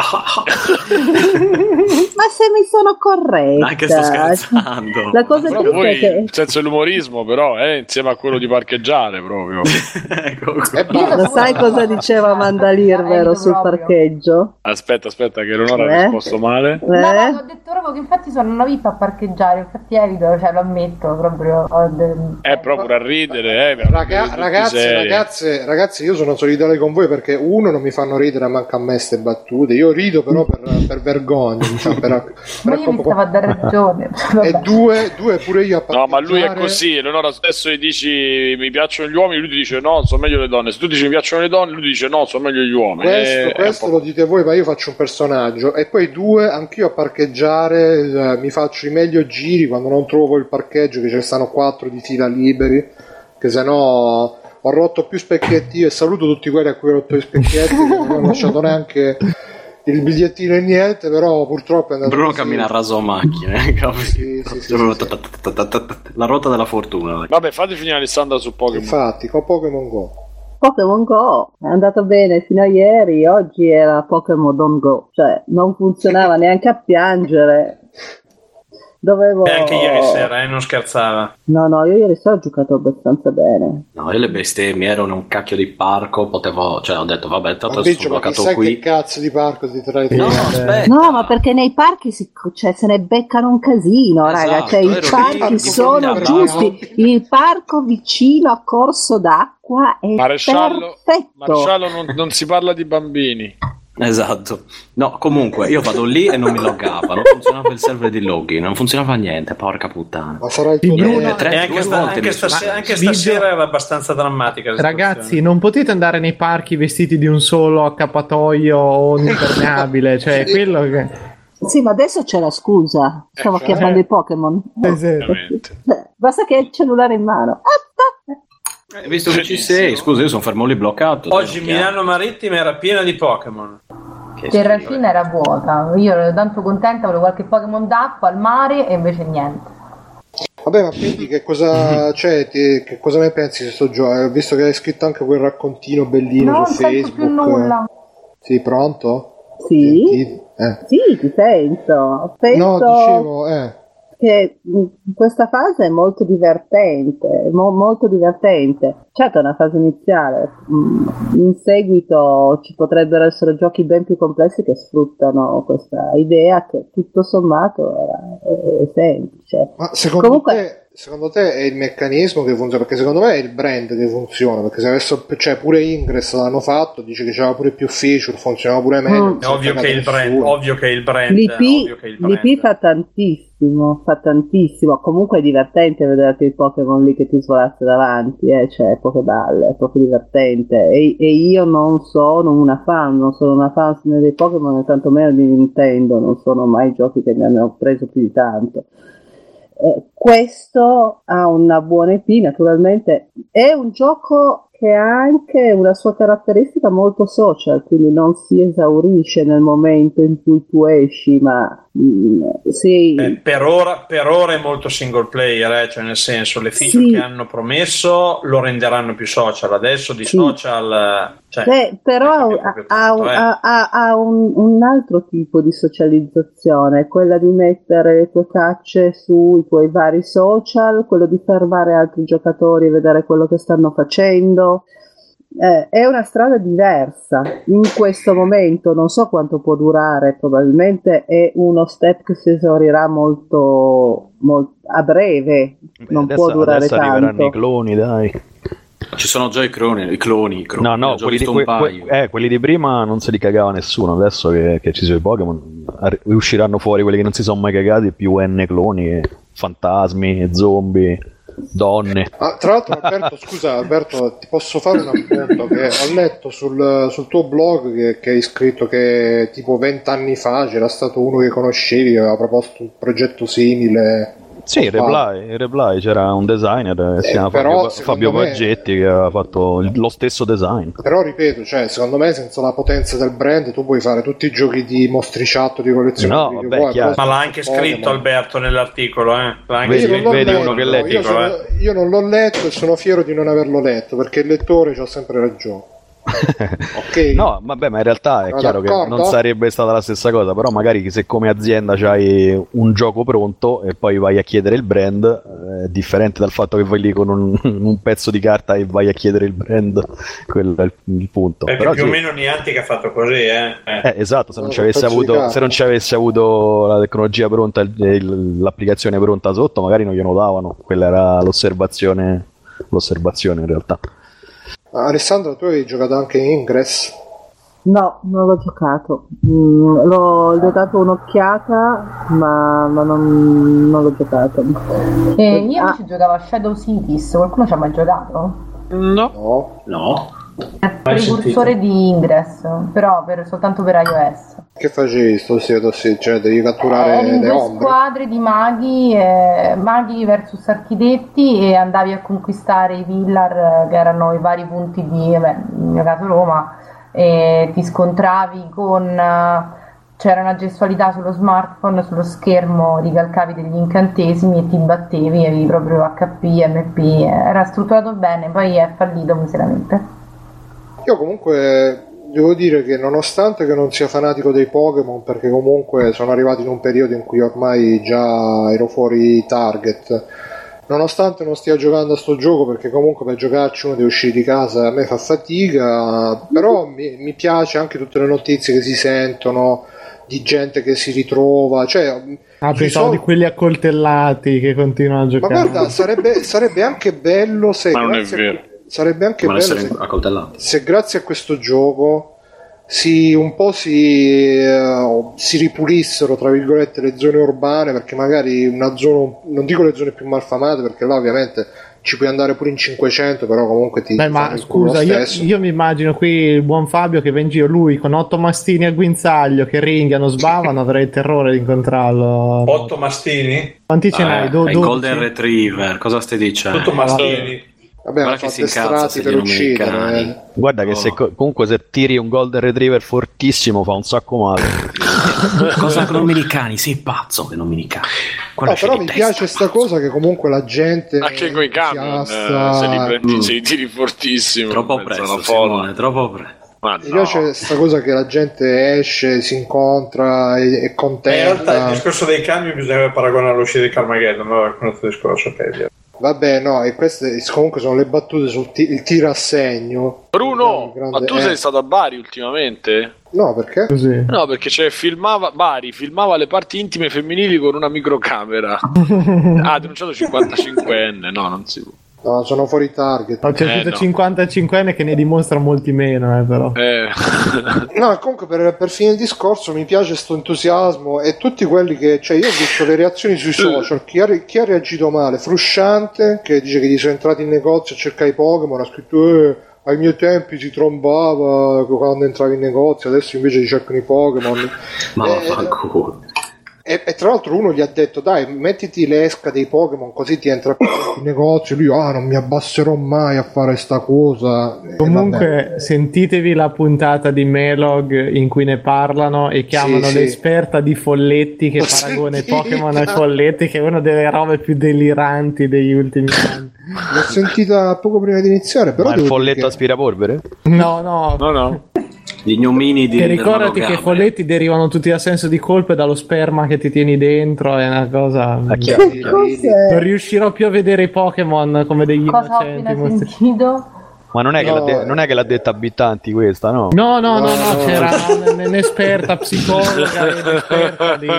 Speaker 5: Ma se mi sono corretta.
Speaker 9: Anche sto scherzando.
Speaker 5: La cosa
Speaker 10: Però
Speaker 5: triste
Speaker 10: voi,
Speaker 5: è che
Speaker 10: il senso dell'umorismo, però, è insieme a quello di parcheggiare proprio.
Speaker 1: Ecco,
Speaker 5: lo sai cosa diceva Mandalier, vero, sul
Speaker 4: proprio.
Speaker 5: parcheggio?
Speaker 10: Aspetta, aspetta, che Eleonora
Speaker 5: Eh?
Speaker 10: ha risposto male.
Speaker 5: Eh?
Speaker 4: No, no, ho detto proprio che infatti sono una vita a parcheggiare, infatti evito, cioè lo ammetto proprio. ho de-
Speaker 10: È proprio a ridere, eh. veramente
Speaker 1: Raga-
Speaker 10: tutti
Speaker 1: ragazzi,
Speaker 10: seri.
Speaker 1: ragazze, ragazzi, io sono solidale con voi perché uno non mi fanno ridere manca a me ste battute, io rido però per, per vergogna, diciamo, per,
Speaker 4: Ma
Speaker 1: per
Speaker 4: io mi stavo a dare ragione.
Speaker 1: e
Speaker 4: Vabbè.
Speaker 1: due, due pure io a
Speaker 10: No, ma lui è
Speaker 1: parcheggiare.
Speaker 10: così. Eleonora, adesso gli dici mi piacciono gli uomini, lui ti dice no, sono meglio le donne. Se tu dici mi piacciono le donne, lui dice no, sono meglio gli uomini.
Speaker 1: Questo,
Speaker 10: È- è
Speaker 1: questo
Speaker 10: un po'-
Speaker 1: lo dite voi, ma io faccio un personaggio. E poi due, anch'io a parcheggiare, eh, mi faccio i meglio giri quando non trovo il parcheggio, che ce ne stanno quattro di fila liberi, che se no ho rotto più specchietti e saluto tutti quelli a cui ho rotto gli specchietti, che non ho lasciato neanche il bigliettino e niente, però purtroppo è andato
Speaker 9: Bruno
Speaker 1: così.
Speaker 9: cammina a raso a macchine,
Speaker 1: sì, sì, sì,
Speaker 9: la ruota della fortuna.
Speaker 10: Vabbè, fate finire Alessandra su Pokémon.
Speaker 1: Infatti, con Pokémon Go.
Speaker 5: Pokémon Go è andato bene fino a ieri, oggi era Pokémon Don't Go, cioè non funzionava neanche a piangere. Dovevo...
Speaker 7: E anche ieri sera, eh, non scherzava.
Speaker 5: No, no, io ieri sera ho giocato abbastanza bene.
Speaker 9: No, io le bestemmie ero in un cacchio di parco, potevo, cioè ho detto vabbè, tanto
Speaker 1: Ma
Speaker 9: sono
Speaker 1: bicio, ma
Speaker 9: bloccato
Speaker 1: chissà
Speaker 9: qui.
Speaker 1: che cazzo di parco ti trai
Speaker 9: No, aspetta.
Speaker 5: No, ma perché nei parchi si, cioè, se ne beccano un casino,
Speaker 9: Esatto,
Speaker 5: raga, cioè i
Speaker 9: ero
Speaker 5: parchi
Speaker 9: lì,
Speaker 5: sono
Speaker 9: di
Speaker 5: giusti. Il parco vicino a Corso d'Acqua è
Speaker 10: Maresciallo,
Speaker 5: perfetto.
Speaker 10: Maresciallo non, non si parla di bambini.
Speaker 9: Esatto. No, comunque io vado lì e non mi loggava, non funzionava il server di login, non funzionava niente, porca puttana.
Speaker 1: Ma sarà il tuo
Speaker 9: Eh, tre-
Speaker 7: E anche,
Speaker 9: due
Speaker 7: sta-
Speaker 9: volte
Speaker 7: anche
Speaker 9: mi sono-
Speaker 7: stasera, anche
Speaker 3: Video-
Speaker 7: stasera era abbastanza drammatica la
Speaker 3: Ragazzi,
Speaker 7: situazione.
Speaker 3: non potete andare nei parchi vestiti di un solo accappatoio o un impermeabile, cioè quello che...
Speaker 5: Sì, ma adesso c'è la scusa. Stavo
Speaker 1: cioè,
Speaker 5: chiamando i Pokémon.
Speaker 10: Ovviamente.
Speaker 5: Basta che hai il cellulare in mano. Ah,
Speaker 9: Eh, visto che ci sei, scusa, io sono fermo lì bloccato.
Speaker 7: Oggi
Speaker 9: devo
Speaker 7: Milano Marittima era piena di Pokémon.
Speaker 9: Che
Speaker 4: Terracina era vuota, io ero tanto contenta, volevo qualche Pokémon d'acqua al mare e invece niente.
Speaker 1: Vabbè, ma quindi che cosa c'è? Ti- che cosa ne pensi di sto gioco? Visto che hai scritto anche quel raccontino bellino
Speaker 4: Non
Speaker 1: su
Speaker 4: sento
Speaker 1: Facebook.
Speaker 4: più nulla.
Speaker 1: Sì, pronto?
Speaker 5: sì?
Speaker 1: Ti- eh.
Speaker 5: Sì, ti sento. Penso
Speaker 1: No, dicevo, eh.
Speaker 5: che mh, questa fase è molto divertente, mo- molto divertente. Certo è una fase iniziale, mh, in seguito ci potrebbero essere giochi ben più complessi che sfruttano questa idea che tutto sommato è, è semplice.
Speaker 1: Ma secondo
Speaker 5: Comunque-
Speaker 1: te... Secondo te è il meccanismo che funziona? Perché secondo me è il brand che funziona, perché se adesso, cioè pure Ingress l'hanno fatto, dice che c'aveva pure più feature, funzionava pure meglio.
Speaker 5: Mm.
Speaker 1: non
Speaker 7: È
Speaker 1: si è
Speaker 7: ovvio che
Speaker 1: cagato
Speaker 7: il brand,
Speaker 1: nessuno.
Speaker 7: ovvio che il brand,
Speaker 5: L'I P,
Speaker 7: ovvio che il brand.
Speaker 5: l'I P fa tantissimo, fa tantissimo. Comunque è divertente vedere i Pokémon lì che ti svolazza davanti, eh? Cioè, poche balle, è proprio divertente. E, e io non sono una fan, non sono una fan né dei Pokémon né tantomeno di Nintendo, non sono mai giochi che mi hanno preso più di tanto. Eh, questo ha una buona I P, naturalmente è un gioco che ha anche una sua caratteristica molto social, quindi non si esaurisce nel momento in cui tu esci, ma mh, si...
Speaker 7: Eh, per, ora, per ora è molto single player, eh? Cioè nel senso le feature
Speaker 5: Sì.
Speaker 7: che hanno promesso lo renderanno più social, adesso di
Speaker 5: Sì.
Speaker 7: social... eh, Cioè,
Speaker 5: Beh, però
Speaker 7: non è che
Speaker 5: ha,
Speaker 7: proprio
Speaker 5: ha-
Speaker 7: tanto, eh.
Speaker 5: ha- ha- ha un, un altro tipo di socializzazione, quella di mettere le tue facce sui tuoi vari social, quello di fermare altri giocatori e vedere quello che stanno facendo. Eh, è una strada diversa in questo momento, non so quanto può durare, probabilmente è uno step che si esaurirà molto, molto a breve, non
Speaker 8: adesso,
Speaker 5: può durare
Speaker 8: adesso arriveranno
Speaker 5: tanto.
Speaker 8: i cloni, dai.
Speaker 9: Ci sono già i cloni, i cloni, i cloni.
Speaker 8: No, no,
Speaker 9: ho già
Speaker 8: quelli di,
Speaker 9: visto un
Speaker 8: que-
Speaker 9: paio.
Speaker 8: que- eh, quelli di prima non se li cagava nessuno. Adesso che, che ci sono i Pokémon, ar- usciranno fuori quelli che non si sono mai cagati, più N cloni, e fantasmi, e zombie, donne.
Speaker 1: Ah, tra l'altro Alberto, scusa Alberto, ti posso fare un appunto che ho letto sul, sul tuo blog che, che hai scritto che tipo vent'anni fa c'era stato uno che conoscevi che aveva proposto un progetto simile.
Speaker 8: Sì, in Reply, in Reply c'era un designer, eh, si
Speaker 1: Eh,
Speaker 8: chiama
Speaker 1: però,
Speaker 8: Fabio,
Speaker 1: secondo
Speaker 8: Fabio
Speaker 1: me-
Speaker 8: Baggetti, che aveva fatto il- lo stesso design.
Speaker 1: Però ripeto, cioè, secondo me senza la potenza del brand tu puoi fare tutti i giochi di mostriciato di collezione.
Speaker 8: No,
Speaker 1: che
Speaker 8: vabbè,
Speaker 1: vuoi,
Speaker 8: chiaro.
Speaker 1: però
Speaker 7: Ma l'ha anche
Speaker 1: Pokémon.
Speaker 7: scritto Alberto nell'articolo, eh? L'ha anche
Speaker 8: Vedi-
Speaker 1: Io non
Speaker 7: scritto
Speaker 1: l'ho
Speaker 8: vedi
Speaker 1: letto,
Speaker 8: uno che
Speaker 1: io,
Speaker 8: legge.
Speaker 1: sono- io non l'ho letto e sono fiero di non averlo letto perché il lettore c'ha sempre ragione. Ok?
Speaker 8: No, vabbè, ma in realtà è
Speaker 1: No,
Speaker 8: chiaro che
Speaker 1: d'accordo.
Speaker 8: non sarebbe stata la stessa cosa, però magari se come azienda c'hai un gioco pronto e poi vai a chiedere il brand, eh, è differente dal fatto che vai lì con un, un pezzo di carta e vai a chiedere il brand, quello è il, il punto.
Speaker 7: Perché
Speaker 8: Però
Speaker 7: più
Speaker 8: sì.
Speaker 7: o meno Niantic ha fatto così, eh? Eh.
Speaker 8: Eh, esatto, se non,
Speaker 1: Un
Speaker 8: ci avesse
Speaker 1: pezzo di
Speaker 8: avuto,
Speaker 1: carta.
Speaker 8: se non ci avesse avuto la tecnologia pronta, il- il- l'applicazione pronta sotto, magari non glielo davano. Quella era l'osservazione, l'osservazione in realtà.
Speaker 1: Alessandro, tu hai giocato anche in Ingress?
Speaker 5: No, non l'ho giocato. Mm, l'ho, gli ho dato un'occhiata, ma, ma non, non l'ho giocato.
Speaker 4: E io
Speaker 5: Ah,
Speaker 4: invece giocavo a Shadow Cities, qualcuno ci ha mai giocato?
Speaker 10: No.
Speaker 1: No.
Speaker 9: No.
Speaker 4: precursore di Ingress, però per, soltanto per iOS.
Speaker 1: Che facevi sto sito? Cioè devi catturare
Speaker 4: Eri in
Speaker 1: le
Speaker 4: due
Speaker 1: ombre?
Speaker 4: squadre di maghi, eh, maghi versus architetti, e andavi a conquistare i villar, eh, che erano i vari punti di, beh, nel mio caso Roma, e ti scontravi con... eh, c'era una gestualità sullo smartphone, sullo schermo ricalcavi degli incantesimi e ti battevi, avevi proprio H P, M P, eh, era strutturato bene, poi è fallito miseramente.
Speaker 1: Io comunque devo dire che nonostante che non sia fanatico dei Pokémon, perché comunque sono arrivato in un periodo in cui ormai già ero fuori target, nonostante non stia giocando a sto gioco, perché comunque per giocarci uno deve uscire di casa, a me fa fatica, però mi, mi piace anche tutte le notizie che si sentono di gente che si ritrova, cioè
Speaker 3: ah, pensavo
Speaker 1: sono...
Speaker 3: di quelli accoltellati che continuano a giocare.
Speaker 1: Ma guarda, sarebbe, sarebbe anche bello se
Speaker 10: ma non è
Speaker 1: grazie
Speaker 10: vero.
Speaker 1: A, sarebbe anche
Speaker 9: ma
Speaker 1: bello se,
Speaker 9: accoltellati.
Speaker 1: se grazie a questo gioco si un po' si, uh, si ripulissero tra virgolette le zone urbane, perché magari una zona, non dico le zone più malfamate, perché là ovviamente ci puoi andare pure in cinquecento, però comunque ti
Speaker 3: Beh, ma scusa, io, io mi immagino qui il buon Fabio che va in giro, lui con otto mastini a guinzaglio che ringhiano, sbavano, avrei il terrore di incontrarlo.
Speaker 7: Otto mastini?
Speaker 3: Quanti ce
Speaker 9: eh,
Speaker 3: n'hai? Do-
Speaker 9: il Golden Retriever, cosa stai dicendo?
Speaker 7: Otto mastini.
Speaker 1: Vabbè,
Speaker 9: guarda che si incazza se
Speaker 1: per
Speaker 9: gli nomini i
Speaker 1: uccidere,
Speaker 9: cani.
Speaker 1: eh.
Speaker 8: Guarda che se, comunque se tiri un Golden Retriever fortissimo fa un sacco male.
Speaker 9: Cosa che nomini i cani? Sei pazzo che nomini i cani.
Speaker 1: No, però mi testa, piace sta cosa che comunque la gente
Speaker 10: anche con i camion, eh, se li prendi, mm. se li tiri fortissimo,
Speaker 9: troppo presto, Simone, troppo presto.
Speaker 10: Ma
Speaker 1: mi
Speaker 10: no.
Speaker 1: piace sta cosa che la gente esce, si incontra, è, è contenta.
Speaker 7: Eh, in realtà il discorso dei camion bisogna paragonare allo sci di Carmageddon, no? Con altro discorso, ok.
Speaker 1: Vabbè, no, e queste comunque sono le battute sul t- il tiro a segno.
Speaker 10: Bruno,
Speaker 1: grande...
Speaker 10: ma tu
Speaker 1: eh.
Speaker 10: sei stato a Bari ultimamente?
Speaker 1: No, perché?
Speaker 3: Così.
Speaker 10: No, perché cioè filmava Bari, filmava le parti intime femminili con una microcamera. Ah, denunciato cinquantacinquenne, no, non si può.
Speaker 1: No, sono fuori target.
Speaker 3: Ho cercato
Speaker 10: eh, no.
Speaker 3: cinquantacinquenne che ne dimostra molti meno, eh, però.
Speaker 10: Eh.
Speaker 1: No, comunque per, per finire il discorso mi piace sto entusiasmo e tutti quelli che... Cioè io ho visto le reazioni sui social, chi ha, chi ha reagito male, Frusciante, che dice che gli sono entrati in negozio a cercare i Pokémon, ha scritto eh, ai miei tempi si trombava quando entravi in negozio, adesso invece ti cercano i Pokémon.
Speaker 9: Ma
Speaker 1: eh,
Speaker 9: vaffanculo.
Speaker 1: E, e tra l'altro uno gli ha detto dai mettiti l'esca dei Pokémon così ti entra in negozio, lui ah non mi abbasserò mai a fare sta cosa.
Speaker 3: Comunque sentitevi la puntata di Melog in cui ne parlano e chiamano
Speaker 1: sì,
Speaker 3: l'esperta sì. di Folletti che
Speaker 1: L'ho
Speaker 3: paragona i
Speaker 1: sentita.
Speaker 3: Pokémon ai Folletti, che è una delle robe più deliranti degli ultimi anni.
Speaker 1: L'ho sentita poco prima di iniziare, però
Speaker 8: ma il
Speaker 1: devo
Speaker 8: folletto
Speaker 1: dire che...
Speaker 8: aspirapolvere?
Speaker 3: No, no,
Speaker 10: no, no.
Speaker 9: Gli ignomini di
Speaker 3: e ricordati che i folletti derivano tutti da senso di colpa e dallo sperma che ti tieni dentro, è una cosa
Speaker 5: Che cos'è?
Speaker 3: non riuscirò più a vedere i Pokémon come degli
Speaker 4: Cosa ho
Speaker 3: innocenti
Speaker 4: appena
Speaker 3: mostri.
Speaker 4: sentito?
Speaker 8: Ma non è, che
Speaker 1: No,
Speaker 8: l'ha de-
Speaker 1: eh.
Speaker 8: non è che l'ha detta Bittanti questa, no?
Speaker 3: No, no, no, no,
Speaker 1: No, no.
Speaker 3: c'era un- un'esperta psicologa, un'esperta di...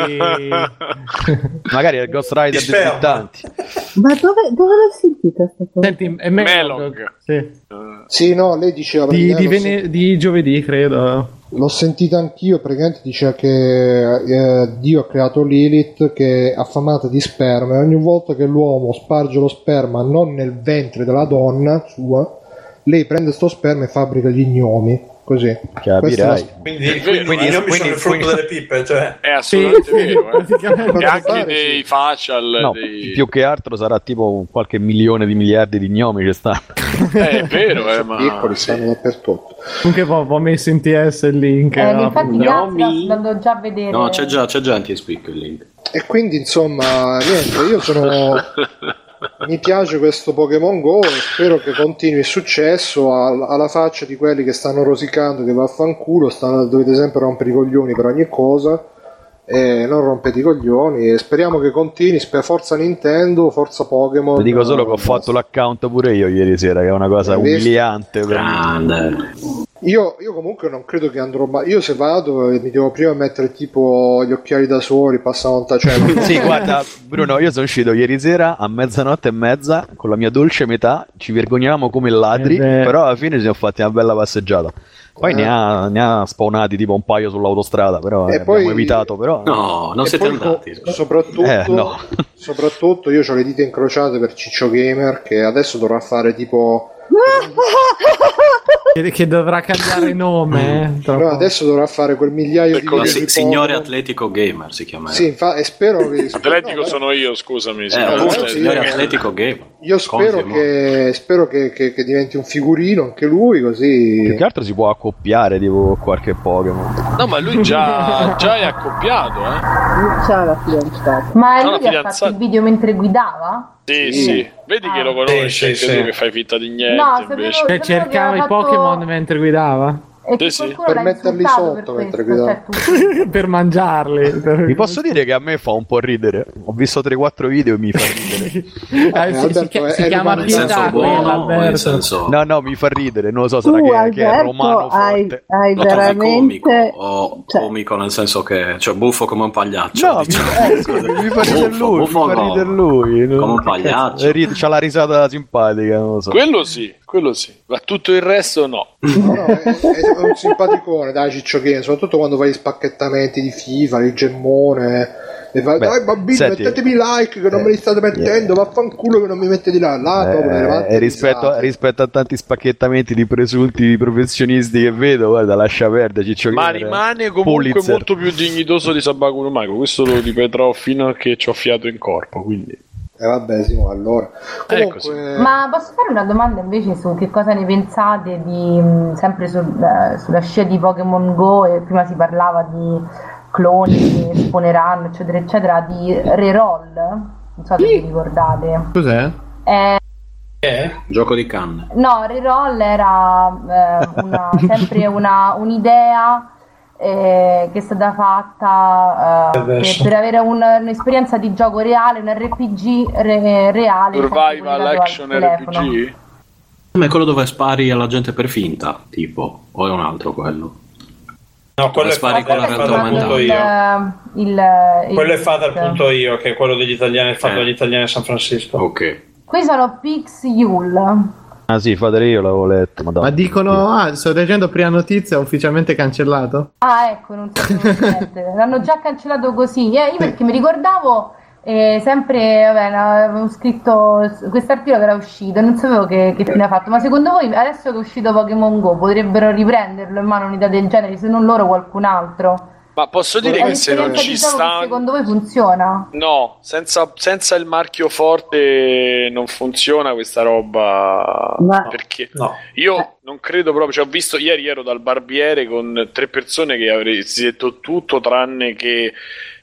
Speaker 8: Magari è il Ghost Rider di
Speaker 7: Sperma.
Speaker 8: Bittanti.
Speaker 5: Ma dove, dove l'hai sentita questa cosa?
Speaker 3: Senti, è Melog,
Speaker 10: Melog.
Speaker 3: sì.
Speaker 1: Sì, no, lei diceva
Speaker 3: di, di,
Speaker 1: praticamente,
Speaker 3: vene- di giovedì, credo.
Speaker 1: l'ho sentita anch'io, praticamente diceva che eh, Dio ha creato Lilith che è affamata di sperma e ogni volta che l'uomo sparge lo sperma non nel ventre della donna sua, lei prende sto sperma e fabbrica gli gnomi, così.
Speaker 8: Capirai.
Speaker 1: Questa è la-
Speaker 7: Quindi,
Speaker 10: Quindi-
Speaker 7: quindi,
Speaker 10: quindi-
Speaker 7: i gnomi sono il frutto
Speaker 8: quindi-
Speaker 7: delle pippe, cioè.
Speaker 10: È assolutamente
Speaker 3: Sì, sì,
Speaker 10: vero, eh.
Speaker 3: praticamente.
Speaker 10: E anche
Speaker 1: Pare,
Speaker 10: dei
Speaker 1: sì.
Speaker 10: facial,
Speaker 8: No,
Speaker 10: dei...
Speaker 8: più che altro sarà tipo un qualche milione di miliardi di gnomi che stanno.
Speaker 10: Eh, è vero, eh, ma
Speaker 1: piccoli,
Speaker 10: sì.
Speaker 1: stanno dappertutto.
Speaker 3: Comunque poi ho messo in T S il link.
Speaker 4: Eh,
Speaker 3: alla
Speaker 4: infatti
Speaker 3: puntata.
Speaker 4: grazie, la sto andando già a vedere.
Speaker 9: No, c'è già, c'è già anti-speak il link.
Speaker 1: E quindi insomma, niente, io sono... mi piace questo Pokémon Go e spero che continui il successo al- alla faccia di quelli che stanno rosicando che vaffanculo, stanno, dovete sempre rompere i coglioni per ogni cosa e non rompete i coglioni e speriamo che continui, sper- forza Nintendo, forza Pokémon.
Speaker 8: Ti dico solo che ho fatto l'account pure io ieri sera, che è una cosa
Speaker 1: Hai visto?
Speaker 8: umiliante per me.
Speaker 9: Grande.
Speaker 1: Io, io comunque non credo che andrò mai. Io se vado eh, mi devo prima mettere tipo gli occhiali da sole, passamontacello.
Speaker 8: Sì, guarda, Bruno, io sono uscito ieri sera a mezzanotte e mezza con la mia dolce metà, ci vergogniamo come ladri,
Speaker 3: Ed è-
Speaker 8: però alla fine ci siamo fatti una bella passeggiata. Poi
Speaker 1: Eh.
Speaker 8: ne, ha, ne ha spawnati tipo un paio sull'autostrada, però
Speaker 1: E
Speaker 8: eh,
Speaker 1: poi-
Speaker 8: abbiamo evitato, però...
Speaker 9: No, non
Speaker 1: E
Speaker 9: siete
Speaker 1: poi co-
Speaker 9: andati.
Speaker 1: soprattutto,
Speaker 8: Eh, no.
Speaker 1: soprattutto io ho le dita incrociate per Ciccio Gamer che adesso dovrà fare tipo
Speaker 3: che, che dovrà cambiare nome. Eh?
Speaker 1: No, adesso dovrà fare quel migliaio di video
Speaker 9: si, signore Atletico Gamer si chiama.
Speaker 1: Sì, infa- e spero che
Speaker 10: Atletico
Speaker 1: no,
Speaker 10: sono io, scusami.
Speaker 9: Eh, appunto, signore Atletico Gamer.
Speaker 1: Io spero che spero che, che, che diventi un figurino anche lui, così.
Speaker 8: Più che altro si può accoppiare tipo qualche Pokémon.
Speaker 10: No, ma lui già, già è accoppiato, eh.
Speaker 5: Non c'ha la fidanzata.
Speaker 4: Ma
Speaker 10: No,
Speaker 4: lui
Speaker 10: la
Speaker 4: ha
Speaker 10: fidanzata-
Speaker 4: fatto il video mentre guidava?
Speaker 10: Sì,
Speaker 1: Sì.
Speaker 10: sì. Vedi che lo conosci,
Speaker 7: Sì,
Speaker 10: anche
Speaker 7: sì,
Speaker 10: tu
Speaker 7: sì.
Speaker 10: che fai finta di niente.
Speaker 4: No,
Speaker 10: invece.
Speaker 4: sapevo-
Speaker 3: Cioè, cercava i
Speaker 4: fatto-
Speaker 3: Pokémon mentre guidava.
Speaker 4: E che
Speaker 10: Sì, sì.
Speaker 4: qualcuno
Speaker 1: Per
Speaker 4: l'ha
Speaker 1: metterli
Speaker 4: insultato
Speaker 1: sotto
Speaker 4: per
Speaker 1: mentre
Speaker 4: questo,
Speaker 1: guidava.
Speaker 4: cioè, tu-
Speaker 3: Per mangiarli. Per...
Speaker 8: Vi posso dire che a me fa un po' ridere. Ho visto tre quattro video e mi fa ridere.
Speaker 3: Ah, si, si
Speaker 1: Alberto,
Speaker 3: chia-
Speaker 1: è-
Speaker 3: si
Speaker 1: è
Speaker 3: chiama
Speaker 1: l'umanità.
Speaker 9: In senso
Speaker 3: pietà
Speaker 9: buono
Speaker 3: quella,
Speaker 9: o in
Speaker 3: Alberto.
Speaker 9: senso
Speaker 8: No, no, mi fa ridere. Non lo so, sarà
Speaker 5: Tu,
Speaker 8: che, che è
Speaker 5: Alberto,
Speaker 8: romano
Speaker 5: hai,
Speaker 8: forte.
Speaker 5: hai
Speaker 9: lo trovi
Speaker 5: veramente
Speaker 9: comico o
Speaker 5: cioè,
Speaker 9: comico nel senso che cioè buffo come un pagliaccio,
Speaker 8: No,
Speaker 9: diciamo.
Speaker 8: mi, eh, sì, mi fa ridere
Speaker 9: Buffo,
Speaker 8: lui.
Speaker 9: buffo
Speaker 8: mi fa
Speaker 9: no.
Speaker 8: ridere lui. Non-
Speaker 9: Come un
Speaker 8: che cazzo,
Speaker 9: pagliaccio.
Speaker 8: e ride- c'ha la risata simpatica, non lo so.
Speaker 10: Quello sì, quello sì. Ma tutto il resto no.
Speaker 1: No, no, è, è un simpaticone, dai, Cicciocchino, soprattutto quando fai gli spacchettamenti di FIFA, il gemmone. E fai,
Speaker 8: Beh,
Speaker 1: dai bambini,
Speaker 8: senti,
Speaker 1: mettetemi like che non
Speaker 8: eh,
Speaker 1: me li state mettendo,
Speaker 8: yeah.
Speaker 1: vaffanculo che non mi mettete di là, là
Speaker 8: Eh,
Speaker 1: dopo ne levate
Speaker 8: e rispetto,
Speaker 1: risate.
Speaker 8: rispetto a tanti spacchettamenti di presunti professionisti che vedo, guarda, lascia perdere Ciccio
Speaker 10: Ma
Speaker 8: Gamer,
Speaker 10: rimane comunque
Speaker 8: Pulitzer.
Speaker 10: molto più dignitoso di Sabaku no Mago. Questo lo ripeterò fino a che c'ho fiato in corpo. Quindi.
Speaker 1: Eh vabbè, sì, ma allora.
Speaker 10: Ecco,
Speaker 1: Comunque,
Speaker 4: Ma posso fare una domanda invece su che cosa ne pensate di mh, sempre sul, eh, sulla scia di Pokémon Go, e prima si parlava di cloni che spawneranno eccetera eccetera, di reroll, non so se vi ricordate.
Speaker 3: Cos'è?
Speaker 4: Eh,
Speaker 9: Gioco di canne.
Speaker 4: no, reroll era eh, una- sempre una, un'idea eh, che è stata fatta eh, per,
Speaker 7: Adesso.
Speaker 4: per avere un- un'esperienza di gioco reale, un R P G re- reale, sempre
Speaker 10: Survival
Speaker 4: collegato al
Speaker 10: Action
Speaker 4: telefono.
Speaker 10: R P G?
Speaker 9: Ma è quello dove spari alla gente per finta, tipo, o è un altro quello?
Speaker 7: No, quello è
Speaker 9: spari
Speaker 7: fatto
Speaker 9: con la
Speaker 7: è
Speaker 9: realtà
Speaker 7: fatto appunto
Speaker 9: aumentata.
Speaker 7: io.
Speaker 4: il, il,
Speaker 7: Quello è
Speaker 4: il-
Speaker 7: fatto appunto io, che è quello degli italiani, fatto
Speaker 9: Eh.
Speaker 7: dagli italiani a San Francisco.
Speaker 9: Ok.
Speaker 4: Qui sono Pix Yule.
Speaker 8: Ah sì, fate io l'avevo letto, madonna.
Speaker 3: Ma dicono, ah, sto leggendo prima notizia, ufficialmente cancellato.
Speaker 4: Ah, ecco, non sapevo niente. L'hanno già cancellato così. Eh, io perché mi ricordavo eh, sempre, vabbè, no, avevo scritto questo articolo che era uscito, non sapevo che, che fine ha fatto. Ma secondo voi, adesso che è uscito Pokémon Go, potrebbero riprenderlo in mano un'idea del genere, se non loro qualcun altro?
Speaker 10: Ma posso dire
Speaker 4: È
Speaker 10: che se non
Speaker 4: un'esperienza
Speaker 10: ci
Speaker 4: di gioco che
Speaker 10: stanno...
Speaker 4: secondo voi funziona?
Speaker 10: No, senza, senza il marchio forte non funziona questa roba.
Speaker 5: Ma-
Speaker 10: Perché
Speaker 7: No.
Speaker 10: io non credo proprio. Cioè, ho visto ieri ero dal barbiere con tre persone che avresti detto tutto tranne che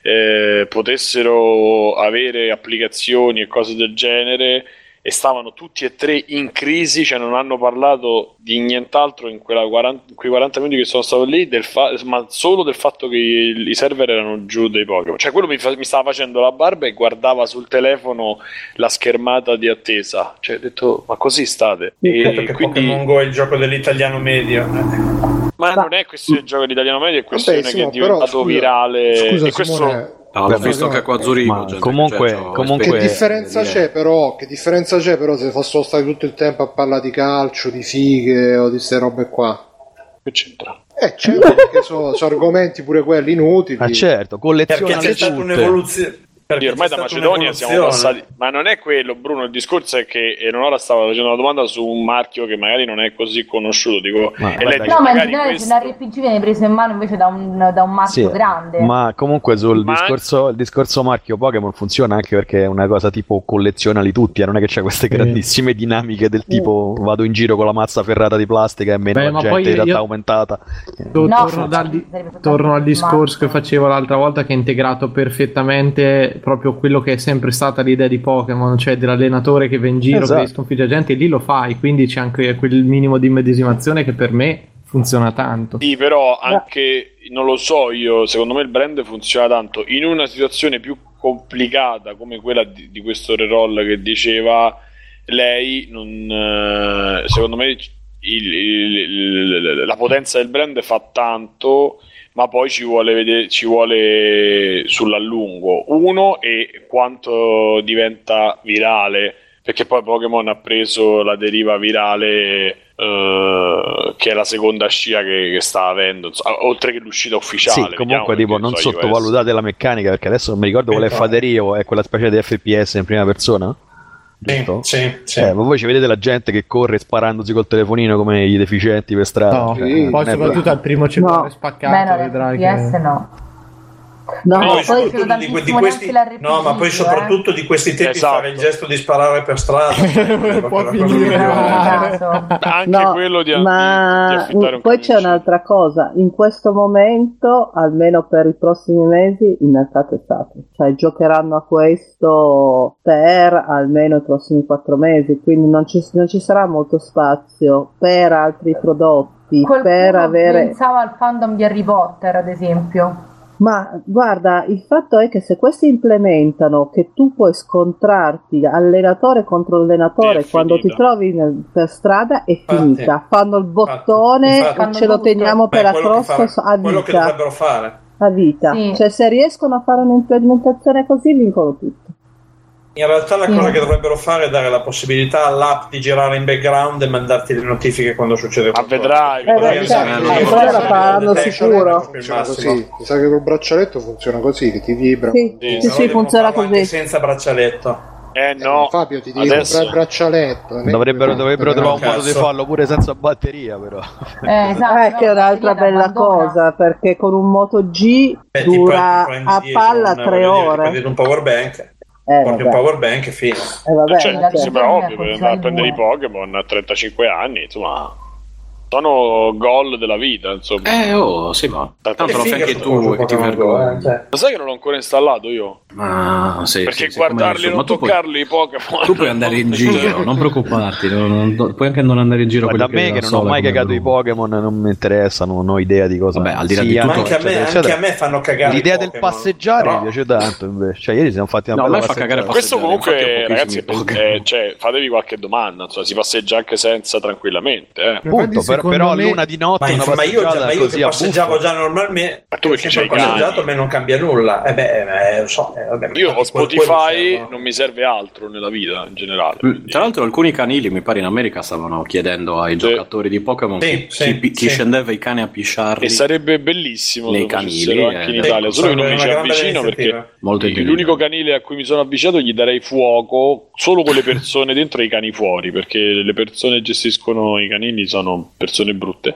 Speaker 10: eh, potessero avere applicazioni e cose del genere, e stavano tutti e tre in crisi, cioè non hanno parlato di nient'altro in, quella quaranta, in quei quaranta minuti che sono stato lì, del fa- ma solo del fatto che i, i server erano giù dei Pokémon. Cioè quello mi, fa- mi stava facendo la barba e guardava sul telefono la schermata di attesa. Cioè ho detto, ma così state? E
Speaker 7: Perché
Speaker 10: quindi...
Speaker 7: Pokémon Go è il gioco dell'italiano medio. eh.
Speaker 10: Ma non è questione di gioco dell'italiano medio, è questione
Speaker 1: Vabbè,
Speaker 10: che è
Speaker 1: Simo, però,
Speaker 10: diventato
Speaker 1: scusa,
Speaker 10: virale.
Speaker 1: Scusa,
Speaker 10: e questo...
Speaker 1: Simone,
Speaker 9: No, l'ho
Speaker 1: Beh,
Speaker 9: visto
Speaker 1: no,
Speaker 9: anche qua a Zurigo.
Speaker 8: ma
Speaker 9: gente,
Speaker 8: comunque-
Speaker 9: cioè, c'ho
Speaker 8: comunque-
Speaker 1: che
Speaker 9: esperienze
Speaker 1: differenza
Speaker 9: di-
Speaker 1: c'è però? Che differenza c'è però se fossero stati tutto il tempo a parlare di calcio, di fighe o di queste robe qua?
Speaker 10: Che c'entra?
Speaker 1: Eh certo, perché sono so argomenti pure quelli inutili.
Speaker 8: Ah certo,
Speaker 7: Perché
Speaker 8: collezionale
Speaker 7: c'è stata
Speaker 8: tutte.
Speaker 7: un'evoluzione.
Speaker 10: Sì, ormai da Macedonia siamo passati, ma non è quello, Bruno. Il discorso è che Eleonora stava facendo una domanda su un marchio che magari non è così conosciuto. Dico,
Speaker 8: Ma
Speaker 10: e lei
Speaker 8: guarda
Speaker 10: dice,
Speaker 4: No, ma in
Speaker 10: magari
Speaker 4: generale
Speaker 10: questo...
Speaker 4: se un R P G viene preso in mano invece da un, da un marchio
Speaker 8: Sì,
Speaker 4: grande.
Speaker 8: ma comunque sul
Speaker 10: Ma-
Speaker 8: discorso, il discorso marchio Pokémon funziona anche perché è una cosa tipo collezionali tutti, eh, non è che c'è queste grandissime dinamiche del tipo vado in giro con la mazza ferrata di plastica e meno
Speaker 3: Beh,
Speaker 8: la
Speaker 3: ma
Speaker 8: gente
Speaker 3: poi
Speaker 8: in realtà
Speaker 3: io-
Speaker 8: aumentata.
Speaker 3: To-
Speaker 4: No,
Speaker 3: torno, dal di-
Speaker 4: sarebbe stato
Speaker 3: torno al
Speaker 4: un
Speaker 3: discorso che
Speaker 4: marchio.
Speaker 3: facevo l'altra volta, che ha integrato perfettamente proprio quello che è sempre stata l'idea di Pokémon, cioè dell'allenatore che va in giro,
Speaker 8: Esatto.
Speaker 3: che sconfigge gente, e lì lo fai, quindi c'è anche quel minimo di immedesimazione che per me funziona tanto.
Speaker 10: Sì, però anche, non lo so io, secondo me il brand funziona tanto. In una situazione più complicata come quella di, di questo reroll che diceva lei, non, eh, secondo me il- il- il- la potenza del brand fa tanto, ma poi ci vuole vedere, ci vuole sull'allungo uno, e quanto diventa virale, perché poi Pokémon ha preso la deriva virale, eh, che è la seconda scia che, che sta avendo, insomma, oltre che l'uscita ufficiale.
Speaker 8: Sì, comunque
Speaker 10: vediamo,
Speaker 8: tipo
Speaker 10: perché
Speaker 8: non
Speaker 10: so, iOS.
Speaker 8: sottovalutate la meccanica perché adesso non mi ricordo qual è
Speaker 7: Esatto.
Speaker 8: Faderio, è quella specie di F P S in prima persona. giusto?
Speaker 7: Sì, sì.
Speaker 8: Eh, ma voi ci vedete la gente che corre sparandosi col telefonino come i deficienti per strada?
Speaker 3: No,
Speaker 8: Cioè,
Speaker 3: poi soprattutto al primo cellulare
Speaker 4: No.
Speaker 3: spaccato,
Speaker 4: Beh, no,
Speaker 3: vedrai
Speaker 4: l'F P S
Speaker 3: che...
Speaker 4: no.
Speaker 7: No,
Speaker 4: No,
Speaker 7: poi
Speaker 4: poi
Speaker 7: soprattutto
Speaker 4: sono
Speaker 7: di, que- di
Speaker 4: tantissimo
Speaker 7: questi,
Speaker 4: neanche l'R P G,
Speaker 7: no, ma poi
Speaker 4: eh.
Speaker 7: soprattutto di questi tempi
Speaker 10: Esatto.
Speaker 7: fare il gesto di sparare per strada
Speaker 3: Può
Speaker 7: la
Speaker 3: finire
Speaker 7: cosa
Speaker 3: male.
Speaker 4: Caso.
Speaker 10: Anche
Speaker 5: No,
Speaker 10: quello di, di, di
Speaker 5: ma
Speaker 10: affittare un
Speaker 5: poi c'è
Speaker 10: camioncino.
Speaker 5: un'altra cosa, in questo momento, almeno per i prossimi mesi, il mercato è saturo, cioè giocheranno a questo per almeno i prossimi quattro mesi, quindi non ci, non ci sarà molto spazio per altri prodotti,
Speaker 4: Qualcuno
Speaker 5: per avere...
Speaker 4: pensava al fandom di Harry Potter, ad esempio.
Speaker 5: Ma guarda, il fatto è che se questi implementano che tu puoi scontrarti allenatore contro allenatore
Speaker 10: È
Speaker 5: quando
Speaker 10: finita.
Speaker 5: ti trovi nel- per strada, è
Speaker 7: Infatti.
Speaker 5: finita. Fanno il bottone
Speaker 7: infatti.
Speaker 5: e ce lo teniamo
Speaker 7: Beh,
Speaker 5: per la
Speaker 7: quello che
Speaker 5: cross
Speaker 7: fa-
Speaker 5: a
Speaker 7: quello che
Speaker 5: vita.
Speaker 7: dovrebbero fare.
Speaker 5: A vita.
Speaker 4: Sì.
Speaker 5: Cioè, se riescono a fare un'implementazione così, vincono tutto.
Speaker 7: In realtà la
Speaker 4: Sì.
Speaker 7: cosa che dovrebbero fare è dare la possibilità all'app di girare in background e mandarti le notifiche quando succede
Speaker 10: Ma
Speaker 7: qualcosa.
Speaker 10: vedrai,
Speaker 5: Eh,
Speaker 10: vedrai.
Speaker 5: beh,
Speaker 7: Esatto.
Speaker 5: certo,
Speaker 7: Io
Speaker 5: quella
Speaker 7: non
Speaker 5: la
Speaker 7: so,
Speaker 5: faranno
Speaker 7: il
Speaker 5: sicuro.
Speaker 1: Funziona
Speaker 7: massimo.
Speaker 1: così. Mi sa che col braccialetto funziona così, che ti vibra.
Speaker 5: Sì,
Speaker 10: Sì,
Speaker 5: sì,
Speaker 7: No,
Speaker 5: sì,
Speaker 7: devono
Speaker 5: funziona
Speaker 7: farlo anche
Speaker 5: così.
Speaker 7: senza braccialetto.
Speaker 10: Eh no,
Speaker 1: Fabio, ti devi
Speaker 10: adesso-
Speaker 1: comprare il braccialetto. non è
Speaker 8: Dovrebbero,
Speaker 1: che-
Speaker 8: dovrebbero trovare un modo di
Speaker 7: cazzo.
Speaker 8: farlo pure senza batteria, però.
Speaker 4: Eh, esatto,
Speaker 5: Eh, che è
Speaker 4: no,
Speaker 5: un'altra
Speaker 4: la batteria
Speaker 5: bella
Speaker 4: abbandona.
Speaker 5: cosa, perché con un Moto G
Speaker 7: Beh, ti
Speaker 5: dura
Speaker 7: prendi- ti
Speaker 5: a
Speaker 7: prendi dietro
Speaker 5: palla
Speaker 7: un-
Speaker 5: tre
Speaker 7: voglio dire, ti
Speaker 5: ore.
Speaker 7: prendi un power bank,
Speaker 5: Eh,
Speaker 7: porti un
Speaker 5: vabbè.
Speaker 7: power bank e fine.
Speaker 5: Eh, vabbè,
Speaker 10: cioè,
Speaker 5: ma
Speaker 4: la
Speaker 10: mi
Speaker 5: certo.
Speaker 10: sembra
Speaker 4: bisogna
Speaker 10: ovvio per
Speaker 4: con
Speaker 10: andare a prendere i
Speaker 4: due.
Speaker 10: Pokémon a trentacinque anni, insomma, sono gol della vita, insomma.
Speaker 9: Eh, oh, sì, ma tanto
Speaker 7: Che
Speaker 9: lo fai
Speaker 7: figa
Speaker 9: anche
Speaker 7: sto
Speaker 9: tu
Speaker 7: coso
Speaker 9: e ti
Speaker 7: Pokémon Go,
Speaker 9: vergogni.
Speaker 7: eh, cioè.
Speaker 10: Lo sai che non l'ho ancora installato io?
Speaker 9: Ma sì,
Speaker 10: Perché
Speaker 9: sì, siccome-
Speaker 10: guardarli e
Speaker 9: ma
Speaker 10: non
Speaker 9: tu puoi-
Speaker 10: toccarli i Pokémon.
Speaker 9: Tu puoi andare in giro, non preoccuparti, non- non- puoi anche non andare in giro.
Speaker 8: Guarda, a
Speaker 9: quelli
Speaker 8: me che
Speaker 9: da
Speaker 8: non ho
Speaker 9: sola
Speaker 8: mai
Speaker 9: come
Speaker 8: cagato i
Speaker 9: Bruno.
Speaker 8: Pokémon non mi interessano, non ho idea di cosa
Speaker 9: Vabbè, al di là di
Speaker 8: siano,
Speaker 7: Ma anche a me,
Speaker 8: eccetera,
Speaker 7: anche
Speaker 8: eccetera.
Speaker 7: a me fanno cagare.
Speaker 8: L'idea
Speaker 7: i
Speaker 8: del
Speaker 7: Pokémon,
Speaker 8: passeggiare
Speaker 7: però-
Speaker 8: mi piace tanto invece. Cioè, ieri siamo fatti una
Speaker 9: No, a
Speaker 8: bella
Speaker 9: me fa cagare
Speaker 8: passeggiata.
Speaker 10: Questo
Speaker 9: Infatti ho
Speaker 10: comunque, ragazzi,
Speaker 9: pochissimi
Speaker 10: eh, cioè, fatevi qualche domanda, insomma, si passeggia anche senza tranquillamente. Eh.
Speaker 8: Punto,
Speaker 3: Infatti,
Speaker 8: per-
Speaker 3: secondo
Speaker 8: però
Speaker 3: me-
Speaker 8: l'una di notte
Speaker 7: Ma,
Speaker 8: una
Speaker 7: inf- ma io, già,
Speaker 8: passeggiata
Speaker 7: ma io
Speaker 8: così
Speaker 7: che
Speaker 8: a
Speaker 7: passeggiavo
Speaker 8: buffo.
Speaker 7: già normalmente,
Speaker 10: Ma tu perché
Speaker 7: sempre
Speaker 10: c'hai i cani?
Speaker 7: passeggiato, a me non cambia nulla. Eh beh, eh, lo so, eh, vabbè, ma
Speaker 10: Io ho
Speaker 7: quel- quello
Speaker 10: Spotify,
Speaker 7: serve, no?
Speaker 10: non mi serve altro nella vita in generale.
Speaker 9: Mm,
Speaker 10: quindi-
Speaker 9: Tra l'altro alcuni canili, mi pare in America, stavano chiedendo ai
Speaker 10: Sì.
Speaker 9: giocatori di Pokémon
Speaker 7: Sì,
Speaker 9: chi,
Speaker 7: sì,
Speaker 9: chi pi- chi
Speaker 7: sì.
Speaker 9: scendeva i cani a pisciarli.
Speaker 10: E sarebbe bellissimo
Speaker 9: Nei
Speaker 10: se
Speaker 9: canili,
Speaker 10: facessero anche in
Speaker 9: eh,
Speaker 10: Italia, solo che non
Speaker 7: sarebbe
Speaker 10: mi ci
Speaker 7: una grande
Speaker 10: avvicino
Speaker 7: iniziativa.
Speaker 10: perché
Speaker 9: Molto intelligente.
Speaker 10: l'unico canile a cui mi sono avvicinato gli darei fuoco solo con le persone dentro e i cani fuori, perché le persone che gestiscono i canini sono persone brutte.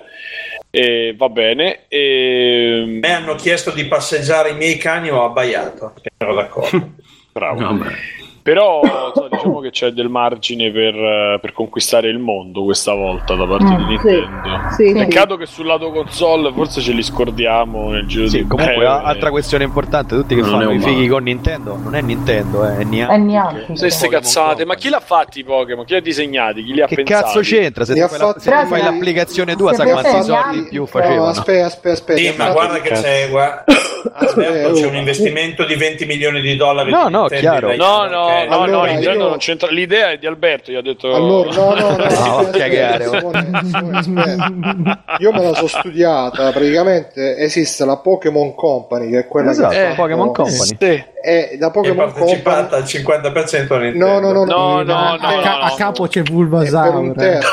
Speaker 10: E va bene. E...
Speaker 7: Me hanno chiesto di passeggiare i miei cani, ho abbaiato. Ero d'accordo.
Speaker 10: Bravo.
Speaker 9: Vabbè.
Speaker 10: Però so, diciamo che c'è del margine per, eh, per conquistare il mondo questa volta da parte
Speaker 4: Mm,
Speaker 10: di
Speaker 5: sì.
Speaker 10: Nintendo.
Speaker 5: Sì, sì.
Speaker 10: Peccato che sul lato console forse ce li scordiamo nel giro
Speaker 8: Sì,
Speaker 10: di
Speaker 8: comunque
Speaker 10: eh,
Speaker 8: a- altra questione importante, tutti che
Speaker 9: Non
Speaker 8: fanno
Speaker 9: è
Speaker 8: i
Speaker 9: un
Speaker 8: fighi
Speaker 9: male.
Speaker 8: con Nintendo, non è Nintendo, eh, è
Speaker 4: E
Speaker 8: neanche.
Speaker 4: neanche.
Speaker 10: Se ste
Speaker 8: Pokémon
Speaker 10: cazzate,
Speaker 8: Company.
Speaker 10: ma chi l'ha fatti i Pokémon? Chi li ha disegnati? Chi li ha
Speaker 8: Che
Speaker 10: pensati?
Speaker 8: cazzo c'entra? Se
Speaker 1: Li
Speaker 8: tu
Speaker 1: ha
Speaker 8: fai, la-
Speaker 1: fatti-
Speaker 8: se tu fai
Speaker 4: Però
Speaker 8: l'applicazione tua,
Speaker 4: se
Speaker 8: sai
Speaker 4: pensi
Speaker 8: quanti
Speaker 4: agli
Speaker 8: soldi in
Speaker 4: altri,
Speaker 8: più
Speaker 1: No,
Speaker 8: facevano?
Speaker 1: aspetta, aspetta, aspetta.
Speaker 7: Sì,
Speaker 1: Li ha
Speaker 7: ma
Speaker 1: fatti-
Speaker 7: guarda che c'è, guarda, Alberto, c'è un investimento di venti milioni di dollari.
Speaker 8: No,
Speaker 7: di
Speaker 8: no,
Speaker 7: Nintendo
Speaker 8: chiaro.
Speaker 7: in
Speaker 10: No,
Speaker 7: Live,
Speaker 10: no,
Speaker 7: ok?
Speaker 10: no, no,
Speaker 1: Allora,
Speaker 10: Nintendo
Speaker 1: io-
Speaker 10: non c'entra. L'idea è di Alberto, gli ha detto.
Speaker 1: Allora, no, no, no,
Speaker 8: va a
Speaker 1: aspetta,
Speaker 8: cagare,
Speaker 1: aspetta, Simone, Simone, aspetta. Io me la so studiata, praticamente esiste la Pokémon Company, che è quella
Speaker 8: Esatto,
Speaker 1: che
Speaker 8: la Pokémon Company.
Speaker 10: Sì.
Speaker 1: è la
Speaker 7: È
Speaker 1: Pokémon
Speaker 7: partecipata
Speaker 1: Company.
Speaker 7: al cinquanta per cento a Nintendo.
Speaker 1: No, no, no,
Speaker 10: No, no,
Speaker 3: a,
Speaker 10: no,
Speaker 3: ca-
Speaker 10: no.
Speaker 3: a capo c'è
Speaker 1: È per un
Speaker 3: Bulbasaur,
Speaker 1: terzo.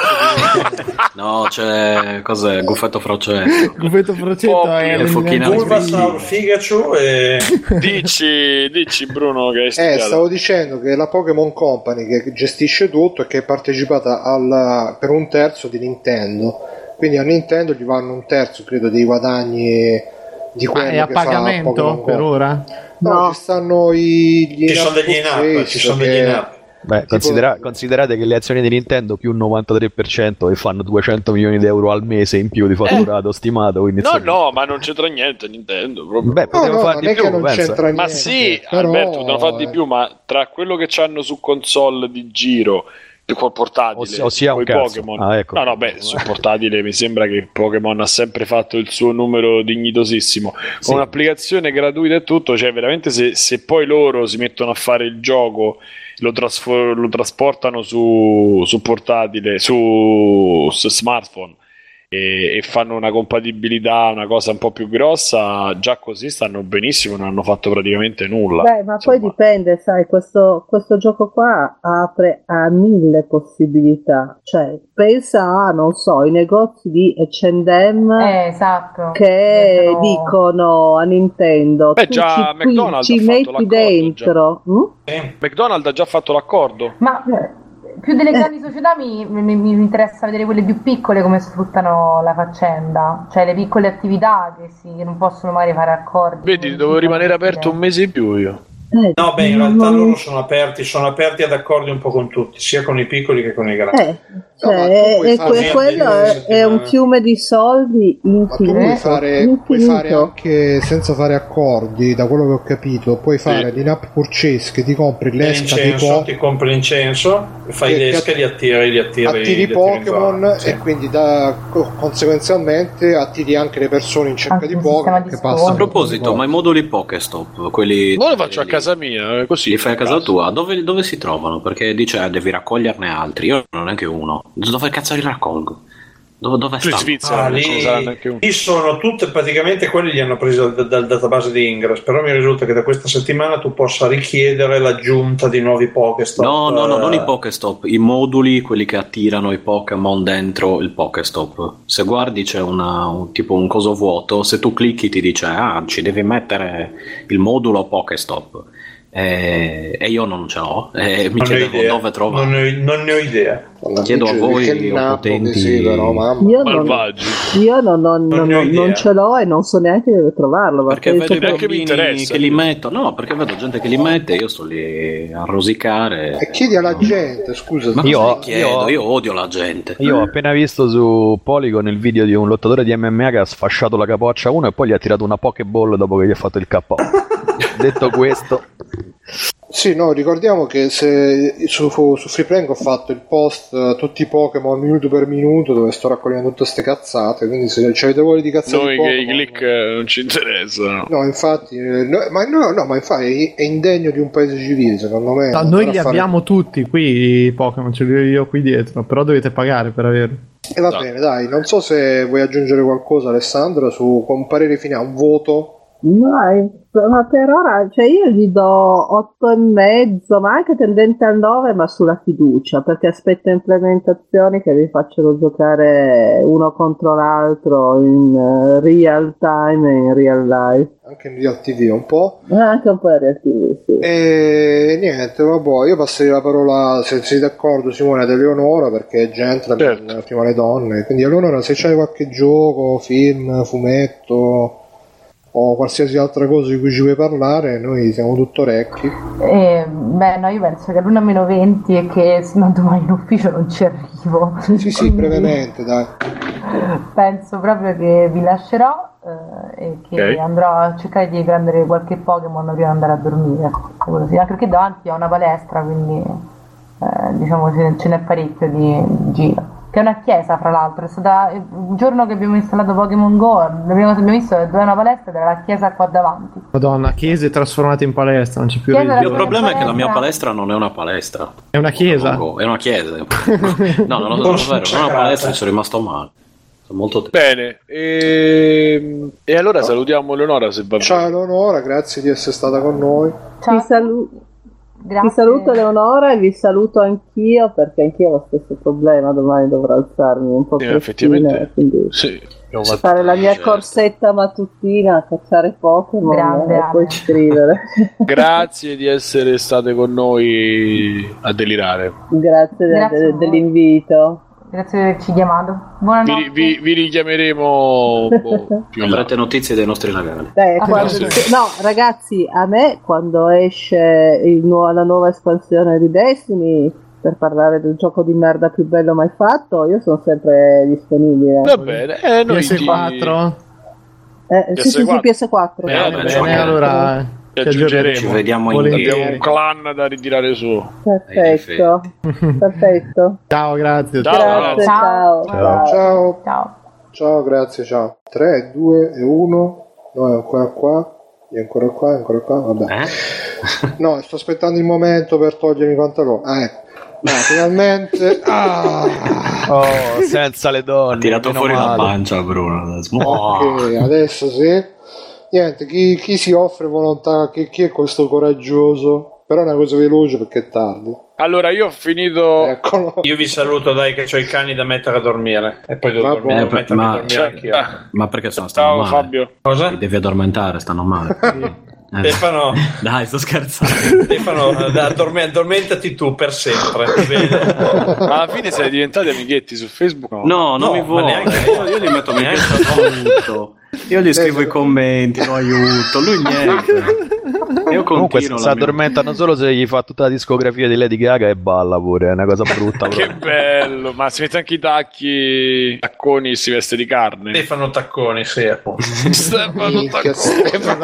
Speaker 9: No, c'è cos'è? Guffetto Frocetto.
Speaker 3: Gufetto Frocetto
Speaker 10: Poppy,
Speaker 3: è
Speaker 9: le
Speaker 3: il-
Speaker 9: focchine alle
Speaker 7: Bulbasaur, Pikachu e...
Speaker 10: Dici, dici Bruno che hai
Speaker 1: Eh,
Speaker 10: studiato.
Speaker 1: stavo dicendo che la Pokémon Company che gestisce tutto e che è partecipata al, per un terzo di Nintendo, quindi a Nintendo gli vanno un terzo, credo, dei guadagni di
Speaker 3: Ma
Speaker 1: quello
Speaker 3: è a
Speaker 1: che fa
Speaker 3: pagamento
Speaker 1: Pokémon
Speaker 3: per
Speaker 1: Company.
Speaker 3: ora?
Speaker 1: No,
Speaker 5: No.
Speaker 1: ci stanno i, gli
Speaker 7: Ci sono degli
Speaker 1: in-app
Speaker 7: in-app,
Speaker 1: purchase
Speaker 7: ci sono degli
Speaker 1: che-
Speaker 7: in-app.
Speaker 8: Beh, considera- considerate che le azioni di Nintendo più novantatré per cento e fanno duecento milioni di euro al mese in più di fatturato stimato. Quindi
Speaker 10: No,
Speaker 8: insomma-
Speaker 10: no, ma non c'entra niente Nintendo. Proprio.
Speaker 8: Beh,
Speaker 1: No,
Speaker 8: potevano
Speaker 1: no,
Speaker 8: fare
Speaker 1: non
Speaker 8: di
Speaker 1: è che
Speaker 8: più,
Speaker 1: non
Speaker 8: pensa.
Speaker 1: c'entra niente.
Speaker 10: Ma sì,
Speaker 1: però,
Speaker 10: Alberto, potevano fare di
Speaker 1: eh,
Speaker 10: più, ma tra quello che c'hanno su console di giro col portatile,
Speaker 8: Ossia- ossia un
Speaker 10: coi
Speaker 8: cazzo.
Speaker 10: Pokémon.
Speaker 8: Ah, ecco.
Speaker 10: No, no, beh, sul portatile mi sembra che Pokémon ha sempre fatto il suo numero dignitosissimo. Con
Speaker 8: Sì.
Speaker 10: un'applicazione gratuita e tutto, cioè veramente se, se poi loro si mettono a fare il gioco, lo, trasfo- lo trasportano su, su portatile, su, su smartphone e, e fanno una compatibilità, una cosa un po' più grossa, già così stanno benissimo, non hanno fatto praticamente nulla.
Speaker 5: Beh, ma
Speaker 10: Insomma.
Speaker 5: poi dipende, sai, questo, questo gioco qua apre a mille possibilità, cioè pensa a, non so, i negozi di acca and emme
Speaker 4: Eh, esatto.
Speaker 5: che
Speaker 4: Diventano-
Speaker 5: dicono a Nintendo,
Speaker 10: Beh,
Speaker 5: tu
Speaker 10: già
Speaker 5: ci, qui-
Speaker 10: McDonald's
Speaker 5: ci
Speaker 10: ha fatto
Speaker 5: metti
Speaker 10: l'accordo,
Speaker 5: dentro, hm?
Speaker 10: McDonald's ha già fatto l'accordo.
Speaker 4: Ma più delle grandi società mi, mi- mi interessa vedere quelle più piccole come sfruttano la faccenda, cioè le piccole attività che, si, che non possono magari fare accordi.
Speaker 10: Vedi, devo rimanere aperto un mese in più io.
Speaker 7: No, beh, in realtà loro sono aperti, sono aperti ad accordi un po' con tutti, sia con i piccoli che con i grandi.
Speaker 5: Eh, cioè, e que- quello è, è un fiume di soldi
Speaker 1: Ma tu
Speaker 5: infinito,
Speaker 1: puoi fare, puoi
Speaker 5: infinito.
Speaker 1: fare anche senza fare accordi, da quello che ho capito, puoi fare l'in-app purchase che ti compri l'esca di
Speaker 7: L'incenso,
Speaker 1: po-
Speaker 7: ti compri l'incenso, fai
Speaker 1: Che-
Speaker 7: l'esca e li attiri, li attiri,
Speaker 1: attiri
Speaker 7: li attiri in
Speaker 1: Pokémon
Speaker 7: zona, sì.
Speaker 1: e quindi da, co- conseguenzialmente attiri anche le persone in cerca
Speaker 4: Anche
Speaker 1: di
Speaker 4: un sistema
Speaker 1: Pokémon
Speaker 4: di
Speaker 1: che
Speaker 4: sconto.
Speaker 1: passano.
Speaker 9: A proposito, ma i moduli Pokestop, quelli
Speaker 10: Ma lo faccio a casa mia, eh, così.
Speaker 9: li fai a casa tua, dove, dove si trovano? Perché dice eh, devi raccoglierne altri, io non ho neanche uno. Dove cazzo li raccolgo? Dove, dove
Speaker 10: Tu in
Speaker 9: stanno?
Speaker 10: Svizzera
Speaker 7: Ah,
Speaker 10: non
Speaker 7: lì,
Speaker 10: ce ne saranno neanche uno.
Speaker 7: lì sono tutte, praticamente quelli li hanno presi dal, dal database di Ingress, però mi risulta che da questa settimana tu possa richiedere l'aggiunta di nuovi Pokestop.
Speaker 9: No, no, no, non i
Speaker 7: eh,
Speaker 9: Pokestop, i moduli, quelli che attirano i Pokémon dentro il Pokestop. Se guardi c'è una, un, tipo un coso vuoto, se tu clicchi ti dice ah, ci devi mettere il modulo Pokestop. E, e io non ce l'ho, e mi
Speaker 7: non ne ho
Speaker 9: chiedevo
Speaker 7: idea,
Speaker 9: dove trovarlo.
Speaker 7: non ne ho, non ne ho idea.
Speaker 9: Chiedo a voi
Speaker 1: che nappo che
Speaker 9: potenti
Speaker 1: sei, però, mamma.
Speaker 5: Io non, io non, non-
Speaker 7: Non
Speaker 5: non-
Speaker 7: ne ho idea.
Speaker 5: non ce l'ho e non so neanche dove trovarlo.
Speaker 9: perché
Speaker 5: penso
Speaker 9: vedo i
Speaker 5: che-
Speaker 9: bambini che li mettono, no, perché vedo gente che li mette, io sto lì a rosicare.
Speaker 1: E chiedi alla gente, scusa.
Speaker 9: Ma
Speaker 8: Io-
Speaker 9: io, chiedo,
Speaker 8: io-
Speaker 9: io odio la gente.
Speaker 8: Io ho appena visto su Polygon il video di un lottatore di M M A che ha sfasciato la capoccia a uno e poi gli ha tirato una Pokéball dopo che gli ha fatto il K O. Detto questo,
Speaker 1: Sì, no, ricordiamo che se su, su Freeplaying ho fatto il post eh, tutti i Pokémon minuto per minuto dove sto raccogliendo tutte ste cazzate, quindi se avete voglia di cazzate
Speaker 10: Noi
Speaker 1: di
Speaker 10: che i
Speaker 1: Pokémon-
Speaker 10: click eh, non ci interessano.
Speaker 1: No, infatti, eh, no, ma no, no, ma infatti è indegno di un paese civile, secondo me.
Speaker 3: No, noi
Speaker 1: andare
Speaker 3: li
Speaker 1: a fare-
Speaker 3: abbiamo tutti qui i Pokémon, ce li ho io qui dietro, però dovete pagare per averli.
Speaker 1: E va bene, dai, non so se vuoi aggiungere qualcosa, Alessandra, su un parere finale, un voto.
Speaker 5: No, eh, ma per ora, cioè io gli do otto e mezzo, ma anche tendente al nove, ma sulla fiducia, perché aspetto implementazioni che vi facciano giocare uno contro l'altro in eh, real time e in real life.
Speaker 1: Anche in Real T V un po'.
Speaker 5: Eh, anche un po' in real ti vu, sì.
Speaker 1: E niente, vabbè, io passerei la parola, se sei d'accordo Simone, ad Eleonora, perché è gentleman,
Speaker 10: Certo.
Speaker 1: prima le donne. Quindi Eleonora, se c'hai qualche gioco, film, fumetto o qualsiasi altra cosa di cui ci vuoi parlare, noi siamo tutto orecchi.
Speaker 4: Eh, beh, no, io penso che all'una meno venti e che se no domani in ufficio non ci arrivo.
Speaker 1: Sì, sì,
Speaker 4: Quindi
Speaker 1: brevemente, dai.
Speaker 4: penso proprio che vi lascerò eh, e che
Speaker 10: Ok.
Speaker 4: andrò a cercare di prendere qualche Pokémon prima di andare a dormire. Quello sì, anche perché davanti ho una palestra, quindi eh, diciamo ce ce n'è parecchio di, di giro. Che è una chiesa, fra l'altro. È stata il giorno che abbiamo installato Pokémon Go, la prima cosa che abbiamo visto è dove è una palestra ed era la chiesa qua davanti.
Speaker 3: Madonna, chiese trasformate in palestra, non c'è più
Speaker 4: Chiesa
Speaker 9: Il
Speaker 3: religione.
Speaker 9: problema è che la mia palestra non è una palestra.
Speaker 3: È una chiesa.
Speaker 9: È una chiesa. No, non, non, non è vero, non è una palestra, sono rimasto male. Sono molto
Speaker 10: Bene, e, e allora salutiamo Leonora se va bene.
Speaker 1: Ciao Eleonora, grazie di essere stata con noi.
Speaker 4: Ciao.
Speaker 5: Ti, salu-
Speaker 4: Grazie.
Speaker 5: ti saluto Leonora e vi saluto anch'io, perché anch'io ho lo stesso problema, domani dovrò alzarmi un po'
Speaker 10: Eh,
Speaker 5: prima,
Speaker 10: effettivamente,
Speaker 5: quindi
Speaker 10: sì, abbiamo fatto-
Speaker 5: fare la mia
Speaker 9: certo.
Speaker 5: corsetta mattutina, cacciare Pokémon
Speaker 4: Grande,
Speaker 5: e poi
Speaker 4: Ale.
Speaker 5: scrivere.
Speaker 10: Grazie di essere state con noi a delirare.
Speaker 5: Grazie, de-
Speaker 4: Grazie a
Speaker 5: de-
Speaker 4: voi.
Speaker 5: dell'invito.
Speaker 4: Grazie di averci chiamato. Buonanotte.
Speaker 10: Vi, vi- vi richiameremo boh, più in là.
Speaker 9: Avrete notizie dei nostri regali.
Speaker 5: Dai,
Speaker 4: Ah,
Speaker 5: quando-
Speaker 10: sì.
Speaker 5: No, ragazzi, a me quando esce il nuo- la nuova espansione di Destiny per parlare del gioco di merda più bello mai fatto, io sono sempre disponibile.
Speaker 10: Va bene, eh, noi
Speaker 3: P S quattro?
Speaker 5: Eh, sì, sì, sì,
Speaker 10: P S quattro.
Speaker 5: P S quattro.
Speaker 10: Eh,
Speaker 3: Bene,
Speaker 10: vabbè,
Speaker 3: bene,
Speaker 10: giocheremo.
Speaker 3: allora
Speaker 10: Ci
Speaker 3: ci
Speaker 10: aggiungeremo.
Speaker 9: Ci vediamo in
Speaker 3: Volentieri.
Speaker 10: Abbiamo un clan da ritirare su.
Speaker 5: Perfetto, perfetto.
Speaker 3: Ciao, grazie.
Speaker 10: Ciao.
Speaker 5: Grazie, ciao.
Speaker 4: Ciao.
Speaker 5: ciao.
Speaker 1: Ciao.
Speaker 4: Ciao.
Speaker 1: Ciao, grazie, ciao. tre, due e uno. No, è ancora qua. È ancora qua, è ancora qua. Vabbè.
Speaker 9: Eh?
Speaker 1: No, sto aspettando il momento per togliermi i pantaloni. Ah, ecco. No, finalmente. Ah.
Speaker 8: Oh, senza le donne.
Speaker 9: Ha tirato fuori
Speaker 8: male.
Speaker 9: la pancia, Bruno.
Speaker 1: Ok, adesso sì. Niente, chi, chi si offre volontà, chi, chi è questo coraggioso? Però è una cosa veloce perché è tardi.
Speaker 10: Allora, io ho finito.
Speaker 1: Eccolo.
Speaker 7: Io vi saluto, dai, che ho i cani da mettere a dormire. E poi devo
Speaker 1: Ma
Speaker 7: dormire,
Speaker 9: eh,
Speaker 7: devo mettermi
Speaker 9: ma-
Speaker 7: a dormire
Speaker 10: cioè,
Speaker 7: anch'io.
Speaker 10: ah,
Speaker 9: Ma perché sono stanno
Speaker 10: ciao
Speaker 9: male?
Speaker 10: Fabio.
Speaker 7: Cosa?
Speaker 9: Li devi addormentare, stanno male. Eh,
Speaker 7: Stefano,
Speaker 9: Dai, sto scherzando.
Speaker 7: Stefano, addorme- addormentati tu per sempre. Bene.
Speaker 10: Ma alla fine siete diventati amichetti su Facebook? No.
Speaker 9: No, non
Speaker 7: No,
Speaker 9: mi
Speaker 7: ma
Speaker 9: vuole.
Speaker 7: neanche-
Speaker 9: Io, io gli metto mi aiuto. Io gli scrivo i commenti, lo aiuto. Lui niente. Io
Speaker 8: Comunque si
Speaker 9: continuo la mia-
Speaker 8: addormentano solo se gli fa tutta la discografia di Lady Gaga e balla pure, è una cosa brutta.
Speaker 10: Che
Speaker 8: proprio.
Speaker 10: bello, ma si mette anche i tacchi, tacconi e si veste di carne.
Speaker 7: Stefano Tacconi, sì.
Speaker 10: Stefano
Speaker 1: Minchia,
Speaker 10: Tacconi.
Speaker 1: Stefano.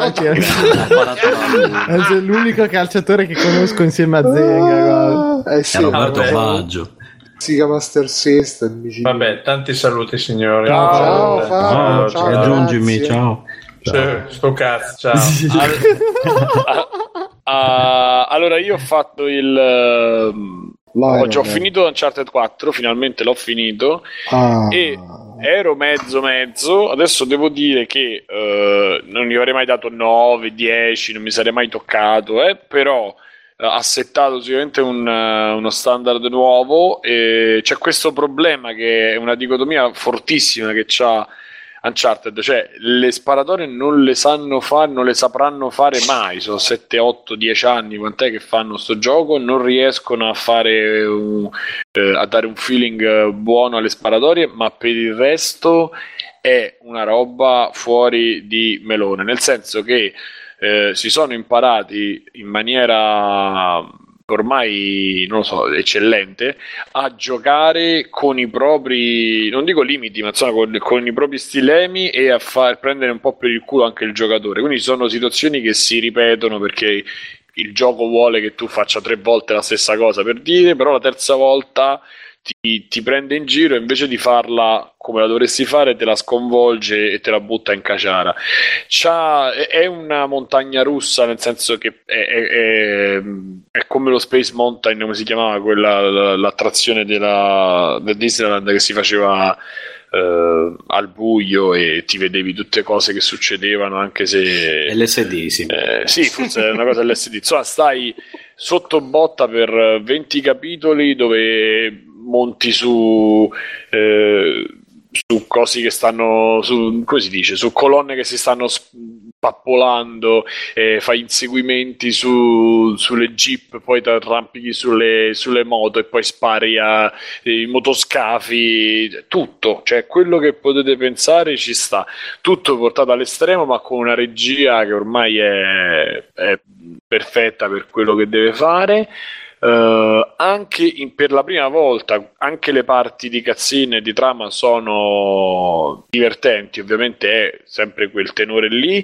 Speaker 3: È l'unico calciatore che conosco insieme a Zenga. guarda.
Speaker 1: Eh sì,
Speaker 9: È Roberto
Speaker 1: vabbè.
Speaker 9: Baggio.
Speaker 1: Si chiama Master System. vicino.
Speaker 7: Vabbè, tanti saluti signori.
Speaker 10: Ciao.
Speaker 1: Ciao, Fabio,
Speaker 9: Ciao,
Speaker 1: ciao,
Speaker 9: raggiungimi,
Speaker 1: grazie.
Speaker 9: ciao.
Speaker 7: Cioè, sto cazzo, ciao.
Speaker 10: Ah, allora io ho fatto il ehm,
Speaker 1: L'Iron
Speaker 10: oggi ho
Speaker 1: Man.
Speaker 10: finito Uncharted quattro, finalmente l'ho finito
Speaker 1: Ah.
Speaker 10: e ero mezzo mezzo, adesso devo dire che eh, non gli avrei mai dato nove, dieci, non mi sarei mai toccato, eh, però eh, ha settato sicuramente un, eh, uno standard nuovo e c'è questo problema che è una dicotomia fortissima che c'ha Uncharted, cioè le sparatorie non le sanno fare, non le sapranno fare mai, sono sette, otto, dieci anni, quant'è che fanno sto gioco, non riescono a fare un, eh, a dare un feeling eh, buono alle sparatorie, ma per il resto è una roba fuori di melone, nel senso che eh, si sono imparati in maniera ormai, non lo so, eccellente a giocare con i propri, non dico limiti, ma insomma con, con i propri stilemi e a far prendere un po' per il culo anche il giocatore. Quindi ci sono situazioni che si ripetono perché il gioco vuole che tu faccia tre volte la stessa cosa per dire, però la terza volta ti, ti prende in giro e invece di farla come la dovresti fare te la sconvolge e te la butta in caciara. C'ha, è una montagna russa, nel senso che è, è, è, è come lo Space Mountain, come si chiamava quella, l'attrazione della, del Disneyland che si faceva Uh, al buio e ti vedevi tutte cose che succedevano anche se
Speaker 9: L S D, sì.
Speaker 10: Eh, sì, forse è una cosa L S D. Insomma, stai sotto botta per venti capitoli dove monti su eh, su cosi che stanno su, come si dice, su colonne che si stanno spappolando, eh, fai inseguimenti su, sulle jeep, poi ti arrampichi sulle, sulle moto e poi spari ai motoscafi, tutto, cioè quello che potete pensare ci sta, tutto portato all'estremo ma con una regia che ormai è, è perfetta per quello che deve fare. Uh, anche in, per la prima volta anche le parti di cutscene e di trama sono divertenti, ovviamente è sempre quel tenore lì,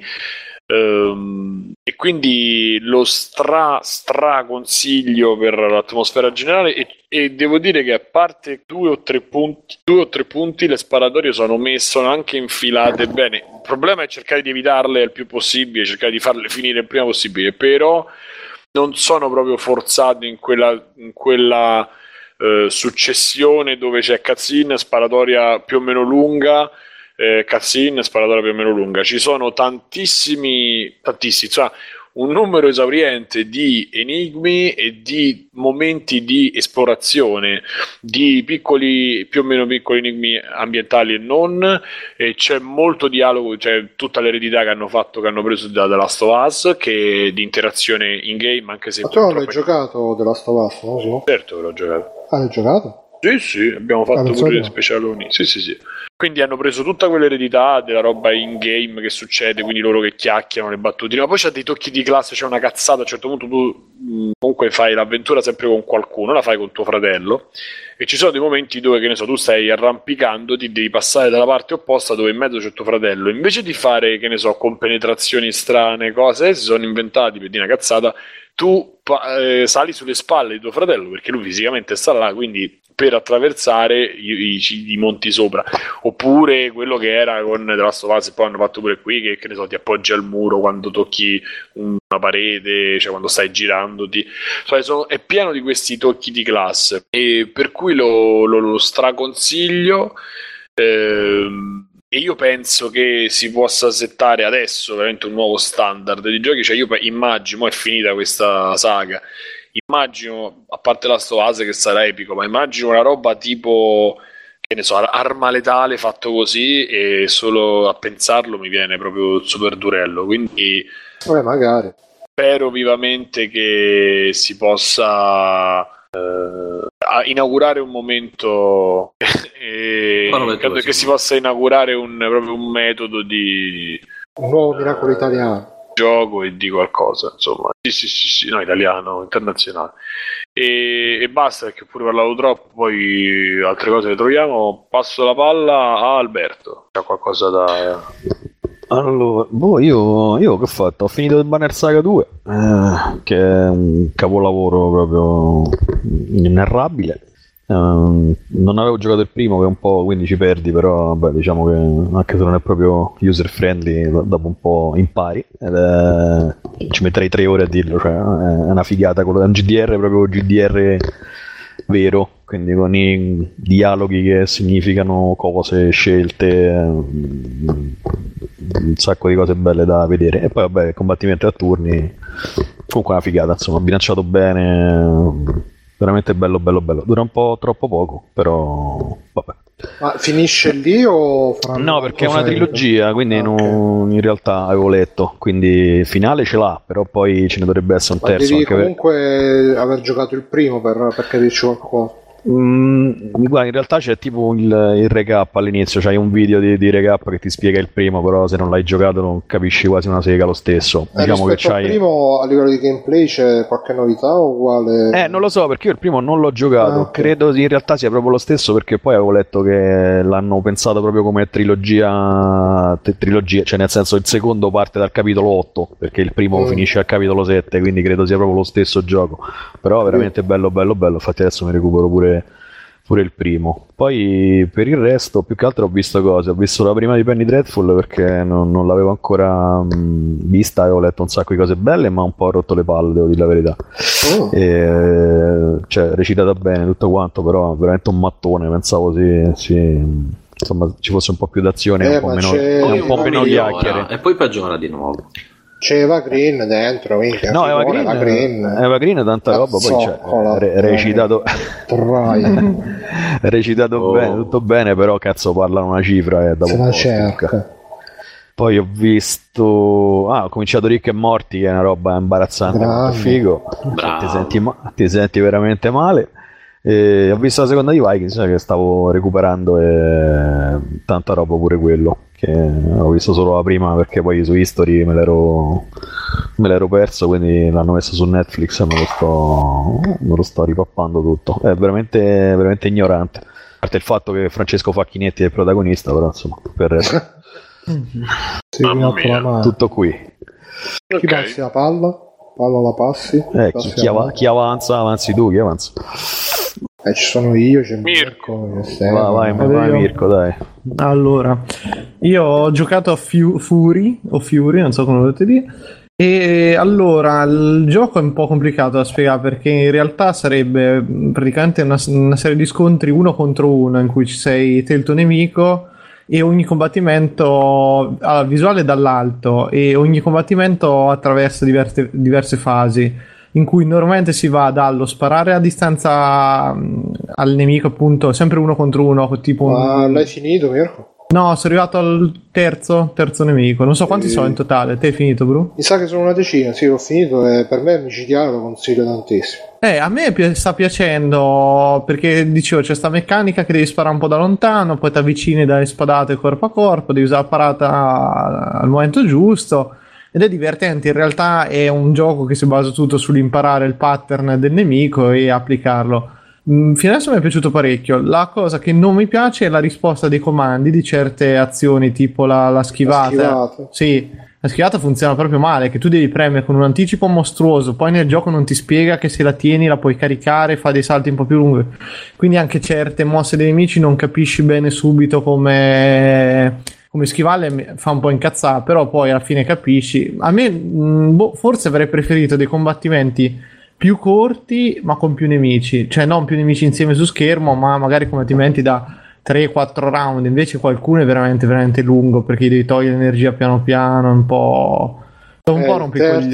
Speaker 10: um, e quindi lo stra stra consiglio per l'atmosfera generale e, e devo dire che a parte due o tre punti due o tre punti le sparatorie sono messe, sono anche infilate bene. Il problema è cercare di evitarle il più possibile, cercare di farle finire il prima possibile, però non sono proprio forzati in quella, in quella eh, successione dove c'è cutscene, sparatoria più o meno lunga, eh, cutscene, sparatoria più o meno lunga. Ci sono tantissimi, tantissimi, cioè un numero esauriente di enigmi e di momenti di esplorazione, di piccoli, più o meno piccoli enigmi ambientali e non, e c'è molto dialogo, c'è tutta l'eredità che hanno fatto, che hanno preso da The Last of Us, che è di interazione in game, anche se
Speaker 1: Ma tu non l'hai
Speaker 10: purtroppo-
Speaker 1: giocato The Last of Us, no? Sì.
Speaker 10: Certo che l'ho giocato.
Speaker 1: Ah, l'hai giocato?
Speaker 10: Sì, sì, abbiamo
Speaker 1: Ah,
Speaker 10: fatto
Speaker 1: non so
Speaker 10: pure
Speaker 1: io.
Speaker 10: gli specialoni. Sì, sì, sì. Quindi hanno preso tutta quell'eredità della roba in game che succede, quindi loro che chiacchierano, le battutine, ma poi c'è dei tocchi di classe, c'è una cazzata, a un certo punto tu mh, comunque fai l'avventura sempre con qualcuno, la fai con tuo fratello, e ci sono dei momenti dove, che ne so, tu stai arrampicandoti, devi passare dalla parte opposta dove in mezzo c'è tuo fratello, invece di fare, che ne so, compenetrazioni strane, cose, si sono inventati, per dire una cazzata, tu pa- eh, sali sulle spalle di tuo fratello perché lui fisicamente sta là, quindi per attraversare i, i, i monti sopra, oppure quello che era con The Last of Us, e poi hanno fatto pure qui che, che ne so, ti appoggi al muro quando tocchi una parete, cioè quando stai girandoti, cioè, sono, è pieno di questi tocchi di classe, e per cui lo, lo, lo straconsiglio. ehm E io penso che si possa settare adesso veramente un nuovo standard di giochi. Cioè io immagino, è finita questa saga, immagino, a parte la Stovase che sarà epico, ma immagino una roba tipo, che ne so, Arma Letale fatto così, e solo a pensarlo mi viene proprio super durello. Quindi
Speaker 1: Vabbè, magari
Speaker 10: spero vivamente che si possa uh, inaugurare un momento e credo che si possa inaugurare un, proprio un metodo di
Speaker 1: un nuovo miracolo uh, italiano
Speaker 10: gioco e di qualcosa, insomma, sì sì sì, sì no, italiano, internazionale, e, e basta, perché ho pure parlato troppo, poi altre cose le troviamo. Passo la palla a Alberto, c'ha qualcosa da...
Speaker 8: Allora, boh, io, io che ho fatto? Ho finito il Banner Saga due, eh, che è un capolavoro proprio inenarrabile. Eh, non avevo giocato il primo, che è un po', quindi ci perdi, però vabbè, diciamo che anche se non è proprio user friendly, dopo un po' impari. Ed è, ci metterei tre ore a dirlo, cioè è una figata, quello è un G D R, proprio G D R vero, quindi con i dialoghi che significano cose, scelte, un sacco di cose belle da vedere. E poi vabbè, il combattimento a turni, comunque una figata, insomma, bilanciato bene, veramente bello bello bello. Dura un po' troppo poco, però vabbè.
Speaker 1: Ma finisce lì o
Speaker 8: no, perché è una trilogia, quindi ah, okay. non, in realtà avevo letto, quindi finale ce l'ha, però poi ce ne dovrebbe essere un
Speaker 1: ma
Speaker 8: terzo.
Speaker 1: Devi
Speaker 8: anche
Speaker 1: comunque
Speaker 8: per...
Speaker 1: aver giocato il primo per, per capirci qualcosa.
Speaker 8: Mm, guarda, in realtà c'è tipo il, il recap all'inizio, c'hai un video di, di recap che ti spiega il primo, però se non l'hai giocato non capisci quasi una sega lo stesso.
Speaker 1: Eh,
Speaker 8: diciamo che c'hai...
Speaker 1: al primo, a livello di gameplay, c'è qualche novità o uguale?
Speaker 8: Eh, non lo so, perché io il primo non l'ho giocato, ah, okay. Credo in realtà sia proprio lo stesso, perché poi avevo letto che l'hanno pensato proprio come trilogia, t- trilogia, cioè nel senso il secondo parte dal capitolo otto, perché il primo mm. finisce al capitolo sette, quindi credo sia proprio lo stesso gioco. Però veramente mm. bello bello bello, infatti adesso mi recupero pure pure il primo. Poi per il resto più che altro ho visto cose, ho visto la prima di Penny Dreadful perché non, non l'avevo ancora mh, vista, avevo letto un sacco di cose belle, ma un po' rotto le palle, devo dire la verità. Oh. E, cioè recitata bene tutto quanto, però veramente un mattone, pensavo si, si insomma ci fosse un po' più d'azione,
Speaker 1: eh,
Speaker 8: un po' meno, un un po' meno chiacchiere,
Speaker 9: e poi peggiora di nuovo.
Speaker 1: C'è Eva Green dentro, minchia.
Speaker 8: No, Eva Green,
Speaker 1: Eva Green,
Speaker 8: Eva Green tanta roba, poi c'è re, recitato recitato oh. bene, tutto bene, però cazzo parlano una cifra e dopo
Speaker 1: se
Speaker 8: un
Speaker 1: la
Speaker 8: po'
Speaker 1: cerca.
Speaker 8: Poi ho visto ah, ho cominciato Rick e Morty, che è una roba imbarazzante, molto figo. Cioè, ti senti, ma- ti senti veramente male. E ho visto la seconda di Vikings, cioè che stavo recuperando, e tanta roba pure quello, che ho visto solo la prima perché poi su History me l'ero me l'ero perso, quindi l'hanno messo su Netflix e me lo sto me lo sto ripappando tutto. È veramente veramente ignorante, a parte il fatto che Francesco Facchinetti è il protagonista, però insomma per
Speaker 1: sì,
Speaker 8: tutto qui.
Speaker 1: Chi okay. passi la palla? Palla la passi?
Speaker 8: Eh,
Speaker 1: passi
Speaker 8: chi, chi, av- chi avanza avanzi tu, chi avanza?
Speaker 1: Eh, ci sono io, c'è Mirko. Mirko
Speaker 8: va, vai, vai, vai Mirko, dai.
Speaker 3: Allora, io ho giocato a Fu- Fury, o Fury, non so come lo dovete dire. E allora, il gioco è un po' complicato da spiegare, perché in realtà sarebbe praticamente una, una serie di scontri uno contro uno, in cui ci sei te il tuo nemico, e ogni combattimento allora, visuale dall'alto, e ogni combattimento attraversa diverse, diverse fasi, in cui normalmente si va dallo sparare a distanza mh, al nemico, appunto, sempre uno contro uno, tipo
Speaker 1: ma
Speaker 3: un...
Speaker 1: l'hai finito, Mirko?
Speaker 3: No, sono arrivato al terzo terzo nemico, non so quanti e... sono in totale. Te hai finito, Bru?
Speaker 1: Mi sa che sono una decina, sì, l'ho finito, e per me è micidiale, lo consiglio tantissimo.
Speaker 3: Eh, a me pi- sta piacendo, perché dicevo c'è sta meccanica che devi sparare un po' da lontano, poi ti avvicini dalle spadate corpo a corpo, devi usare la parata al momento giusto, ed è divertente. In realtà è un gioco che si basa tutto sull'imparare il pattern del nemico e applicarlo. Mm, fino adesso mi è piaciuto parecchio. La cosa che non mi piace è la risposta dei comandi di certe azioni, tipo la, la schivata.
Speaker 1: La schivata.
Speaker 3: Sì, La schivata funziona proprio male, che tu devi premere con un anticipo mostruoso, poi nel gioco non ti spiega che se la tieni la puoi caricare, fa dei salti un po' più lunghi, quindi anche certe mosse dei nemici non capisci bene subito come, come schivarle, fa un po' incazzare, però poi alla fine capisci. A me mh, boh, forse avrei preferito dei combattimenti più corti ma con più nemici, cioè non più nemici insieme su schermo, ma magari combattimenti da tre quattro round. Invece qualcuno è veramente veramente lungo perché devi togliere energia piano piano, un po' un
Speaker 1: eh,
Speaker 3: po' rompicoglioni.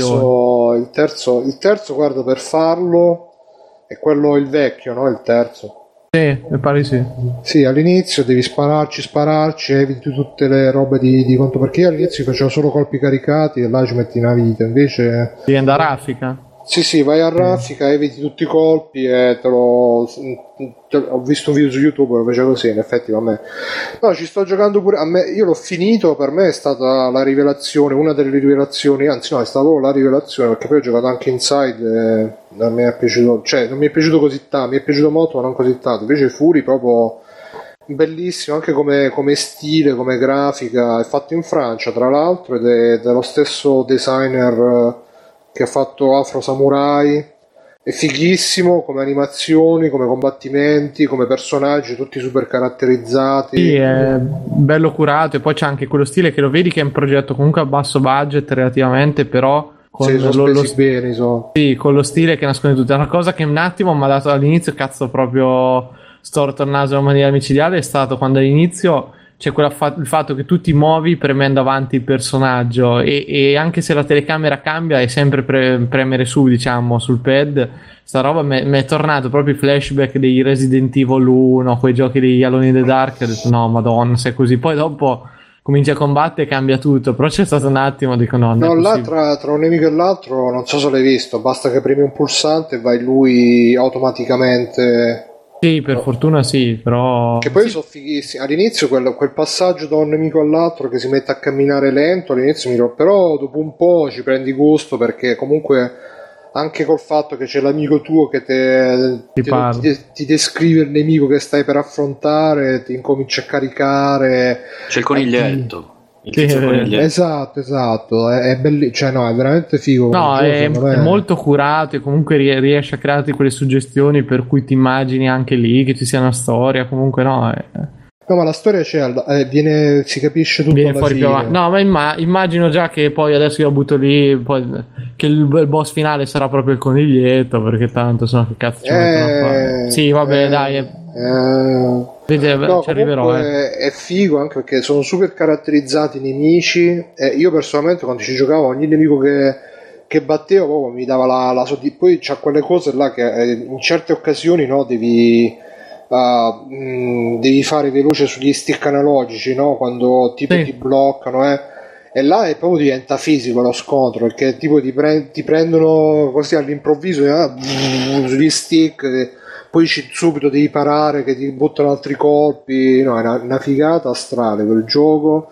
Speaker 1: Il terzo, il terzo, guarda, per farlo è quello il vecchio, no? Il terzo.
Speaker 3: Sì, mi pare sì.
Speaker 1: Sì, all'inizio devi spararci, spararci, eviti tutte le robe di, di conto, perché io all'inizio facevo solo colpi caricati e là ci metti una vita, invece
Speaker 3: devi andare a raffica.
Speaker 1: Sì, sì, vai a raffica, eviti tutti i colpi e te lo... Te, ho visto un video su YouTube, lo fece così, in effetti a me. No, ci sto giocando pure, a me, io l'ho finito, per me è stata la rivelazione, una delle rivelazioni, anzi no, è stata proprio la rivelazione, perché poi ho giocato anche Inside e non mi è piaciuto, cioè non mi è piaciuto così tanto, mi è piaciuto molto ma non così tanto, invece Fury proprio bellissimo, anche come, come stile, come grafica, è fatto in Francia tra l'altro ed è dello stesso designer che ha fatto Afro Samurai, è fighissimo come animazioni, come combattimenti, come personaggi, tutti super caratterizzati.
Speaker 3: Sì, è bello curato e poi c'è anche quello stile che lo vedi che è un progetto comunque a basso budget relativamente, però con
Speaker 1: sì, sono
Speaker 3: lo,
Speaker 1: spesi
Speaker 3: lo,
Speaker 1: bene, so.
Speaker 3: Sì, con lo stile che nasconde tutto. È una cosa che un attimo mi ha dato all'inizio, cazzo, proprio storto il naso in maniera micidiale, è stato quando all'inizio c'è quella fa- il fatto che tu ti muovi premendo avanti il personaggio e, e anche se la telecamera cambia è sempre pre- premere su, diciamo, sul pad. Sta roba mi è tornato proprio i flashback dei Resident Evil uno, quei giochi di Alone in the Dark. Ho detto no, madonna, se è così. Poi dopo cominci a combattere e cambia tutto, però c'è stato un attimo, dico no,
Speaker 1: no, là tra, tra un nemico e l'altro non so se l'hai visto, basta che premi un pulsante e vai lui automaticamente.
Speaker 3: Sì, per no. fortuna sì, però...
Speaker 1: Che poi
Speaker 3: sì.
Speaker 1: sono fighissimi. All'inizio quel, quel passaggio da un nemico all'altro che si mette a camminare lento, all'inizio mi ero... però dopo un po' ci prendi gusto, perché comunque anche col fatto che c'è l'amico tuo che te,
Speaker 3: ti,
Speaker 1: ti, ti, ti descrive il nemico che stai per affrontare, ti incomincia a caricare...
Speaker 9: C'è il coniglietto.
Speaker 1: Sì, esatto, esatto, è, è bellissimo, cioè no, è veramente figo.
Speaker 3: No, è,
Speaker 1: è
Speaker 3: molto curato e comunque riesce a crearti quelle suggestioni per cui ti immagini anche lì che ci sia una storia, comunque no. È...
Speaker 1: No, ma la storia c'è, eh, viene, si capisce tutto
Speaker 3: viene
Speaker 1: alla
Speaker 3: fuori
Speaker 1: fine.
Speaker 3: Più avanti. No, ma imma- immagino già che poi adesso io butto lì poi, che il, il boss finale sarà proprio il coniglietto, perché tanto sono che cazzo ci
Speaker 1: eh,
Speaker 3: mettono a fare. Sì, vabbè,
Speaker 1: eh,
Speaker 3: dai. È...
Speaker 1: Eh,
Speaker 3: Vede,
Speaker 1: no,
Speaker 3: ci arriverò.
Speaker 1: Eh. È figo anche perché sono super caratterizzati i nemici. E io personalmente quando ci giocavo, ogni nemico che, che battevo proprio mi dava la, la soddisfazione. Poi c'ha quelle cose là che eh, in certe occasioni no, devi. Uh, mh, devi fare veloce sugli stick analogici, no? Quando tipo sì. ti bloccano, eh? E là è proprio diventa fisico lo scontro, perché tipo ti, pre- ti prendono così all'improvviso eh? sugli stick, eh, poi ci, subito devi parare che ti buttano altri colpi. No, è una, una figata astrale quel gioco,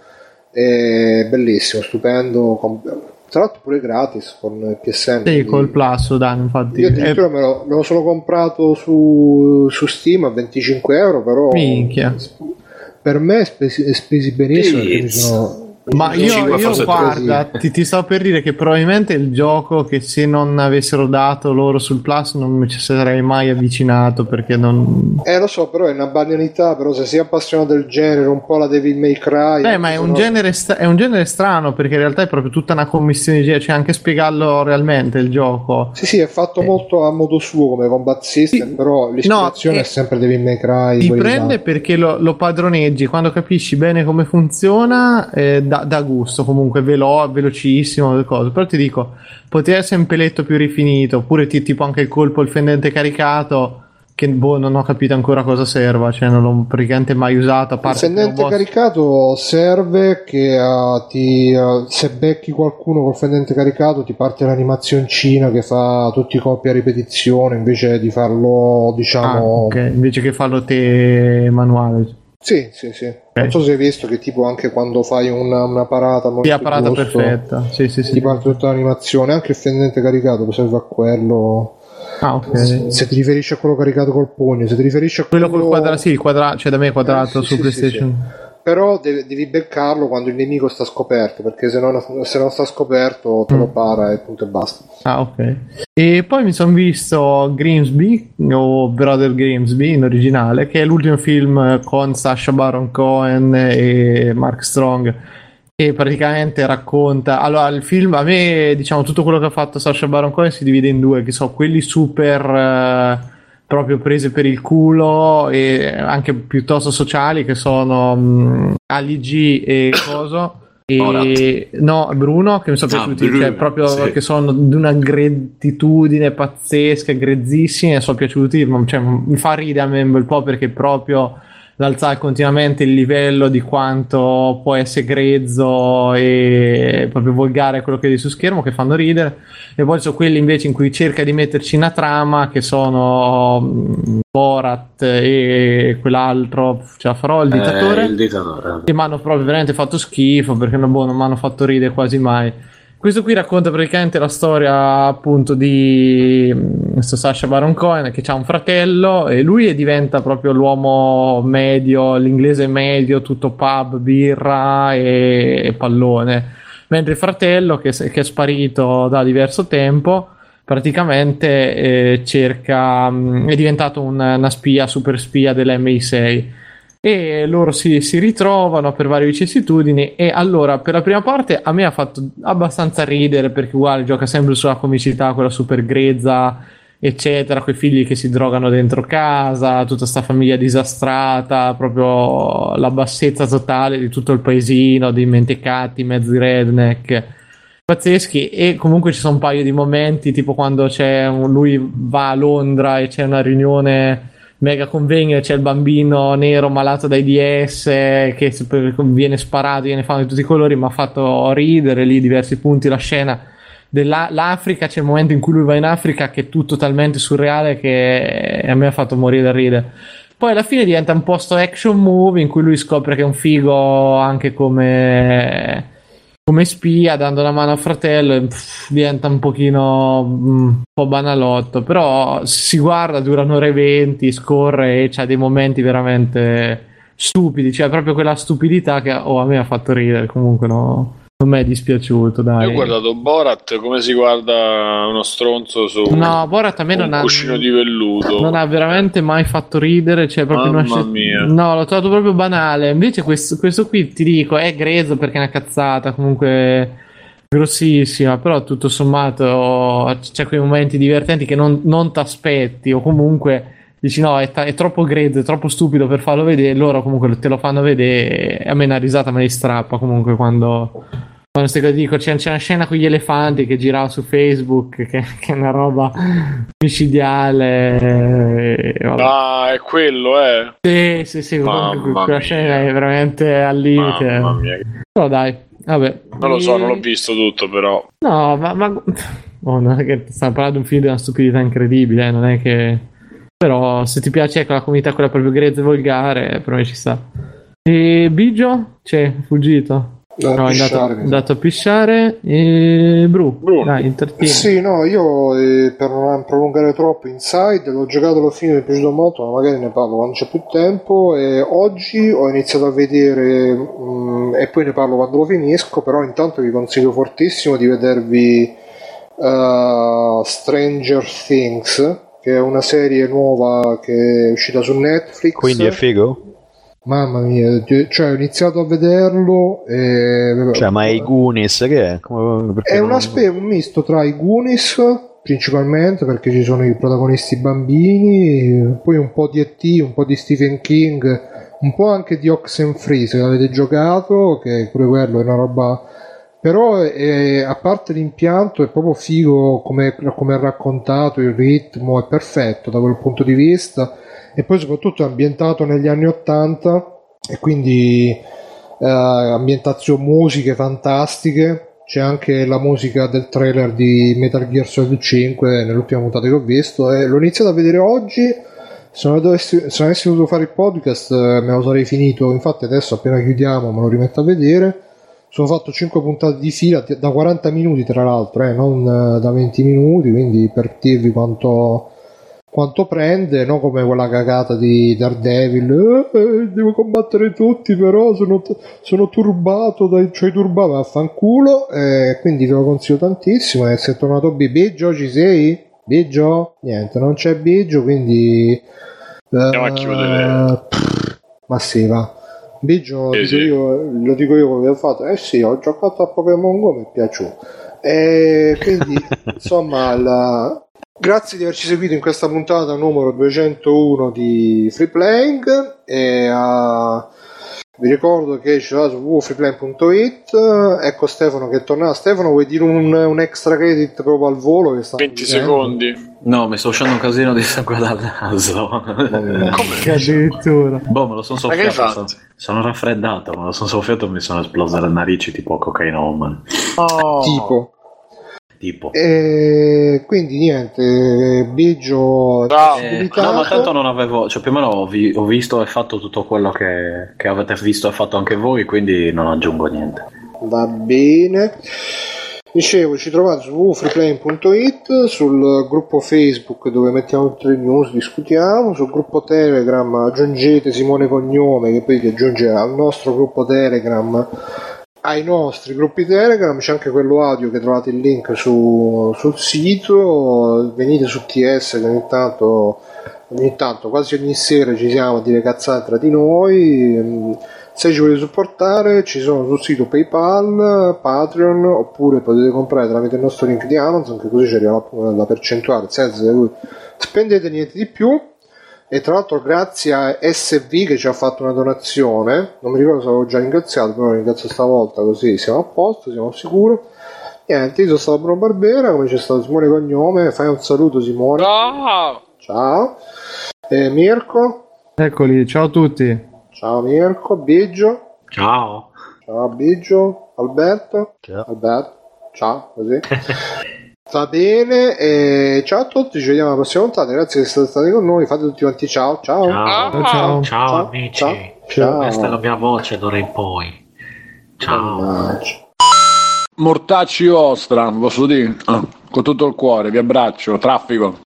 Speaker 1: è bellissimo, stupendo, com- tra l'altro pure gratis con il P S N.
Speaker 3: Sì, col Plus, dai, infatti.
Speaker 1: Io addirittura me, lo, me lo sono comprato su, su Steam a venticinque euro, però
Speaker 3: minchia.
Speaker 1: Per me spesi, spesi benissimo perché mi sono...
Speaker 3: Ma io, io guarda, ti, ti sto per dire che probabilmente il gioco che se non avessero dato loro sul Plus non mi ci sarei mai avvicinato, perché non...
Speaker 1: Eh lo so, però è una banalità, però se sei appassionato del genere, un po' la Devil May Cry...
Speaker 3: Beh, ma è un, no... genere st- è un genere strano, perché in realtà è proprio tutta una commissione di genere, cioè anche spiegarlo realmente il gioco.
Speaker 1: Sì, sì, è fatto eh. molto a modo suo come combat system, sì. Però l'ispirazione no, è sempre Devil May Cry.
Speaker 3: Ti prende là. Perché lo, lo padroneggi, quando capisci bene come funziona... Eh, da, da gusto, comunque velo- velocissimo le cose. Però ti dico, poteva essere un peletto più rifinito, oppure ti, tipo anche il colpo, il fendente caricato, che boh, non ho capito ancora cosa serva, cioè non l'ho praticamente mai usato, a parte
Speaker 1: il fendente boss... caricato serve che uh, ti, uh, se becchi qualcuno col fendente caricato ti parte l'animazioncina che fa tutti i colpi a ripetizione invece di farlo, diciamo,
Speaker 3: ah, ok, invece che farlo te manuale.
Speaker 1: Sì, sì, sì. Okay. Non so se hai visto che tipo anche quando fai una, una parata molto
Speaker 3: sì, la parata
Speaker 1: giusto,
Speaker 3: perfetta. Sì, sì, sì.
Speaker 1: Ti parte tutta l'animazione, anche il fendente caricato serve a quello.
Speaker 3: Ah, ok.
Speaker 1: Se, se ti riferisci a quello caricato col pugno, se ti riferisci a quello,
Speaker 3: quello col quadrato, sì, il quadrato, cioè da me è quadrato eh, sì, su sì, PlayStation.
Speaker 1: Sì, sì. però devi, devi beccarlo quando il nemico sta scoperto, perché se non, se non sta scoperto te lo para e punto e basta.
Speaker 3: Ah, ok. E poi mi sono visto Grimsby o Brother Grimsby in originale, che è l'ultimo film con Sacha Baron Cohen e Mark Strong, e praticamente racconta, allora il film, a me diciamo tutto quello che ha fatto Sacha Baron Cohen si divide in due, che so, quelli super eh, proprio prese per il culo e anche piuttosto sociali, che sono um, Ali G e coso e
Speaker 9: Borat.
Speaker 3: no, Bruno, che mi sono
Speaker 9: Ah,
Speaker 3: piaciuti,
Speaker 9: Bruno,
Speaker 3: cioè proprio
Speaker 9: sì.
Speaker 3: che sono di una grettitudine pazzesca, grezzissimi, e sono piaciuti, ma, cioè, mi fa ridere a me un bel po', perché proprio l'alzare continuamente il livello di quanto può essere grezzo e proprio volgare quello che vedi su schermo, che fanno ridere. E poi sono quelli invece in cui cerca di metterci una trama, che sono um, Borat e quell'altro, ce la farò, il dittatore,
Speaker 9: Eh, il dittatore.
Speaker 3: che mi hanno proprio veramente fatto schifo, perché no, boh, non mi hanno fatto ridere quasi mai. Questo qui racconta praticamente la storia appunto di questo Sacha Baron Cohen, che ha un fratello e lui diventa proprio l'uomo medio, l'inglese medio, tutto pub, birra e, e pallone, mentre il fratello che, che è sparito da diverso tempo praticamente eh, cerca, è diventato un, una spia, super spia dell'M I sei, e loro si, si ritrovano per varie vicissitudini. E allora, per la prima parte a me ha fatto abbastanza ridere, perché uguale gioca sempre sulla comicità, quella super grezza eccetera, quei figli che si drogano dentro casa, tutta sta famiglia disastrata, proprio la bassezza totale di tutto il paesino, dei mentecatti, mezzi redneck pazzeschi. E comunque ci sono un paio di momenti, tipo quando c'è un, lui va a Londra e c'è una riunione mega convegno, c'è il bambino nero malato d'AIDS che viene sparato, viene fatto di tutti i colori, mi ha fatto ridere lì diversi punti la scena dell'Africa. C'è il momento in cui lui va in Africa che è tutto talmente surreale che a me ha fatto morire da ridere. Poi alla fine diventa un po' sto action movie in cui lui scopre che è un figo anche come come spia, dando la mano al fratello, e pff, diventa un pochino un po' banalotto, però si guarda, dura un'ora e venti, scorre e c'ha dei momenti veramente stupidi, cioè proprio quella stupidità che oh, a me ha fatto ridere. Comunque no, non mi è dispiaciuto, dai.
Speaker 10: Io ho guardato Borat come si guarda uno stronzo su
Speaker 3: No, Borat a me
Speaker 10: un
Speaker 3: non ha
Speaker 10: cuscino di velluto.
Speaker 3: non ha veramente mai fatto ridere, cioè proprio
Speaker 10: Mamma
Speaker 3: una...
Speaker 10: mia.
Speaker 3: No, l'ho trovato proprio banale. Invece questo, questo qui ti dico è grezzo perché è una cazzata comunque grossissima, però tutto sommato c'è quei momenti divertenti che non, non ti aspetti, o comunque dici no, è, ta- è troppo grezzo, è troppo stupido per farlo vedere. Loro comunque te lo fanno vedere e a me una risata me li strappa comunque quando quando ste cose. Dico, c'è, c'è una scena con gli elefanti che girava su Facebook che, che è una roba micidiale e, vabbè.
Speaker 10: Ah, è quello, eh?
Speaker 3: Sì, sì, sì, comunque
Speaker 10: Mamma
Speaker 3: quella
Speaker 10: mia.
Speaker 3: scena è veramente al limite.
Speaker 10: Mamma mia.
Speaker 3: Però dai, vabbè.
Speaker 10: Non lo so,
Speaker 3: E-
Speaker 10: non l'ho visto tutto, però.
Speaker 3: No, ma, ma... Oh, non è che stiamo parlando di un film di una stupidità incredibile, eh, non è che... Però se ti piace ecco, la comunità quella proprio grezza e volgare, però ci sta. E Bigio? C'è, fuggito.
Speaker 1: Da
Speaker 3: No, è andato,
Speaker 1: pisciare,
Speaker 3: è andato a pisciare. E Bru, dai, intrattieni.
Speaker 1: Sì, no, io eh, per non prolungare troppo Inside l'ho giocato alla fine, mi è piaciuto molto, ma magari ne parlo quando c'è più tempo. E oggi ho iniziato a vedere mh, e poi ne parlo quando lo finisco, però intanto vi consiglio fortissimo di vedervi uh, Stranger Things, che è una serie nuova che è uscita su Netflix.
Speaker 8: Quindi è figo?
Speaker 1: Mamma mia, cioè ho iniziato a vederlo e...
Speaker 8: Cioè, ma è i Goonies che è? Come, perché
Speaker 1: È
Speaker 8: non-
Speaker 1: una spe- un misto tra i Goonies principalmente, perché ci sono i protagonisti bambini, poi un po' di E T, un po' di Stephen King, un po' anche di Oxenfree, se l'avete giocato, che pure quello è una roba... Però è, a parte l'impianto è proprio figo come, come è raccontato, il ritmo è perfetto da quel punto di vista, e poi soprattutto è ambientato negli anni ottanta e quindi eh, ambientazioni, musiche fantastiche. C'è anche la musica del trailer di Metal Gear Solid cinque nell'ultima puntata che ho visto, e l'ho iniziato a vedere oggi. Se non, dovessi, se non avessi dovuto fare il podcast eh, me lo sarei finito, infatti adesso appena chiudiamo me lo rimetto a vedere. Sono fatto cinque puntate di fila da quaranta minuti tra l'altro, eh, non eh, da venti minuti, quindi per dirvi quanto quanto prende, no? Come quella cagata di Daredevil, eh, eh, devo combattere tutti, però sono, sono turbato, dai, cioè turbato, vaffanculo, eh, quindi te lo consiglio tantissimo. E se è tornato B, Biggio, ci sei? Biggio? Niente, non c'è Biggio, quindi
Speaker 10: andiamo a chiudere.
Speaker 1: Pff, ma sì, va. Biggio,
Speaker 10: Eh,
Speaker 1: dico
Speaker 10: sì.
Speaker 1: io, lo dico io come ho fatto. Eh sì, ho giocato a Pokémon Go, mi è piaciuto. E quindi, insomma, la... grazie di averci seguito in questa puntata numero duecentouno di Free Playing. E uh, vi ricordo che ci va su w w w punto freeplaying punto it. Ecco Stefano che è tornato. Stefano, vuoi dire un, un extra credit proprio al volo? Che sta
Speaker 10: venti secondi.
Speaker 9: No, mi sta uscendo un casino di sangue dal naso.
Speaker 3: Che addirittura.
Speaker 9: Boh, me lo sono
Speaker 10: Ma che hai
Speaker 9: soffiato.
Speaker 10: fatto?
Speaker 9: Sono, sono raffreddato, me lo sono soffiato e mi sono esplose le narici tipo cocaina woman.
Speaker 10: Oh.
Speaker 1: Tipo.
Speaker 9: Tipo.
Speaker 1: E quindi niente, Biggio
Speaker 9: Eh, no, ma tanto non avevo, cioè più o meno ho, vi- ho visto e fatto tutto quello che, che avete visto e fatto anche voi, quindi non aggiungo niente.
Speaker 1: va bene. Dicevo, ci trovate su w w w punto freeplaying punto it, sul gruppo Facebook dove mettiamo tutte le news, discutiamo, sul gruppo Telegram aggiungete Simone Cognome che poi ti aggiunge al nostro gruppo Telegram, ai nostri gruppi Telegram, c'è anche quello audio che trovate il link su, sul sito, venite su T S che ogni tanto, ogni tanto, quasi ogni sera ci siamo a dire cazzate tra di noi. Se ci volete supportare ci sono sul sito PayPal, Patreon, oppure potete comprare tramite il nostro link di Amazon, che così ci arriva la, la percentuale senza che voi spendete niente di più. E tra l'altro grazie a S V che ci ha fatto una donazione, non mi ricordo se avevo già ringraziato, però ringrazio stavolta così siamo a posto, siamo sicuri. Niente, io sono stato Bruno Barbera, come c'è stato Simone Cognome, fai un saluto Simone.
Speaker 10: Ciao.
Speaker 1: Ciao. E Mirko.
Speaker 3: Eccoli, ciao a tutti.
Speaker 1: Ciao Mirko. Biggio.
Speaker 9: Ciao.
Speaker 1: Ciao Biggio. Alberto.
Speaker 8: Ciao.
Speaker 1: Alberto. Ciao, così. Va bene, e ciao a tutti, ci vediamo alla prossima puntata, grazie che siete stati con noi, fate tutti quanti ciao, ciao.
Speaker 9: Ciao.
Speaker 3: Ciao, ciao.
Speaker 9: Ciao,
Speaker 1: Ciao,
Speaker 9: amici.
Speaker 1: ciao, ciao.
Speaker 9: Questa è la mia voce d'ora in poi. Ciao.
Speaker 1: Mannaggia.
Speaker 2: Mortacci ostra, posso dire? Ah, con tutto il cuore, vi abbraccio, traffico.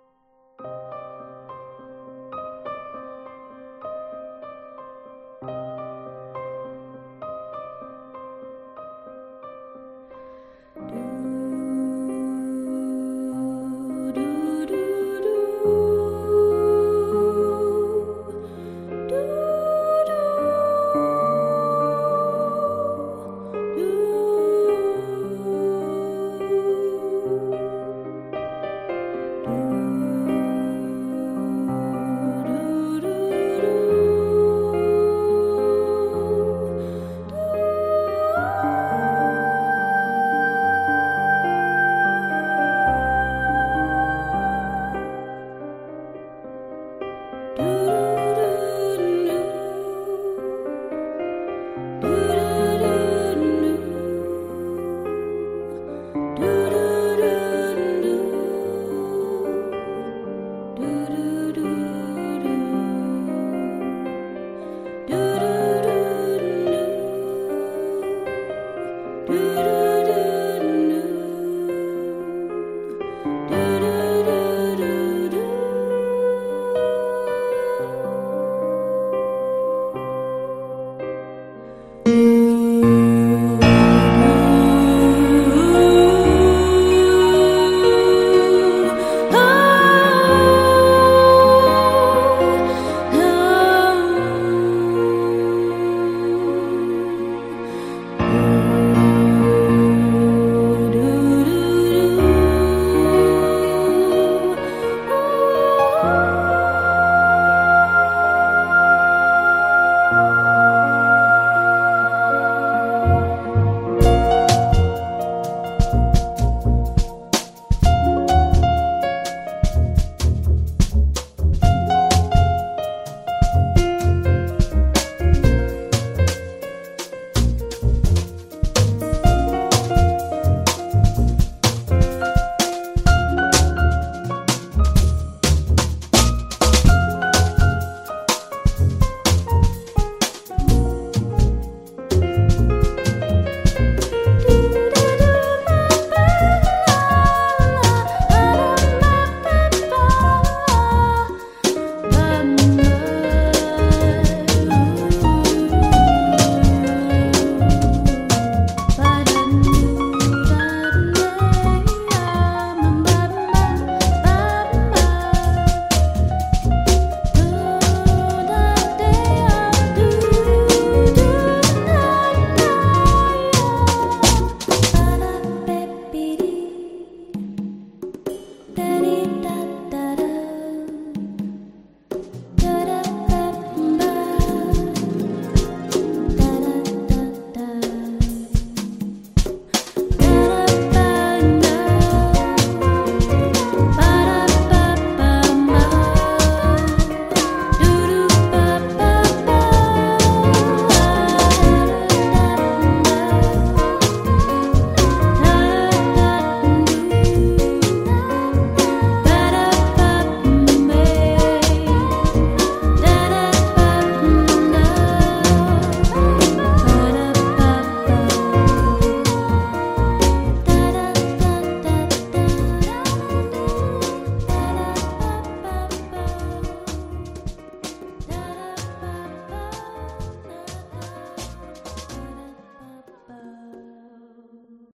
Speaker 13: Thank